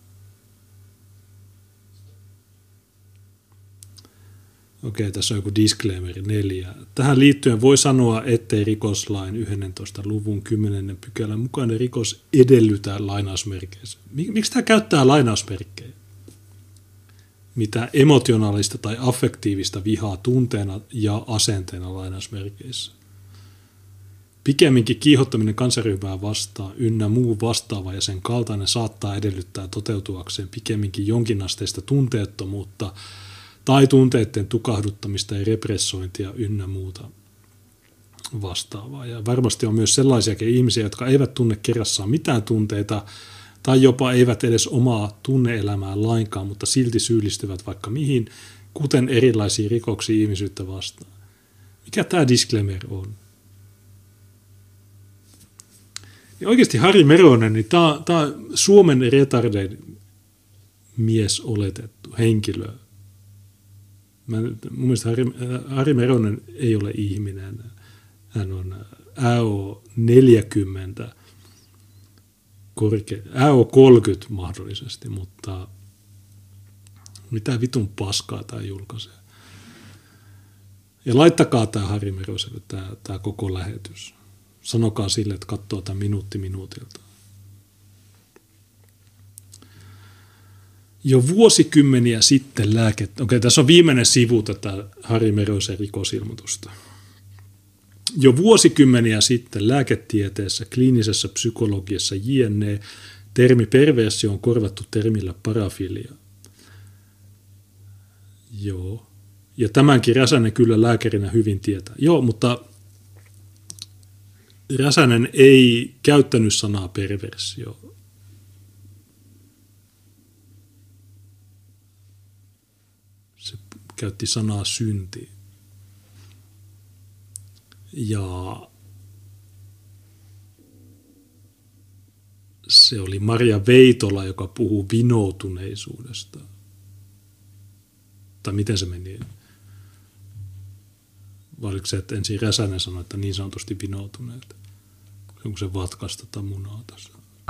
Okei, tässä on joku disclaimeri neljä. Tähän liittyen voi sanoa, ettei rikoslain yhdentoista luvun kymmenennen pykälän mukainen rikos edellytä lainausmerkeissä. Miksi tämä käyttää lainausmerkkejä? Mitä emotionaalista tai affektiivista vihaa tunteena ja asenteena lainausmerkeissä. Pikemminkin kiihottaminen kansanryhmää vastaan ynnä muu vastaava ja sen kaltainen saattaa edellyttää toteutuakseen pikemminkin jonkinasteista tunteettomuutta tai tunteiden tukahduttamista ja repressointia ynnä muuta vastaavaa. Ja varmasti on myös sellaisiakin ihmisiä, jotka eivät tunne kerrassaan mitään tunteita tai jopa eivät edes omaa tunne-elämää lainkaan, mutta silti syyllistyvät vaikka mihin, kuten erilaisiin rikoksiin ihmisyyttä vastaan. Mikä tämä disclaimer on? Ja oikeasti Harri Meronen, niin tämä, tämä on Suomen retardein mies oletettu henkilö. Mä, mun mielestä Harri, Harri Meronen ei ole ihminen. Hän on A O neljäkymmentä, korke, A O kolmekymmentä mahdollisesti, mutta mitä vitun paskaa tämä julkaisee. Ja laittakaa tämä Harri Meroselle, tämä, tämä koko lähetys. Sanokaa sille, että katsoo tämän minuutti minuutilta. Jo vuosikymmeniä sitten lääke... Okei, tässä on viimeinen sivu tätä Harri Merosen rikosilmoitusta. Jo vuosikymmeniä sitten lääketieteessä, kliinisessä psykologiassa jne. Termi perversio on korvattu termillä parafilia. Joo. Ja tämänkin Räsänen kyllä lääkärinä hyvin tietää. Joo, mutta Räsänen ei käyttänyt sanaa perversio. Se käytti sanaa synti. Ja se oli Maria Veitola, joka puhuu vinoutuneisuudesta. Tai miten se meni? Vai oliko se, että ensin Räsänen sanoi, että niin sanotusti vinoutuneet? Onko se vatkasta tai munaa tässä?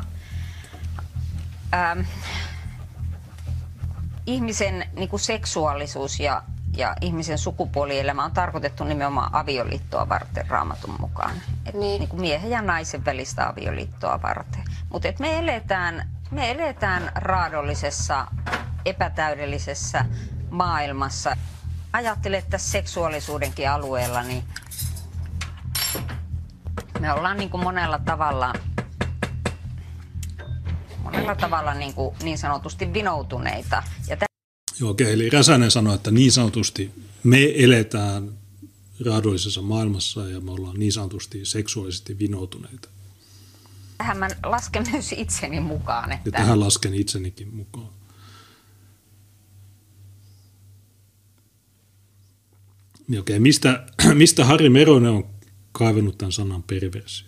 Ähm, ihmisen niin kuin seksuaalisuus ja, ja ihmisen sukupuolielämä on tarkoitettu nimenomaan avioliittoa varten Raamatun mukaan. Et, niin. Niin kuin miehen ja naisen välistä avioliittoa varten. Mutta me eletään, me eletään raadollisessa, epätäydellisessä maailmassa. Ajattelen, että seksuaalisuudenkin alueella niin me ollaan niin kuin monella tavalla, monella tavalla niin, kuin niin sanotusti vinoutuneita. Ja tä- Joo, okei, eli Räsänen sanoi, että niin sanotusti me eletään raadollisessa maailmassa ja me ollaan niin sanotusti seksuaalisesti vinoutuneita. Tähän mä lasken myös itseni mukaan. Että... Ja tähän lasken itsenikin mukaan. Niin okei, mistä, mistä Harri Meronen on kaivannut tämän sanan perversio?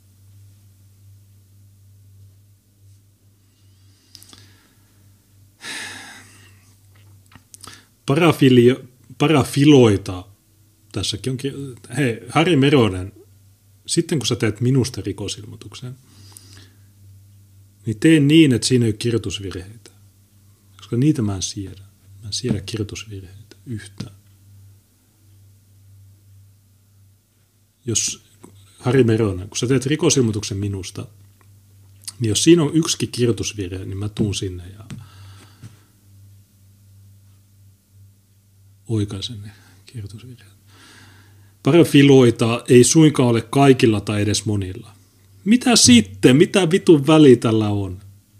Parafilio, parafiloita, tässäkin onkin, hei, Harri Meronen, sitten kun sä teet minusta rikosilmoituksen, niin tee niin, että siinä ei ole kirjoitusvirheitä. Koska niitä mä en siedä. Mä en siedä kirjoitusvirheitä yhtään. Jos Harri Meronen, kun sä teet rikosilmoituksen minusta, niin jos siinä on yksikin kirjoitusvirhe, niin mä tuun sinne ja oikaisen ne kirjoitusvirheet. Parafiloita ei suinkaan ole kaikilla tai edes monilla. Mitä sitten? Mitä vitun väli tällä on?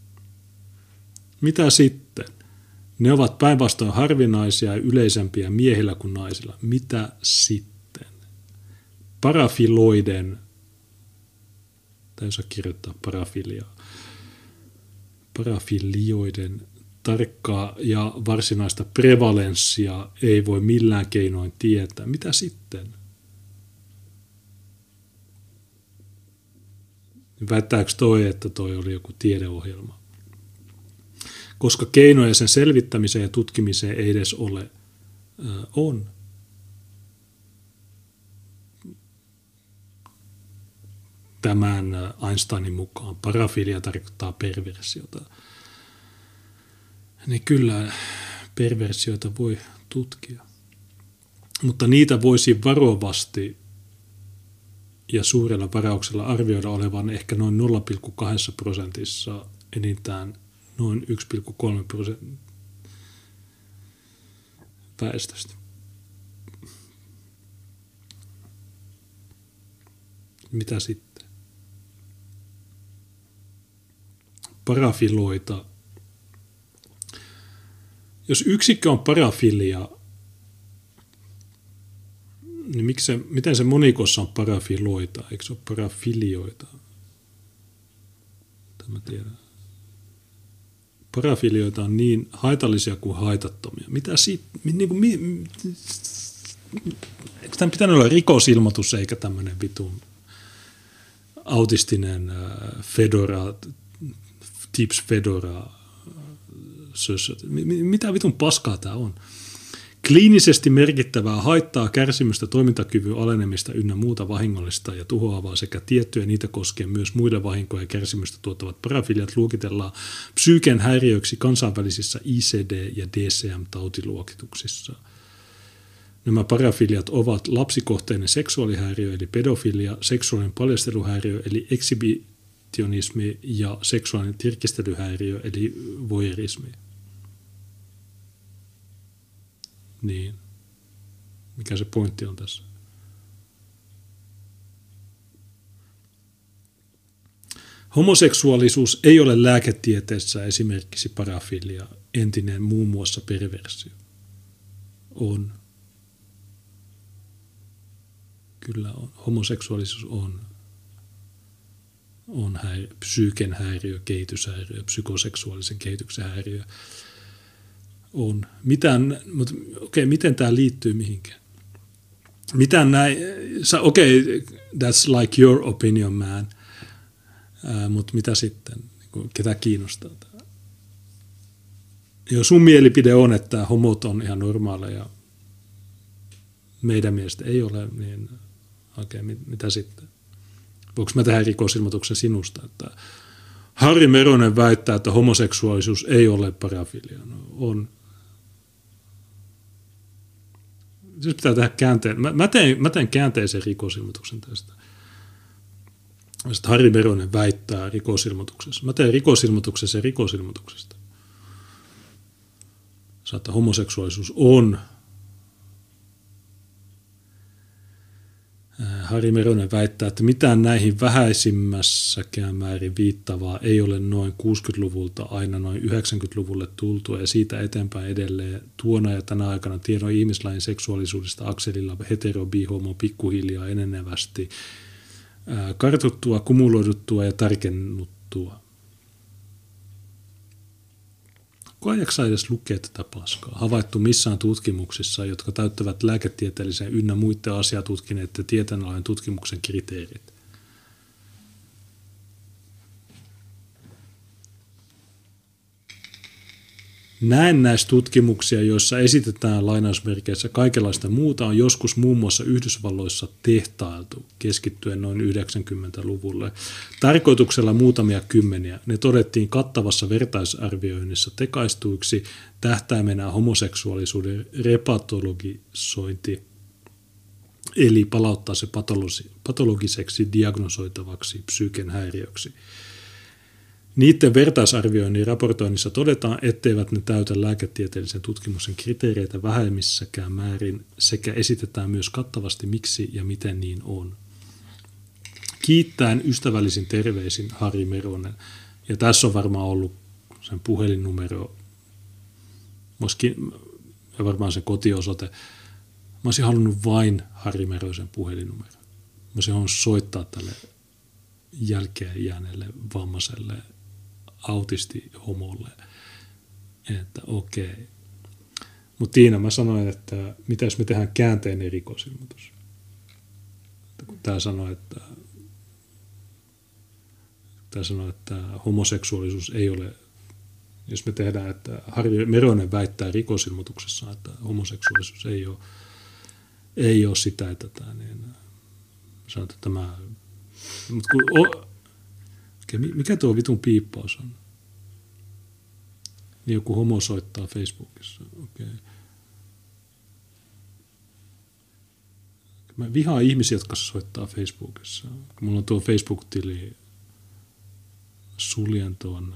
Mitä sitten? Ne ovat päinvastoin harvinaisia ja yleisempiä miehillä kuin naisilla. Mitä sitten? Parafiloiden, tai jos kirjoittaa parafiliaa, parafilioiden tarkkaa ja varsinaista prevalenssia ei voi millään keinoin tietää. Mitä sitten? Väittääkö toi, että toi oli joku tiedeohjelma? koska keinoja sen selvittämiseen ja tutkimiseen ei edes ole, ää, on. Tämän Einsteinin mukaan parafilia tarkoittaa perversiota. Niin kyllä perversioita voi tutkia. Mutta niitä voisi varovasti ja suurella varauksella arvioida olevan ehkä noin nolla pilkku kaksi prosentissa enintään noin yksi pilkku kolme prosenttia väestöstä. Mitä sitten? Parafiloita. Jos yksikkö on parafilia, niin miksi se, miten se monikossa on parafiloita? Eikö se ole parafilioita? Tämä tiedän. Parafilioita on niin haitallisia kuin haitattomia. Mitä sitten? Niin kuin, mi, eikö tämän pitänyt olla rikosilmoitus eikä tämmöinen vitun autistinen äh, Fedora, Tips Fedora, sössöt. Mitä vitun paskaa tämä on? Kliinisesti merkittävää haittaa, kärsimystä, toimintakyvyn alenemista ynnä muuta vahingollista ja tuhoavaa sekä tiettyjä niitä koskien myös muiden vahinkoja ja kärsimystä tuottavat parafiliat luokitellaan psyyken häiriöiksi kansainvälisissä I C D- ja D C M-tautiluokituksissa. Nämä parafiliat ovat lapsikohteinen seksuaalihäiriö eli pedofilia, seksuaalinen paljasteluhäiriö eli ekshibitionismi ja seksuaalinen tirkistelyhäiriö eli voyeurismi. Niin. Mikä se pointti on tässä? Homoseksuaalisuus ei ole lääketieteessä esimerkiksi parafilia, entinen muun muassa perversio. On. Kyllä on. Homoseksuaalisuus on. On häiriö, psyyken häiriö, kehityshäiriö, psykoseksuaalisen kehityksen häiriö. On. Mitään, mutta okei, miten tämä liittyy mihinkään? Mitään näin, okei, okay, that's like your opinion, man, uh, mutta mitä sitten, ketä kiinnostaa tämä? Jos sun mielipide on, että homot on ihan normaaleja, meidän mielestä ei ole, niin okei, okay, mitä sitten? Voinko mä tehdä rikosilmoituksen sinusta, että Harri Meronen väittää, että homoseksuaalisuus ei ole parafilia. No, on. Siis pitää tehdä käänteen. Mä, mä, teen, mä teen käänteisen rikosilmoituksen tästä. Sitten Harri Meronen väittää rikosilmoituksessa. Mä teen rikosilmoituksen sen rikosilmoituksesta. Että homoseksuaalisuus on. Harri Meronen väittää, että mitään näihin vähäisimmässäkään määrin viittavaa ei ole noin kuusikymmentäluvulta aina noin yhdeksänkymmentäluvulle tultua ja siitä eteenpäin edelleen tuona ja tänä aikana tiedon ihmislajin seksuaalisuudesta akselilla hetero, bi, homo pikkuhiljaa enenevästi kartuttua, kumuloiduttua ja tarkennuttua. Kuka jaksaa edes lukea tätä paskaa? Havaittu missään tutkimuksissa, jotka täyttävät lääketieteellisen ynnä muiden asiatutkineiden ja tieteenalojen tutkimuksen kriteerit. Näennäistutkimuksia, joissa esitetään lainausmerkeissä kaikenlaista muuta, on joskus muun muassa Yhdysvalloissa tehtailtu keskittyen noin yhdeksänkymmentäluvulle. Tarkoituksella muutamia kymmeniä. Ne todettiin kattavassa vertaisarvioinnissa tekaistuiksi tähtäimenä homoseksuaalisuuden repatologisointi, eli palauttaa se patologiseksi diagnosoitavaksi psyyken häiriöksi. Niiden vertaisarvioinnin raportoinnissa todetaan, etteivät ne täytä lääketieteellisen tutkimuksen kriteereitä vähemmissäkään määrin sekä esitetään myös kattavasti miksi ja miten niin on. Kiittäen ystävällisin terveisin Harri Meronen. Ja tässä on varmaan ollut sen puhelinnumero ja varmaan se kotiosoite. Mä olisin halunnut vain Harri Merosen puhelinnumero. Mä olisin halunnut soittaa tälle jälkeen jääneelle vammaiselle autistihomolle, että okei. Okay. Mutta Tiina, mä sanoin, että mitä jos me tehdään käänteinen rikosilmoitus? Kun tää sanoi, että tää sanoi, että homoseksuaalisuus ei ole Jos me tehdään, että Harri Meronen väittää rikosilmoituksessa, että homoseksuaalisuus ei ole, ei ole sitä, että tämä, niin sanotaan, että tämä, mutta kun, o, okay, mikä tuo vitun piippaus on? Niin joku homo soittaa Facebookissa, okei. Okay. Mä vihaan ihmisiä, jotka soittaa Facebookissa. Kun mulla on tuo Facebook-tili, suljen tuon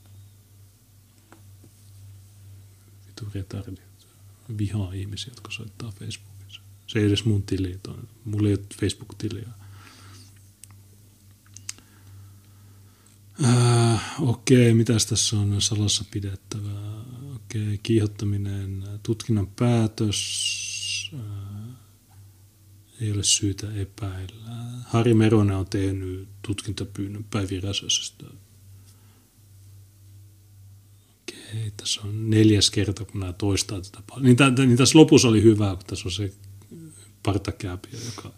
vitu retardit. Vihaan ihmisiä, jotka soittaa Facebookissa. Se ei edes mun tili. Tuon. Mulla ei ole Facebook-tiliä. Äh, okei, okay, mitäs tässä on salassa pidettävää? Okei, okay, kiihottaminen, tutkinnan päätös... Äh, ei ole syytä epäillä. Harri Meronen on tehnyt tutkintapyynnön Päivi Räsäsestä. Okei, tässä on neljäs kerta, kun nämä toistaa tätä. Niin, tämän, niin tässä lopussa oli hyvä, kun tässä on se partakääpiö, joka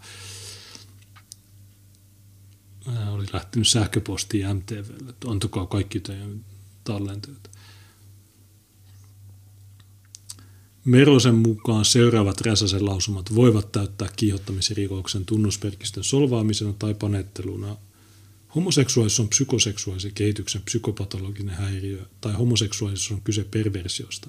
oli lähtenyt sähköpostiin M T V:lle, että antakaa kaikki teidän tallenteet. Merosen mukaan seuraavat Räsäsen lausumat voivat täyttää kiihottamisrikoksen tunnusmerkistön solvaamisena tai panetteluna. Homoseksuaalisuus on psykoseksuaalisen kehityksen psykopatologinen häiriö tai homoseksuaalisuus on kyse perversiosta.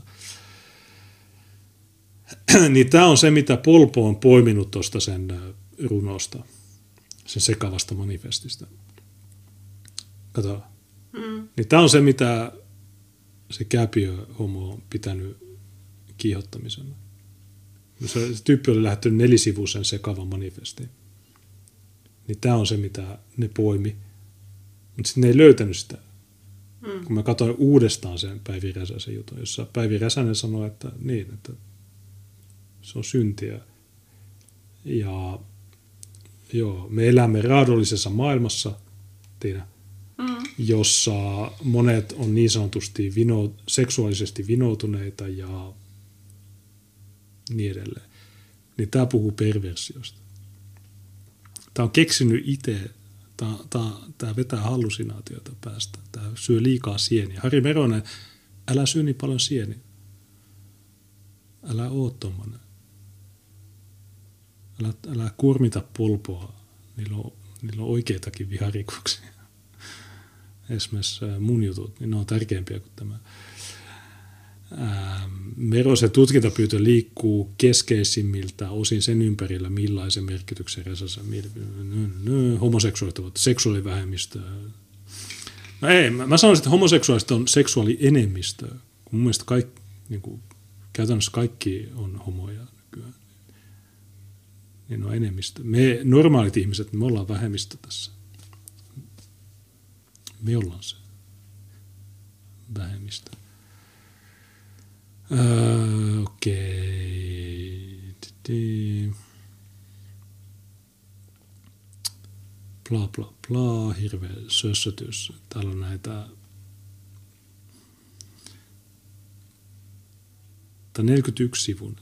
Niin tämä on se, mitä Polpo on poiminut tuosta sen runosta, sen sekavasta manifestista. Kato. Mm. Niin tämä on se, mitä se Kääpiö-homo on pitänyt kiihottamisena. Se, se tyyppi oli lähtenyt nelisivuisen sekavan manifestiin. Niin tämä on se, mitä ne poimi. Mutta sitten ne ei löytänyt sitä. Mm. Kun mä katsoin uudestaan sen Päivi Räsäsen jutun, jossa Päivi Räsänen sanoi, että niin, että se on syntiä. Ja joo, me elämme raadollisessa maailmassa, Tiina, mm. jossa monet on niin sanotusti vino, seksuaalisesti vinoutuneita ja niin edelleen. Niin tämä puhuu perversiosta. Tämä on keksinyt itse, tämä, tämä, tämä vetää hallusinaatioita päästä. Tämä syö liikaa sieniä. Harri Meronen, älä syö niin paljon sieniä. Älä oo tommonen. Älä, älä kuormita Polpoa. Niillä on, niillä on oikeitakin viharikoksia. Esimerkiksi mun jutut, niin ne on tärkeämpiä kuin tämä. Merosen tutkintapyyntö liikkuu keskeisimmiltä osin sen ympärillä, millaisen merkityksen Räsäsen homoseksuaalit ovat seksuaalivähemmistö. No ei, mä, mä sanoisin, että homoseksuaalit on seksuaalienemmistö. Kun mun mielestä kaikki, niin kuin, käytännössä kaikki on homoja nykyään. Niin on enemmistö. Me normaalit ihmiset, me ollaan vähemmistö tässä. Me ollaan se vähemmistö. Öö, okei. Okay. Bla bla bla. Hirveä sössötys. Täällä on näitä. Tämä on neljäkymmentäyksi sivun.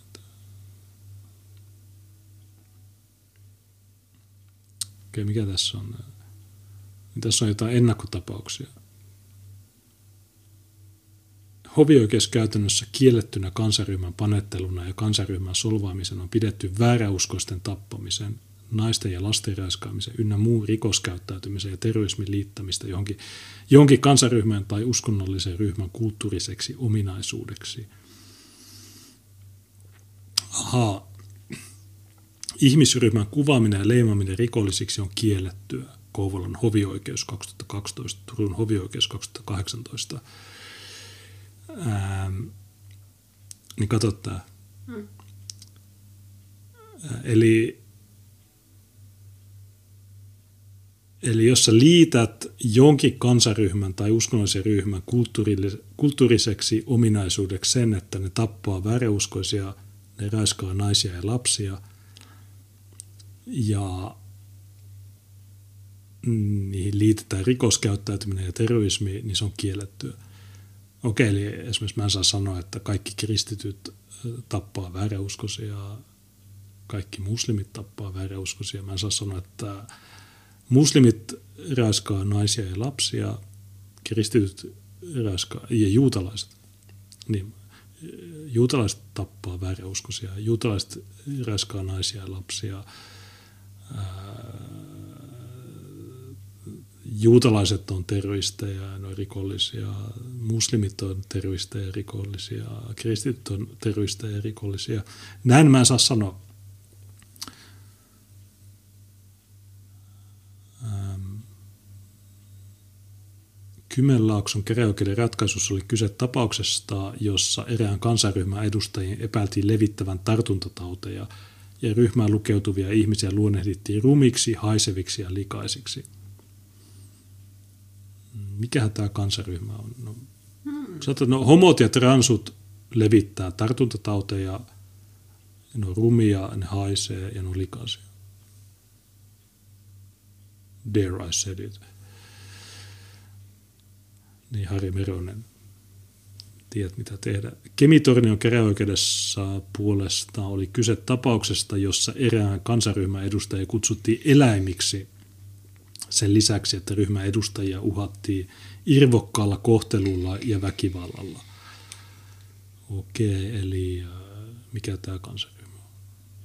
Okei, okay, mikä tässä on? Tässä on jotain ennakkotapauksia. Hovioikeuskäytännössä kiellettynä kansanryhmän panetteluna ja kansanryhmän solvaamisen on pidetty vääräuskoisten tappamisen, naisten ja lasten raiskaamisen ynnä muun rikoskäyttäytymisen ja terrorismin liittämistä johonkin, johonkin kansanryhmän tai uskonnollisen ryhmän kulttuuriseksi ominaisuudeksi. Ahaa. Ihmisryhmän kuvaaminen ja leimaaminen rikollisiksi on kiellettyä. Kouvolan hovioikeus kaksituhattakaksitoista, Turun hovioikeus kaksituhattakahdeksantoista. Ähm, niin katso tää. Hmm. Eli, eli jos sä liität jonkin kansaryhmän tai uskonnollisen ryhmän kulttuuriseksi ominaisuudeksi sen, että ne tappaa vääräuskoisia, ne raiskaa naisia ja lapsia ja niihin liitetään rikoskäyttäytyminen ja terrorismi, niin se on kiellettyä. Okei, eli esimerkiksi mä en saa sanoa, että kaikki kristityt tappaa vääräuskoisia, kaikki muslimit tappaa vääräuskoisia. Mä en saa sanoa, että muslimit raiskaa naisia ja lapsia, kristityt raiskaa, ja juutalaiset, niin juutalaiset tappaa vääräuskoisia, juutalaiset raiskaa naisia ja lapsia, ää, juutalaiset on terroristeja, ne on rikollisia, muslimit on terroristeja ja rikollisia, kristityt on terroristeja ja rikollisia. Näin mä en saa sanoa. Kymenlaakson käräjäoikeuden ratkaisussa oli kyse tapauksesta, jossa erään kansanryhmän edustajien epäiltiin levittävän tartuntatauteja ja ryhmään lukeutuvia ihmisiä luonnehdittiin rumiksi, haiseviksi ja likaisiksi. Mikähän tämä kansanryhmä on? No, hmm. no, homot ja transut levittää tartuntatauteja, ne on rumia, ne haisee ja ne on likaisia. Dare I said it. Niin Harri Meronen, tiedät mitä tehdä. Kemitornion käräjäoikeudessa puolestaan oli kyse tapauksesta, jossa erään kansanryhmän edustajia kutsuttiin eläimiksi sen lisäksi, että ryhmän edustajia uhattiin irvokkaalla kohtelulla ja väkivallalla. Okei, eli mikä tämä kansanryhmä on?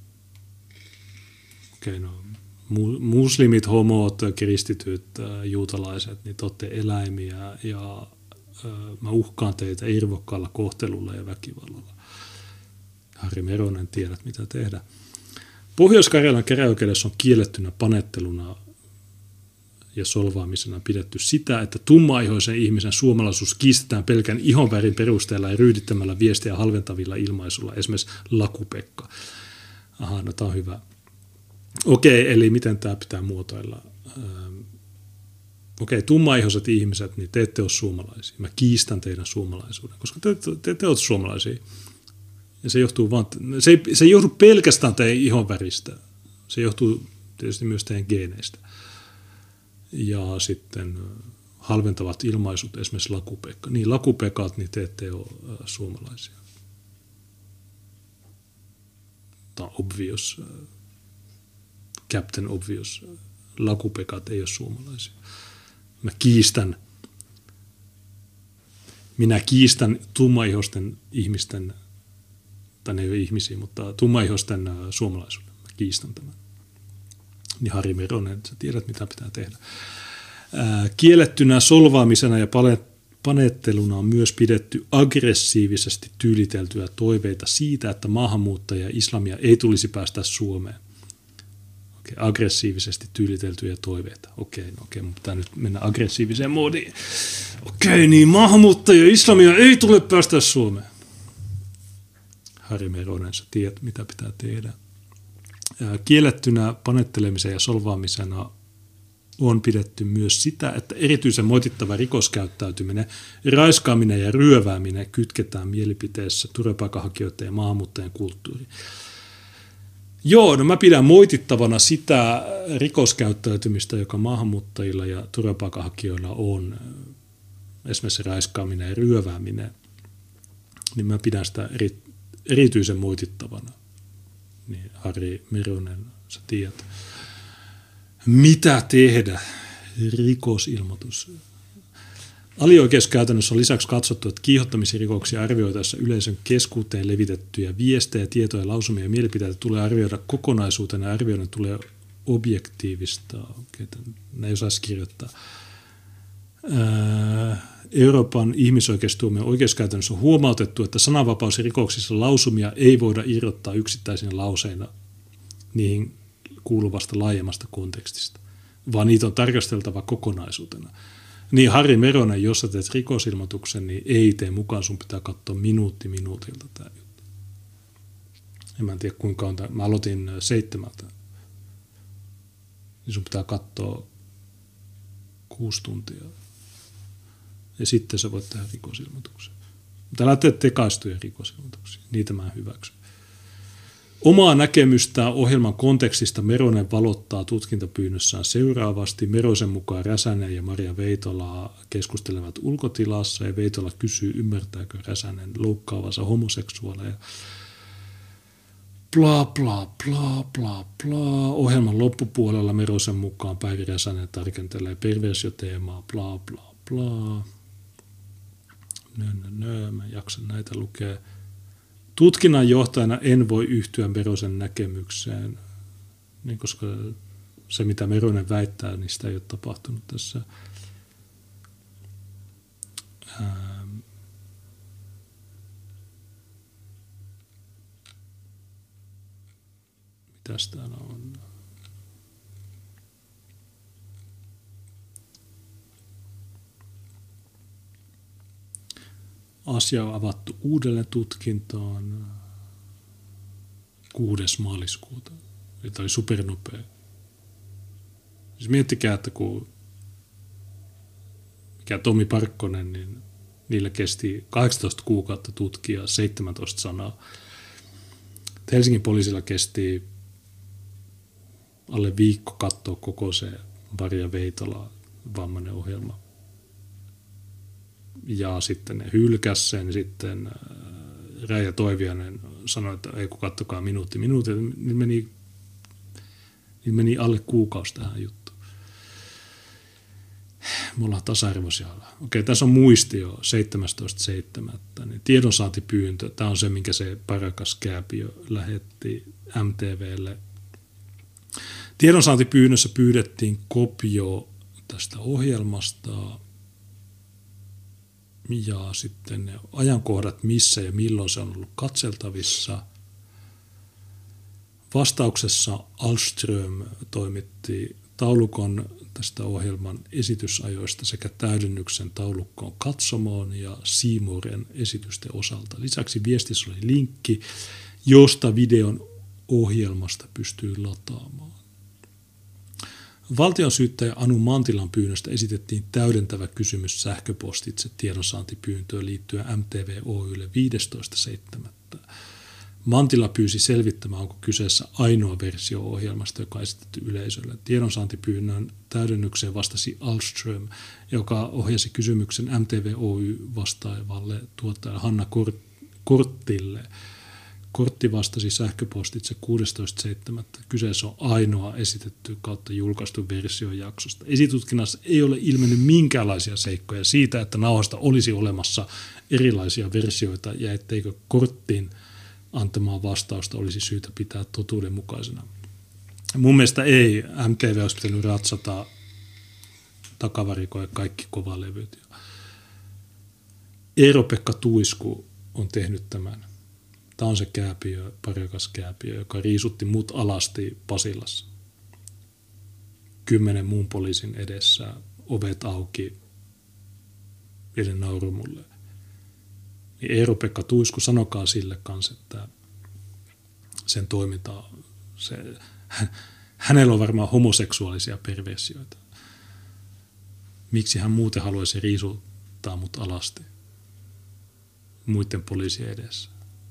Okei, no muslimit, homot, kristityt, juutalaiset, niin te olette eläimiä ja ö, mä uhkaan teitä irvokkaalla kohtelulla ja väkivallalla. Harri Meronen, tiedät mitä tehdä. Pohjois-Karjalan käräjäoikeudessa on kiellettynä panetteluna ja solvaamisena pidetty sitä, että tummaihoisen ihmisen suomalaisuus kiistetään pelkän ihonvärin perusteella ja ryydittämällä viestiä halventavilla ilmaisulla, esimerkiksi Lakupekka. Aha, no tämä on hyvä. Okei, eli miten tämä pitää muotoilla? Okei, tummaihoiset ihmiset, niin te ette ole suomalaisia. Mä kiistän teidän suomalaisuuden, koska te, te, te, te olette suomalaisia. Ja se johtuu vaan, se ei, se ei johdu pelkästään teidän ihonväristä. Se johtuu tietysti myös teidän geeneistä. Ja sitten halventavat ilmaisut, esimerkiksi Lakupekka. Niin, Lakupekat, niin te ette ole suomalaisia. Tämä on obvious. Captain Obvious. Lakupekat ei ole suomalaisia. Mä kiistän, minä kiistän tummaihoisten ihmisten, tai ne ei ole ihmisiä, mutta tummaihoisten suomalaisuuden. Mä kiistän tämän. Niin Harri Meronen, sä tiedät mitä pitää tehdä. Ää, kiellettynä solvaamisena ja panetteluna on myös pidetty aggressiivisesti tyyliteltyä toiveita siitä, että maahanmuuttajia ja islamia ei tulisi päästä Suomeen. Aggressiivisesti tyyliteltyjä toiveita. Okei, no okei, mutta pitää nyt mennä aggressiiviseen moodiin. Okei, niin maahanmuuttajia ja islamia ei tule päästä Suomeen. Harri Meronen, sä tiedät, mitä pitää tehdä. Kiellettynä panettelemisen ja solvaamisena on pidetty myös sitä, että erityisen moitittava rikoskäyttäytyminen, raiskaaminen ja ryövääminen kytketään mielipiteessä turvapaikanhakijoiden ja maahanmuuttajien kulttuuriin. Joo, no mä pidän moitittavana sitä rikoskäyttäytymistä, joka maahanmuuttajilla ja turvapaikanhakijoilla on, esimerkiksi raiskaaminen ja ryövääminen, niin mä pidän sitä eri, erityisen moitittavana. Niin Harri Meronen, sä tiedät. Mitä tehdä? Rikosilmoitus. Alioikeuskäytännössä on lisäksi katsottu, että kiihottamisrikoksia arvioitaessa yleisön keskuuteen levitettyjä viestejä, tietoja, lausumia ja mielipiteitä tulee arvioida kokonaisuutena ja arvioida tulee objektiivista. Okei, näin ei osaisi kirjoittaa. Euroopan ihmisoikeustuomion oikeuskäytännössä on huomautettu, että sananvapausrikoksissa lausumia ei voida irrottaa yksittäisinä lauseina niihin kuuluvasta laajemmasta kontekstista, vaan niitä on tarkasteltava kokonaisuutena. Niin Harri Meronen, jos sä teet rikosilmoituksen, niin ei tee mukaan, sun pitää katsoa minuutti minuutilta tämä juttu. En mä tiedä kuinka on tämä. Mä aloitin seitsemältä. Niin sun pitää katsoa kuusi tuntia. Ja sitten sä voit tehdä rikosilmoituksen. Mutta älä tee tekaistuja rikosilmoituksia. Niitä mä en hyväksy. Omaa näkemystään ohjelman kontekstista Meronen valottaa tutkintapyynnössään seuraavasti. Merosen mukaan Räsänen ja Maria Veitola keskustelevat ulkotilassa ja Veitola kysyy, ymmärtääkö Räsänen loukkaavansa homoseksuaaleja. Bla bla bla bla bla. Ohjelman loppupuolella Merosen mukaan Päivi Räsänen tarkentelee perversioteemaa. Bla bla bla. Nö, nö, nö, mä jaksan näitä lukea. Tutkinnan johtajana en voi yhtyä Merosen näkemykseen, niin koska se, mitä Meronen väittää, niin sitä ei ole tapahtunut tässä. Ähm. Mitäs täällä on? Asia on avattu uudelleen tutkintaan kuudes maaliskuuta. Tämä oli supernopea. Siis miettikää, että kun mikä Tomi Parkkonen, niin niillä kesti kahdeksantoista kuukautta tutkia seitsemäntoista sanaa. Helsingin poliisilla kesti alle viikko katsoa koko se Varja Veitola vammainen ohjelma. Ja sitten ne hylkäs sen, sitten Räjä Toiviainen sanoi, että ei kun katsokaa minuutti minuutti. Niin meni, niin meni alle kuukausi tähän juttuun. Me ollaan tasa-arvoisia. Okei, tässä on muistio seitsemästoista seitsemättä Niin tiedonsaantipyyntö, tämä on se, minkä se Parakas Kääpiö lähetti M T V:lle. Tiedonsaantipyynnössä pyydettiin kopio tästä ohjelmasta ja sitten ne ajankohdat, missä ja milloin se on ollut katseltavissa. Vastauksessa Alström toimitti taulukon tästä ohjelman esitysajoista sekä täydennyksen taulukkoon katsomoon ja C Moren esitysten osalta. Lisäksi viestissä oli linkki, josta videon ohjelmasta pystyy lataamaan. Valtionsyyttäjä Anu Mantilan pyynnöstä esitettiin täydentävä kysymys sähköpostitse tiedonsaantipyyntöön liittyen M T V Oy:lle viidestoista seitsemättä Mantila pyysi selvittämään, onko kyseessä ainoa versio ohjelmasta, joka on esitetty yleisölle. Tiedonsaantipyynnön täydennykseen vastasi Alström, joka ohjasi kysymyksen M T V Oy vastaavalle tuottajalle Hanna Korttille. Kortti vastasi sähköpostitse kuudestoista seitsemättä Kyseessä on ainoa esitetty kautta julkaistu versio jaksosta. Esitutkinnassa ei ole ilmennyt minkäänlaisia seikkoja siitä, että nauhasta olisi olemassa erilaisia versioita ja etteikö Korttin antamaa vastausta olisi syytä pitää totuudenmukaisena. Mun mielestä ei M T V olisi pitänyt ratsata takavarikoja kaikki kovalevyt. Eero-Pekka Tuisku on tehnyt tämän. Tämä on se kääpiö, Parakas Kääpiö, joka riisutti mut alasti Pasilassa. Kymmenen muun poliisin edessä, ovet auki, ja ne nauroi mulle. Niin Eero-Pekka Tuisku, sanokaa sille kanssa, että sen toiminta, se, hänellä on varmaan homoseksuaalisia perversioita. Miksi hän muuten haluaisi riisuttaa mut alasti muiden poliisien edessä?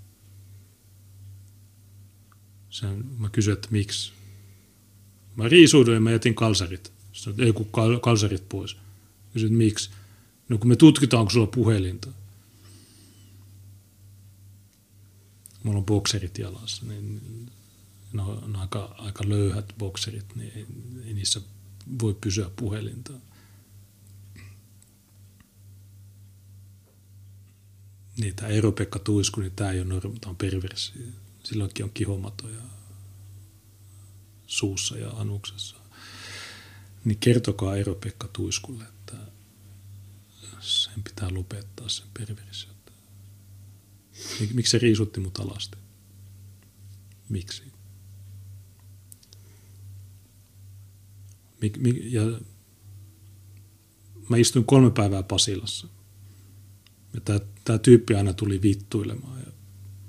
Sen, mä kysyin, että miksi. Mä riisuuduin ja mä jätin kalsarit. Sanoin, ei kun kalsarit pois. Kysyin, että miksi. No kun me tutkitaan, onko sulla puhelinta. Mulla on bokserit jalassa, niin ne on aika, aika löyhät bokserit, niin ei, ei niissä voi pysyä puhelinta. Niin, tämä Eero-Pekka Tuisku, niin tämä ei ole normi, tämä on perversi. Silloinkin on kihomatoja suussa ja anuksessa. Niin kertokaa Eero-Pekka Tuiskulle, että sen pitää lopettaa sen perversiota. Miksi se riisutti mut alasti? Miksi? Mik, mik, ja mä istuin kolme päivää Pasilassa. Ja tää, tää tyyppi aina tuli vittuilemaan. Ja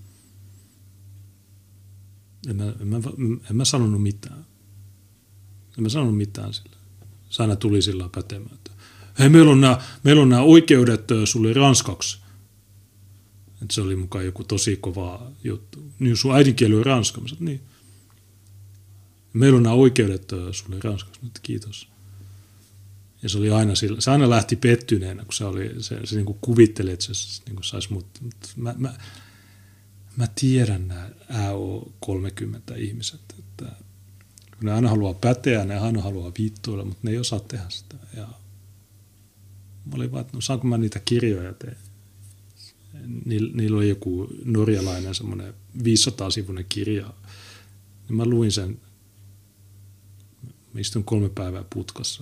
en, mä, en, mä, en mä sanonut mitään. En mä sanonut mitään sillä. Se aina tuli sillä pätemään. Hei, meillä on nämä, meillä on nämä oikeudet sulle ranskaksi. Että se oli mukaan joku tosi kova juttu. Niin sun äidinkieli on ranska. Mä sanoin, niin. Meillä on nämä oikeudet sulle ranskaksi. Mutta kiitos. Ja se oli aina sillä. Se aina lähti pettyneenä, kun se, oli, se, se niin kuin kuvitteli, että se niin kuin saisi mut. Mä, mä, mä tiedän nämä A O kolmekymmentä ihmiset, että ne aina haluaa päteä, ne aina haluaa viittuilla, mutta ne ei osaa tehdä sitä. Ja mä olin vaan, että no saanko mä niitä kirjoja tehdä? Niillä, niillä on joku norjalainen semmoinen viisisataa-sivuinen kirja. Ja mä luin sen, mä istun kolme päivää putkassa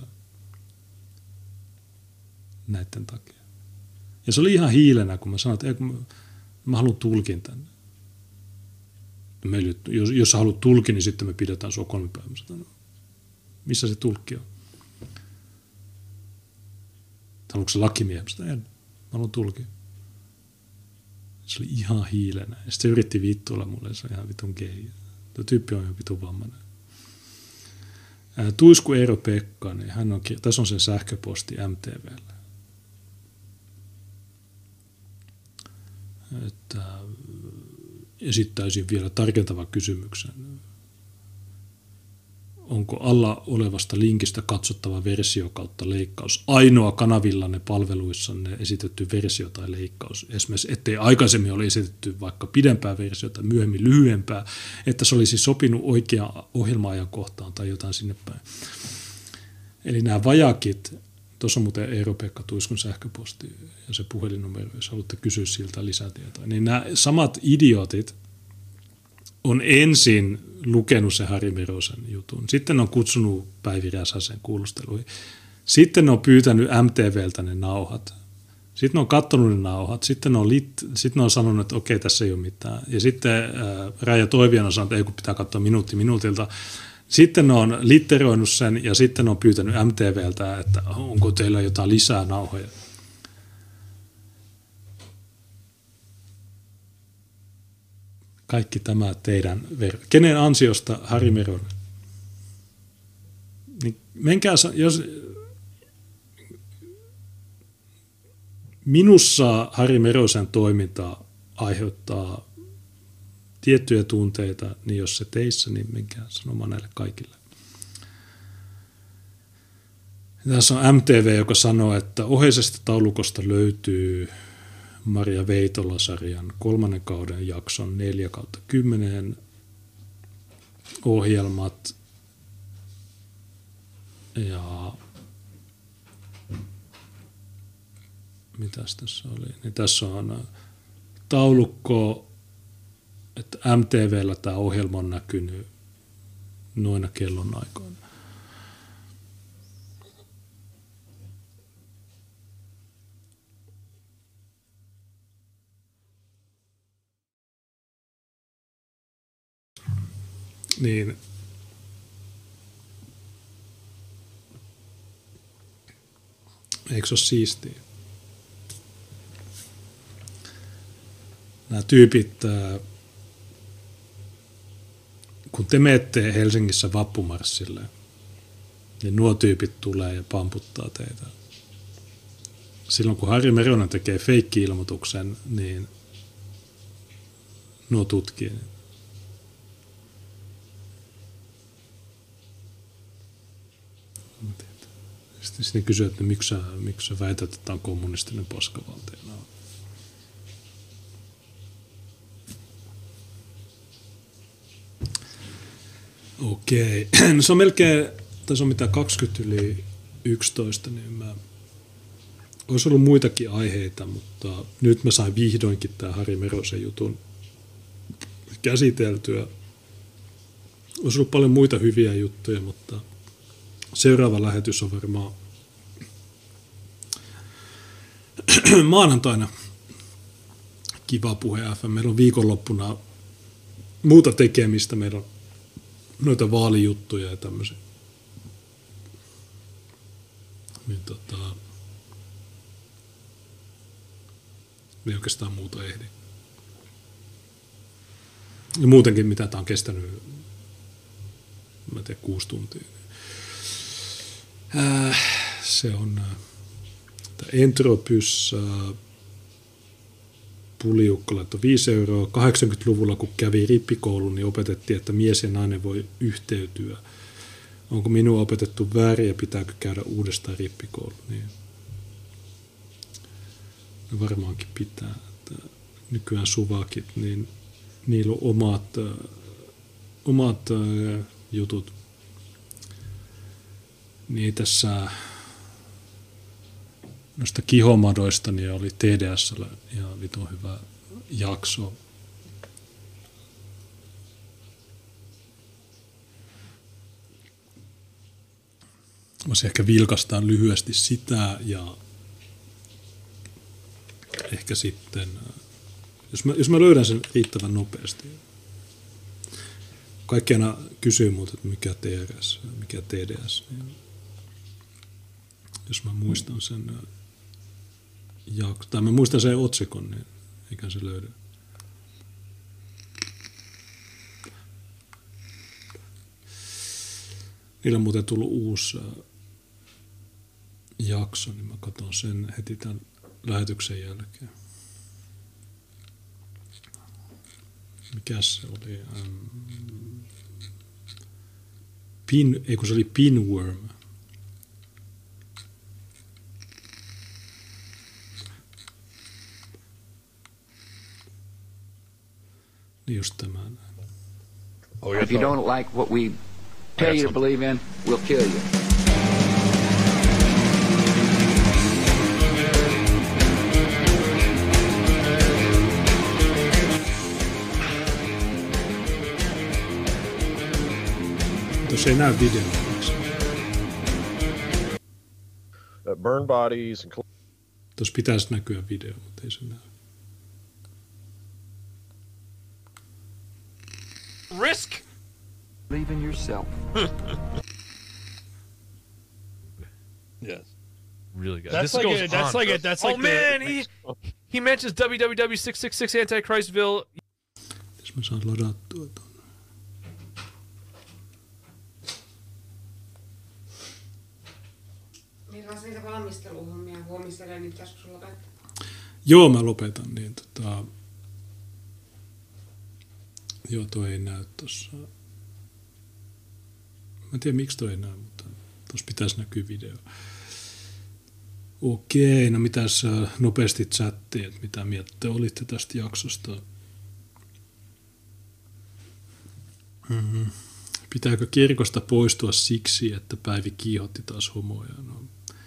näiden takia. Ja se oli ihan hiilenä, kun mä sanoin, että mä, mä haluan tulkin tänne. Meille, jos, jos sä haluat tulkin, niin sitten me pidetään sua kolme päivää. No, missä se tulkki on? Haluatko se lakimiehe? En. Mä haluan tulkin. Se oli ihan hiilenä. Ja sitten se yritti vittuilla mulle, se on ihan vitun gei. Tuo tyyppi on ihan vitun vammainen. Tuisku Eero Pekka, niin hän on, tässä on sen sähköposti M T V:llä. Että esittäisin vielä tarkentavan kysymyksen. Onko alla olevasta linkistä katsottava versio kautta leikkaus ainoa kanavillanne palveluissanne esitetty versio tai leikkaus? Esimerkiksi ettei aikaisemmin ole esitetty vaikka pidempää versiota, myöhemmin lyhyempää, että se olisi sopinut oikeaan ohjelma-ajankohtaan tai jotain sinne päin. Eli nämä vajakit, tuossa on muuten Eero-Pekka Tuiskun sähköposti ja se puhelinnumero, jos haluatte kysyä siltä lisätietoa, niin nämä samat idiotit on ensin lukenut sen Harri Merosen jutun. Sitten on kutsunut Päivi Räsäsen kuulusteluihin. Sitten on pyytänyt M T V:ltä ne nauhat. Sitten on katsonut ne nauhat. Sitten on, lit, sitten on sanonut, että okei, tässä ei ole mitään. Ja sitten äh, Raija Toivian on sanonut, että ei kun pitää katsoa minuutti minuutilta. Sitten on litteroinut sen ja sitten on pyytänyt M T V:ltä, että onko teillä jotain lisää nauhoja. Kaikki tämä teidän ver... Kenen ansiosta Harri Meronen? Niin menkää, jos minussa Harri Merosen toiminta aiheuttaa tiettyjä tunteita, niin jos se teissä, niin menkää sanomaan näille kaikille. Tässä on M T V, joka sanoo, että oheisesta taulukosta löytyy Maria Veitola-sarjan kolmannen kauden jakson neljä kautta kymmenen ohjelmat ja mitäs tässä oli? Niin tässä on taulukko, että M T V:llä tämä ohjelma on näkynyt noina kellonaikoina. Niin eikö se ole siistiä? Nämä tyypit, kun te menette Helsingissä vappumarssille, niin nuo tyypit tulee ja pamputtaa teitä. Silloin kun Harri Meronen tekee feikki-ilmoituksen, niin nuo tutkii. Sitten, sitten kysyy, että miksi sä, miksi sä väität, että tämä on kommunistinen paskavaltio. No. Okei. No se on melkein, tai se on mitä kaksikymmentä yli yksitoista, niin mä, olisi ollut muitakin aiheita, mutta nyt mä sain vihdoinkin tämän Harri Merosen jutun käsiteltyä. Olisi ollut paljon muita hyviä juttuja, mutta seuraava lähetys on varmaan maanantaina. Kiva Puhe F M. Meillä on viikonloppuna muuta tekemistä. Meillä on noita vaalijuttuja ja tämmöisiä. Niin tota, ei oikeastaan muuta ehdi. Ja muutenkin mitä tämä on kestänyt, mä tiedän, kuusi tuntia. Äh, se on äh, Entropys äh, Puliukko laittoi viisi euroa. kahdeksankymmentäluvulla kun kävi rippikoulun, niin opetettiin, että mies ja nainen voi yhteytyä. Onko minua opetettu väärin ja pitääkö käydä uudestaan rippikoulu? Niin. No varmaankin pitää. Että nykyään suvakit, niin niillä on omat, äh, omat äh, jutut. Niin tässä noista kihomadoista, niin oli T D S:llä ihan vitun hyvä jakso. Voisi ehkä vilkastaa lyhyesti sitä ja ehkä sitten, jos mä, jos mä löydän sen riittävän nopeasti. Kaikki aina kysyy multa, että mikä T R S, mikä T D S. Niin jos mä muistan sen jakson, tai mä muistan sen otsikon, niin eikä se löydy. Niillä on muuten tullut uusi jakso, niin mä katson sen heti tämän lähetyksen jälkeen. Mikäs se oli? Ähm, pin, ei kun se oli Pinworm. Niin just tämä. If you don't like what we tell you to believe in, we'll kill you. Tuossa ei näy video. Uh, burn bodies and tuossa pitäisi näkyä video, mutta ei se näy. Risk. Believe in yourself. Yes. Really good. That's This like goes a, that's on like for- a, that's oh like the, man, he he mentions W W W six six six Antichristville. Jos mä saan ladattua tuon. Millaisia niitä valmisteluhommia huomistelee, niin pitäisikö sulla lopettaa? Joo, mä lopetan. Niin, tota... Joo, toi ei näy tossa. Mä en tiedä, miksi toi ei näy, mutta tossa pitäisi näkyä video. Okei, no mitäs nopeasti chattiin, että mitä mieltä te olitte tästä jaksosta? Mm-hmm. Pitääkö kirkosta poistua siksi, että Päivi kiihotti taas homoja? No,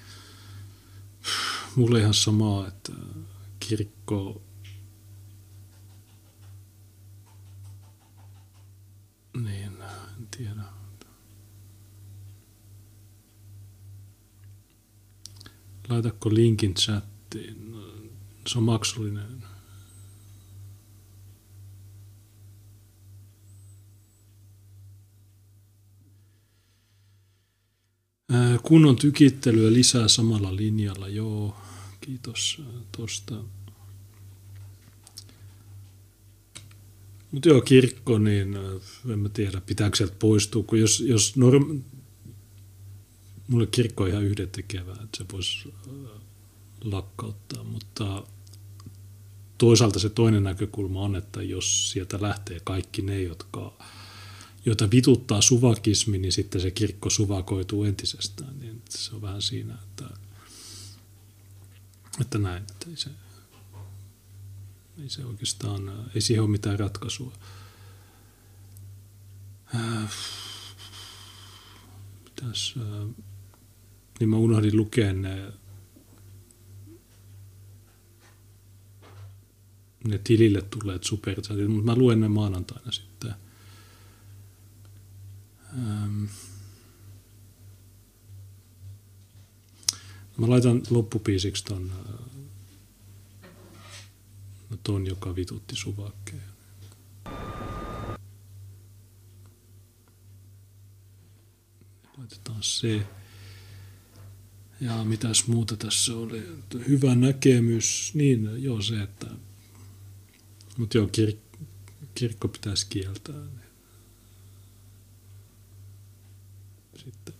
mulle ihan samaa, että kirkko... Niin, en tiedä. Laitatko linkin chattiin? No, se on maksullinen. Kunnon tykittelyä lisää samalla linjalla, joo, kiitos tuosta. Mutta joo, kirkko, niin en mä tiedä, pitääkö sieltä poistua, kun jos, jos norm... mulle kirkko on ihan yhdentekevää, että se voisi lakkauttaa, mutta toisaalta se toinen näkökulma on, että jos sieltä lähtee kaikki ne, jotka joita vituttaa suvakismi, niin sitten se kirkko suvakoituu entisestään. Niin se on vähän siinä, että, että näin, että ei se, ei se oikeastaan, ei siihen ole mitään ratkaisua. Äh, mitäs, äh, niin mä unohdin lukea ne, ne tilille tulleet superchatit, mutta mä luen ne maanantaina sitten. Ähm. Mä laitan loppupiisiksi ton, no ton joka vitutti suvakkeen. Laitetaan se. Ja mitäs muuta tässä oli? Hyvä näkemys. Niin, joo se, että... Mutta joo, kir- kirkko pitäisi kieltää. Sitten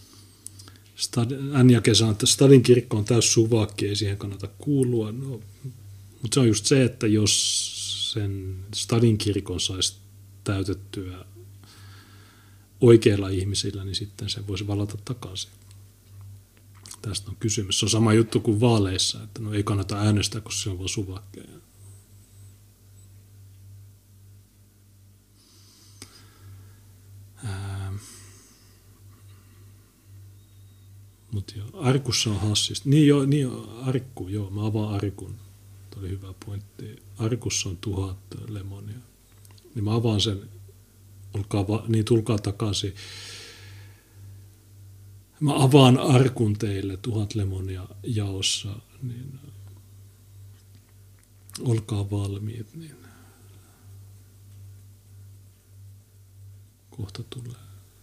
N-jake sanoo, että Stadin kirkko on täys suvakki, ei siihen kannata kuulua. No, mutta se on just se, että jos sen Stadin kirkon saisi täytettyä oikeilla ihmisillä, niin sitten se voisi valata takaisin. Tästä on kysymys. Se on sama juttu kuin vaaleissa, että no ei kannata äänestää, koska se on vaan suvakkeja. Mutta joo, arkussa on hassista. Niin joo, niin joo, arkku, joo, mä avaan arkun. Tuo oli hyvä pointti. Arkussa on tuhat lemonia. Niin mä avaan sen, olkaa va- niin tulkaa takaisin. Mä avaan arkun teille, tuhat lemonia jaossa, niin olkaa valmiit, niin kohta tulee.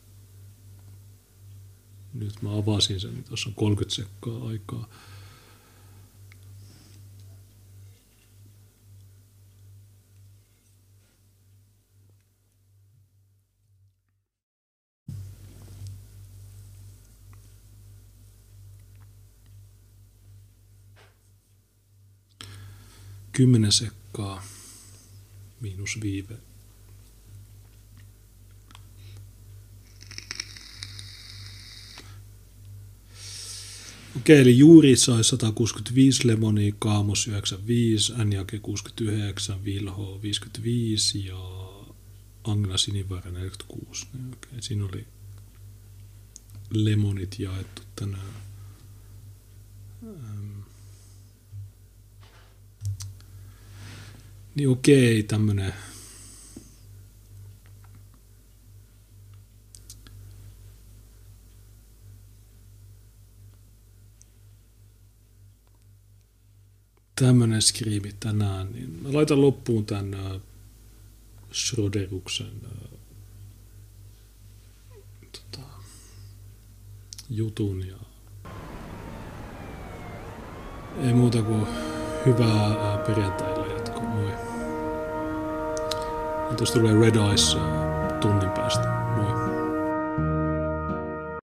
Nyt mä avasin sen, niin tuossa on kolmekymmentä sekkaa aikaa. Kymmenen sekkaa, miinus viive. Okei, eli Juuri sai sata kuusikymmentäviisi lemonia, Kaamos yhdeksänkymmentäviisi, N-Jake kuusikymmentäyhdeksän, Vilho viisikymmentäviisi ja Agna Sinivaara neljäkymmentäkuusi. Okei, siinä oli lemonit jaettu tänään. Ähm. Niin okei, tämmönen tämmönen skriimi tänään, niin mä laitan loppuun tän äh, Schroderuksen äh, tota, jutun ja ei muuta kuin hyvää äh, perjantaille jatkoa. Moi. Ja tuossa tulee Red Eyes. Äh,